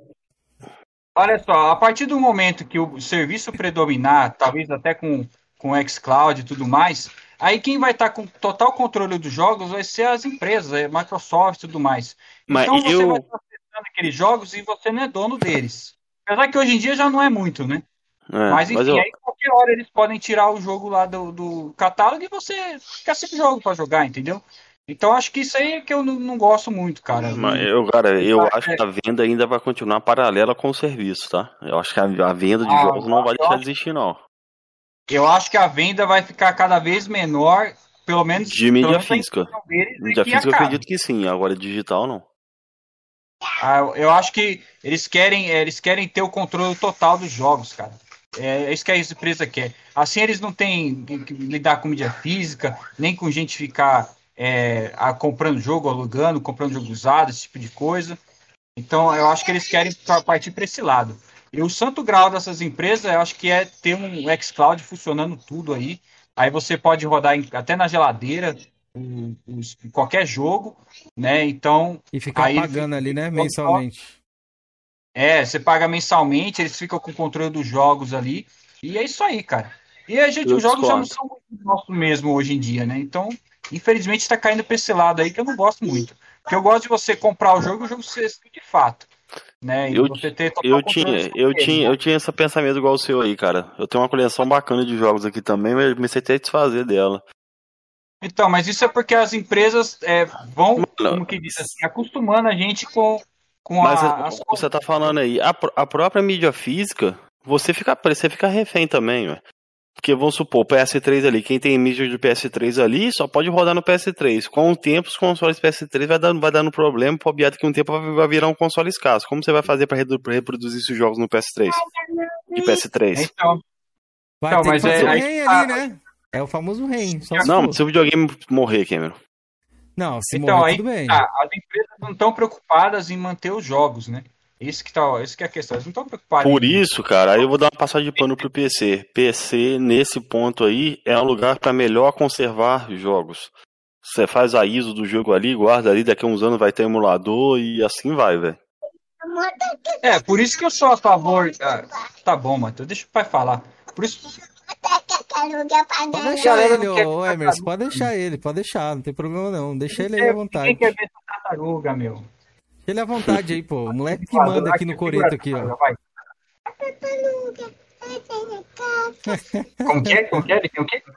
Speaker 4: Olha só, a partir do momento que o serviço predominar, talvez até com, com o xCloud e tudo mais, aí quem vai estar com total controle dos jogos vai ser as empresas, a Microsoft e tudo mais.
Speaker 2: Mas
Speaker 4: Então você
Speaker 2: eu-
Speaker 4: vai estar acessando aqueles jogos e você não é dono deles. Apesar que hoje em dia já não é muito, né?
Speaker 2: É,
Speaker 4: Mas enfim,
Speaker 2: mas eu-
Speaker 4: aí qualquer hora eles podem tirar o jogo lá do, do catálogo e você fica sem jogo para jogar, entendeu? Então acho que isso aí é que eu não, não gosto muito, cara.
Speaker 2: Mas eu, cara, eu
Speaker 4: Ah,
Speaker 2: acho
Speaker 4: é.
Speaker 2: que a venda ainda vai continuar paralela com o serviço, tá? Eu acho que a, a venda de
Speaker 4: Ah,
Speaker 2: jogos não vai
Speaker 4: eu
Speaker 2: deixar
Speaker 4: acho-
Speaker 2: de existir, não.
Speaker 4: Eu acho que a venda vai ficar cada vez menor, pelo menos
Speaker 2: De mídia
Speaker 4: pelo menos a
Speaker 2: física.
Speaker 4: intenção deles é
Speaker 2: Mídia
Speaker 4: que
Speaker 2: física eu
Speaker 4: acabe.
Speaker 2: acredito que sim, agora digital não.
Speaker 4: Ah, eu acho que eles querem, eh, eles querem ter o controle total dos jogos, cara. É isso que a empresa quer. Assim eles não têm que que lidar com mídia física, nem com gente ficar é, a- comprando jogo, alugando, comprando jogo usado, esse tipo de coisa. Então eu acho que eles querem pa- partir para esse lado. E o santo grau dessas empresas, eu acho que é ter um xCloud funcionando tudo aí. Aí você pode rodar em- até na geladeira, o- os- qualquer jogo, né? Então
Speaker 1: E ficar
Speaker 4: Aí
Speaker 1: pagando
Speaker 4: fica-
Speaker 1: ali, né,
Speaker 4: fica-
Speaker 1: mensalmente.
Speaker 4: é, você paga mensalmente, eles ficam com o controle dos jogos ali, e é isso aí, cara. E a gente,
Speaker 2: Eu
Speaker 4: os jogos já não
Speaker 2: discordo.
Speaker 4: são muito nossos mesmo hoje em dia, né? Então, infelizmente, está caindo pra esse lado aí que eu não gosto muito. Porque eu gosto de você comprar o jogo e o jogo ser de fato, né? E
Speaker 2: Eu,
Speaker 4: você ter total
Speaker 2: eu
Speaker 4: controle
Speaker 2: tinha,
Speaker 4: sobre
Speaker 2: eu
Speaker 4: ele,
Speaker 2: tinha,
Speaker 4: né?
Speaker 2: eu tinha esse pensamento igual o seu aí, cara. Eu tenho uma coleção bacana de jogos aqui também, mas eu comecei até a desfazer dela.
Speaker 4: Então, mas isso é porque as empresas é, vão,
Speaker 2: Mano,
Speaker 4: como que diz assim, acostumando a gente com, com
Speaker 2: Mas
Speaker 4: a, as
Speaker 2: você tá falando aí, a, pró- a própria mídia física, você fica, você fica refém também, ué. Porque vamos supor, o P S três ali, quem tem mídia de P S três ali, só pode rodar no P S três. Com o tempo, os consoles P S três vai dando, vai dando problema, pro objeto que um tempo vai vai virar um console escasso. Como você vai fazer pra redu- pra reproduzir esses jogos no P S três? De P S três?
Speaker 4: Então,
Speaker 1: Vai
Speaker 4: Então,
Speaker 1: ter
Speaker 4: mas
Speaker 1: que fazer
Speaker 4: é-
Speaker 1: o
Speaker 4: aí
Speaker 1: rei
Speaker 4: tá-
Speaker 1: ali, né? É o famoso rei. Só se
Speaker 2: Não,
Speaker 1: for.
Speaker 2: se o videogame morrer, Cameron.
Speaker 1: Não, se
Speaker 4: então
Speaker 1: morrer,
Speaker 4: aí
Speaker 1: tudo bem.
Speaker 4: tá, as empresas não estão preocupadas em manter os jogos, né? Isso que, tá, isso que é a questão. Eles não estão preocupados
Speaker 2: Por
Speaker 4: em...
Speaker 2: isso, cara, aí eu vou dar uma passagem de pano pro P C. P C, nesse ponto aí, é um lugar pra melhor conservar jogos. Você faz a I S O do jogo ali, guarda ali, daqui a uns anos vai ter emulador e assim vai, velho.
Speaker 4: É, por isso que eu sou a favor... Ah, tá bom, Matheus, deixa o pai falar. Por isso...
Speaker 1: Pode deixar
Speaker 4: galera
Speaker 1: ele,
Speaker 4: não quer
Speaker 1: ô
Speaker 4: que
Speaker 1: Emerson, pode deixar ele, pode deixar, não tem problema não. Deixa ele aí à vontade.
Speaker 4: Ninguém quer ver essa tartaruga, meu.
Speaker 1: Deixa ele à vontade aí, pô. O moleque que
Speaker 4: Vai,
Speaker 1: manda aqui
Speaker 4: vai,
Speaker 1: no Coreto aqui,
Speaker 4: segura,
Speaker 1: ó.
Speaker 4: vai. Como que é? Como que é? Ele tem o quê?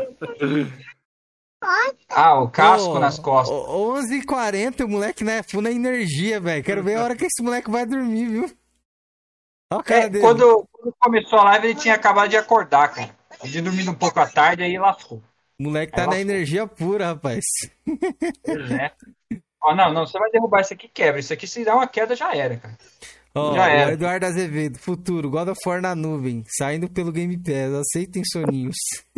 Speaker 4: Ah, o casco
Speaker 1: Ô,
Speaker 4: nas costas.
Speaker 1: ô, onze e quarenta, o moleque, né? Full na energia, velho. Quero ver a hora que esse moleque vai dormir, viu? Olha a cara
Speaker 4: É,
Speaker 1: dele.
Speaker 4: quando, quando começou a live, ele tinha acabado de acordar, cara. Ele tinha dormido um pouco à tarde, aí lascou.
Speaker 1: O moleque tá
Speaker 4: Ela-
Speaker 1: na energia pura, rapaz.
Speaker 4: Pois é. Ó, não, não, você vai derrubar isso aqui, quebra. Isso aqui, se dá uma queda, já era, cara.
Speaker 1: Ó,
Speaker 4: Já
Speaker 1: o
Speaker 4: era.
Speaker 1: Eduardo Azevedo, futuro, God of War na nuvem, saindo pelo Game Pass, aceitem soninhos.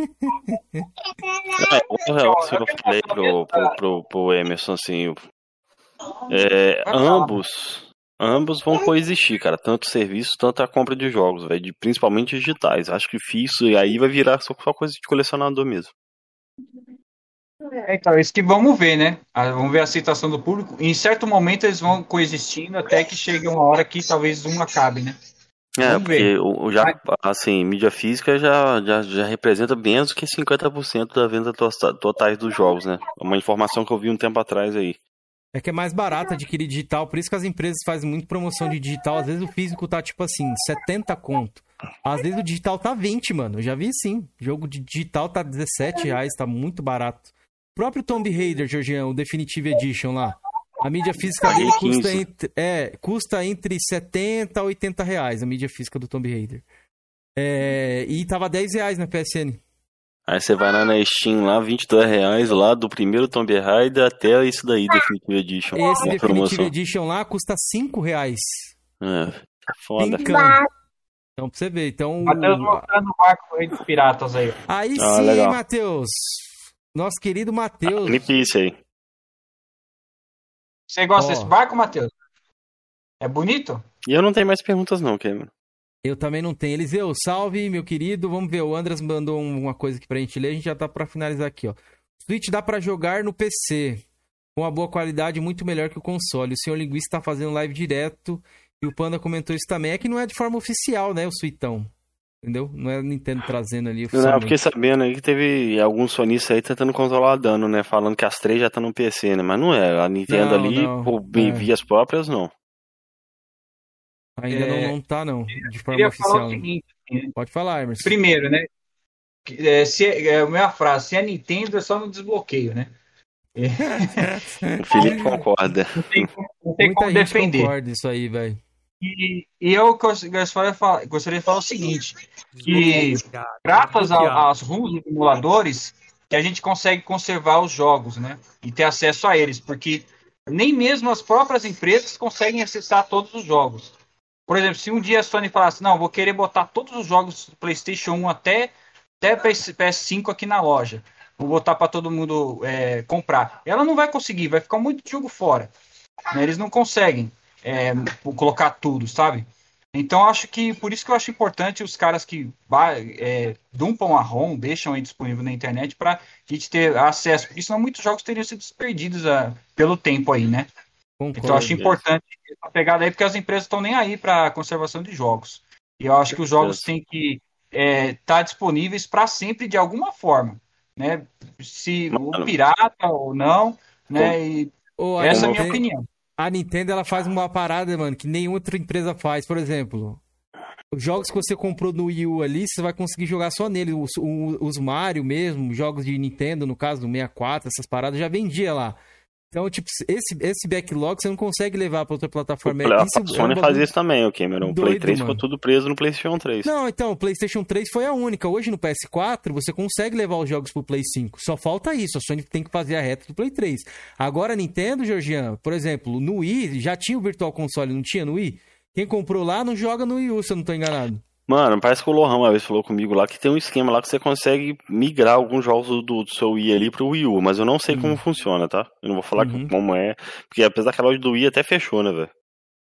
Speaker 2: É, outro negócio que eu falei pro, pro, pro, pro Emerson, assim, é, ambos, ambos vão coexistir, cara, tanto o serviço, tanto a compra de jogos, velho, de- principalmente digitais. Acho que isso aí vai virar só, só coisa de colecionador mesmo.
Speaker 4: É, então, isso que vamos ver, né? Ah, vamos ver a aceitação do público. Em certo momento eles vão coexistindo até que chegue uma hora que talvez um acabe, né?
Speaker 2: É,
Speaker 4: Vamos ver.
Speaker 2: porque o, o já, assim, mídia física já, já, já representa menos que cinquenta por cento da venda to- totais dos jogos, né? Uma informação que eu vi um tempo atrás aí.
Speaker 1: É que é mais barato adquirir digital, por isso que as empresas fazem muito promoção de digital. Às vezes o físico tá tipo assim, setenta conto. Às vezes o digital tá vinte, mano. Eu já vi sim. Jogo de digital tá dezessete reais, tá muito barato. O próprio Tomb Raider, Georgião, o Definitive Edition lá. A mídia física dele custa entre, é, custa entre setenta a oitenta reais, a mídia física do Tomb Raider. É, e tava dez reais na P S N.
Speaker 2: Aí você vai lá na Steam, lá, vinte e dois reais, lá do primeiro Tomb Raider até isso daí, Definitive Edition.
Speaker 1: Esse
Speaker 2: uma
Speaker 1: Definitive
Speaker 2: promoção.
Speaker 1: Edition lá custa cinco reais.
Speaker 2: É, foda.
Speaker 1: Cincão. Então, pra você ver. Então,
Speaker 4: Matheus mostrando o barco aí dos piratas aí.
Speaker 1: Aí
Speaker 2: Ah,
Speaker 1: sim,
Speaker 2: legal.
Speaker 1: Matheus. Nosso querido Matheus.
Speaker 2: Clipice aí.
Speaker 4: Você gosta
Speaker 1: Ó.
Speaker 4: desse barco, Matheus? É bonito?
Speaker 2: E eu não tenho mais perguntas não, Cameron.
Speaker 1: Eu também não tenho. Eliseu, salve, meu querido. Vamos ver, o Andras mandou uma coisa aqui pra gente ler. A gente já tá pra finalizar aqui, ó. Switch dá pra jogar no P C. Com uma boa qualidade, muito melhor que o console. O senhor Linguista tá fazendo live direto. E o Panda comentou isso também. É que não é de forma oficial, né, o Suitão. Entendeu? Não é a Nintendo trazendo ali
Speaker 2: Não, eu
Speaker 1: oficialmente.
Speaker 2: fiquei sabendo aí que teve alguns sonistas aí tentando controlar dano, né? Falando que as três já estão no P C, né? Mas não é. A Nintendo
Speaker 1: Não,
Speaker 2: ali,
Speaker 1: não,
Speaker 2: por
Speaker 1: é.
Speaker 2: vias próprias, não.
Speaker 1: Ainda
Speaker 4: É,
Speaker 1: não, não tá, não. De
Speaker 4: Eu
Speaker 1: forma
Speaker 4: queria falar
Speaker 1: oficial.
Speaker 4: o seguinte, assim, né?
Speaker 1: Pode falar, Emerson.
Speaker 4: Primeiro, né? que, É, se, é a minha frase, se é Nintendo é só no desbloqueio, né?
Speaker 2: O Felipe concorda.
Speaker 4: Não tem, como- não tem
Speaker 1: Muita
Speaker 4: como
Speaker 1: gente
Speaker 4: defender.
Speaker 1: concorda isso aí, velho.
Speaker 4: E, e eu gos- gostaria de falar, gostaria de falar o seguinte, que
Speaker 3: Desbloqueado,
Speaker 4: graças ao-
Speaker 3: desbloqueado.
Speaker 4: às ROMs e emuladores, que a gente consegue conservar os jogos, né? E ter acesso a eles, porque nem mesmo as próprias empresas conseguem acessar todos os jogos. Por exemplo, se um dia a Sony falasse, não, vou querer botar todos os jogos do PlayStation um até, até P S cinco aqui na loja, vou botar para todo mundo é, comprar. Ela não vai conseguir, vai ficar muito jogo fora. Né? Eles não conseguem é, colocar tudo, sabe? Então acho que por isso que eu acho importante os caras que é, dumpam a ROM, deixam aí disponível na internet para a gente ter acesso, porque senão muitos jogos teriam sido perdidos a, pelo tempo aí, né?
Speaker 1: Concordo.
Speaker 4: Então eu acho importante essa pegada aí, porque as empresas estão nem aí para a conservação de jogos. E eu acho que os jogos têm que estar é, tá disponíveis para sempre de alguma forma, né? Se o pirata ou não, né? E
Speaker 1: Ô,
Speaker 4: essa é a
Speaker 1: Nintendo-
Speaker 4: minha opinião.
Speaker 1: A Nintendo, ela faz uma parada, mano, que nenhuma outra empresa faz. Por exemplo, os jogos que você comprou no Wii U ali, você vai conseguir jogar só nele. Os, o- os Mario mesmo, jogos de Nintendo, no caso do sessenta e quatro, essas paradas, já vendia lá. Então, tipo, esse, esse backlog você não consegue levar pra outra plataforma.
Speaker 2: A
Speaker 1: Isso é um
Speaker 2: Sony
Speaker 1: bagulho-
Speaker 2: faz isso também, o Cameron. O Play
Speaker 1: doido,
Speaker 2: três
Speaker 1: mano.
Speaker 2: ficou tudo preso no PlayStation três.
Speaker 1: Não, então, o PlayStation três foi a única. Hoje no P S quatro, você consegue levar os jogos pro Play cinco. Só falta isso. A Sony tem que fazer a reta do Play três. Agora, a Nintendo, Georgian, por exemplo, no Wii, já tinha o Virtual Console, não tinha no Wii? Quem comprou lá não joga no Wii U, se eu não tô enganado.
Speaker 2: Mano, parece que o Lohan uma vez falou comigo lá que tem um esquema lá que você consegue migrar alguns jogos do, do seu Wii ali pro Wii U, mas eu não sei
Speaker 1: Uhum.
Speaker 2: como funciona, tá? Eu não vou falar
Speaker 1: Uhum.
Speaker 2: que- como é, porque apesar que a loja do Wii até fechou, né, velho?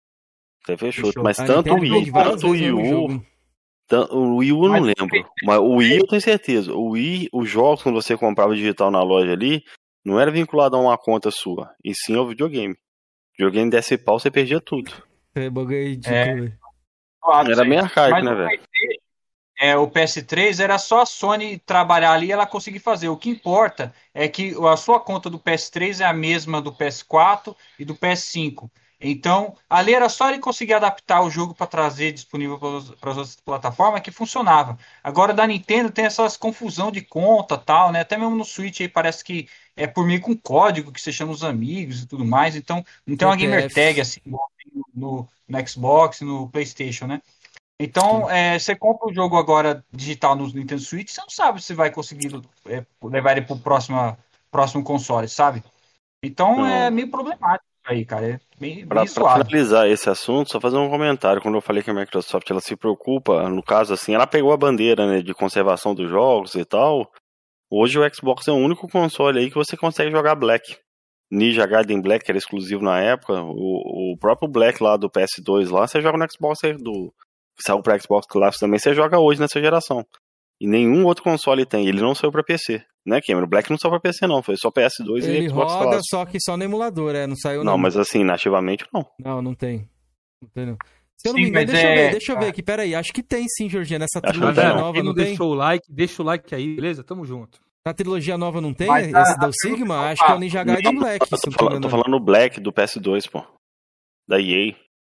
Speaker 2: Até fechou,
Speaker 4: Fechou.
Speaker 2: mas
Speaker 1: A
Speaker 2: tanto o
Speaker 1: Nintendo
Speaker 2: Wii,
Speaker 1: vende várias
Speaker 2: tanto o
Speaker 1: vezes
Speaker 2: Wii
Speaker 1: o mesmo
Speaker 2: U,
Speaker 1: jogo.
Speaker 2: tan- o Wii U eu não
Speaker 4: Mas-
Speaker 2: lembro, mas o Wii eu tenho certeza. O Wii, os jogos quando você comprava digital na loja ali, não era vinculado a uma conta sua, e sim ao videogame. O videogame desse pau, você perdia tudo.
Speaker 1: É bagulho ridículo,
Speaker 4: É.
Speaker 1: velho.
Speaker 4: Claro,
Speaker 2: Era
Speaker 4: sim.
Speaker 2: bem arcaico,
Speaker 4: Mas
Speaker 2: né,
Speaker 4: o
Speaker 2: velho?
Speaker 4: PlayStation, É, o P S três era só a Sony trabalhar ali e ela conseguir fazer. O que importa é que a sua conta do P S três é a mesma do P S quatro e do P S cinco. Então, ali era só ele conseguir adaptar o jogo para trazer disponível para as outras plataformas que funcionava. Agora, da Nintendo tem essas confusão de conta tal, né? Até mesmo no Switch aí parece que é por meio com código que você chama os amigos e tudo mais. Então, não tem uma
Speaker 1: C P F.
Speaker 4: gamer tag assim igual tem no, no Xbox, no PlayStation, né? Então, é, você compra o jogo agora digital no Nintendo Switch, você não sabe se vai conseguir é, levar ele para o próximo, próximo console, sabe? Então,
Speaker 2: Não.
Speaker 4: é meio problemático isso aí, cara. É bem,
Speaker 2: Pra,
Speaker 4: bem
Speaker 2: pra
Speaker 4: suave.
Speaker 2: finalizar esse assunto, só fazer um comentário. Quando eu falei que a Microsoft ela se preocupa, no caso assim, ela pegou a bandeira, né, de conservação dos jogos e tal. Hoje o Xbox é o único console aí que você consegue jogar Black. Ninja Gaiden Black, que era exclusivo na época, o, o próprio Black lá do P S dois lá, você joga no Xbox aí do que saiu pra Xbox Classic também, você joga hoje nessa geração. E nenhum outro console tem, ele não saiu pra P C. Né, Cameron? O Black não só pra P C, não. Foi só P S dois
Speaker 1: Ele
Speaker 2: e Xbox
Speaker 1: roda,
Speaker 2: Classic.
Speaker 1: só que só no emulador, é. Não saiu
Speaker 2: Não, mas assim, nativamente não.
Speaker 1: Não, não tem. Não tem, não. Se eu não
Speaker 4: Sim,
Speaker 1: me engano,
Speaker 4: mas
Speaker 1: deixa eu
Speaker 4: é-
Speaker 1: ver, deixa eu ver aqui, peraí. Acho que tem sim, Jorginho, nessa
Speaker 2: Acho que
Speaker 1: trilogia
Speaker 2: não.
Speaker 1: nova,
Speaker 3: Quem
Speaker 1: não
Speaker 3: não
Speaker 1: tem?
Speaker 3: deixou o like, deixa o like aí, beleza? Tamo junto.
Speaker 1: Na trilogia nova não tem
Speaker 4: Mas
Speaker 1: esse
Speaker 4: a-
Speaker 1: da
Speaker 4: a
Speaker 1: Sigma?
Speaker 4: trilogia
Speaker 1: Acho que é o Ninja Gaiden
Speaker 2: Não,
Speaker 1: Black,
Speaker 2: eu
Speaker 1: se
Speaker 2: tô,
Speaker 1: não tô
Speaker 2: falando, tô
Speaker 1: enganando.
Speaker 2: falando o Black do P S dois, pô. Da E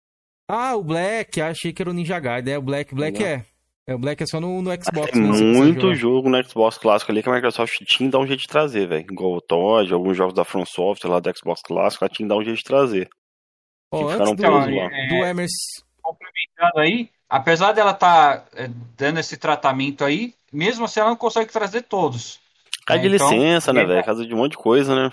Speaker 2: A.
Speaker 1: Ah, o Black, achei que era o Ninja Gaiden. É, o Black, Black
Speaker 2: Não.
Speaker 1: é. É, o Black é só no, no Xbox.
Speaker 2: Tem
Speaker 1: mesmo, se você
Speaker 2: muito
Speaker 1: jogar.
Speaker 2: jogo no Xbox clássico ali que a Microsoft tinha que dar um jeito de trazer, velho. Igual o Todd, alguns jogos da From Software lá do Xbox clássico, ela tinha que dar um jeito de trazer.
Speaker 1: Ó,
Speaker 2: que
Speaker 1: antes
Speaker 2: ficaram
Speaker 1: do,
Speaker 2: presos lá.
Speaker 4: é-
Speaker 1: do Emerson...
Speaker 4: Complementando aí, apesar dela estar dando esse tratamento aí, mesmo assim ela não consegue trazer todos.
Speaker 2: Casa de
Speaker 4: né? Então,
Speaker 2: licença, né,
Speaker 4: ainda-
Speaker 2: velho? Casa de um monte de coisa, né?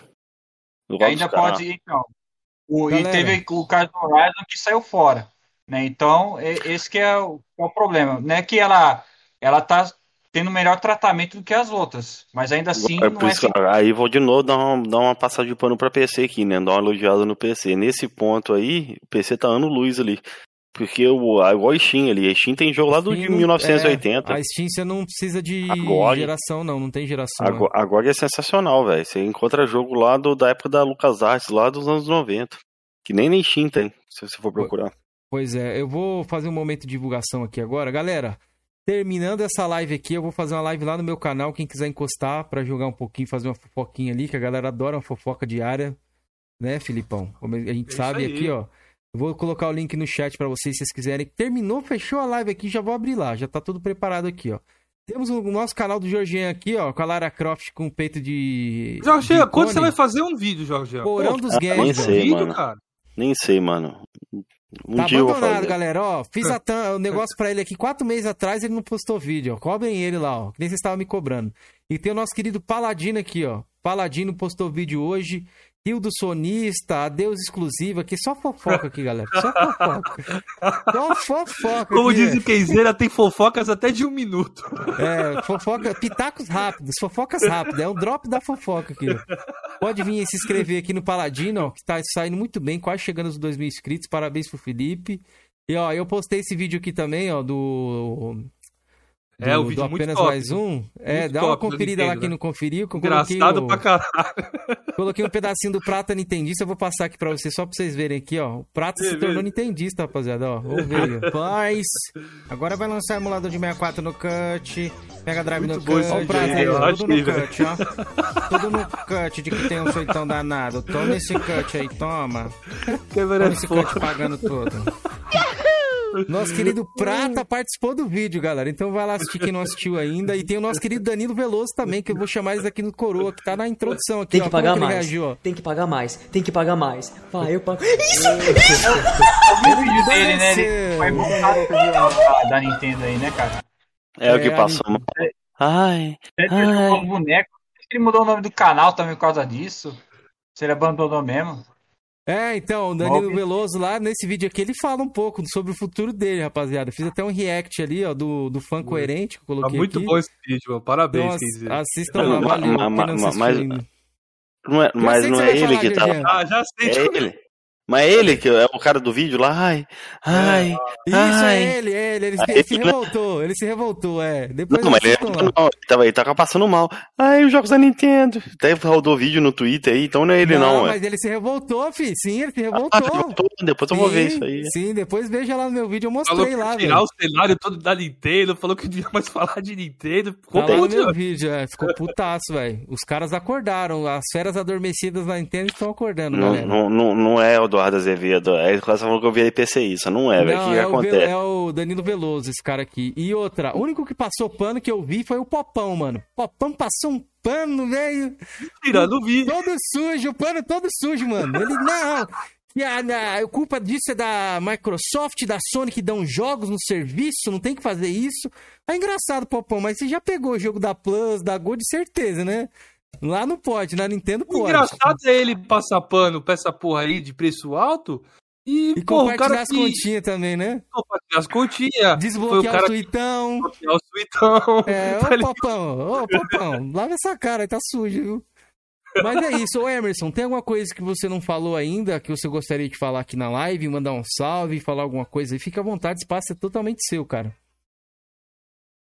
Speaker 2: Eu gosto
Speaker 4: Ainda
Speaker 2: dos caras.
Speaker 4: pode. Então, o, e
Speaker 1: Galera.
Speaker 4: teve o caso do Horizon que saiu fora. Né? Então, é- esse que é o, é o problema. Não é que ela, ela tá tendo melhor tratamento do que as outras, mas ainda assim
Speaker 2: É
Speaker 4: não
Speaker 2: por
Speaker 4: é
Speaker 2: isso que, aí vou de novo dar uma, dar uma passada de pano pra P C aqui, né? Dar uma elogiada no P C. Nesse ponto aí, o P C tá ano luz ali. Porque o, igual a Steam ali, a Steam tem jogo lá do de
Speaker 1: Steam não-
Speaker 2: mil novecentos e oitenta.
Speaker 1: É, a Steam você não precisa de
Speaker 2: Agora-
Speaker 1: geração, não. Não tem geração.
Speaker 2: Agora, agora é sensacional, velho. Você encontra jogo lá do, da época da LucasArts, lá dos anos noventa. Que nem nem Steam tem, se você for procurar.
Speaker 1: Pois é, eu vou fazer um momento de divulgação aqui agora. Galera, terminando essa live aqui, eu vou fazer uma live lá no meu canal. Quem quiser encostar pra jogar um pouquinho, fazer uma fofoquinha ali, que a galera adora uma fofoca diária. Né, Filipão? Como a gente
Speaker 3: É
Speaker 1: sabe
Speaker 3: isso aí.
Speaker 1: aqui, ó. Eu vou colocar o link no chat pra vocês, se vocês quiserem. Terminou, fechou a live aqui, já vou abrir lá. Já tá tudo preparado aqui, ó. Temos o nosso canal do Jorginho aqui, ó, com a Lara Croft com o peito de...
Speaker 3: Jorginho,
Speaker 1: de
Speaker 3: quando
Speaker 1: cone.
Speaker 3: você vai fazer um vídeo, Jorginho?
Speaker 1: Porão
Speaker 3: Pô,
Speaker 1: dos
Speaker 2: ah,
Speaker 1: Games,
Speaker 2: nem
Speaker 1: ó.
Speaker 2: sei,
Speaker 3: vídeo,
Speaker 2: mano.
Speaker 3: cara.
Speaker 2: Nem sei, mano. Um
Speaker 1: Tá
Speaker 2: dia eu vou
Speaker 1: abandonado,
Speaker 2: fazer.
Speaker 1: galera, ó. Fiz a tam- o negócio pra ele aqui quatro meses atrás, ele não postou vídeo, ó. Cobrem ele lá, ó. Que nem vocês estavam me cobrando. E tem o nosso querido Paladino aqui, ó. Paladino postou vídeo hoje. Rio do Sonista, Adeus Exclusiva, aqui só fofoca aqui, galera. Só fofoca. Só fofoca.
Speaker 3: Como
Speaker 1: aqui,
Speaker 3: diz
Speaker 1: né?
Speaker 3: o Kenzeira, tem fofocas até de um minuto.
Speaker 1: É, fofoca, pitacos rápidos, fofocas rápidas. É um drop da fofoca aqui. Ó. Pode vir se inscrever aqui no Paladino, ó, que tá saindo muito bem, quase chegando aos dois mil inscritos. Parabéns pro Felipe. E ó, eu postei esse vídeo aqui também, ó, do. do
Speaker 3: É, o
Speaker 1: do
Speaker 3: vídeo muito
Speaker 1: apenas
Speaker 3: top.
Speaker 1: mais um. É,
Speaker 3: Muito
Speaker 1: dá uma
Speaker 3: top do
Speaker 1: conferida lá
Speaker 3: Nintendo,
Speaker 1: quem
Speaker 3: né?
Speaker 1: não conferiu. Que eu coloquei
Speaker 3: Engraçado
Speaker 1: o-
Speaker 3: pra caralho.
Speaker 1: Coloquei um pedacinho do Prata Nintendista, eu vou passar aqui pra vocês, só pra vocês verem aqui, ó. O Prata
Speaker 3: Vê,
Speaker 1: se
Speaker 3: vê.
Speaker 1: tornou Nintendista, rapaziada, ó. Vamos ver. Mas, agora vai lançar emulador de sessenta e quatro no Cut, Mega Drive
Speaker 3: Muito
Speaker 1: no
Speaker 3: bom
Speaker 1: Cut.
Speaker 3: esse
Speaker 1: Ó o
Speaker 3: vídeo
Speaker 1: Prata
Speaker 3: aí,
Speaker 1: aí,
Speaker 3: eu
Speaker 1: ó.
Speaker 3: acho
Speaker 1: Tudo no
Speaker 3: que-
Speaker 1: Cut, ó. Tudo no Cut, de que tem um soitão danado. Toma esse Cut aí, toma.
Speaker 3: Câmera
Speaker 1: Toma esse
Speaker 3: foda.
Speaker 1: Cut pagando tudo. Nosso querido Prata participou do vídeo, galera. Então vai lá assistir quem não assistiu ainda. E tem o nosso querido Danilo Veloso também, que eu vou chamar eles aqui no Coroa, que tá na introdução aqui,
Speaker 8: Tem
Speaker 1: ó.
Speaker 8: que
Speaker 1: Como
Speaker 8: pagar
Speaker 1: que ele
Speaker 8: mais.
Speaker 1: reagiu, ó?
Speaker 8: Tem que pagar mais. Tem que pagar mais. Vai, eu pago.
Speaker 4: o vídeo dele, né? Ele
Speaker 1: Desceu.
Speaker 4: foi montado da, da Nintendo aí, né, cara?
Speaker 2: É, o que
Speaker 1: É,
Speaker 2: passou mal. Ai,
Speaker 4: Ele
Speaker 2: Ai.
Speaker 4: mudou o boneco. Ele mudou o nome do canal também por causa disso. Se ele abandonou mesmo.
Speaker 1: É, então, o Danilo
Speaker 4: Óbvio.
Speaker 1: Veloso lá, nesse vídeo aqui, ele fala um pouco sobre o futuro dele, rapaziada. Fiz até um react ali, ó, do, do fã coerente que eu
Speaker 3: Tá
Speaker 1: coloquei
Speaker 3: muito
Speaker 1: aqui.
Speaker 3: bom esse vídeo, mano. Parabéns,
Speaker 1: Então,
Speaker 3: Kenzeira.
Speaker 1: ass- assistam lá, valeu.
Speaker 2: Ma-
Speaker 1: quem
Speaker 2: ma-
Speaker 1: não
Speaker 2: ma-
Speaker 1: assistiu
Speaker 2: mas-
Speaker 1: ainda.
Speaker 2: não é, mas
Speaker 1: sei
Speaker 2: não
Speaker 1: que
Speaker 2: é
Speaker 1: você vai
Speaker 2: ele
Speaker 1: falar,
Speaker 2: que tá.
Speaker 1: Jorginho.
Speaker 3: Ah, já sei.
Speaker 2: É ele. Mas é ele que é o cara do vídeo lá. Ai, ai,
Speaker 1: Isso,
Speaker 2: ai.
Speaker 1: é ele, é ele. Ele,
Speaker 2: Ah,
Speaker 1: ele se
Speaker 2: ele, né?
Speaker 1: revoltou, ele se revoltou, é. Depois
Speaker 2: Não, mas ele,
Speaker 1: assistam lá.
Speaker 2: não, ele, tava, ele tava passando mal. Ai, os jogos da Nintendo. Até rodou vídeo no Twitter aí, então não é ele não,
Speaker 1: mas
Speaker 2: é.
Speaker 1: ele se revoltou, fi. Sim, ele se
Speaker 2: Ah,
Speaker 1: revoltou.
Speaker 2: ele voltou, depois eu vou ver
Speaker 1: Sim,
Speaker 2: isso aí.
Speaker 1: Sim, depois veja lá no meu vídeo, eu
Speaker 3: Falou
Speaker 1: mostrei
Speaker 3: que
Speaker 1: lá,
Speaker 3: ia tirar
Speaker 1: velho.
Speaker 3: o cenário todo da Nintendo, falou que não ia mais falar de Nintendo. Ficou
Speaker 1: Tá lá no
Speaker 3: puto,
Speaker 1: meu
Speaker 3: mano.
Speaker 1: vídeo, é. Ficou putaço, velho. Os caras acordaram, as feras adormecidas na Nintendo estão acordando,
Speaker 2: Não,
Speaker 1: galera.
Speaker 2: não, não, não é o Eduardo Azevedo. É ele falou que eu virei P C isso. Não é, velho. O
Speaker 1: Não,
Speaker 2: que, que
Speaker 1: é, o Ve-
Speaker 2: acontece?
Speaker 1: é o Danilo Veloso, esse cara aqui. E outra, o único que passou pano que eu vi foi o Popão, mano. Popão passou um pano, velho.
Speaker 3: Mentira, não vi.
Speaker 1: Todo sujo, o pano todo sujo, mano. Ele, não. E a, a, a culpa disso é da Microsoft, da Sony, que dão jogos no serviço, não tem que fazer isso. É engraçado, Popão, mas você já pegou o jogo da Plus, da Gold, de certeza, né? Lá não pode, na Nintendo
Speaker 3: O
Speaker 1: pode.
Speaker 3: engraçado é ele passar pano pra essa porra aí de preço alto e,
Speaker 1: E
Speaker 3: pô, o
Speaker 1: compartilhar
Speaker 3: cara
Speaker 1: as
Speaker 3: que
Speaker 1: continhas também, né?
Speaker 3: compartilhar as continhas. Foi o
Speaker 1: Desbloquear
Speaker 3: cara
Speaker 1: o
Speaker 3: que
Speaker 1: suitão.
Speaker 3: desbloqueou o suitão.
Speaker 1: É,
Speaker 3: Tá
Speaker 1: ô
Speaker 3: ligado?
Speaker 1: Popão, ô Popão, lava essa cara, tá sujo, viu? Mas é isso, ô Emerson, tem alguma coisa que você não falou ainda, que você gostaria de falar aqui na live, mandar um salve, falar alguma coisa aí? Fica à vontade, o espaço é totalmente seu, cara.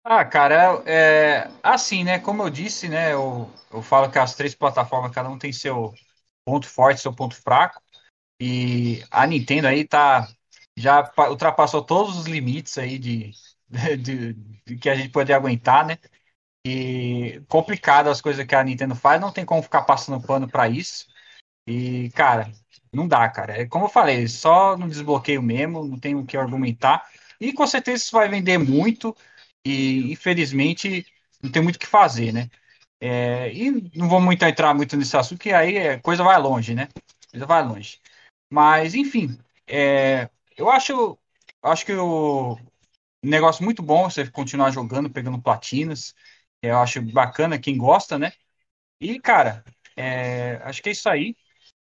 Speaker 4: Ah, cara, é assim, né? Como eu disse, né? Eu, eu falo que as três plataformas, cada um tem seu ponto forte, seu ponto fraco. E a Nintendo aí tá já pa- ultrapassou todos os limites aí de, de, de que a gente poderia aguentar, né? E complicado as coisas que a Nintendo faz, não tem como ficar passando pano pra isso. E, cara, não dá, cara. É como eu falei, só no desbloqueio mesmo, não tem o que argumentar. E com certeza isso vai vender muito. E infelizmente não tem muito o que fazer, né? É, e não vou muito entrar muito nesse assunto, que aí é, coisa vai longe, né? Coisa vai longe. Mas, enfim, é, eu acho, acho que o negócio muito bom você continuar jogando, pegando platinas. Eu acho bacana quem gosta, né? E, cara, é, acho que é isso aí.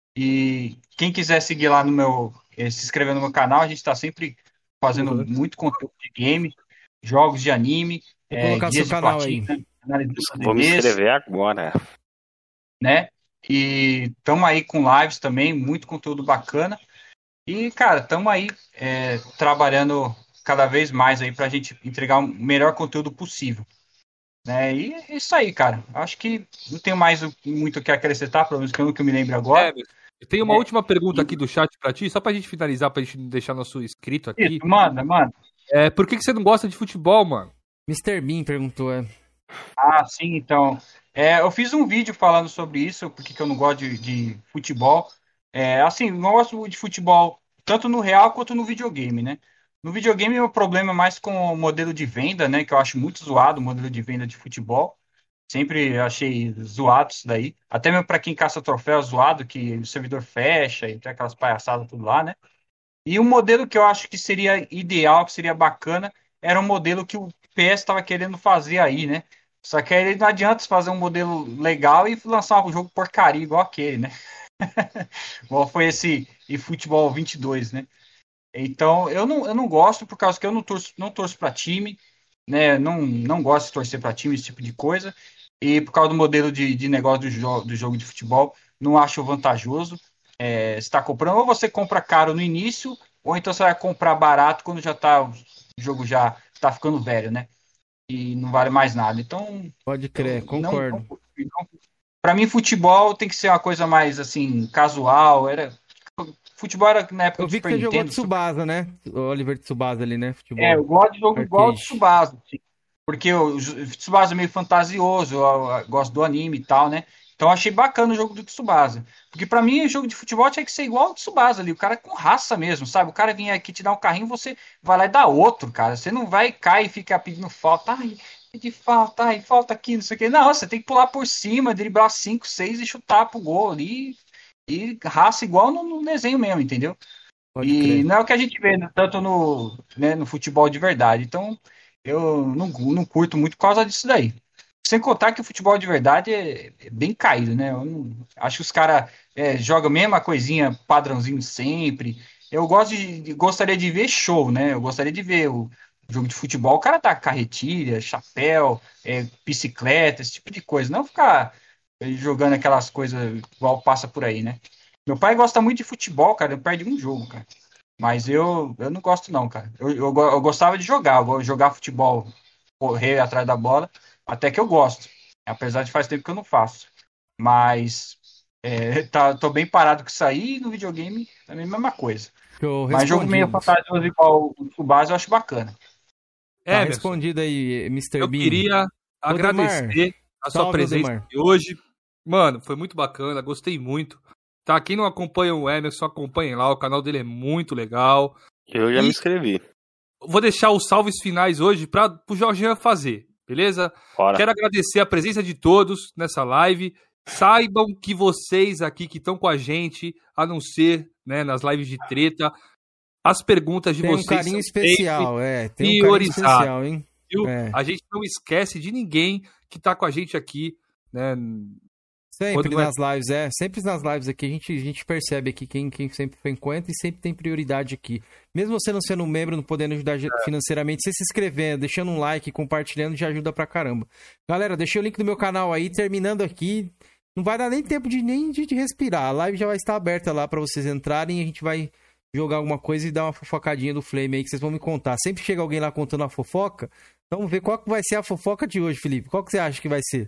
Speaker 4: E quem quiser seguir lá no meu, eh, se inscrever no meu canal, a gente está sempre fazendo
Speaker 3: Uhum.
Speaker 4: muito conteúdo de game, jogos de anime,
Speaker 1: Vou
Speaker 4: é,
Speaker 1: colocar seu
Speaker 4: guias de
Speaker 1: canal aí.
Speaker 4: platina, análise dos
Speaker 2: Vou me
Speaker 4: A D Ds,
Speaker 2: inscrever agora.
Speaker 4: né? E estamos aí com lives também, muito conteúdo bacana. E, cara, estamos aí é, trabalhando cada vez mais aí para a gente entregar o melhor conteúdo possível. Né? E é isso aí, cara. Acho que não tenho mais o- muito o que acrescentar, pelo menos que eu que eu me lembro agora.
Speaker 3: Emerson, eu tenho uma
Speaker 4: É,
Speaker 3: última pergunta
Speaker 4: e-
Speaker 3: aqui do chat pra ti, só pra gente finalizar, pra gente deixar nosso inscrito aqui.
Speaker 4: Isso, manda, manda.
Speaker 3: É, por que, que você não gosta de futebol, mano?
Speaker 1: mister Bean perguntou, é.
Speaker 4: Ah, sim, então. É, eu fiz um vídeo falando sobre isso, porque que eu não gosto de, de futebol. É, assim, eu não gosto de futebol tanto no real quanto no videogame, né? No videogame, o problema é mais com o modelo de venda, né? Que eu acho muito zoado o modelo de venda de futebol. Sempre achei zoado isso daí. Até mesmo para quem caça troféu, zoado, que o servidor fecha e tem aquelas palhaçadas tudo lá, né? E um modelo que eu acho que seria ideal, que seria bacana, era um modelo que o P S estava querendo fazer aí, né? Só que aí não adianta fazer um modelo legal e lançar um jogo porcaria igual aquele, né? Igual foi esse eFootball vinte e dois, né? Então, eu não, eu não gosto por causa que eu não torço, não torço para time, né? Não, não gosto de torcer para time, esse tipo de coisa. E por causa do modelo de, de negócio do, jo do jogo de futebol, não acho vantajoso. É, você está comprando, ou você compra caro no início, ou então você vai comprar barato quando já tá, o jogo já está ficando velho, né? E não vale mais nada. Então,
Speaker 1: Pode crer,
Speaker 4: eu não,
Speaker 1: concordo.
Speaker 4: não, não para mim, futebol tem que ser uma coisa mais assim, casual. Era, futebol era na época
Speaker 1: Eu
Speaker 4: do
Speaker 1: vi que
Speaker 4: Super
Speaker 1: você jogou
Speaker 4: Nintendo.
Speaker 1: Tsubasa, né? O Oliver Tsubasa ali, né? Futebol.
Speaker 4: É, eu gosto de jogo igual o
Speaker 1: Arcade.
Speaker 4: Tsubasa, assim, porque o Tsubasa é meio fantasioso, eu, eu gosto do anime e tal, né? Então eu achei bacana o jogo do Tsubasa. Porque pra mim, o jogo de futebol tinha que ser igual ao Tsubasa ali, o cara com raça mesmo, sabe? O cara vinha aqui te dar um carrinho, você vai lá e dá outro, cara. Você não vai, cai e fica pedindo falta. Ai, pedi falta, ai, falta aqui, não sei o quê. Não, você tem que pular por cima, driblar cinco, seis e chutar pro gol ali. E raça igual no, no desenho mesmo, entendeu?
Speaker 1: Pode
Speaker 4: E
Speaker 1: crer.
Speaker 4: não é o que a gente vê, né, tanto no, né, no futebol de verdade. Então, eu não, não curto muito por causa disso daí. Sem contar que o futebol de verdade é, é bem caído, né? Eu não, acho que os caras é, jogam a mesma coisinha, padrãozinho sempre. Eu gosto de, de- gostaria de ver show, né? Eu gostaria de ver o jogo de futebol. O cara tá carretilha, chapéu, é, bicicleta, esse tipo de coisa. Não ficar é, jogando aquelas coisas igual passa por aí, né? Meu pai gosta muito de futebol, cara. Eu perdi um jogo, cara. Mas eu, eu não gosto, não, cara. Eu, eu, go- eu gostava de jogar, eu go- jogar futebol, correr atrás da bola, até que eu gosto. Apesar de faz tempo que eu não faço. Mas é, tá, tô bem parado com isso aí e no videogame também é a mesma coisa.
Speaker 1: Show,
Speaker 4: Mas jogo meio
Speaker 1: respondido.
Speaker 4: fantasioso igual o Tsubasa eu acho bacana.
Speaker 1: Tá
Speaker 3: Emerson,
Speaker 1: respondido aí, mister
Speaker 3: eu
Speaker 1: Bean.
Speaker 3: queria agradecer a sua
Speaker 1: Salve,
Speaker 3: presença
Speaker 1: Odemar.
Speaker 3: aqui hoje. Mano, foi muito bacana, gostei muito. Tá, quem não acompanha o Emerson, acompanhem lá, o canal dele é muito legal.
Speaker 2: Eu já
Speaker 3: E-
Speaker 2: me inscrevi.
Speaker 3: Vou deixar os salves finais hoje para o Jorginho fazer, beleza?
Speaker 2: Bora.
Speaker 3: Quero agradecer a presença de todos nessa live. Saibam que vocês aqui que estão com a gente, a não ser né, nas lives de treta, as perguntas de
Speaker 1: Tem um
Speaker 3: vocês
Speaker 1: carinho
Speaker 3: são
Speaker 1: especial, é. Tem um carinho
Speaker 3: priorizadas.
Speaker 1: especial, hein?
Speaker 3: viu?
Speaker 1: É.
Speaker 3: A gente não esquece de ninguém que tá com a gente aqui, né?
Speaker 1: Sempre
Speaker 3: Quando vai-
Speaker 1: nas lives, é. Sempre nas lives aqui, a gente, a gente percebe aqui quem, quem sempre frequenta e sempre tem prioridade aqui. Mesmo você não sendo um membro, não podendo ajudar ge- financeiramente, você se inscrevendo, deixando um like, compartilhando, já ajuda pra caramba. Galera, deixei o link do meu canal aí, terminando aqui. Não vai dar nem tempo de nem de, de respirar. A live já vai estar aberta lá pra vocês entrarem e a gente vai jogar alguma coisa e dar uma fofocadinha do Flame aí que vocês vão me contar. Sempre chega alguém lá contando a fofoca. Então vamos ver qual que vai ser a fofoca de hoje, Felipe. Qual que você acha que vai ser?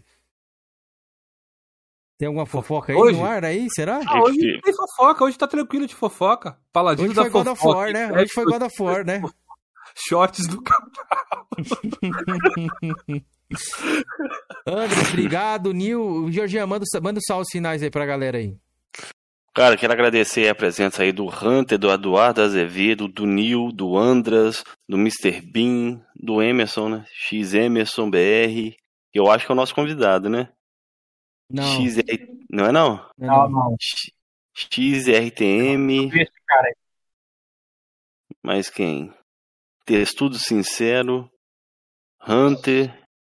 Speaker 1: Tem alguma fofoca aí
Speaker 3: Hoje?
Speaker 1: no ar aí, será?
Speaker 3: Ah, hoje não tem fofoca, hoje tá tranquilo de fofoca. Paladino
Speaker 1: Hoje
Speaker 3: da
Speaker 1: foi God of
Speaker 3: fofoca.
Speaker 1: War, né? Hoje foi God of War, né?
Speaker 3: Shorts do canal.
Speaker 1: André, obrigado. Nil, Jorginho, manda, manda os salvos finais aí pra galera aí.
Speaker 2: Cara, quero agradecer a presença aí do Hunter, do Eduardo Azevedo, do Nil, do Andras, do mister Bean, do Emerson, né? X Emerson B R, que eu acho que é o nosso convidado, né?
Speaker 1: Não.
Speaker 2: X... Não é não?
Speaker 4: Não, não.
Speaker 2: X R T M.
Speaker 4: Esse cara aí.
Speaker 2: Mais quem? Testudo Sincero, Hunter,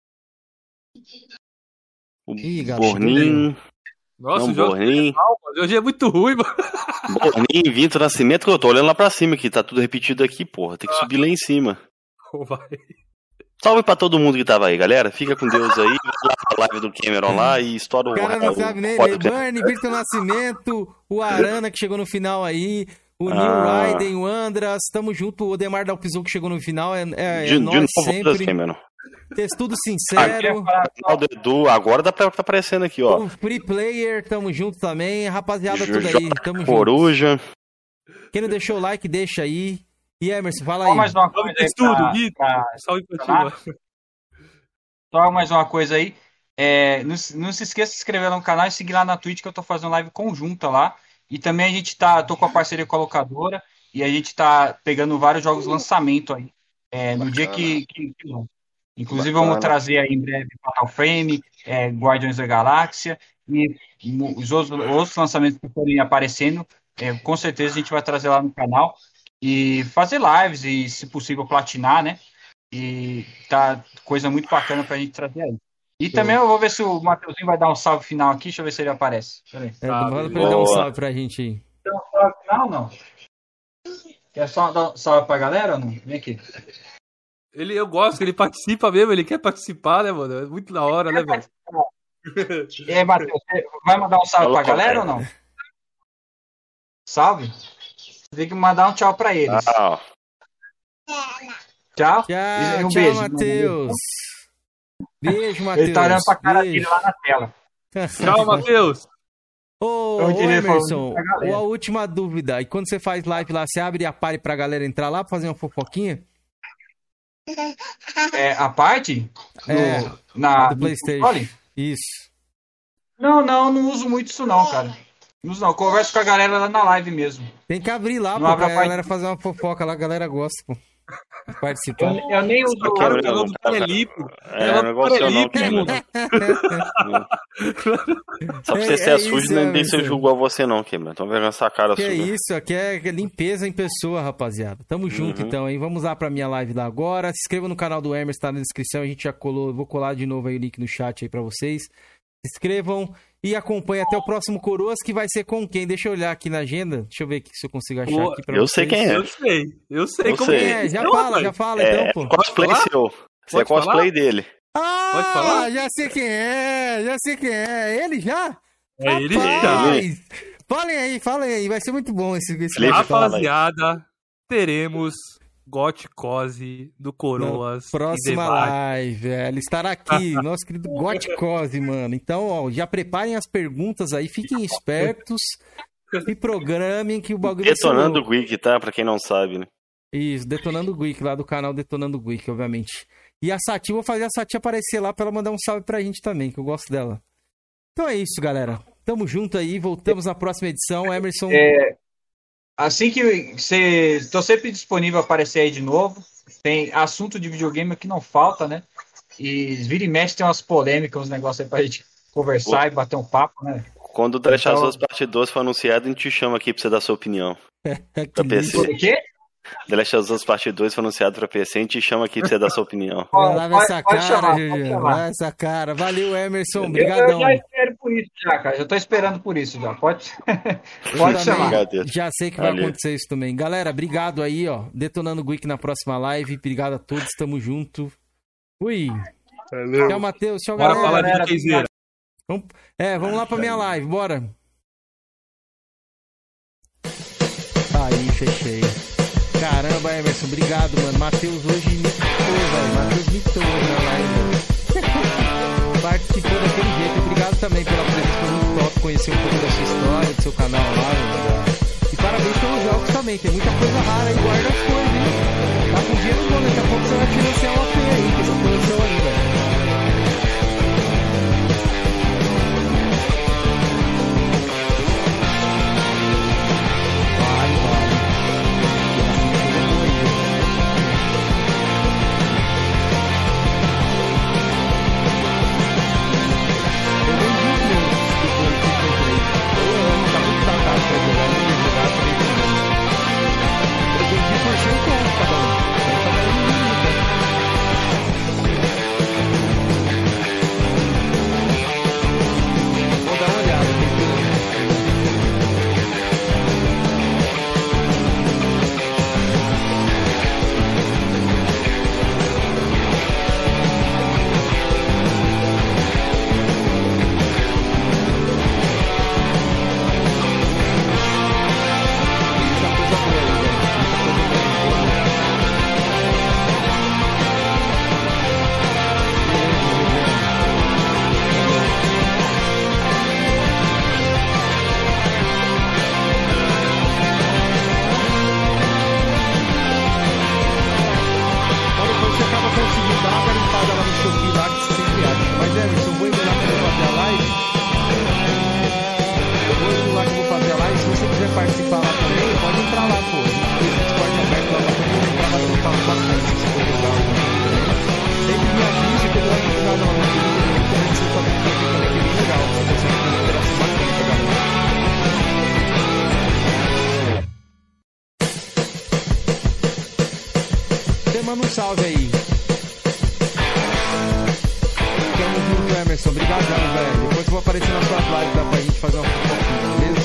Speaker 2: o
Speaker 1: Ih, garoto,
Speaker 2: Bornin,
Speaker 3: Nossa,
Speaker 2: não,
Speaker 3: o jogo
Speaker 2: Bornin,
Speaker 3: hoje é muito ruim, mano.
Speaker 2: Bornin, Vitor Nascimento, que eu tô olhando lá pra cima aqui, tá tudo repetido aqui, porra, tem que subir lá em cima.
Speaker 3: Vai.
Speaker 2: Salve pra todo mundo que tava aí, galera, fica com Deus aí, vai lá pra live do Cameron lá e estoura o...
Speaker 1: O cara não
Speaker 2: o-
Speaker 1: sabe
Speaker 2: o
Speaker 1: nem.
Speaker 2: podcast.
Speaker 1: Burn, Victor Nascimento, o Arana que chegou no final aí, o Neil
Speaker 2: Ah.
Speaker 1: Raiden, o Andras, tamo junto, o Odemar Dalpizou que chegou no final, é, é,
Speaker 2: De,
Speaker 1: é
Speaker 2: de
Speaker 1: nós
Speaker 2: novo,
Speaker 1: sempre.
Speaker 2: Cameron.
Speaker 1: Textudo sincero,
Speaker 2: O Edu, agora dá pra tá aparecendo aqui, ó.
Speaker 1: o Free Player, tamo junto também, rapaziada, tudo
Speaker 2: J-
Speaker 1: aí, tamo junto.
Speaker 2: Coruja.
Speaker 1: Quem não deixou o like, deixa aí. E Emerson, fala
Speaker 4: Só
Speaker 1: aí.
Speaker 4: mais uma
Speaker 3: Salve
Speaker 4: coisa aí
Speaker 3: Testudo,
Speaker 4: pra-
Speaker 3: Vitor.
Speaker 4: pra-
Speaker 3: Salve pra ti,
Speaker 4: Tá?
Speaker 3: mano.
Speaker 4: Só mais uma coisa aí. É, não, se- não se esqueça de se inscrever no canal e seguir lá na Twitch que eu tô fazendo live conjunta lá. E também a gente tá, tô com a parceria com a locadora e a gente tá pegando vários jogos lançamento aí. é, no dia que, que, que lança. Inclusive
Speaker 2: Bacana.
Speaker 4: vamos trazer aí em breve Fatal Frame, é, Guardiões da Galáxia e mo- os outros, outros lançamentos que forem aparecendo. é, com certeza a gente vai trazer lá no canal e fazer lives e, se possível, platinar, né? E tá coisa muito bacana pra gente trazer aí. E também eu vou ver se o Matheusinho vai dar um salve final aqui, deixa eu ver se ele aparece. Peraí.
Speaker 1: É,
Speaker 3: Tá,
Speaker 1: manda pra ele dar um
Speaker 2: boa.
Speaker 1: salve pra gente aí.
Speaker 4: Tem um salve final ou não? Quer só dar um salve pra galera ou não? Vem aqui.
Speaker 3: Ele, eu gosto que ele participa mesmo, ele quer participar, né, mano? É muito da hora, né, velho?
Speaker 4: E aí, Matheus, você vai mandar um salve pra
Speaker 2: Falou,
Speaker 4: galera ou não? Salve? Tem que mandar um tchau pra eles.
Speaker 2: Ah,
Speaker 4: Tchau.
Speaker 1: Tchau,
Speaker 4: E um
Speaker 1: tchau,
Speaker 4: beijo.
Speaker 1: Matheus. Beijo, Matheus.
Speaker 4: Ele tá olhando pra cara dele
Speaker 1: Beijo.
Speaker 4: lá na tela.
Speaker 3: Tchau, Matheus.
Speaker 1: Ô,
Speaker 4: Eu
Speaker 1: ô
Speaker 4: diria pra-
Speaker 1: Emerson,
Speaker 4: pra galera.
Speaker 1: a última dúvida. E quando você faz live lá, você abre a party pra galera entrar lá pra fazer uma fofoquinha?
Speaker 4: É, a parte do,
Speaker 1: É,
Speaker 4: na,
Speaker 1: do
Speaker 4: no
Speaker 1: PlayStation.
Speaker 4: console?
Speaker 1: Isso.
Speaker 4: Não, não, não uso muito isso não, cara. Não uso não, converso com a galera lá na live mesmo.
Speaker 1: Tem que abrir lá,
Speaker 4: Não
Speaker 1: pô,
Speaker 4: abre
Speaker 1: pra
Speaker 4: a parte-
Speaker 1: galera fazer uma fofoca lá. A galera gosta, pô. Participar.
Speaker 4: Eu, eu nem uso...
Speaker 3: Cara, o
Speaker 2: Gabriel,
Speaker 3: canal do Panelipe.
Speaker 2: é, não é igual o seu não, Cameron. Só pra
Speaker 1: É-
Speaker 2: você ser
Speaker 1: é
Speaker 2: sujo,
Speaker 1: isso,
Speaker 2: não deixa eu
Speaker 1: Emerson.
Speaker 2: julgar você não, Cameron. Então vai essa cara
Speaker 1: Que
Speaker 2: sua.
Speaker 1: é isso, aqui é limpeza em pessoa, rapaziada. Tamo junto,
Speaker 2: Uhum.
Speaker 1: então, hein? Vamos lá pra minha live lá agora. Se inscreva no canal do Emerson, tá na descrição. A gente já colou, vou colar de novo aí o link no chat aí pra vocês. Se inscrevam e acompanhem até o próximo Coroas, que vai ser com quem? Deixa eu olhar aqui na agenda. Deixa eu ver aqui se eu consigo achar
Speaker 3: Pô,
Speaker 1: aqui pra
Speaker 2: eu
Speaker 1: vocês.
Speaker 2: sei quem é.
Speaker 3: Eu sei, eu sei
Speaker 2: Eu
Speaker 3: como
Speaker 2: sei.
Speaker 3: que
Speaker 1: É, já
Speaker 3: Não,
Speaker 1: fala,
Speaker 3: pai.
Speaker 1: já fala
Speaker 2: É,
Speaker 1: então, pô.
Speaker 2: cosplay
Speaker 3: falar?
Speaker 2: seu. Você é
Speaker 3: Pode falar?
Speaker 2: cosplay dele.
Speaker 1: Ah,
Speaker 3: Pode falar?
Speaker 1: já sei quem é, já sei quem é. Ele já?
Speaker 3: É ele já.
Speaker 1: Rapaz! Falem aí, falem aí. Vai ser muito bom esse, esse
Speaker 2: Felipe,
Speaker 1: bate-papo.
Speaker 2: fala aí.
Speaker 3: Rapaziada, teremos Goticose do Coroas.
Speaker 1: Na próxima
Speaker 3: em debate.
Speaker 1: live, velho. Estará aqui, nosso querido Goticose, mano. Então, ó, já preparem as perguntas aí, fiquem espertos e programem que o bagulho vai ser
Speaker 2: Detonando o
Speaker 1: louco.
Speaker 2: Geek, tá? Pra quem não sabe, né?
Speaker 1: Isso, Detonando o Geek, lá do canal Detonando o Geek, obviamente. E a Sati, vou fazer a Sati aparecer lá pra ela mandar um salve pra gente também, que eu gosto dela. Então é isso, galera. Tamo junto aí, voltamos na próxima edição. Emerson,
Speaker 4: É, assim que você... Estou sempre disponível a aparecer aí de novo. Tem assunto de videogame que não falta, né? E vira e mexe tem umas polêmicas, uns negócios aí pra gente conversar e bater um papo, né?
Speaker 2: Quando o The Last of
Speaker 4: Então-
Speaker 2: Us Parte dois for anunciado, a gente te chama aqui pra você dar sua opinião.
Speaker 1: que
Speaker 2: Pra P C.
Speaker 4: O quê?
Speaker 2: The Last of Us Parte dois for anunciado pra P C, a gente te chama aqui pra você dar sua opinião.
Speaker 1: lava
Speaker 4: Pode-
Speaker 1: essa
Speaker 4: pode
Speaker 1: cara,
Speaker 4: chamar, pode
Speaker 1: Juju.
Speaker 4: chamar.
Speaker 1: Lava essa cara. Valeu, Emerson.
Speaker 4: Eu, eu
Speaker 1: Obrigadão.
Speaker 4: já espero por isso, já, cara. Já tô esperando por isso, já. Pode, pode
Speaker 1: Eu
Speaker 4: chamar.
Speaker 1: também
Speaker 2: Brincadeira.
Speaker 1: já sei que vai
Speaker 2: Valeu.
Speaker 1: acontecer isso também. Galera, obrigado aí, ó. Detonando o Geek na próxima live. Obrigado a todos, tamo junto. Ui. Tchau, Matheus. Tchau,
Speaker 3: Bora
Speaker 1: galera.
Speaker 3: falar de
Speaker 4: galera,
Speaker 3: Duqueizeira.
Speaker 1: Vamos- É, vamos lá pra minha live, bora. Aí, fechei. Caramba, Emerson, obrigado, mano. Matheus hoje mitou, velho. Matheus mitou hoje na live. Participou daquele jeito. Obrigado também pela presença, foi muito top. Conhecer um pouco da sua história, do seu canal lá. Mano. E parabéns pelos jogos também. Tem muita coisa rara aí. Guarda as coisas, hein? Tá com dinheiro bom, daqui a pouco você vai financiar uma P aí, que essa coisa seu aí, velho. Manda um salve aí. Tamo junto, Emerson. Obrigadão, velho. Depois eu vou aparecer nas suas lives, dá pra gente fazer uma fofoquinha, beleza?